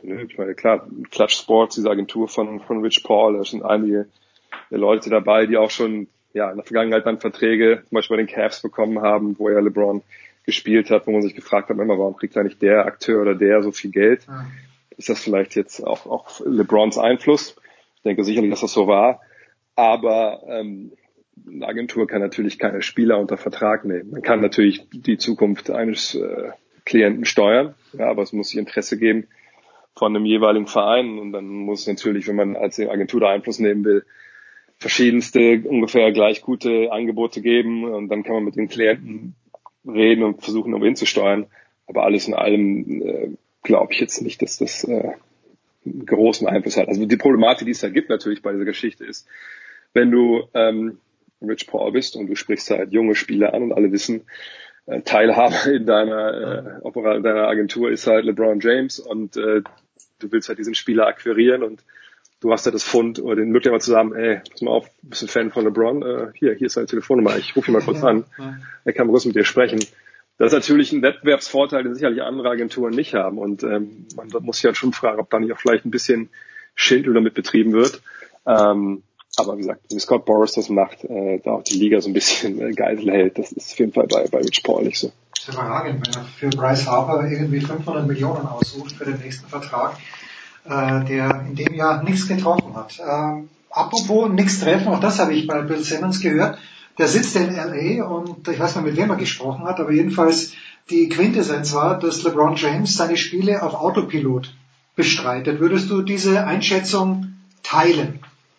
Ich meine, klar, Clutch Sports, diese Agentur von Rich Paul, da sind einige Leute dabei, die auch schon in der Vergangenheit dann Verträge zum Beispiel bei den Cavs bekommen haben, wo ja LeBron gespielt hat, wo man sich gefragt hat, immer, warum kriegt eigentlich der Akteur oder der so viel Geld? Ja. Ist das vielleicht jetzt auch LeBrons Einfluss? Ich denke sicherlich, dass das so war. Aber eine Agentur kann natürlich keine Spieler unter Vertrag nehmen. Man kann natürlich die Zukunft eines Klienten steuern, ja, aber es muss sich Interesse geben von einem jeweiligen Verein. Und dann muss es natürlich, wenn man als Agentur da Einfluss nehmen will, verschiedenste, ungefähr gleich gute Angebote geben. Und dann kann man mit den Klienten reden und versuchen, um ihn zu steuern. Aber alles in allem glaube ich jetzt nicht, dass das einen großen Einfluss hat. Also die Problematik, die es da gibt natürlich bei dieser Geschichte ist, wenn du Rich Paul bist und du sprichst halt junge Spieler an und alle wissen, Teilhaber in deiner Agentur ist halt LeBron James und du willst halt diesen Spieler akquirieren und du hast halt das Pfund oder den Möglichkeit zu sagen, pass mal auf, bist ein Fan von LeBron, hier ist seine Telefonnummer, ich rufe ihn mal kurz an, er kann kurz mit dir sprechen. Das ist natürlich ein Wettbewerbsvorteil, den sicherlich andere Agenturen nicht haben und man muss sich halt schon fragen, ob da nicht auch vielleicht ein bisschen Schindel damit betrieben wird. Aber wie gesagt, wie Scott Boras das macht, da auch die Liga so ein bisschen Geisel hält, das ist auf jeden Fall bei Rich Paul nicht so. Das ist überragend, wenn er für Bryce Harper irgendwie 500 Millionen aussucht für den nächsten Vertrag, der in dem Jahr nichts getroffen hat. Apropos nichts treffen, auch das habe ich bei Bill Simmons gehört. Der sitzt in LA und ich weiß nicht, mit wem er gesprochen hat, aber jedenfalls die Quintessenz war, dass LeBron James seine Spiele auf Autopilot bestreitet. Würdest du diese Einschätzung teilen?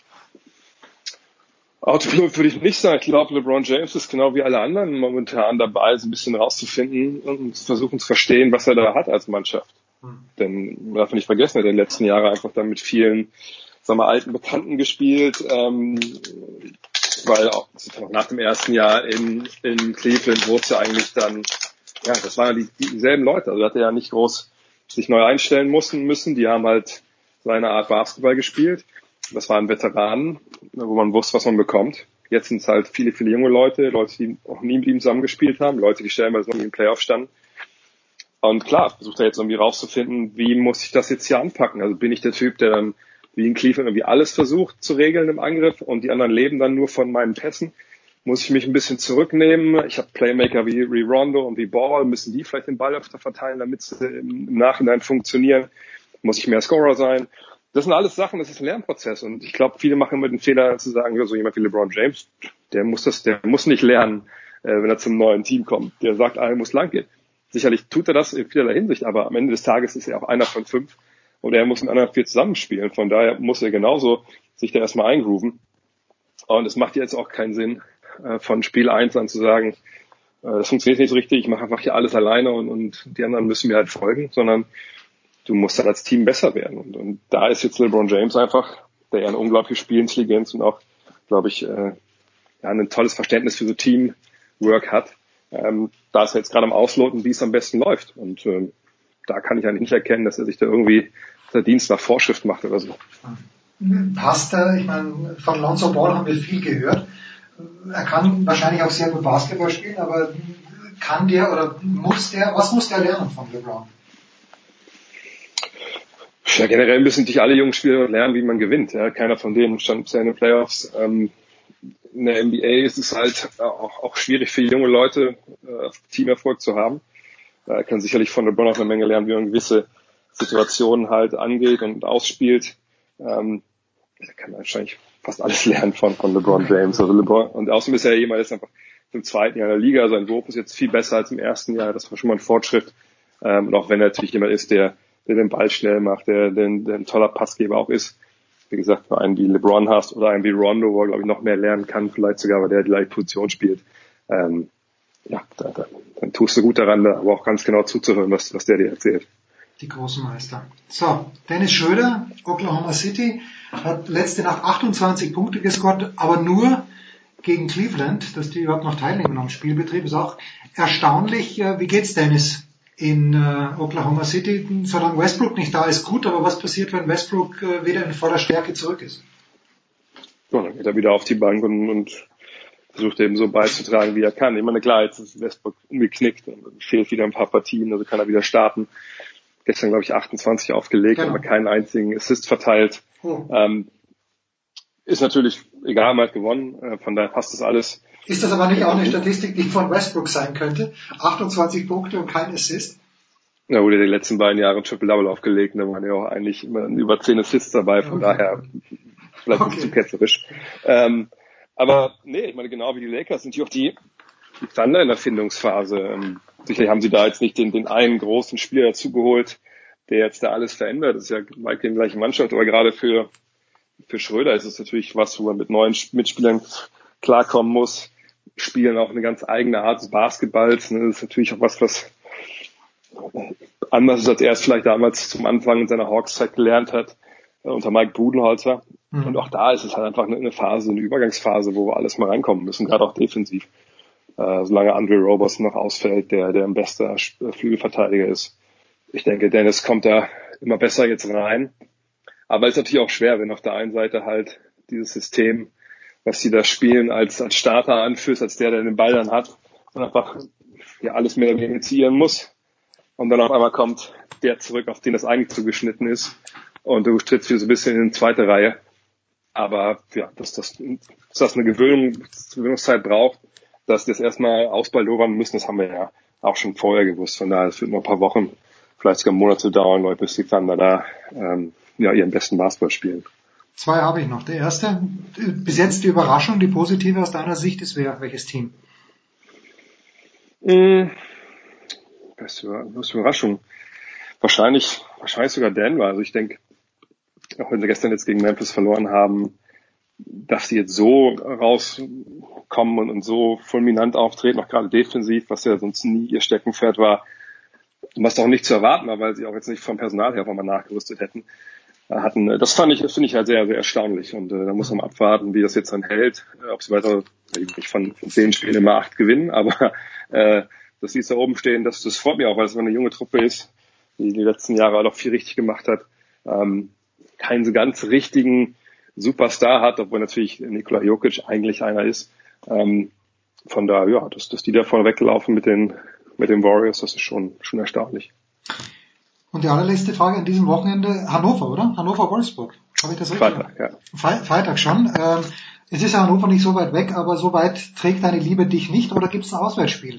Autopilot würde ich nicht sagen. Ich glaube, LeBron James ist genau wie alle anderen momentan dabei, so ein bisschen rauszufinden und zu versuchen zu verstehen, was er da hat als Mannschaft. Denn man darf nicht vergessen, er hat in den letzten Jahren einfach dann mit vielen, alten Bekannten gespielt, weil auch nach dem ersten Jahr in Cleveland wurde es ja eigentlich dann, das waren ja dieselben Leute. Also er hatte ja nicht groß sich neu einstellen müssen. Die haben halt seine Art Basketball gespielt. Das waren Veteranen, wo man wusste, was man bekommt. Jetzt sind es halt viele, viele junge Leute, die auch nie mit ihm zusammengespielt haben, Leute, die stellenweise noch nie im Playoff standen. Und klar, versucht er jetzt irgendwie rauszufinden, wie muss ich das jetzt hier anpacken? Also bin ich der Typ, der dann wie in Cleveland irgendwie alles versucht zu regeln im Angriff und die anderen leben dann nur von meinen Pässen? Muss ich mich ein bisschen zurücknehmen? Ich habe Playmaker wie Rondo und wie Ball, müssen die vielleicht den Ball öfter verteilen, damit sie im Nachhinein funktionieren? Muss ich mehr Scorer sein? Das sind alles Sachen, das ist ein Lernprozess und ich glaube, viele machen immer den Fehler zu sagen, so jemand wie LeBron James, der muss nicht lernen, wenn er zum neuen Team kommt. Der sagt, wo es lang geht. Sicherlich tut er das in vielerlei Hinsicht, aber am Ende des Tages ist er auch einer von 5 und er muss mit anderen 4 zusammenspielen. Von daher muss er genauso sich da erstmal eingrooven. Und es macht jetzt auch keinen Sinn, von Spiel 1 an zu sagen, das funktioniert nicht so richtig, ich mache einfach hier alles alleine und die anderen müssen mir halt folgen, sondern du musst dann als Team besser werden. Und da ist jetzt LeBron James einfach, der ja eine unglaubliche Spielintelligenz und auch, glaube ich, ein tolles Verständnis für so Teamwork hat. Da ist er jetzt gerade am Ausloten, wie es am besten läuft. Und da kann ich eigentlich nicht erkennen, dass er sich da irgendwie der Dienst nach Vorschrift macht oder so. Passt er? Ich meine, von Lonzo Ball haben wir viel gehört. Er kann wahrscheinlich auch sehr gut Basketball spielen, aber kann der oder was muss der lernen von LeBron? Ja, generell müssen sich alle jungen Spieler lernen, wie man gewinnt. Ja, keiner von denen stand bisher in den Playoffs. In der NBA ist es halt auch schwierig für junge Leute, Teamerfolg zu haben. Da kann sicherlich von LeBron auch eine Menge lernen, wie man gewisse Situationen halt angeht und ausspielt. Da kann man wahrscheinlich fast alles lernen von LeBron James. Also LeBron, und außerdem ist er jemand, der ist einfach im 2. Jahr der Liga. Sein Wurf ist jetzt viel besser als im 1. Jahr. Das war schon mal ein Fortschritt. Und auch wenn er natürlich jemand ist, der den Ball schnell macht, der ein toller Passgeber auch ist. Wie gesagt, wenn einen wie LeBron hast oder einen wie Rondo, wo er, glaube ich, noch mehr lernen kann, vielleicht sogar, weil der die gleiche Position spielt. Dann tust du gut daran, da aber auch ganz genau zuzuhören, was der dir erzählt. Die großen Meister. So, Dennis Schröder, Oklahoma City, hat letzte Nacht 28 Punkte gescored, aber nur gegen Cleveland, dass die überhaupt noch teilnehmen am Spielbetrieb. Ist auch erstaunlich. Wie geht's Dennis in Oklahoma City? Solange Westbrook nicht da ist, gut, aber was passiert, wenn Westbrook wieder in voller Stärke zurück ist? Ja, dann geht er wieder auf die Bank und versucht eben so beizutragen, wie er kann. Ich meine, klar, jetzt ist Westbrook umgeknickt und fehlt wieder ein paar Partien, also kann er wieder starten. gestern, glaube ich, 28 aufgelegt, aber keinen einzigen Assist verteilt. Ist natürlich egal, man hat gewonnen, von daher passt das alles. Ist das aber nicht auch eine Statistik, die von Westbrook sein könnte? 28 Punkte und kein Assist? Ja, wurde die letzten beiden Jahre Triple-Double aufgelegt, da waren ja auch eigentlich immer über 10 Assists dabei, von daher vielleicht ein bisschen ketzerisch. Aber nee, ich meine, genau wie die Lakers sind hier auch die Thunder in der Findungsphase. Sicherlich haben sie da jetzt nicht den einen großen Spieler dazugeholt, der jetzt da alles verändert. Das ist ja weit die gleiche Mannschaft, aber gerade für Schröder ist es natürlich was, wo man mit neuen Mitspielern klarkommen muss. Spielen auch eine ganz eigene Art des Basketballs. Das ist natürlich auch was anders ist, als er es vielleicht damals zum Anfang in seiner Hawks-Zeit gelernt hat, unter Mike Budenholzer. Und auch da ist es halt einfach eine Phase, eine Übergangsphase, wo wir alles mal reinkommen müssen, gerade auch defensiv. Solange Andre Roberson noch ausfällt, der ein bester Flügelverteidiger ist. Ich denke, Dennis kommt da immer besser jetzt rein. Aber es ist natürlich auch schwer, wenn auf der einen Seite halt dieses System, was sie da spielen, als Starter anführst, als der den Ball dann hat und einfach alles mehr initiieren muss. Und dann auf einmal kommt der zurück, auf den das eigentlich zugeschnitten ist. Und du trittst wieder so ein bisschen in die zweite Reihe. Aber ja, dass das eine Gewöhnungszeit braucht, dass die das erstmal ausbaldowern müssen, das haben wir ja auch schon vorher gewusst. Von daher, es wird noch ein paar Wochen, vielleicht sogar Monate dauern, Leute, bis die Thunder da ihren besten Basketball spielen. 2 habe ich noch. Der erste, bis jetzt die Überraschung, die positive aus deiner Sicht, ist welches Team? Beste Überraschung. Wahrscheinlich sogar Denver. Also ich denke, auch wenn sie gestern jetzt gegen Memphis verloren haben, dass sie jetzt so rauskommen und so fulminant auftreten, auch gerade defensiv, was ja sonst nie ihr Steckenpferd war, was auch nicht zu erwarten war, weil sie auch jetzt nicht vom Personal her mal nachgerüstet hatten. Das finde ich halt sehr, sehr erstaunlich. Und da muss man abwarten, wie das jetzt dann hält. Ob sie weiter, nicht von 10 Spielen immer 8 gewinnen, aber dass sie da oben stehen, das freut mich auch, weil es eine junge Truppe ist, die letzten Jahre auch viel richtig gemacht hat. Keinen so ganz richtigen Superstar hat, obwohl natürlich Nikola Jokic eigentlich einer ist. Von daher, ja, dass die da vorne weglaufen mit den Warriors, das ist schon erstaunlich. Und die allerletzte Frage an diesem Wochenende, Hannover, oder? Hannover-Wolfsburg. Habe ich das richtig? Freitag, ja. Freitag schon. Es ist ja Hannover nicht so weit weg, aber so weit trägt deine Liebe dich nicht, oder gibt es ein Auswärtsspiel?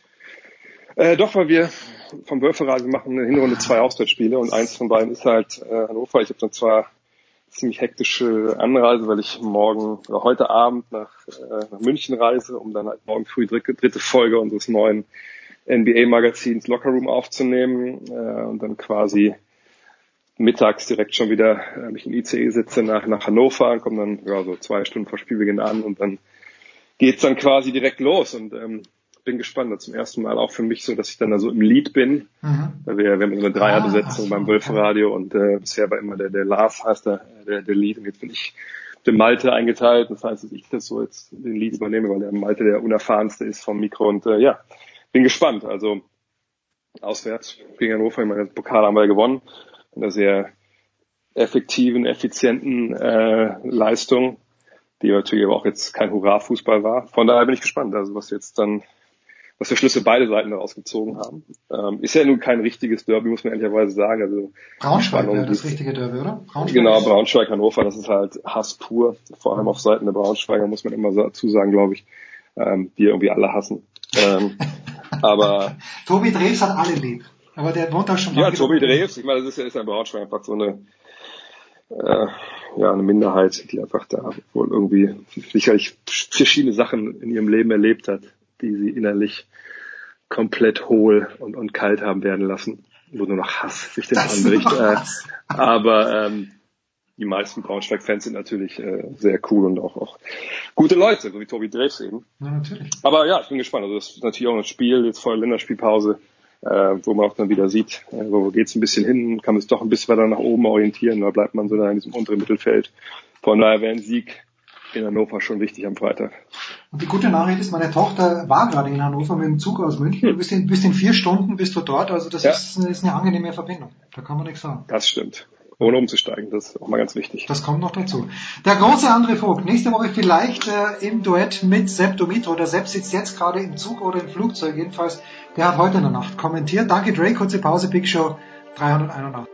Doch, weil wir vom Wölferadio machen eine Hinrunde 2 Auswärtsspiele und eins von beiden ist halt Hannover. Ich habe dann zwar ziemlich hektische Anreise, weil ich heute Abend nach München reise, um dann halt morgen früh dritte Folge unseres neuen NBA-Magazins Lockerroom aufzunehmen und dann quasi mittags direkt schon wieder mich im ICE sitze nach Hannover und komme dann so 2 Stunden vor Spielbeginn an und dann geht's dann quasi direkt los und bin gespannt. Das zum ersten Mal auch für mich so, dass ich dann da so im Lead bin. Weil wir haben so eine Dreierbesetzung beim Wölferadio und bisher war immer der Lars heißt der Lead und jetzt bin ich dem Malte eingeteilt. Das heißt, dass ich das so jetzt den Lead übernehme, weil der Malte der unerfahrenste ist vom Mikro und bin gespannt. Also auswärts gegen Hannover, ich meine, den Pokal haben wir gewonnen. In einer sehr effektiven, effizienten Leistung, die natürlich aber auch jetzt kein Hurra-Fußball war. Von daher bin ich gespannt, also was für Schlüsse beide Seiten daraus gezogen haben. Ist ja nun kein richtiges Derby, muss man ehrlicherweise sagen. Also Braunschweig wäre das richtige Derby, oder? Genau, Braunschweig, Hannover, das ist halt Hass pur. Vor allem auf Seiten der Braunschweiger muss man immer dazu sagen, glaube ich, die irgendwie alle hassen. Aber Tobi Drews hat alle lieb. Aber der wohnt auch schon mal. Ja, Tobi Drews, ich meine, das ist ja in Braunschweig einfach so eine Minderheit, die einfach da wohl irgendwie sicherlich verschiedene Sachen in ihrem Leben erlebt hat, die sie innerlich komplett hohl und kalt haben werden lassen, wo nur noch Hass sich den anbricht. Aber die meisten Braunschweig-Fans sind natürlich sehr cool und auch gute Leute, so wie Tobi Drews eben. Ja, natürlich. Aber ja, ich bin gespannt. Also das ist natürlich auch ein Spiel, jetzt vor der Länderspielpause, wo man auch dann wieder sieht, wo geht's ein bisschen hin, kann man sich doch ein bisschen weiter nach oben orientieren, da bleibt man so da in diesem unteren Mittelfeld. Von daher wäre ein Sieg in Hannover schon wichtig am Freitag. Und die gute Nachricht ist, meine Tochter war gerade in Hannover mit dem Zug aus München. Du bist in 4 Stunden bist du dort, also das ist eine angenehme Verbindung. Da kann man nichts sagen. Das stimmt. Ohne umzusteigen, das ist auch mal ganz wichtig. Das kommt noch dazu. Der große André Vogt, nächste Woche vielleicht im Duett mit Sepp Dumitro. Der Sepp sitzt jetzt gerade im Zug oder im Flugzeug, jedenfalls, der hat heute in der Nacht kommentiert. Danke Dre, kurze Pause, Big Show 381.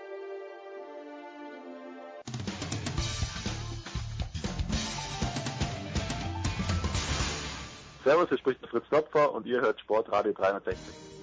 Servus, hier spricht der Fritz Topfer und ihr hört Sportradio 360.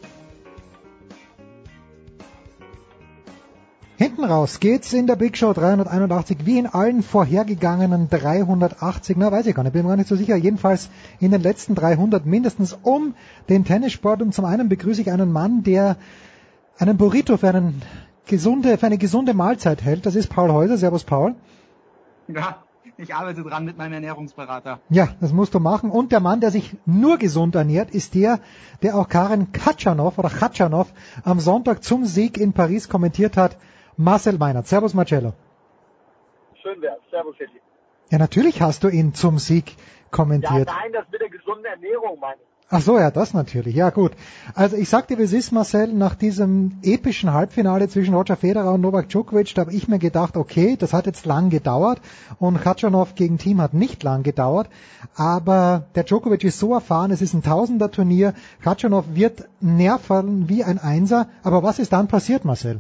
Hinten raus geht's in der Big Show 381, wie in allen vorhergegangenen 380, weiß ich gar nicht, bin mir gar nicht so sicher, jedenfalls in den letzten 300 mindestens um den Tennissport. Und zum einen begrüße ich einen Mann, der einen Burrito für eine gesunde Mahlzeit hält. Das ist Paul Häuser. Servus, Paul. Ja, ich arbeite dran mit meinem Ernährungsberater. Ja, das musst du machen. Und der Mann, der sich nur gesund ernährt, ist der auch Karen Khachanov am Sonntag zum Sieg in Paris kommentiert hat. Marcel Meinert. Servus, Marcello. Schön wär's. Servus, Eddie. Ja, natürlich hast du ihn zum Sieg kommentiert. Ja, nein, das mit der gesunden Ernährung, meine ich. Ach so, ja, das natürlich. Ja, gut. Also ich sag dir, wie es ist, Marcel, nach diesem epischen Halbfinale zwischen Roger Federer und Novak Djokovic, da habe ich mir gedacht, okay, das hat jetzt lang gedauert und Khachanov gegen Thiem hat nicht lang gedauert, aber der Djokovic ist so erfahren, es ist ein Tausender-Turnier, Khachanov wird nervern wie ein Einser, aber was ist dann passiert, Marcel?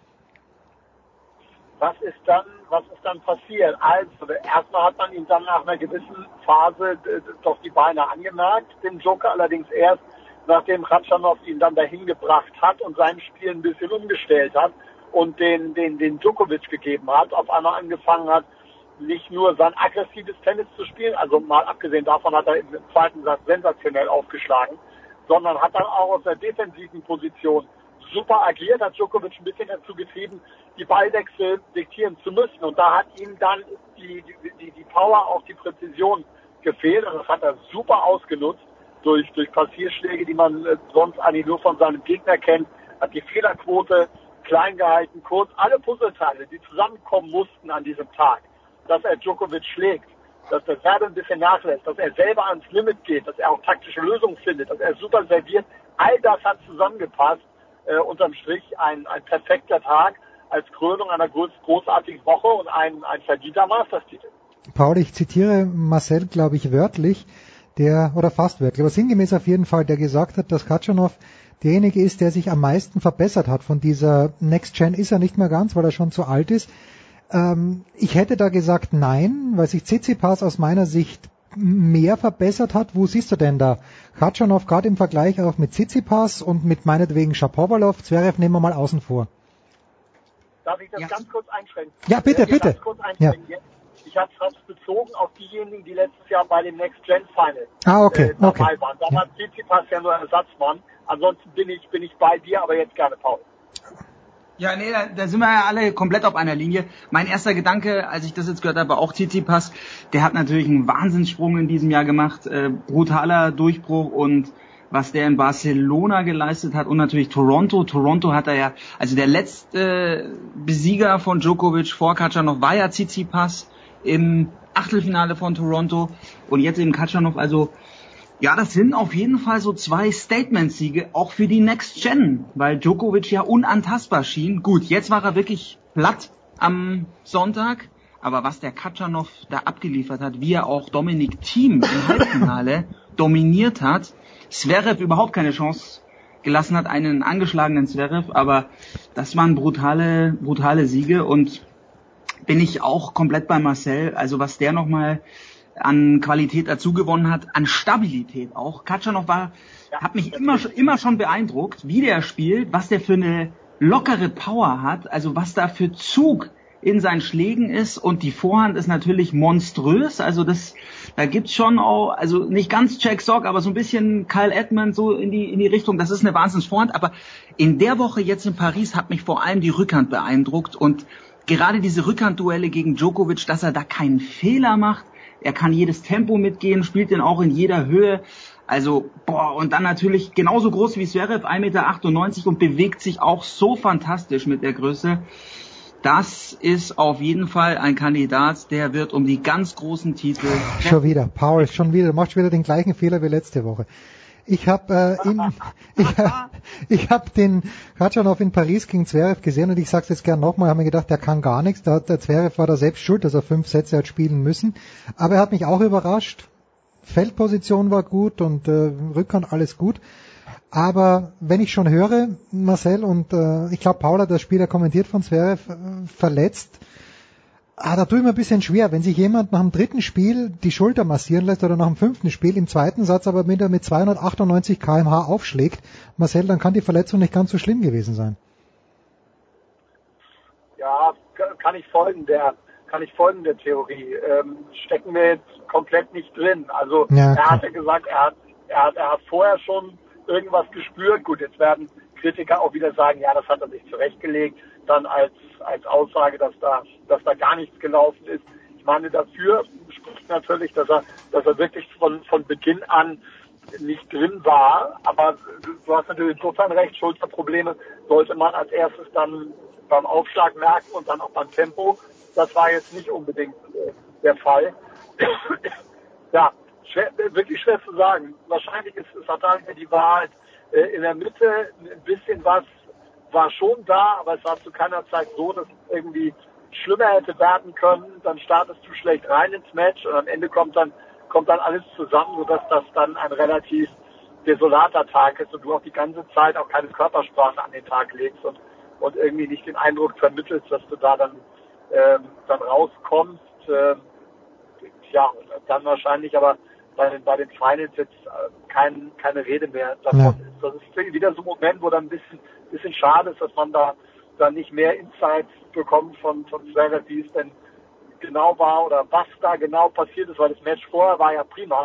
Was ist dann passiert? Also, erstmal hat man ihm dann nach einer gewissen Phase doch die Beine angemerkt, den Joker allerdings erst, nachdem Khachanov ihn dann dahin gebracht hat und sein Spiel ein bisschen umgestellt hat und den Djokovic gegeben hat, auf einmal angefangen hat, nicht nur sein aggressives Tennis zu spielen, also mal abgesehen davon hat er im zweiten Satz sensationell aufgeschlagen, sondern hat dann auch aus der defensiven Position super agiert, hat Djokovic ein bisschen dazu getrieben, die Ballwechsel diktieren zu müssen. Und da hat ihm dann die Power, auch die Präzision gefehlt. Und das hat er super ausgenutzt durch Passierschläge, die man sonst eigentlich nur von seinem Gegner kennt. Hat die Fehlerquote klein gehalten, kurz. Alle Puzzleteile, die zusammenkommen mussten an diesem Tag, dass er Djokovic schlägt, dass der Serbe ein bisschen nachlässt, dass er selber ans Limit geht, dass er auch taktische Lösungen findet, dass er super serviert. All das hat zusammengepasst. Unterm Strich ein perfekter Tag als Krönung einer großartigen Woche und ein verdienter Masters-Titel. Paul, ich zitiere Marcel, glaube ich, wörtlich, oder fast wörtlich, aber sinngemäß auf jeden Fall, der gesagt hat, dass Khachanov derjenige ist, der sich am meisten verbessert hat. Von dieser Next Gen ist er nicht mehr ganz, weil er schon zu alt ist. Ich hätte da gesagt nein, weil sich Tsitsipas aus meiner Sicht mehr verbessert hat. Wo siehst du denn da Khachanov gerade im Vergleich auch mit Tsitsipas und mit meinetwegen Shapovalov? Zverev nehmen wir mal außen vor. Darf ich das ganz kurz einschränken? Ja, bitte. Ganz kurz einschränken. Ja. Ich habe es bezogen auf diejenigen, die letztes Jahr bei dem Next Gen Final dabei waren. Da war Tsitsipas ja nur Ersatzmann. Ansonsten bin ich bei dir, aber jetzt gerne Paul. Ja, nee, da sind wir ja alle komplett auf einer Linie. Mein erster Gedanke, als ich das jetzt gehört habe, war auch Tsitsipas. Der hat natürlich einen Wahnsinnssprung in diesem Jahr gemacht. Brutaler Durchbruch und was der in Barcelona geleistet hat und natürlich Toronto. Toronto hat er ja, also der letzte Besieger von Djokovic vor Khachanov war ja Tsitsipas im Achtelfinale von Toronto und jetzt eben Khachanov, also ja, das sind auf jeden Fall so 2 Statement-Siege, auch für die Next Gen, weil Djokovic ja unantastbar schien. Gut, jetzt war er wirklich platt am Sonntag, aber was der Khachanov da abgeliefert hat, wie er auch Dominic Thiem im Halbfinale dominiert hat, Zverev überhaupt keine Chance gelassen hat, einen angeschlagenen Zverev, aber das waren brutale Siege und bin ich auch komplett bei Marcel, also was der nochmal an Qualität dazu gewonnen hat, an Stabilität auch. Khachanov hat mich immer schon beeindruckt, wie der spielt, was der für eine lockere Power hat, also was da für Zug in seinen Schlägen ist und die Vorhand ist natürlich monströs, also da gibt's schon auch, also nicht ganz Jack Sock, aber so ein bisschen Kyle Edmund so in die Richtung, das ist eine Wahnsinnsvorhand, aber in der Woche jetzt in Paris hat mich vor allem die Rückhand beeindruckt und gerade diese Rückhandduelle gegen Djokovic, dass er da keinen Fehler macht, er kann jedes Tempo mitgehen, spielt den auch in jeder Höhe. Also, und dann natürlich genauso groß wie Zverev, 1,98 Meter und bewegt sich auch so fantastisch mit der Größe. Das ist auf jeden Fall ein Kandidat, der wird um die ganz großen Titel... Schon wieder, Paul, du machst wieder den gleichen Fehler wie letzte Woche. Ich habe den Khachanov in Paris gegen Zverev gesehen und ich sag's jetzt gern nochmal, habe mir gedacht, der kann gar nichts. Der Zverev war da selbst schuld, dass er 5 Sätze hat spielen müssen. Aber er hat mich auch überrascht. Feldposition war gut und Rückhand alles gut. Aber wenn ich schon höre, Marcel, und ich glaube, Paul hat das Spiel ja kommentiert von Zverev, verletzt, da tue ich mir ein bisschen schwer, wenn sich jemand nach dem 3. Spiel die Schulter massieren lässt oder nach dem 5. Spiel, im 2. Satz aber mit 298 km/h aufschlägt, Marcel, dann kann die Verletzung nicht ganz so schlimm gewesen sein. Ja, kann ich folgen der Theorie. Stecken wir jetzt komplett nicht drin. Also ja, er hat ja gesagt, er hat vorher schon irgendwas gespürt. Gut, jetzt werden Kritiker auch wieder sagen, ja, das hat er sich zurechtgelegt, dann als Aussage, dass da gar nichts gelaufen ist. Ich meine, dafür spricht natürlich, dass er wirklich von Beginn an nicht drin war. Aber du hast natürlich insofern recht, Schulterprobleme sollte man als erstes dann beim Aufschlag merken und dann auch beim Tempo. Das war jetzt nicht unbedingt der Fall. Ja, wirklich schwer zu sagen. Wahrscheinlich ist die Wahrheit in der Mitte. Ein bisschen was war schon da, aber es war zu keiner Zeit so, dass es irgendwie schlimmer hätte werden können. Dann startest du schlecht rein ins Match und am Ende kommt dann alles zusammen, sodass das dann ein relativ desolater Tag ist und du auch die ganze Zeit auch keine Körpersprache an den Tag legst und irgendwie nicht den Eindruck vermittelst, dass du da dann rauskommst. Dann wahrscheinlich aber bei den Finals jetzt keine Rede mehr davon ist. Das ist wieder so ein Moment, wo dann ein bisschen schade ist, dass man da nicht mehr Insights bekommt von Zverev, wie es denn genau war oder was da genau passiert ist, weil das Match vorher war ja prima.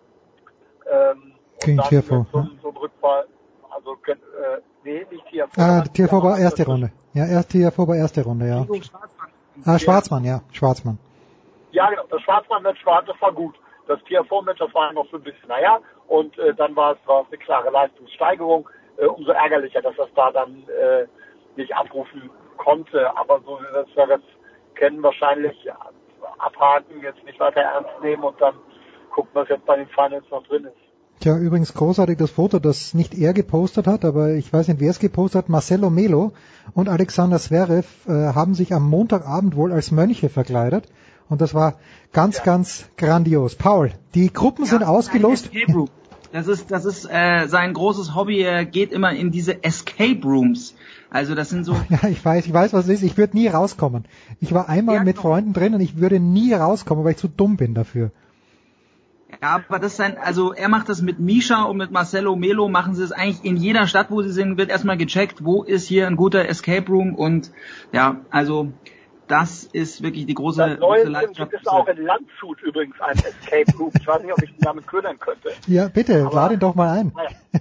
Gegen Tiafoe. So ein Rückfall. Also, nicht Tiafoe. Tiafoe war erste Runde. Ja, Tiafoe war erste Runde, ja. Schwarzmann. Ja, genau. Das Schwarzmann-Match das war gut. Das Tiafoe-Match, das war noch so ein bisschen, und dann war es eine klare Leistungssteigerung. Umso ärgerlicher, dass das da dann nicht abrufen konnte. Aber so wie wir das kennen, wahrscheinlich abhaken, jetzt nicht weiter ernst nehmen und dann gucken, was jetzt bei den Finals noch drin ist. Tja, übrigens großartig das Foto, das nicht er gepostet hat, aber ich weiß nicht, wer es gepostet hat. Marcelo Melo und Alexander Zverev haben sich am Montagabend wohl als Mönche verkleidet. Und das war ganz grandios. Paul, die Gruppen sind ausgelost. Das ist sein großes Hobby. Er geht immer in diese Escape Rooms. Also das sind so. Ja, ich weiß, was es ist. Ich würde nie rauskommen. Ich war einmal mit Freunden drin und ich würde nie rauskommen, weil ich zu dumm bin dafür. Ja, aber er macht das mit Misha und mit Marcelo Melo, machen sie es eigentlich in jeder Stadt, wo sie sind, wird erstmal gecheckt, wo ist hier ein guter Escape Room und ja, also das ist wirklich die große Leidenschaft. Das ist auch in Landshut übrigens ein Escape Room. Ich weiß nicht, ob ich den damit ködern könnte. Ja, bitte, lade ihn doch mal ein.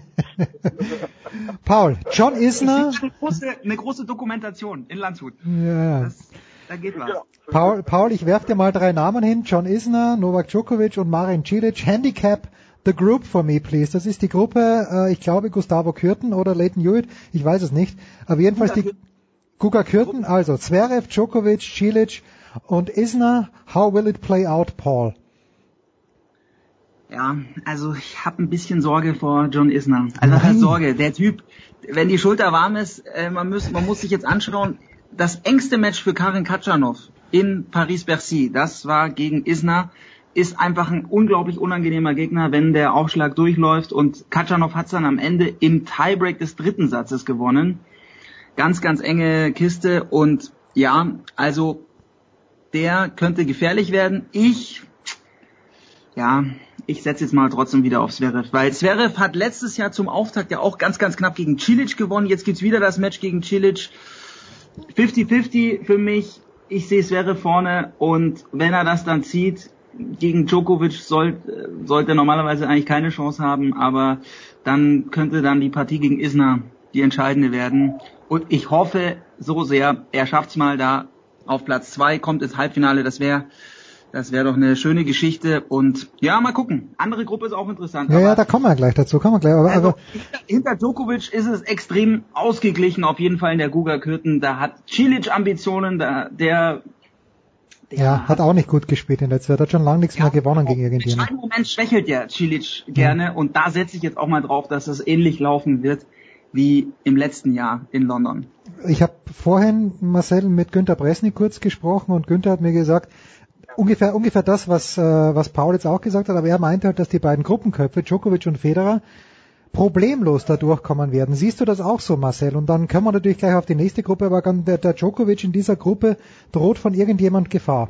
Paul, John Isner. Eine große Dokumentation in Landshut. Ja. Da geht was. Paul, ich werf dir mal 3 Namen hin. John Isner, Novak Djokovic und Marin Cilic. Handicap the group for me, please. Das ist die Gruppe, ich glaube, Gustavo Kuerten oder Lleyton Hewitt. Ich weiß es nicht. Aber jedenfalls die Guga Kuerten. Also Zverev, Djokovic, Cilic und Isner. How will it play out, Paul? Ja, also ich habe ein bisschen Sorge vor John Isner. Also was heißt Sorge? Der Typ, wenn die Schulter warm ist, man muss sich jetzt anschauen, das engste Match für Karen Khachanov in Paris-Bercy, das war gegen Isner, ist einfach ein unglaublich unangenehmer Gegner, wenn der Aufschlag durchläuft und Khachanov hat es dann am Ende im Tiebreak des 3. Satzes gewonnen. Ganz, ganz enge Kiste und ja, also der könnte gefährlich werden. Ich setze jetzt mal trotzdem wieder auf Zverev, weil Zverev hat letztes Jahr zum Auftakt ja auch ganz, ganz knapp gegen Cilic gewonnen. Jetzt gibt's wieder das Match gegen Cilic. 50-50 für mich. Ich sehe Zverev vorne und wenn er das dann zieht, gegen Djokovic sollte er normalerweise eigentlich keine Chance haben, aber dann könnte dann die Partie gegen Isner die entscheidende werden. Und ich hoffe so sehr, er schafft's mal da auf Platz 2, kommt ins Halbfinale, das wäre doch eine schöne Geschichte und ja, mal gucken. Andere Gruppe ist auch interessant. Ja, da kommen wir gleich dazu. Aber hinter Djokovic ist es extrem ausgeglichen, auf jeden Fall in der Guga Kuerten. Da hat Cilic Ambitionen, der hat auch nicht gut gespielt in der Zeit. Hat schon lange nichts mehr gewonnen gegen irgendjemanden. Im Moment schwächelt ja Cilic gerne und da setze ich jetzt auch mal drauf, dass es ähnlich laufen wird wie im letzten Jahr in London. Ich habe vorhin, Marcel, mit Günter Bresnik kurz gesprochen und Günter hat mir gesagt, ungefähr das, was Paul jetzt auch gesagt hat, aber er meinte halt, dass die beiden Gruppenköpfe, Djokovic und Federer, problemlos da durchkommen werden. Siehst du das auch so, Marcel? Und dann können wir natürlich gleich auf die nächste Gruppe, aber der Djokovic in dieser Gruppe droht von irgendjemand Gefahr.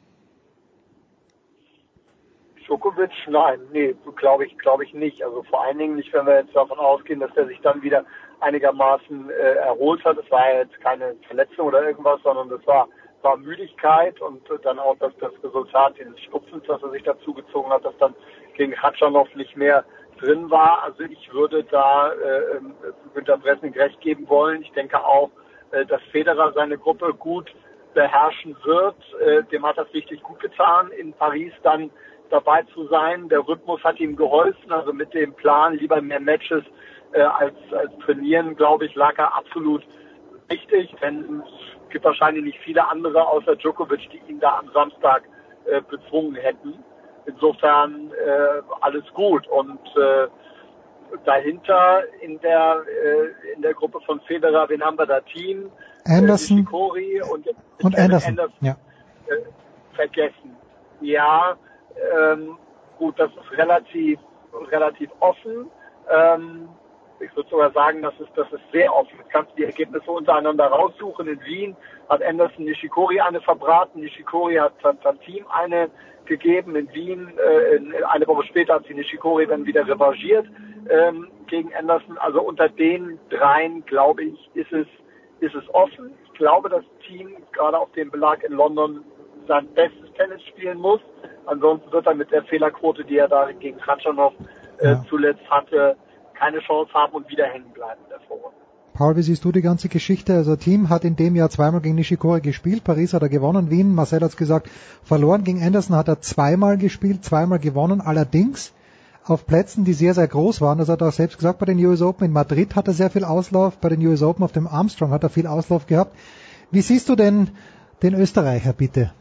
Djokovic, nein, nee, glaube ich nicht. Also vor allen Dingen nicht, wenn wir jetzt davon ausgehen, dass er sich dann wieder einigermaßen erholt hat. Es war ja jetzt keine Verletzung oder irgendwas, sondern das war Müdigkeit und dann auch das Resultat dieses Schnupfens, das er sich dazu gezogen hat, das dann gegen Khachanov nicht mehr drin war. Also ich würde da Günter Bresnik recht geben wollen. Ich denke auch, dass Federer seine Gruppe gut beherrschen wird. Dem hat das richtig gut getan, in Paris dann dabei zu sein. Der Rhythmus hat ihm geholfen, also mit dem Plan, lieber mehr Matches als trainieren, glaube ich, lag er absolut richtig, denn es gibt wahrscheinlich nicht viele andere außer Djokovic, die ihn da am Samstag bezwungen hätten. Insofern alles gut. Und dahinter in der Gruppe von Federer, wen haben wir da? Team, Anderson, Nishikori und Anderson. Ja. Vergessen. Ja, gut, das ist relativ offen. Ich würde sogar sagen, das ist sehr offen. Jetzt kannst du die Ergebnisse untereinander raussuchen. In Wien hat Anderson Nishikori eine verbraten. Nishikori hat Team eine gegeben. In Wien, eine Woche später hat sie Nishikori dann wieder revanchiert gegen Anderson. Also unter den dreien, glaube ich, ist es offen. Ich glaube, das Team gerade auf dem Belag in London sein bestes Tennis spielen muss. Ansonsten wird er mit der Fehlerquote, die er da gegen Khachanov zuletzt hatte, keine Chance haben und wieder hängen bleiben in der Vorrunde. Paul, wie siehst du die ganze Geschichte? Also Team hat in dem Jahr zweimal gegen Nishikori gespielt, Paris hat er gewonnen, Wien, Marcel hat's gesagt, verloren. Gegen Anderson hat er zweimal gespielt, zweimal gewonnen, allerdings auf Plätzen, die sehr, sehr groß waren. Das hat er auch selbst gesagt bei den US Open. In Madrid hat er sehr viel Auslauf, bei den US Open auf dem Armstrong hat er viel Auslauf gehabt. Wie siehst du denn den Österreicher, bitte?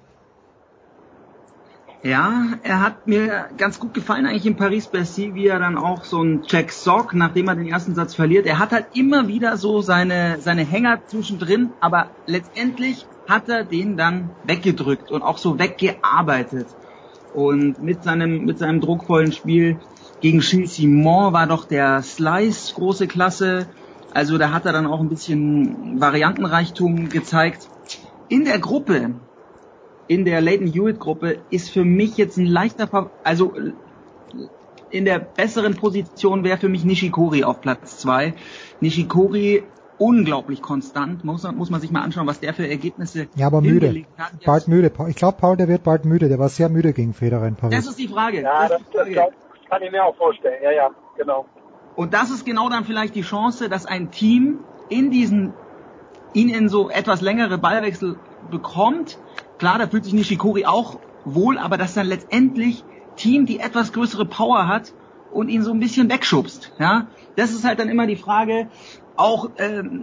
Ja, er hat mir ganz gut gefallen eigentlich in Paris-Bercy, wie er dann auch so ein Jack Sock, nachdem er den ersten Satz verliert. Er hat halt immer wieder so seine Hänger zwischendrin, aber letztendlich hat er den dann weggedrückt und auch so weggearbeitet. Und mit seinem druckvollen Spiel gegen Gilles Simon war doch der Slice große Klasse. Also da hat er dann auch ein bisschen Variantenreichtum gezeigt. In der Gruppe, in der Lleyton Hewitt-Gruppe, ist für mich jetzt ein leichter, also in der besseren Position wäre für mich Nishikori auf Platz 2. Nishikori unglaublich konstant, muss man sich mal anschauen, was der für Ergebnisse hingelegt hat. Bald müde. Ich glaube, Paul, der wird bald müde. Der war sehr müde gegen Federer in Paris. Das ist die Frage. Ja, das kann ich mir auch vorstellen. Ja, genau. Und das ist genau dann vielleicht die Chance, dass ein Team ihn in so etwas längere Ballwechsel bekommt. Klar, da fühlt sich Nishikori auch wohl, aber dass dann letztendlich Team die etwas größere Power hat und ihn so ein bisschen wegschubst. Ja, das ist halt dann immer die Frage, auch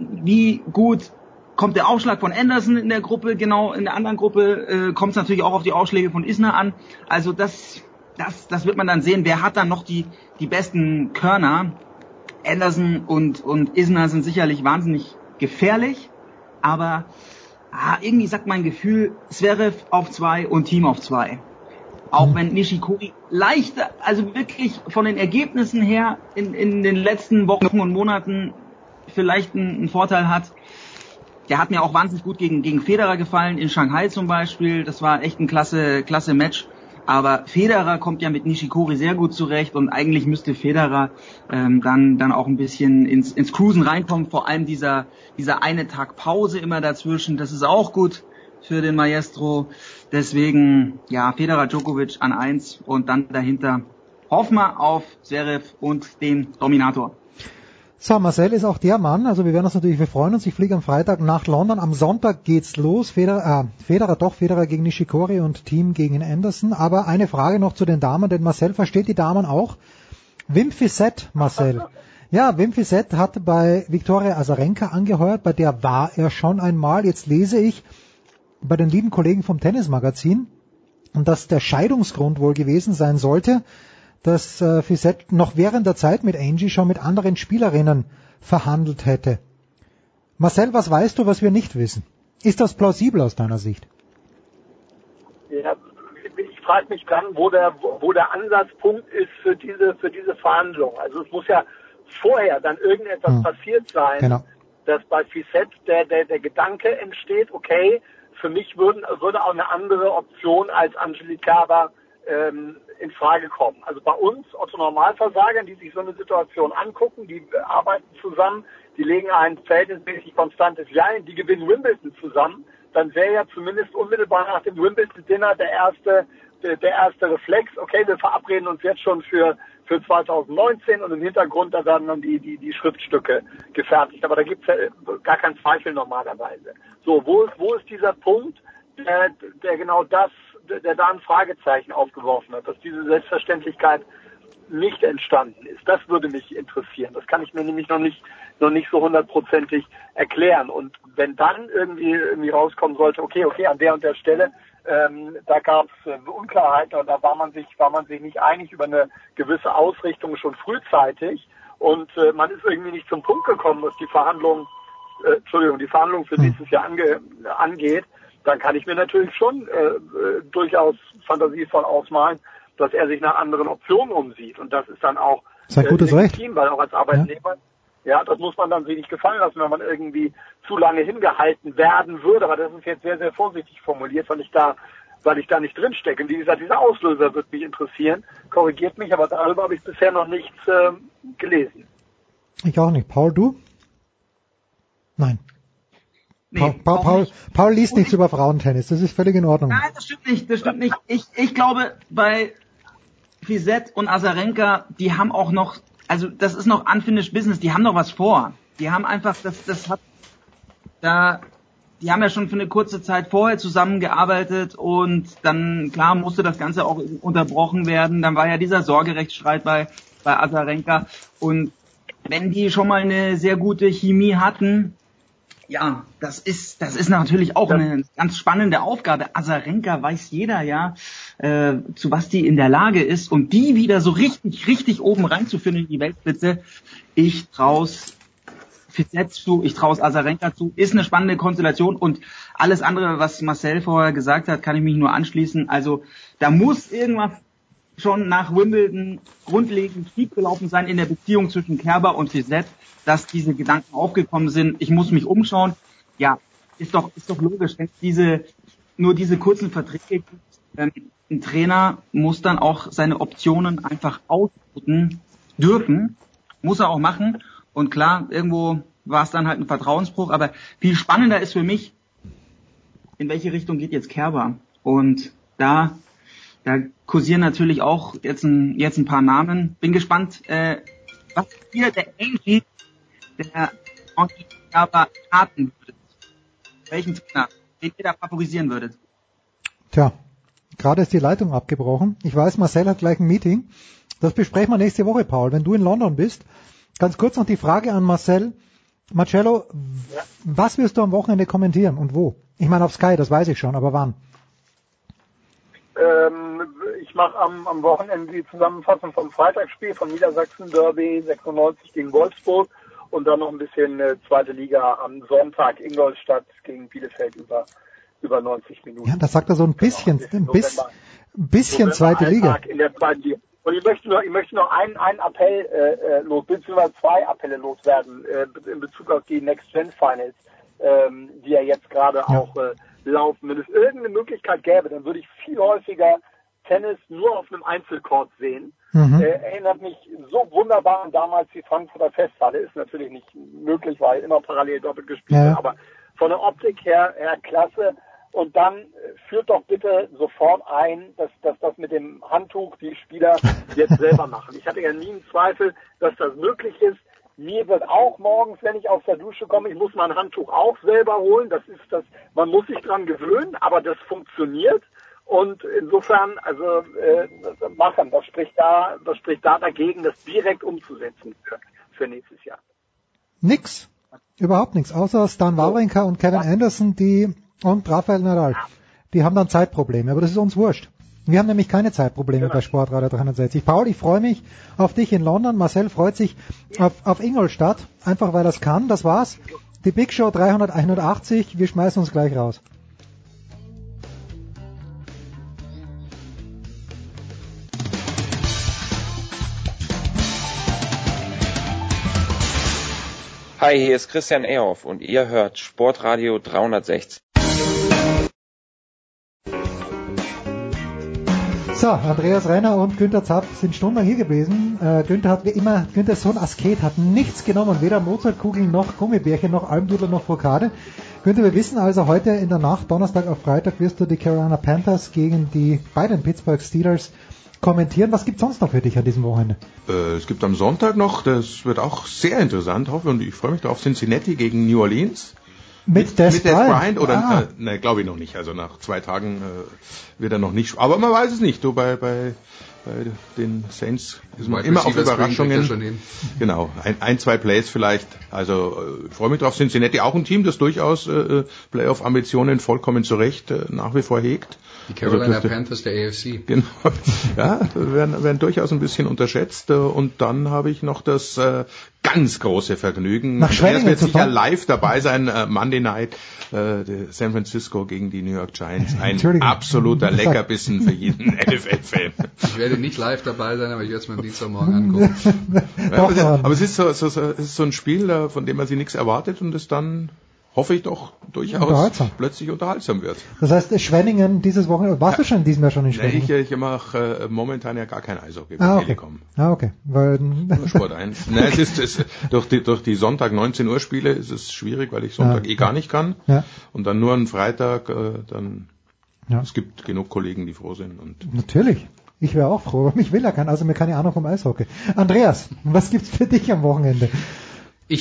wie gut kommt der Aufschlag von Anderson in der Gruppe, genau in der anderen Gruppe kommt es natürlich auch auf die Ausschläge von Isner an. Also das wird man dann sehen, wer hat dann noch die besten Körner. Anderson und Isner sind sicherlich wahnsinnig gefährlich, aber irgendwie sagt mein Gefühl, Zverev auf 2 und Team auf 2. Auch wenn Nishikori leichter, also wirklich von den Ergebnissen her in den letzten Wochen und Monaten vielleicht einen Vorteil hat. Der hat mir auch wahnsinnig gut gegen Federer gefallen, in Shanghai zum Beispiel. Das war echt ein klasse Match. Aber Federer kommt ja mit Nishikori sehr gut zurecht und eigentlich müsste Federer dann auch ein bisschen ins Cruisen reinkommen. Vor allem dieser eine Tag Pause immer dazwischen, das ist auch gut für den Maestro. Deswegen, ja, Federer, Djokovic an 1 und dann dahinter hoffen wir auf Zverev und den Dominator. So, Marcel ist auch der Mann, also wir freuen uns, ich fliege am Freitag nach London, am Sonntag geht's los, Federer gegen Nishikori und Team gegen Anderson, aber eine Frage noch zu den Damen, denn Marcel versteht die Damen auch. Wim Fissette, Marcel. Ja, Wim Fissette hat bei Viktoria Azarenka angeheuert, bei der war er schon einmal, jetzt lese ich bei den lieben Kollegen vom Tennismagazin, dass der Scheidungsgrund wohl gewesen sein sollte, dass Fissette noch während der Zeit mit Angie schon mit anderen Spielerinnen verhandelt hätte. Marcel, was weißt du, was wir nicht wissen? Ist das plausibel aus deiner Sicht? Ja, ich frage mich dann, wo der Ansatzpunkt ist für diese Verhandlung. Also es muss ja vorher dann irgendetwas passiert sein, genau, dass bei Fissette der Gedanke entsteht, okay, für mich würde auch eine andere Option als Angelique Kerber in Frage kommen. Also bei uns, Otto-Normalversagern, die sich so eine Situation angucken, die arbeiten zusammen, die legen ein verhältnismäßig konstantes Jahr hin, die gewinnen Wimbledon zusammen, dann wäre ja zumindest unmittelbar nach dem Wimbledon-Dinner der erste Reflex, okay, wir verabreden uns jetzt schon für 2019 und im Hintergrund, da werden dann die Schriftstücke gefertigt. Aber da gibt's ja gar keinen Zweifel normalerweise. So, wo ist dieser Punkt, der genau das, der da ein Fragezeichen aufgeworfen hat, dass diese Selbstverständlichkeit nicht entstanden ist? Das würde mich interessieren. Das kann ich mir nämlich noch nicht so hundertprozentig erklären. Und wenn dann irgendwie rauskommen sollte, okay, an der und der Stelle, da gab es Unklarheiten und da war man sich nicht einig über eine gewisse Ausrichtung schon frühzeitig und man ist irgendwie nicht zum Punkt gekommen, was die Verhandlung für nächstes Jahr angeht, dann kann ich mir natürlich schon durchaus fantasievoll ausmalen, dass er sich nach anderen Optionen umsieht. Und das ist dann auch legitim, weil auch als Arbeitnehmer, ja, das muss man dann sich nicht gefallen lassen, wenn man irgendwie zu lange hingehalten werden würde. Aber das ist jetzt sehr, sehr vorsichtig formuliert, weil ich da nicht drinstecke. Und wie gesagt, dieser Auslöser wird mich interessieren. Korrigiert mich, aber darüber habe ich bisher noch nichts gelesen. Ich auch nicht. Paul, du? Nein. Nee, Paul liest nichts über Frauentennis. Das ist völlig in Ordnung. Nein, das stimmt nicht. Ich glaube, bei Fissette und Azarenka, die haben auch noch, also das ist noch unfinished business, die haben noch was vor. Die haben einfach, die haben ja schon für eine kurze Zeit vorher zusammengearbeitet und dann, klar, musste das Ganze auch unterbrochen werden. Dann war ja dieser Sorgerechtsstreit bei Azarenka und wenn die schon mal eine sehr gute Chemie hatten, ja, das ist natürlich auch eine ganz spannende Aufgabe. Azarenka weiß jeder ja, zu was die in der Lage ist und die wieder so richtig oben reinzuführen in die Weltspitze. Ich trau's Fissette zu, ich trau's Azarenka zu, ist eine spannende Konstellation und alles andere, was Marcel vorher gesagt hat, kann ich mich nur anschließen. Also da muss irgendwas schon nach Wimbledon grundlegend schiefgelaufen sein in der Beziehung zwischen Kerber und Fissette, dass diese Gedanken aufgekommen sind. Ich muss mich umschauen. Ja, ist doch logisch, wenn es nur diese kurzen Verträge gibt. Ein Trainer muss dann auch seine Optionen einfach ausloten dürfen. Muss er auch machen. Und klar, irgendwo war es dann halt ein Vertrauensbruch. Aber viel spannender ist für mich, in welche Richtung geht jetzt Kerber? Und da kursieren natürlich auch jetzt ein paar Namen. Bin gespannt, was hier der Angie, der Kerber raten würde. Welchen Trainer, den ihr da favorisieren würdet? Tja, gerade ist die Leitung abgebrochen. Ich weiß, Marcel hat gleich ein Meeting. Das besprechen wir nächste Woche, Paul, wenn du in London bist. Ganz kurz noch die Frage an Marcel. Marcello, was wirst du am Wochenende kommentieren und wo? Ich meine auf Sky, das weiß ich schon, aber wann? Ich mache am Wochenende die Zusammenfassung vom Freitagsspiel von Niedersachsen Derby 96 gegen Wolfsburg und dann noch ein bisschen zweite Liga am Sonntag Ingolstadt gegen Bielefeld über 90 Minuten. Ja, das sagt er so ein bisschen, bisschen zweite Liga. In der zweiten Liga. Und ich möchte noch einen Appell beziehungsweise zwei Appelle loswerden in Bezug auf die Next Gen Finals, die ja jetzt gerade auch laufen. Wenn es irgendeine Möglichkeit gäbe, dann würde ich viel häufiger Tennis nur auf einem Einzelcourt sehen. Erinnert mich so wunderbar an damals die Frankfurter Festhalle. Ist natürlich nicht möglich, weil immer parallel doppelt gespielt wird, aber von der Optik her klasse. Und dann führt doch bitte sofort ein, dass das mit dem Handtuch die Spieler jetzt selber machen. Ich hatte ja nie einen Zweifel, dass das möglich ist. Mir wird auch morgens, wenn ich aus der Dusche komme, ich muss mein Handtuch auch selber holen. Man muss sich dran gewöhnen, aber das funktioniert. Und insofern, machen. Das spricht da dagegen, das direkt umzusetzen für nächstes Jahr. Nix. Überhaupt nichts. Außer Stan Wawrinka und Kevin Anderson, und Rafael Nadal. Die haben dann Zeitprobleme, aber das ist uns wurscht. Wir haben nämlich keine Zeitprobleme bei Sportradio 360. Paul, ich freue mich auf dich in London. Marcel freut sich auf Ingolstadt, einfach weil er es kann. Das war's. Die Big Show 381. Wir schmeißen uns gleich raus. Hi, hier ist Christian Ehoff und ihr hört Sportradio 360. So, Andreas Renner und Günther Zapf sind stundenlang hier gewesen. Günther hat wie immer, Günther ist so ein Asket, hat nichts genommen, weder Mozartkugeln noch Gummibärchen noch Almdudler noch Frokade. Günther, wir wissen also, heute in der Nacht, Donnerstag auf Freitag, wirst du die Carolina Panthers gegen die beiden Pittsburgh Steelers kommentieren. Was gibt's sonst noch für dich an diesem Wochenende? Es gibt am Sonntag noch, das wird auch sehr interessant, hoffe, und ich freue mich darauf, Cincinnati gegen New Orleans. Mit Des Bryant? Oder ne, glaube ich noch nicht. Also nach 2 Tagen wird er noch nicht. Aber man weiß es nicht. Du bei den Saints ist man immer auf Überraschungen. Genau, 1-2 Plays vielleicht. Also ich freue mich drauf. Cincinnati auch ein Team, das durchaus Playoff-Ambitionen vollkommen zu Recht nach wie vor hegt. Die Carolina Panthers der AFC. Genau. Ja, werden durchaus ein bisschen unterschätzt. Und dann habe ich noch das ganz große Vergnügen. Er wird sicher live dabei sein. Monday Night, San Francisco gegen die New York Giants. Ein absoluter Leckerbissen für jeden NFL-Fan. Ich werde nicht live dabei sein, aber ich werde es mir am Dienstagmorgen angucken. Ja, aber es ist so ein Spiel, von dem man sich nichts erwartet und es dann, hoffe ich doch, durchaus plötzlich unterhaltsam wird. Das heißt, Schwenningen dieses Wochenende, warst du schon in diesem Jahr schon in Schwenningen? Nee, ich mache momentan ja gar kein Eishockey bei Telekom. Okay. Weil Sport 1. Nein, es ist durch die Sonntag 19 Uhr Spiele ist es schwierig, weil ich Sonntag gar nicht kann. Ja. Und dann nur einen Freitag, es gibt genug Kollegen, die froh sind. Und natürlich. Ich wäre auch froh, aber mich will ja keiner, also mir keine Ahnung vom Eishockey. Andreas, was gibt's für dich am Wochenende? Wir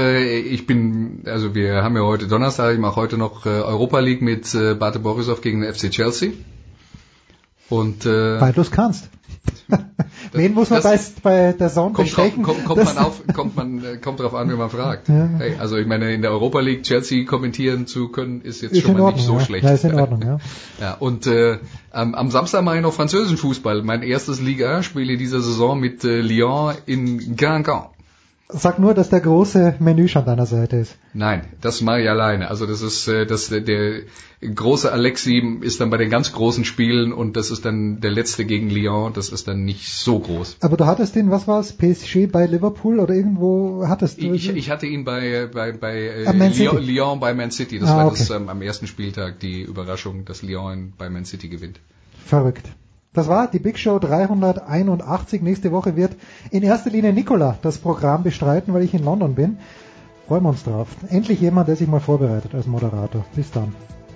haben ja heute Donnerstag, ich mache heute noch Europa League mit Bate Borisov gegen den FC Chelsea. Und weil du es kannst. Wen muss man bei der Zone bestechen? Kommt drauf an, wie man fragt. Ja. Hey, also ich meine, in der Europa League Chelsea kommentieren zu können, ist jetzt schon mal nicht so schlecht. Ja, ist in Ordnung, ja. Ja, und am Samstag mache ich noch französischen Fußball. Mein erstes Liga 1 Spiel dieser Saison mit Lyon in Guingamp. Sag nur, dass der große Menüsch an deiner Seite ist. Nein, das mache ich alleine. Also das ist der große Alexi ist dann bei den ganz großen Spielen und das ist dann der letzte gegen Lyon. Das ist dann nicht so groß. Aber du hattest den, was war's, PSG bei Liverpool oder irgendwo hattest du? Ich hatte ihn bei Lyon bei Man City. Das war das am ersten Spieltag die Überraschung, dass Lyon bei Man City gewinnt. Verrückt. Das war die Big Show 381. Nächste Woche wird in erster Linie Nicola das Programm bestreiten, weil ich in London bin. Freuen wir uns drauf. Endlich jemand, der sich mal vorbereitet als Moderator. Bis dann.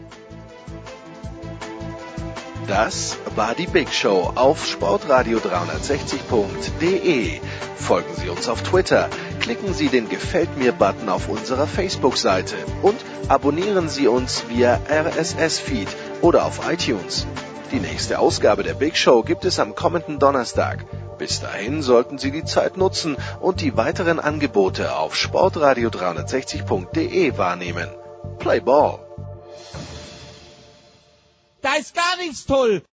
Das war die Big Show auf sportradio360.de. Folgen Sie uns auf Twitter, klicken Sie den Gefällt mir-Button auf unserer Facebook-Seite und abonnieren Sie uns via RSS-Feed oder auf iTunes. Die nächste Ausgabe der Big Show gibt es am kommenden Donnerstag. Bis dahin sollten Sie die Zeit nutzen und die weiteren Angebote auf sportradio360.de wahrnehmen. Play Ball! Da ist gar nichts toll!